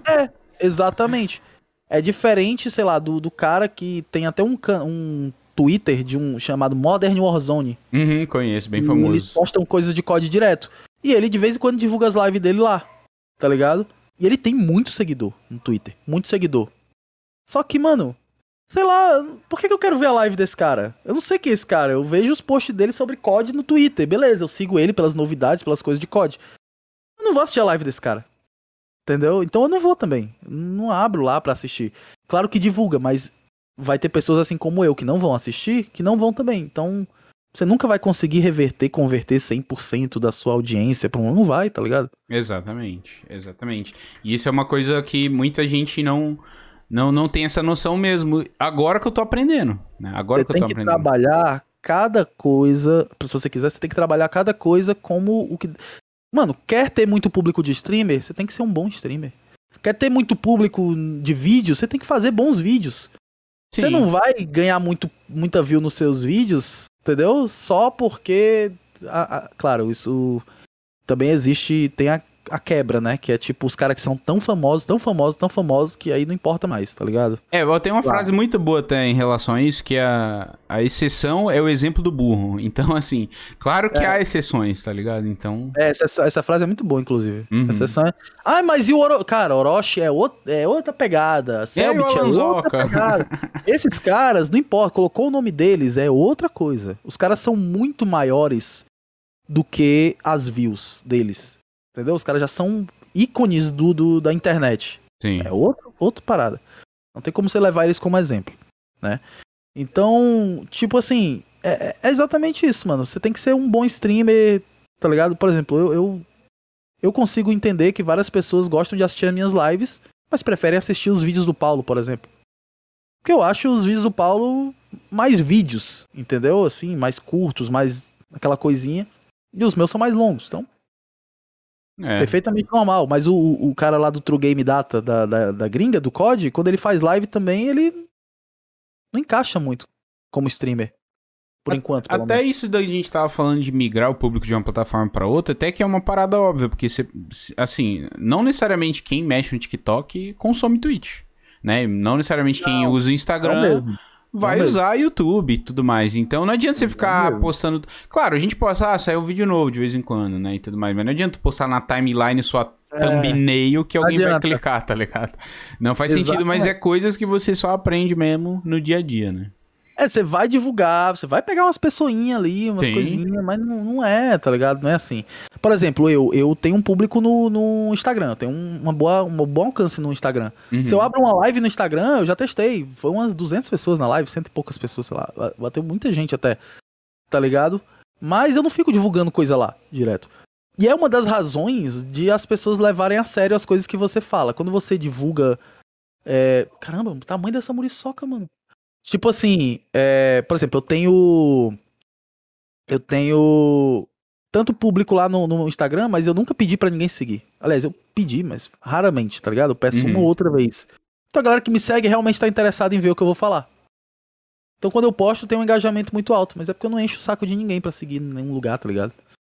exatamente. É diferente, sei lá, do, do cara que tem até um, can- um Twitter de um chamado Modern Warzone. Uhum, conheço, bem E Eles famoso. postam coisas de C O D direto. E ele de vez em quando divulga as lives dele lá, tá ligado? E ele tem muito seguidor no Twitter, muito seguidor. Só que, mano, sei lá, por que, que eu quero ver a live desse cara? Eu não sei quem é esse cara, eu vejo os posts dele sobre C O D no Twitter, beleza, eu sigo ele pelas novidades, pelas coisas de C O D. Eu não vou assistir a live desse cara. Entendeu? Então eu não vou também. Não abro lá pra assistir. Claro que divulga, mas vai ter pessoas assim como eu que não vão assistir, que não vão também. Então você nunca vai conseguir reverter, converter cem por cento da sua audiência pra um. Não vai, tá ligado? Exatamente, exatamente. E isso é uma coisa que muita gente não, não, não tem essa noção mesmo. Agora que eu tô aprendendo, né? Agora Você que eu tem tô que aprendendo. trabalhar cada coisa. Se você quiser, você tem que trabalhar cada coisa como o que. Mano, quer ter muito público de streamer? Você tem que ser um bom streamer. Quer ter muito público de vídeo? Você tem que fazer bons vídeos. Você Sim. não vai ganhar muito, muita view nos seus vídeos, entendeu? Só porque. a- a- claro, isso também existe. Tem a, a quebra, né? Que é tipo os caras que são tão famosos, tão famosos, tão famosos, que aí não importa mais, tá ligado? É, eu tenho uma Claro. frase muito boa até em relação a isso, que a, a exceção é o exemplo do burro. Então, assim, claro que É. há exceções, tá ligado? Então, É, essa, essa frase é muito boa, inclusive. Uhum. A exceção é. Ah, mas e o Oro... Cara, Orochi é, out... é outra pegada. Selbit é Alanzoca? outra pegada. Esses caras, não importa, colocou o nome deles, é outra coisa. Os caras são muito maiores do que as views deles. Entendeu? Os caras já são ícones do, do- da internet. sim. É outro, outra parada. Não tem como você levar eles como exemplo, né? Então, tipo assim, é, é exatamente isso, mano. Você tem que ser um bom streamer, tá ligado? Por exemplo, eu, eu eu consigo entender que várias pessoas gostam de assistir as minhas lives, mas preferem assistir os vídeos do Paulo, por exemplo. Porque eu acho os vídeos do Paulo mais vídeos, entendeu? Assim, mais curtos, mais aquela coisinha. E os meus são mais longos, então... É. Perfeitamente normal. Mas o, o cara lá do True Game Data, da, da, da gringa, do C O D, quando ele faz live também, ele não encaixa muito como streamer. Por a, enquanto, pelo Até menos. Isso daí a gente tava falando de migrar o público de uma plataforma pra outra, até que é uma parada óbvia, porque, você, assim, não necessariamente quem mexe no TikTok consome Twitch, né? Não necessariamente não, quem usa o Instagram... vai usar YouTube e tudo mais. Então não adianta você ficar postando... Claro, a gente posta, ah, saiu um vídeo novo de vez em quando, né? E tudo mais. Mas não adianta postar na timeline sua é, thumbnail que alguém adianta. vai clicar, tá ligado? Não faz Exatamente. sentido, mas é coisas que você só aprende mesmo no dia a dia, né? É, você vai divulgar, você vai pegar umas pessoinhas ali, umas Sim. coisinhas, mas não, não é, tá ligado? Não é assim. Por exemplo, eu, eu tenho um público no, no Instagram, eu tenho uma boa, um bom alcance no Instagram. Uhum. Se eu abro uma live no Instagram, eu já testei, foi umas duzentas pessoas na live, cento e poucas pessoas, sei lá, bateu muita gente até, tá ligado? Mas eu não fico divulgando coisa lá, direto. E é uma das razões de as pessoas levarem a sério as coisas que você fala. Quando você divulga... É... Caramba, o tamanho dessa muriçoca, mano. Tipo assim, é, por exemplo, eu tenho. Eu tenho tanto público lá no, no Instagram, mas eu nunca pedi pra ninguém seguir. Aliás, eu pedi, mas raramente, tá ligado? Eu peço uhum. uma ou outra vez. Então a galera que me segue realmente tá interessada em ver o que eu vou falar. Então quando eu posto, tem um engajamento muito alto, mas é porque eu não encho o saco de ninguém pra seguir em nenhum lugar, tá ligado?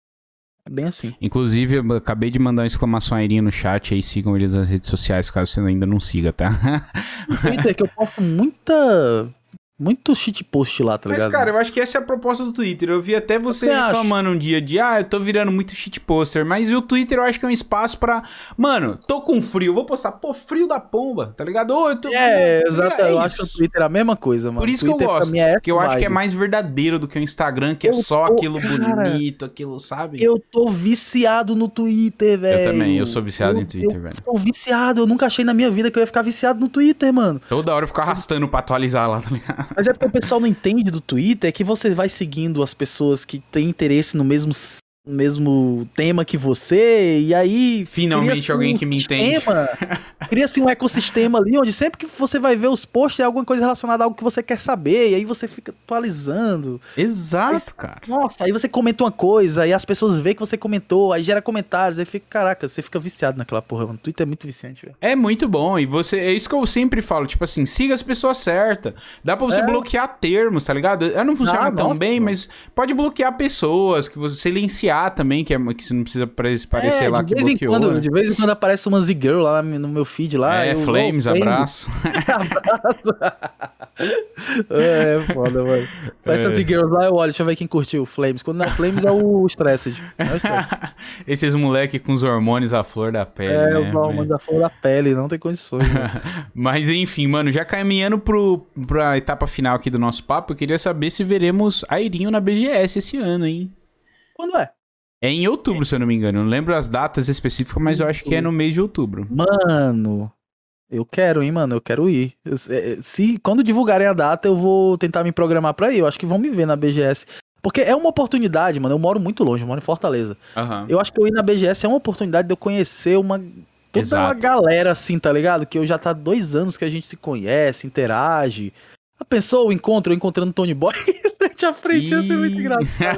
É bem assim. Inclusive, eu acabei de mandar uma exclamação airinha no chat, aí sigam eles nas redes sociais, caso você ainda não siga, tá? No Twitter, que eu posto muita... Muito shitpost lá, tá ligado? Mas, cara, eu acho que essa é a proposta do Twitter. Eu vi até você eu reclamando acho. um dia de, ah, eu tô virando muito shitposter. Mas o Twitter eu acho que é um espaço pra... Mano, tô com frio, vou postar, pô, frio da pomba, tá ligado? Ô, eu tô... É, tá exato, é eu acho que o Twitter é a mesma coisa, mano. Por isso Twitter, que eu gosto, é porque eu acho que é mais verdadeiro do que o Instagram, que eu é só tô... aquilo cara, bonito, aquilo, sabe? Eu tô viciado no Twitter, velho. Eu também, eu sou viciado eu, em Twitter, eu velho. Eu tô viciado, eu nunca achei na minha vida que eu ia ficar viciado no Twitter, mano. Toda hora eu fico arrastando pra atualizar lá, tá ligado? Mas é porque o pessoal não entende do Twitter, é que você vai seguindo as pessoas que têm interesse no mesmo, mesmo tema que você, e aí... Finalmente alguém um que me entende. Cria-se um ecossistema ali, onde sempre que você vai ver os posts é alguma coisa relacionada a algo que você quer saber, e aí você fica atualizando. Exato, aí, cara. Nossa, aí você comenta uma coisa, aí as pessoas veem que você comentou, aí gera comentários, aí fica, caraca, você fica viciado naquela porra, mano. Twitter é muito viciante, velho. É muito bom, e você, é isso que eu sempre falo, tipo assim, siga as pessoas certas. Dá pra você é. bloquear termos, tá ligado? Não funciona ah, tão nossa, bem, mano. Mas pode bloquear pessoas, que você silenciar também, que, é, que você não precisa parecer é, lá que bloqueou. Quando, né? De vez em quando aparece uma Z-Girl lá no meu feed lá. É, eu, Flames, oh, abraço. abraço. É, foda, mano. Aparece é. as Z-Girls lá, eu olho, deixa eu ver quem curtiu Flames. Quando não é Flames é o Stressed. É o Stressed. Esses moleque com os hormônios à flor da pele, é, né? É, os hormônios à flor da pele, não tem condições. Mas enfim, mano, já caminhando pro, pra etapa final aqui do nosso papo, eu queria saber se veremos Airinho na B G S esse ano, hein? Quando é? É em outubro, se eu não me engano. Eu não lembro as datas específicas, mas eu acho que é no mês de outubro. Mano, eu quero, hein, mano. Eu quero ir. Se, quando divulgarem a data, eu vou tentar me programar pra ir. Eu acho que vão me ver na B G S. Porque é uma oportunidade, mano. Eu moro muito longe, eu moro em Fortaleza. Uhum. Eu acho que eu ir na B G S é uma oportunidade de eu conhecer uma... Toda Exato. uma galera assim, tá ligado? Que eu já tá há dois anos que a gente se conhece, interage. A pessoa, o encontro, eu encontrando o Tony Boy frente a frente, ia ser muito engraçado.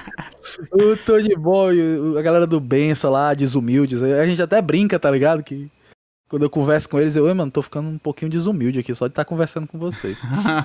O Tony Boy, a galera do Benção lá, Desumildes, a gente até brinca, tá ligado? Que quando eu converso com eles, eu, mano, tô ficando um pouquinho desumilde aqui, só de estar conversando com vocês.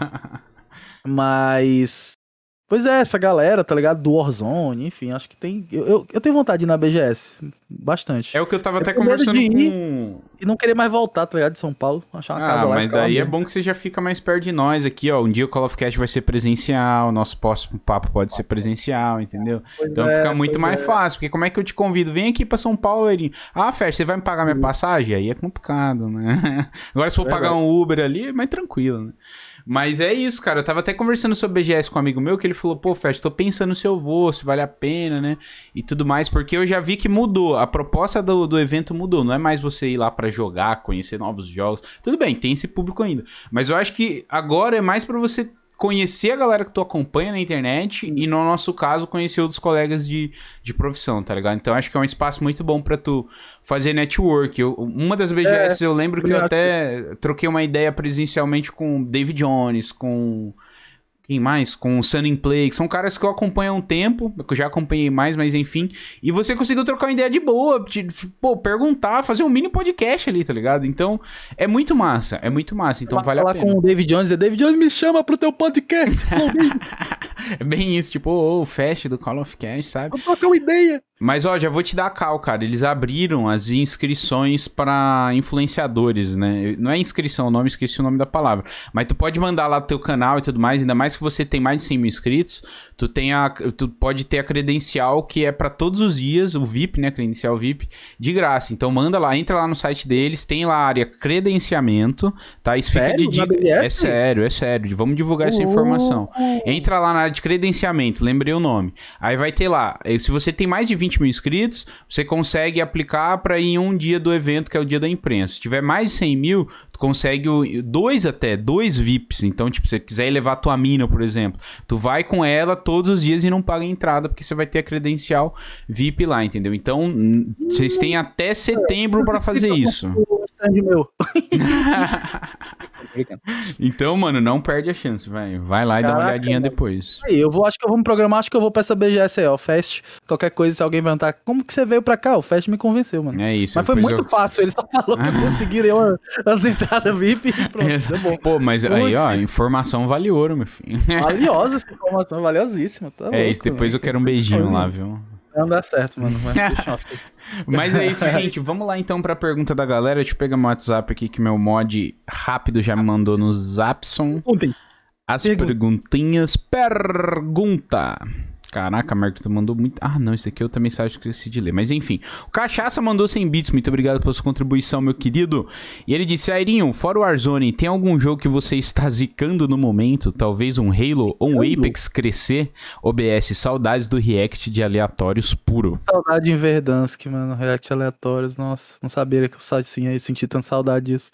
Mas... Pois é, essa galera, tá ligado? Do Warzone, enfim, acho que tem... Eu, eu, eu tenho vontade de ir na B G S, bastante. É o que eu tava eu até conversando com... E não querer mais voltar, tá ligado? De São Paulo, achar uma ah, casa lá. Mas daí é bom que você já fica mais perto de nós aqui, ó. Um dia o Call of Cast vai ser presencial, nosso próximo papo pode ser presencial, entendeu? Pois então é, fica muito mais é. fácil, porque como é que eu te convido? Vem aqui pra São Paulo, Airinho. Ah, Fer, você vai me pagar minha passagem? Aí é complicado, né? Agora se for é pagar um Uber ali, é mais tranquilo, né? Mas é isso, cara. Eu tava até conversando sobre B G S com um amigo meu, que ele falou, pô, Fest, tô pensando se eu vou, se vale a pena, né? E tudo mais, porque eu já vi que mudou. A proposta do, do evento mudou. Não é mais você ir lá pra jogar, conhecer novos jogos. Tudo bem, tem esse público ainda. Mas eu acho que agora é mais pra você conhecer a galera que tu acompanha na internet e, no nosso caso, conhecer outros colegas de, de profissão, tá ligado? Então, acho que é um espaço muito bom pra tu fazer network. Eu, uma das B G S, é, eu lembro que eu até troquei uma ideia presencialmente com David Jones, com... Quem mais? Com o Sun in Play, que são caras que eu acompanho há um tempo, que eu já acompanhei mais, mas enfim. E você conseguiu trocar uma ideia de boa, de, pô, perguntar, fazer um mini podcast ali, tá ligado? Então, é muito massa, é muito massa, então vale a pena. Falar com o David Jones, e David Jones me chama pro teu podcast, É bem isso, tipo, o oh, Fast do Call of Cast, sabe? Vou trocar uma ideia. Mas, ó, já vou te dar a cal, cara. Eles abriram as inscrições para influenciadores, né? Não é inscrição o nome, esqueci o nome da palavra. Mas tu pode mandar lá do teu canal e tudo mais, ainda mais que você tem mais de cem mil inscritos, tu, tem a, tu pode ter a credencial que é para todos os dias, o V I P, né? Credencial V I P, de graça. Então manda lá, entra lá no site deles, tem lá a área credenciamento, tá? Isso fica de dica. É sério, é sério. Vamos divulgar essa informação. Entra lá na área de credenciamento, lembrei o nome. Aí vai ter lá, se você tem mais de vinte mil inscritos, você consegue aplicar para ir em um dia do evento, que é o dia da imprensa. Se tiver mais de cem mil, tu consegue dois até, dois V I Ps. Então, tipo, se você quiser levar tua mina, por exemplo, tu vai com ela todos os dias e não paga entrada, porque você vai ter a credencial V I P lá, entendeu? Então, vocês têm até setembro para fazer isso. Meu. Então, mano, não perde a chance, vai. Vai lá e Caraca, dá uma olhadinha mano. depois. Aí, eu vou, acho que eu vou me programar, acho que eu vou pra essa B G S aí, ó, Fest. Qualquer coisa, se alguém perguntar, como que você veio pra cá? O Fest me convenceu, mano. É isso. Mas foi muito eu... fácil, ele só falou que eu consegui uma, umas entradas V I P e pronto, é, deu bom. Pô, mas aí, ó, informação vale ouro, meu filho. Valiosa essa informação, valiosíssima. Tá é louco, isso, depois mano. eu quero um beijinho lá, viu? Não dá certo, mano. Mas, mas é isso, gente. Vamos lá então pra pergunta da galera. Deixa eu pegar meu WhatsApp aqui que meu mod rápido já me mandou no Zapson. As Pergunta. perguntinhas. Pergunta. Caraca, Marco, tu mandou muito... Ah, não, esse aqui eu também acho que eu esqueci de ler. Mas enfim, o Cachaça mandou cem bits. Muito obrigado pela sua contribuição, meu querido. E ele disse, Airinho, fora o Warzone, tem algum jogo que você está zicando no momento? Talvez um Halo ou um Apex crescer? O B S, saudades do react de aleatórios puro. Saudade de Verdansk, mano. React aleatórios, nossa. Não sabia que eu assim, senti tanta saudade disso.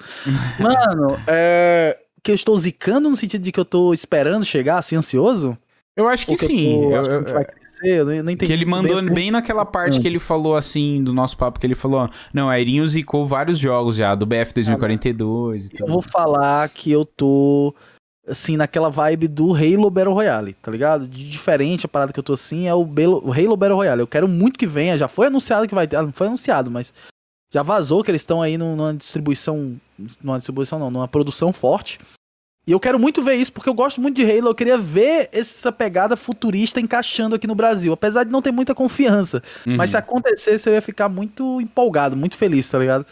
Mano, é... que eu estou zicando no sentido de que eu tô esperando chegar, assim, ansioso? Eu acho que sim. Eu, eu, acho eu, que vai crescer, eu não entendi. Que ele mandou bem, bem naquela parte que ele falou assim, do nosso papo, que ele falou, não, a Airinho zicou vários jogos já, do B F dois mil e quarenta e dois ah, e tudo. Eu vou falar que eu tô, assim, naquela vibe do Halo Battle Royale, tá ligado? De diferente, a parada que eu tô assim é o, Belo, o Halo Battle Royale. Eu quero muito que venha, já foi anunciado que vai ter, não foi anunciado, mas já vazou que eles estão aí numa distribuição, numa distribuição não, numa produção forte. E eu quero muito ver isso, porque eu gosto muito de Halo, eu queria ver essa pegada futurista encaixando aqui no Brasil, apesar de não ter muita confiança. Uhum. Mas se acontecesse, eu ia ficar muito empolgado, muito feliz, tá ligado?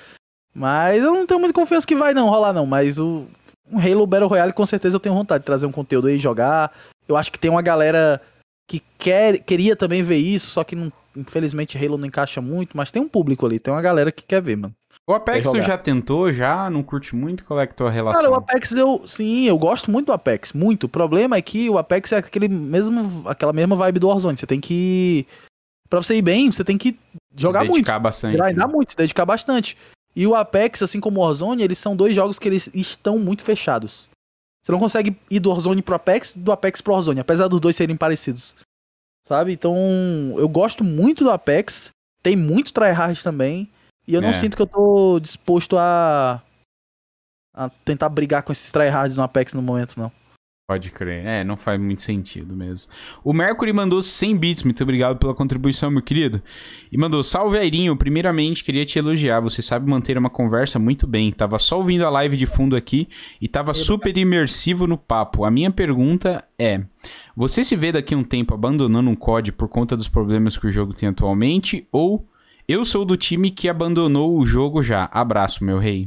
Mas eu não tenho muita confiança que vai não rolar não, mas o um Halo Battle Royale com certeza eu tenho vontade de trazer um conteúdo aí e jogar. Eu acho que tem uma galera que quer, queria também ver isso, só que não, infelizmente Halo não encaixa muito, mas tem um público ali, tem uma galera que quer ver, mano. O Apex tu já tentou, já? Não curte muito? Qual é que é a tua relação? Cara, o Apex eu... Sim, eu gosto muito do Apex, muito. O problema é que o Apex é aquele mesmo, aquela mesma vibe do Warzone. Você tem que... Pra você ir bem, você tem que jogar muito. Se dedicar muito, bastante. Grindar né? muito, se dedicar bastante. E o Apex, assim como o Warzone, eles são dois jogos que eles estão muito fechados. Você não consegue ir do Warzone pro Apex, do Apex pro Warzone, apesar dos dois serem parecidos. Sabe? Então, eu gosto muito do Apex. Tem muito tryhard também. E eu não é. sinto que eu tô disposto a, a tentar brigar com esses tryhards no Apex no momento, não. Pode crer. É, não faz muito sentido mesmo. O Mercury mandou cem bits. Muito obrigado pela contribuição, meu querido. E mandou, salve Airinho. Primeiramente, queria te elogiar. Você sabe manter uma conversa muito bem. Tava só ouvindo a live de fundo aqui e tava super imersivo no papo. A minha pergunta é, você se vê daqui a um tempo abandonando um C O D por conta dos problemas que o jogo tem atualmente? Ou... eu sou do time que abandonou o jogo já. Abraço, meu rei.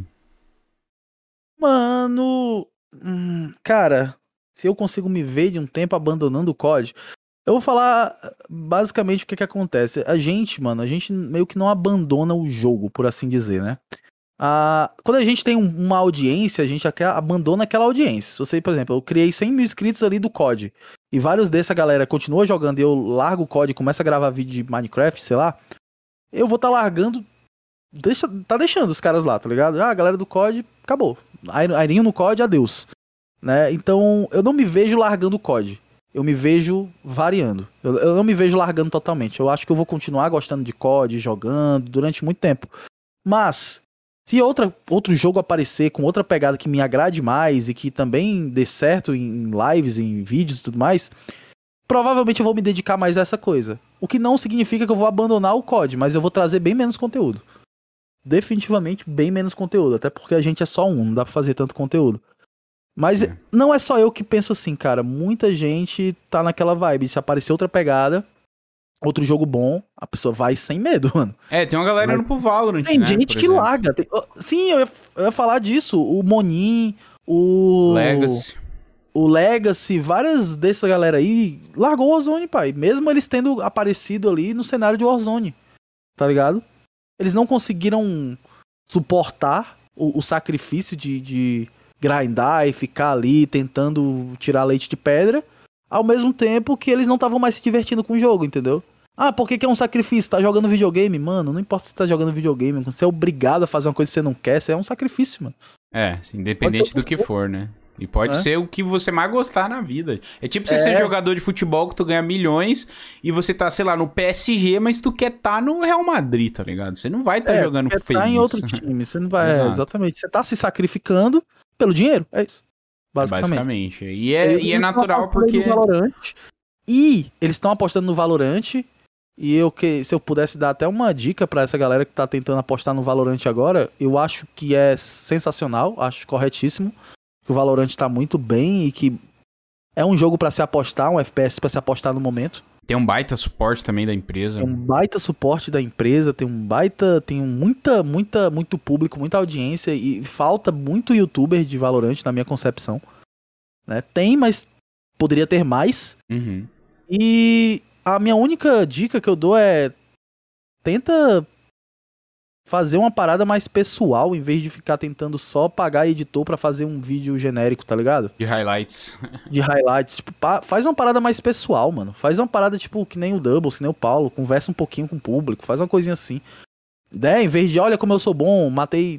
Mano... Hum, cara, se eu consigo me ver de um tempo abandonando o C O D... Eu vou falar basicamente o que que acontece. A gente, mano, a gente meio que não abandona o jogo, por assim dizer, né? Ah, quando a gente tem um, uma audiência, a gente abandona aquela audiência. Se você, por exemplo, eu criei cem mil inscritos ali do C O D e vários dessa galera continua jogando e eu largo o C O D e começo a gravar vídeo de Minecraft, sei lá... eu vou tá largando, deixa, tá deixando os caras lá, tá ligado? Ah, a galera do C O D, acabou. Airinho no C O D, adeus. né? Então, eu não me vejo largando o C O D. Eu me vejo variando. Eu, eu não me vejo largando totalmente. Eu acho que eu vou continuar gostando de C O D, jogando durante muito tempo. Mas, se outra, outro jogo aparecer com outra pegada que me agrade mais e que também dê certo em lives, em vídeos e tudo mais, provavelmente eu vou me dedicar mais a essa coisa. O que não significa que eu vou abandonar o C O D, mas eu vou trazer bem menos conteúdo. Definitivamente bem menos conteúdo. Até porque a gente é só um, não dá pra fazer tanto conteúdo. Mas é. Não é só eu que penso assim, cara. Muita gente tá naquela vibe. Se aparecer outra pegada, outro jogo bom, a pessoa vai sem medo, mano. É, tem uma galera Mas indo pro Valorant, tem né, gente que larga. Tem... Sim, eu ia, eu ia falar disso. O Monin, o... Legacy. O Legacy, várias dessa galera aí largou o Warzone, pai. Mesmo eles tendo aparecido ali no cenário de Warzone. Tá ligado? Eles não conseguiram suportar o, o sacrifício de... de grindar e ficar ali tentando tirar leite de pedra, ao mesmo tempo que eles não estavam mais se divertindo com o jogo, entendeu? Ah, por que que é um sacrifício? Tá jogando videogame? Mano, não importa se você tá jogando videogame, você é obrigado a fazer uma coisa que você não quer, isso é um sacrifício, mano. É, independente do que for, né? E pode é. ser o que você mais gostar na vida. É tipo você é. ser jogador de futebol que tu ganha milhões e você tá, sei lá, no P S G, mas tu quer tá no Real Madrid, tá ligado? Você não vai tá é, jogando quer feliz. Tá em outro time, você não vai... É, exatamente. Você tá se sacrificando pelo dinheiro, é isso. Basicamente. É basicamente. E é, e é natural porque... E eles estão apostando no Valorant. E eu que se eu pudesse dar até uma dica pra essa galera que tá tentando apostar no Valorant agora, eu acho que é sensacional, acho corretíssimo. Que o Valorant tá muito bem e que é um jogo pra se apostar, um F P S pra se apostar no momento. Tem um baita suporte também da empresa. Tem um baita suporte da empresa, tem um baita, tem muita, muita, muito público, muita audiência e falta muito youtuber de Valorant na minha concepção, né? Tem, mas poderia ter mais. Uhum. E a minha única dica que eu dou é tenta fazer uma parada mais pessoal em vez de ficar tentando só pagar editor pra fazer um vídeo genérico, tá ligado? De highlights. De highlights. Tipo, faz uma parada mais pessoal, mano. Faz uma parada, tipo, que nem o Doubles, que nem o Paulo. Conversa um pouquinho com o público. Faz uma coisinha assim. Né? Em vez de, olha como eu sou bom, matei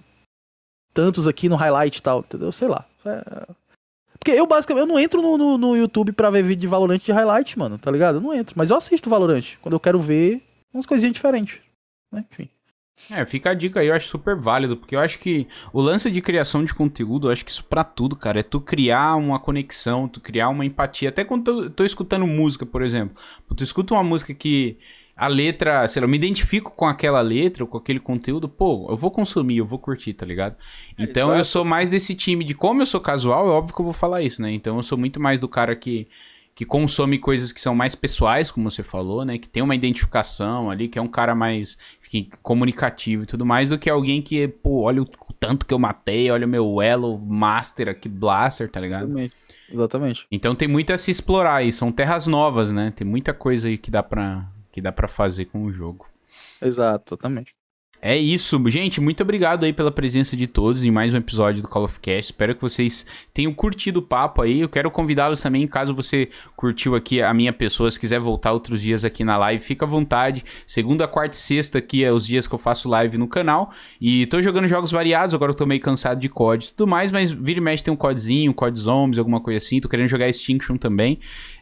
tantos aqui no highlight e tal. Entendeu? Sei lá. É... Porque eu, basicamente, eu não entro no, no, no YouTube pra ver vídeo de Valorant de highlight, mano. Tá ligado? Eu não entro. Mas eu assisto Valorant. Quando eu quero ver umas coisinhas diferentes. Né? Enfim. É, fica a dica aí, eu acho super válido, porque eu acho que o lance de criação de conteúdo, eu acho que isso pra tudo, cara, é tu criar uma conexão, tu criar uma empatia, até quando eu tô escutando música, por exemplo, tu escuta uma música que a letra, sei lá, eu me identifico com aquela letra, ou com aquele conteúdo, pô, eu vou consumir, eu vou curtir, tá ligado? É, então exato. Eu sou mais desse time de, como eu sou casual, é óbvio que eu vou falar isso, né, então eu sou muito mais do cara que... que consome coisas que são mais pessoais, como você falou, né? Que tem uma identificação ali, que é um cara mais que, comunicativo e tudo mais, do que alguém que, pô, olha o tanto que eu matei, olha o meu elo master aqui, blaster, tá ligado? Exatamente. Exatamente. Então tem muito a se explorar aí, são terras novas, né? Tem muita coisa aí que dá pra, que dá pra fazer com o jogo. Exato, exatamente. É isso, gente, muito obrigado aí pela presença de todos em mais um episódio do Call of Cast, espero que vocês tenham curtido o papo aí, eu quero convidá-los também, caso você curtiu aqui a minha pessoa, se quiser voltar outros dias aqui na live, fica à vontade, segunda, quarta e sexta aqui é os dias que eu faço live no canal, e tô jogando jogos variados, agora eu tô meio cansado de C O D e tudo mais, mas vira e mexe tem um CODzinho, um C O D Zombies, alguma coisa assim, tô querendo jogar Extinction também,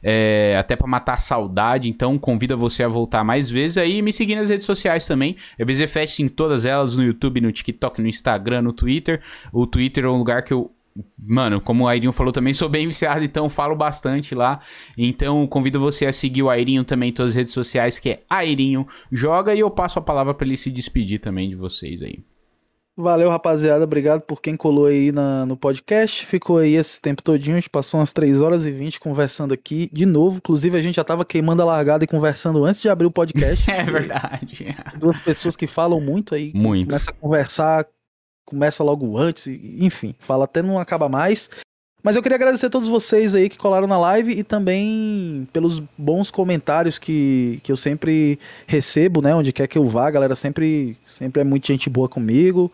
é, até pra matar a saudade, então convido você a voltar mais vezes aí, e me seguir nas redes sociais também, é B Z Fest em todas elas, no YouTube, no TikTok, no Instagram, no Twitter. O Twitter é um lugar que eu, mano, como o Airinho falou também, sou bem viciado, então falo bastante lá. Então convido você a seguir o Airinho também em todas as redes sociais, que é Airinho Joga, e eu passo a palavra para ele se despedir também de vocês aí. Valeu, rapaziada. Obrigado por quem colou aí na, no podcast. Ficou aí esse tempo todinho. A gente passou umas três horas e vinte conversando aqui de novo. Inclusive, a gente já tava queimando a largada e conversando antes de abrir o podcast. É verdade. Duas pessoas que falam muito aí. Muito. Começa a conversar, começa logo antes. Enfim, fala até não acaba mais. Mas eu queria agradecer a todos vocês aí que colaram na live e também pelos bons comentários que, que eu sempre recebo, né? Onde quer que eu vá, a galera sempre, sempre é muito gente boa comigo.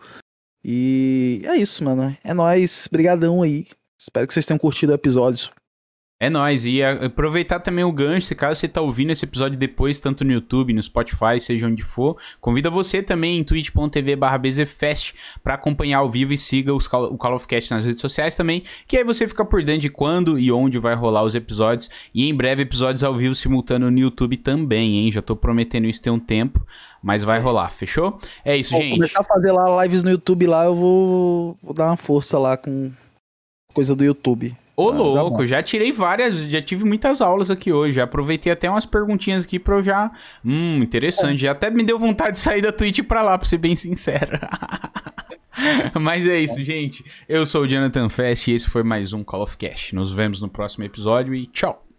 E é isso, mano. É nóis. Brigadão aí. Espero que vocês tenham curtido o episódio. É nóis, e a- aproveitar também o gancho, se caso você tá ouvindo esse episódio depois, tanto no YouTube, no Spotify, seja onde for, convida você também em twitch.tv barra bzfest pra acompanhar ao vivo e siga os Call, o Call of Cast nas redes sociais também, que aí você fica por dentro de quando e onde vai rolar os episódios, e em breve episódios ao vivo simultâneo no YouTube também, hein, já tô prometendo isso tem um tempo, mas vai rolar, fechou? É isso, Vou gente. começar a fazer lá lives no YouTube lá, eu vou, vou dar uma força lá com coisa do YouTube. Ô, Ah, dá louco, bom. já tirei várias, já tive muitas aulas aqui hoje, já aproveitei até umas perguntinhas aqui pra eu já... Hum, interessante, já até me deu vontade de sair da Twitch pra lá, pra ser bem sincero. Mas é isso, gente. Eu sou o Jonathan Fest e esse foi mais um Call of Cast. Nos vemos no próximo episódio e tchau!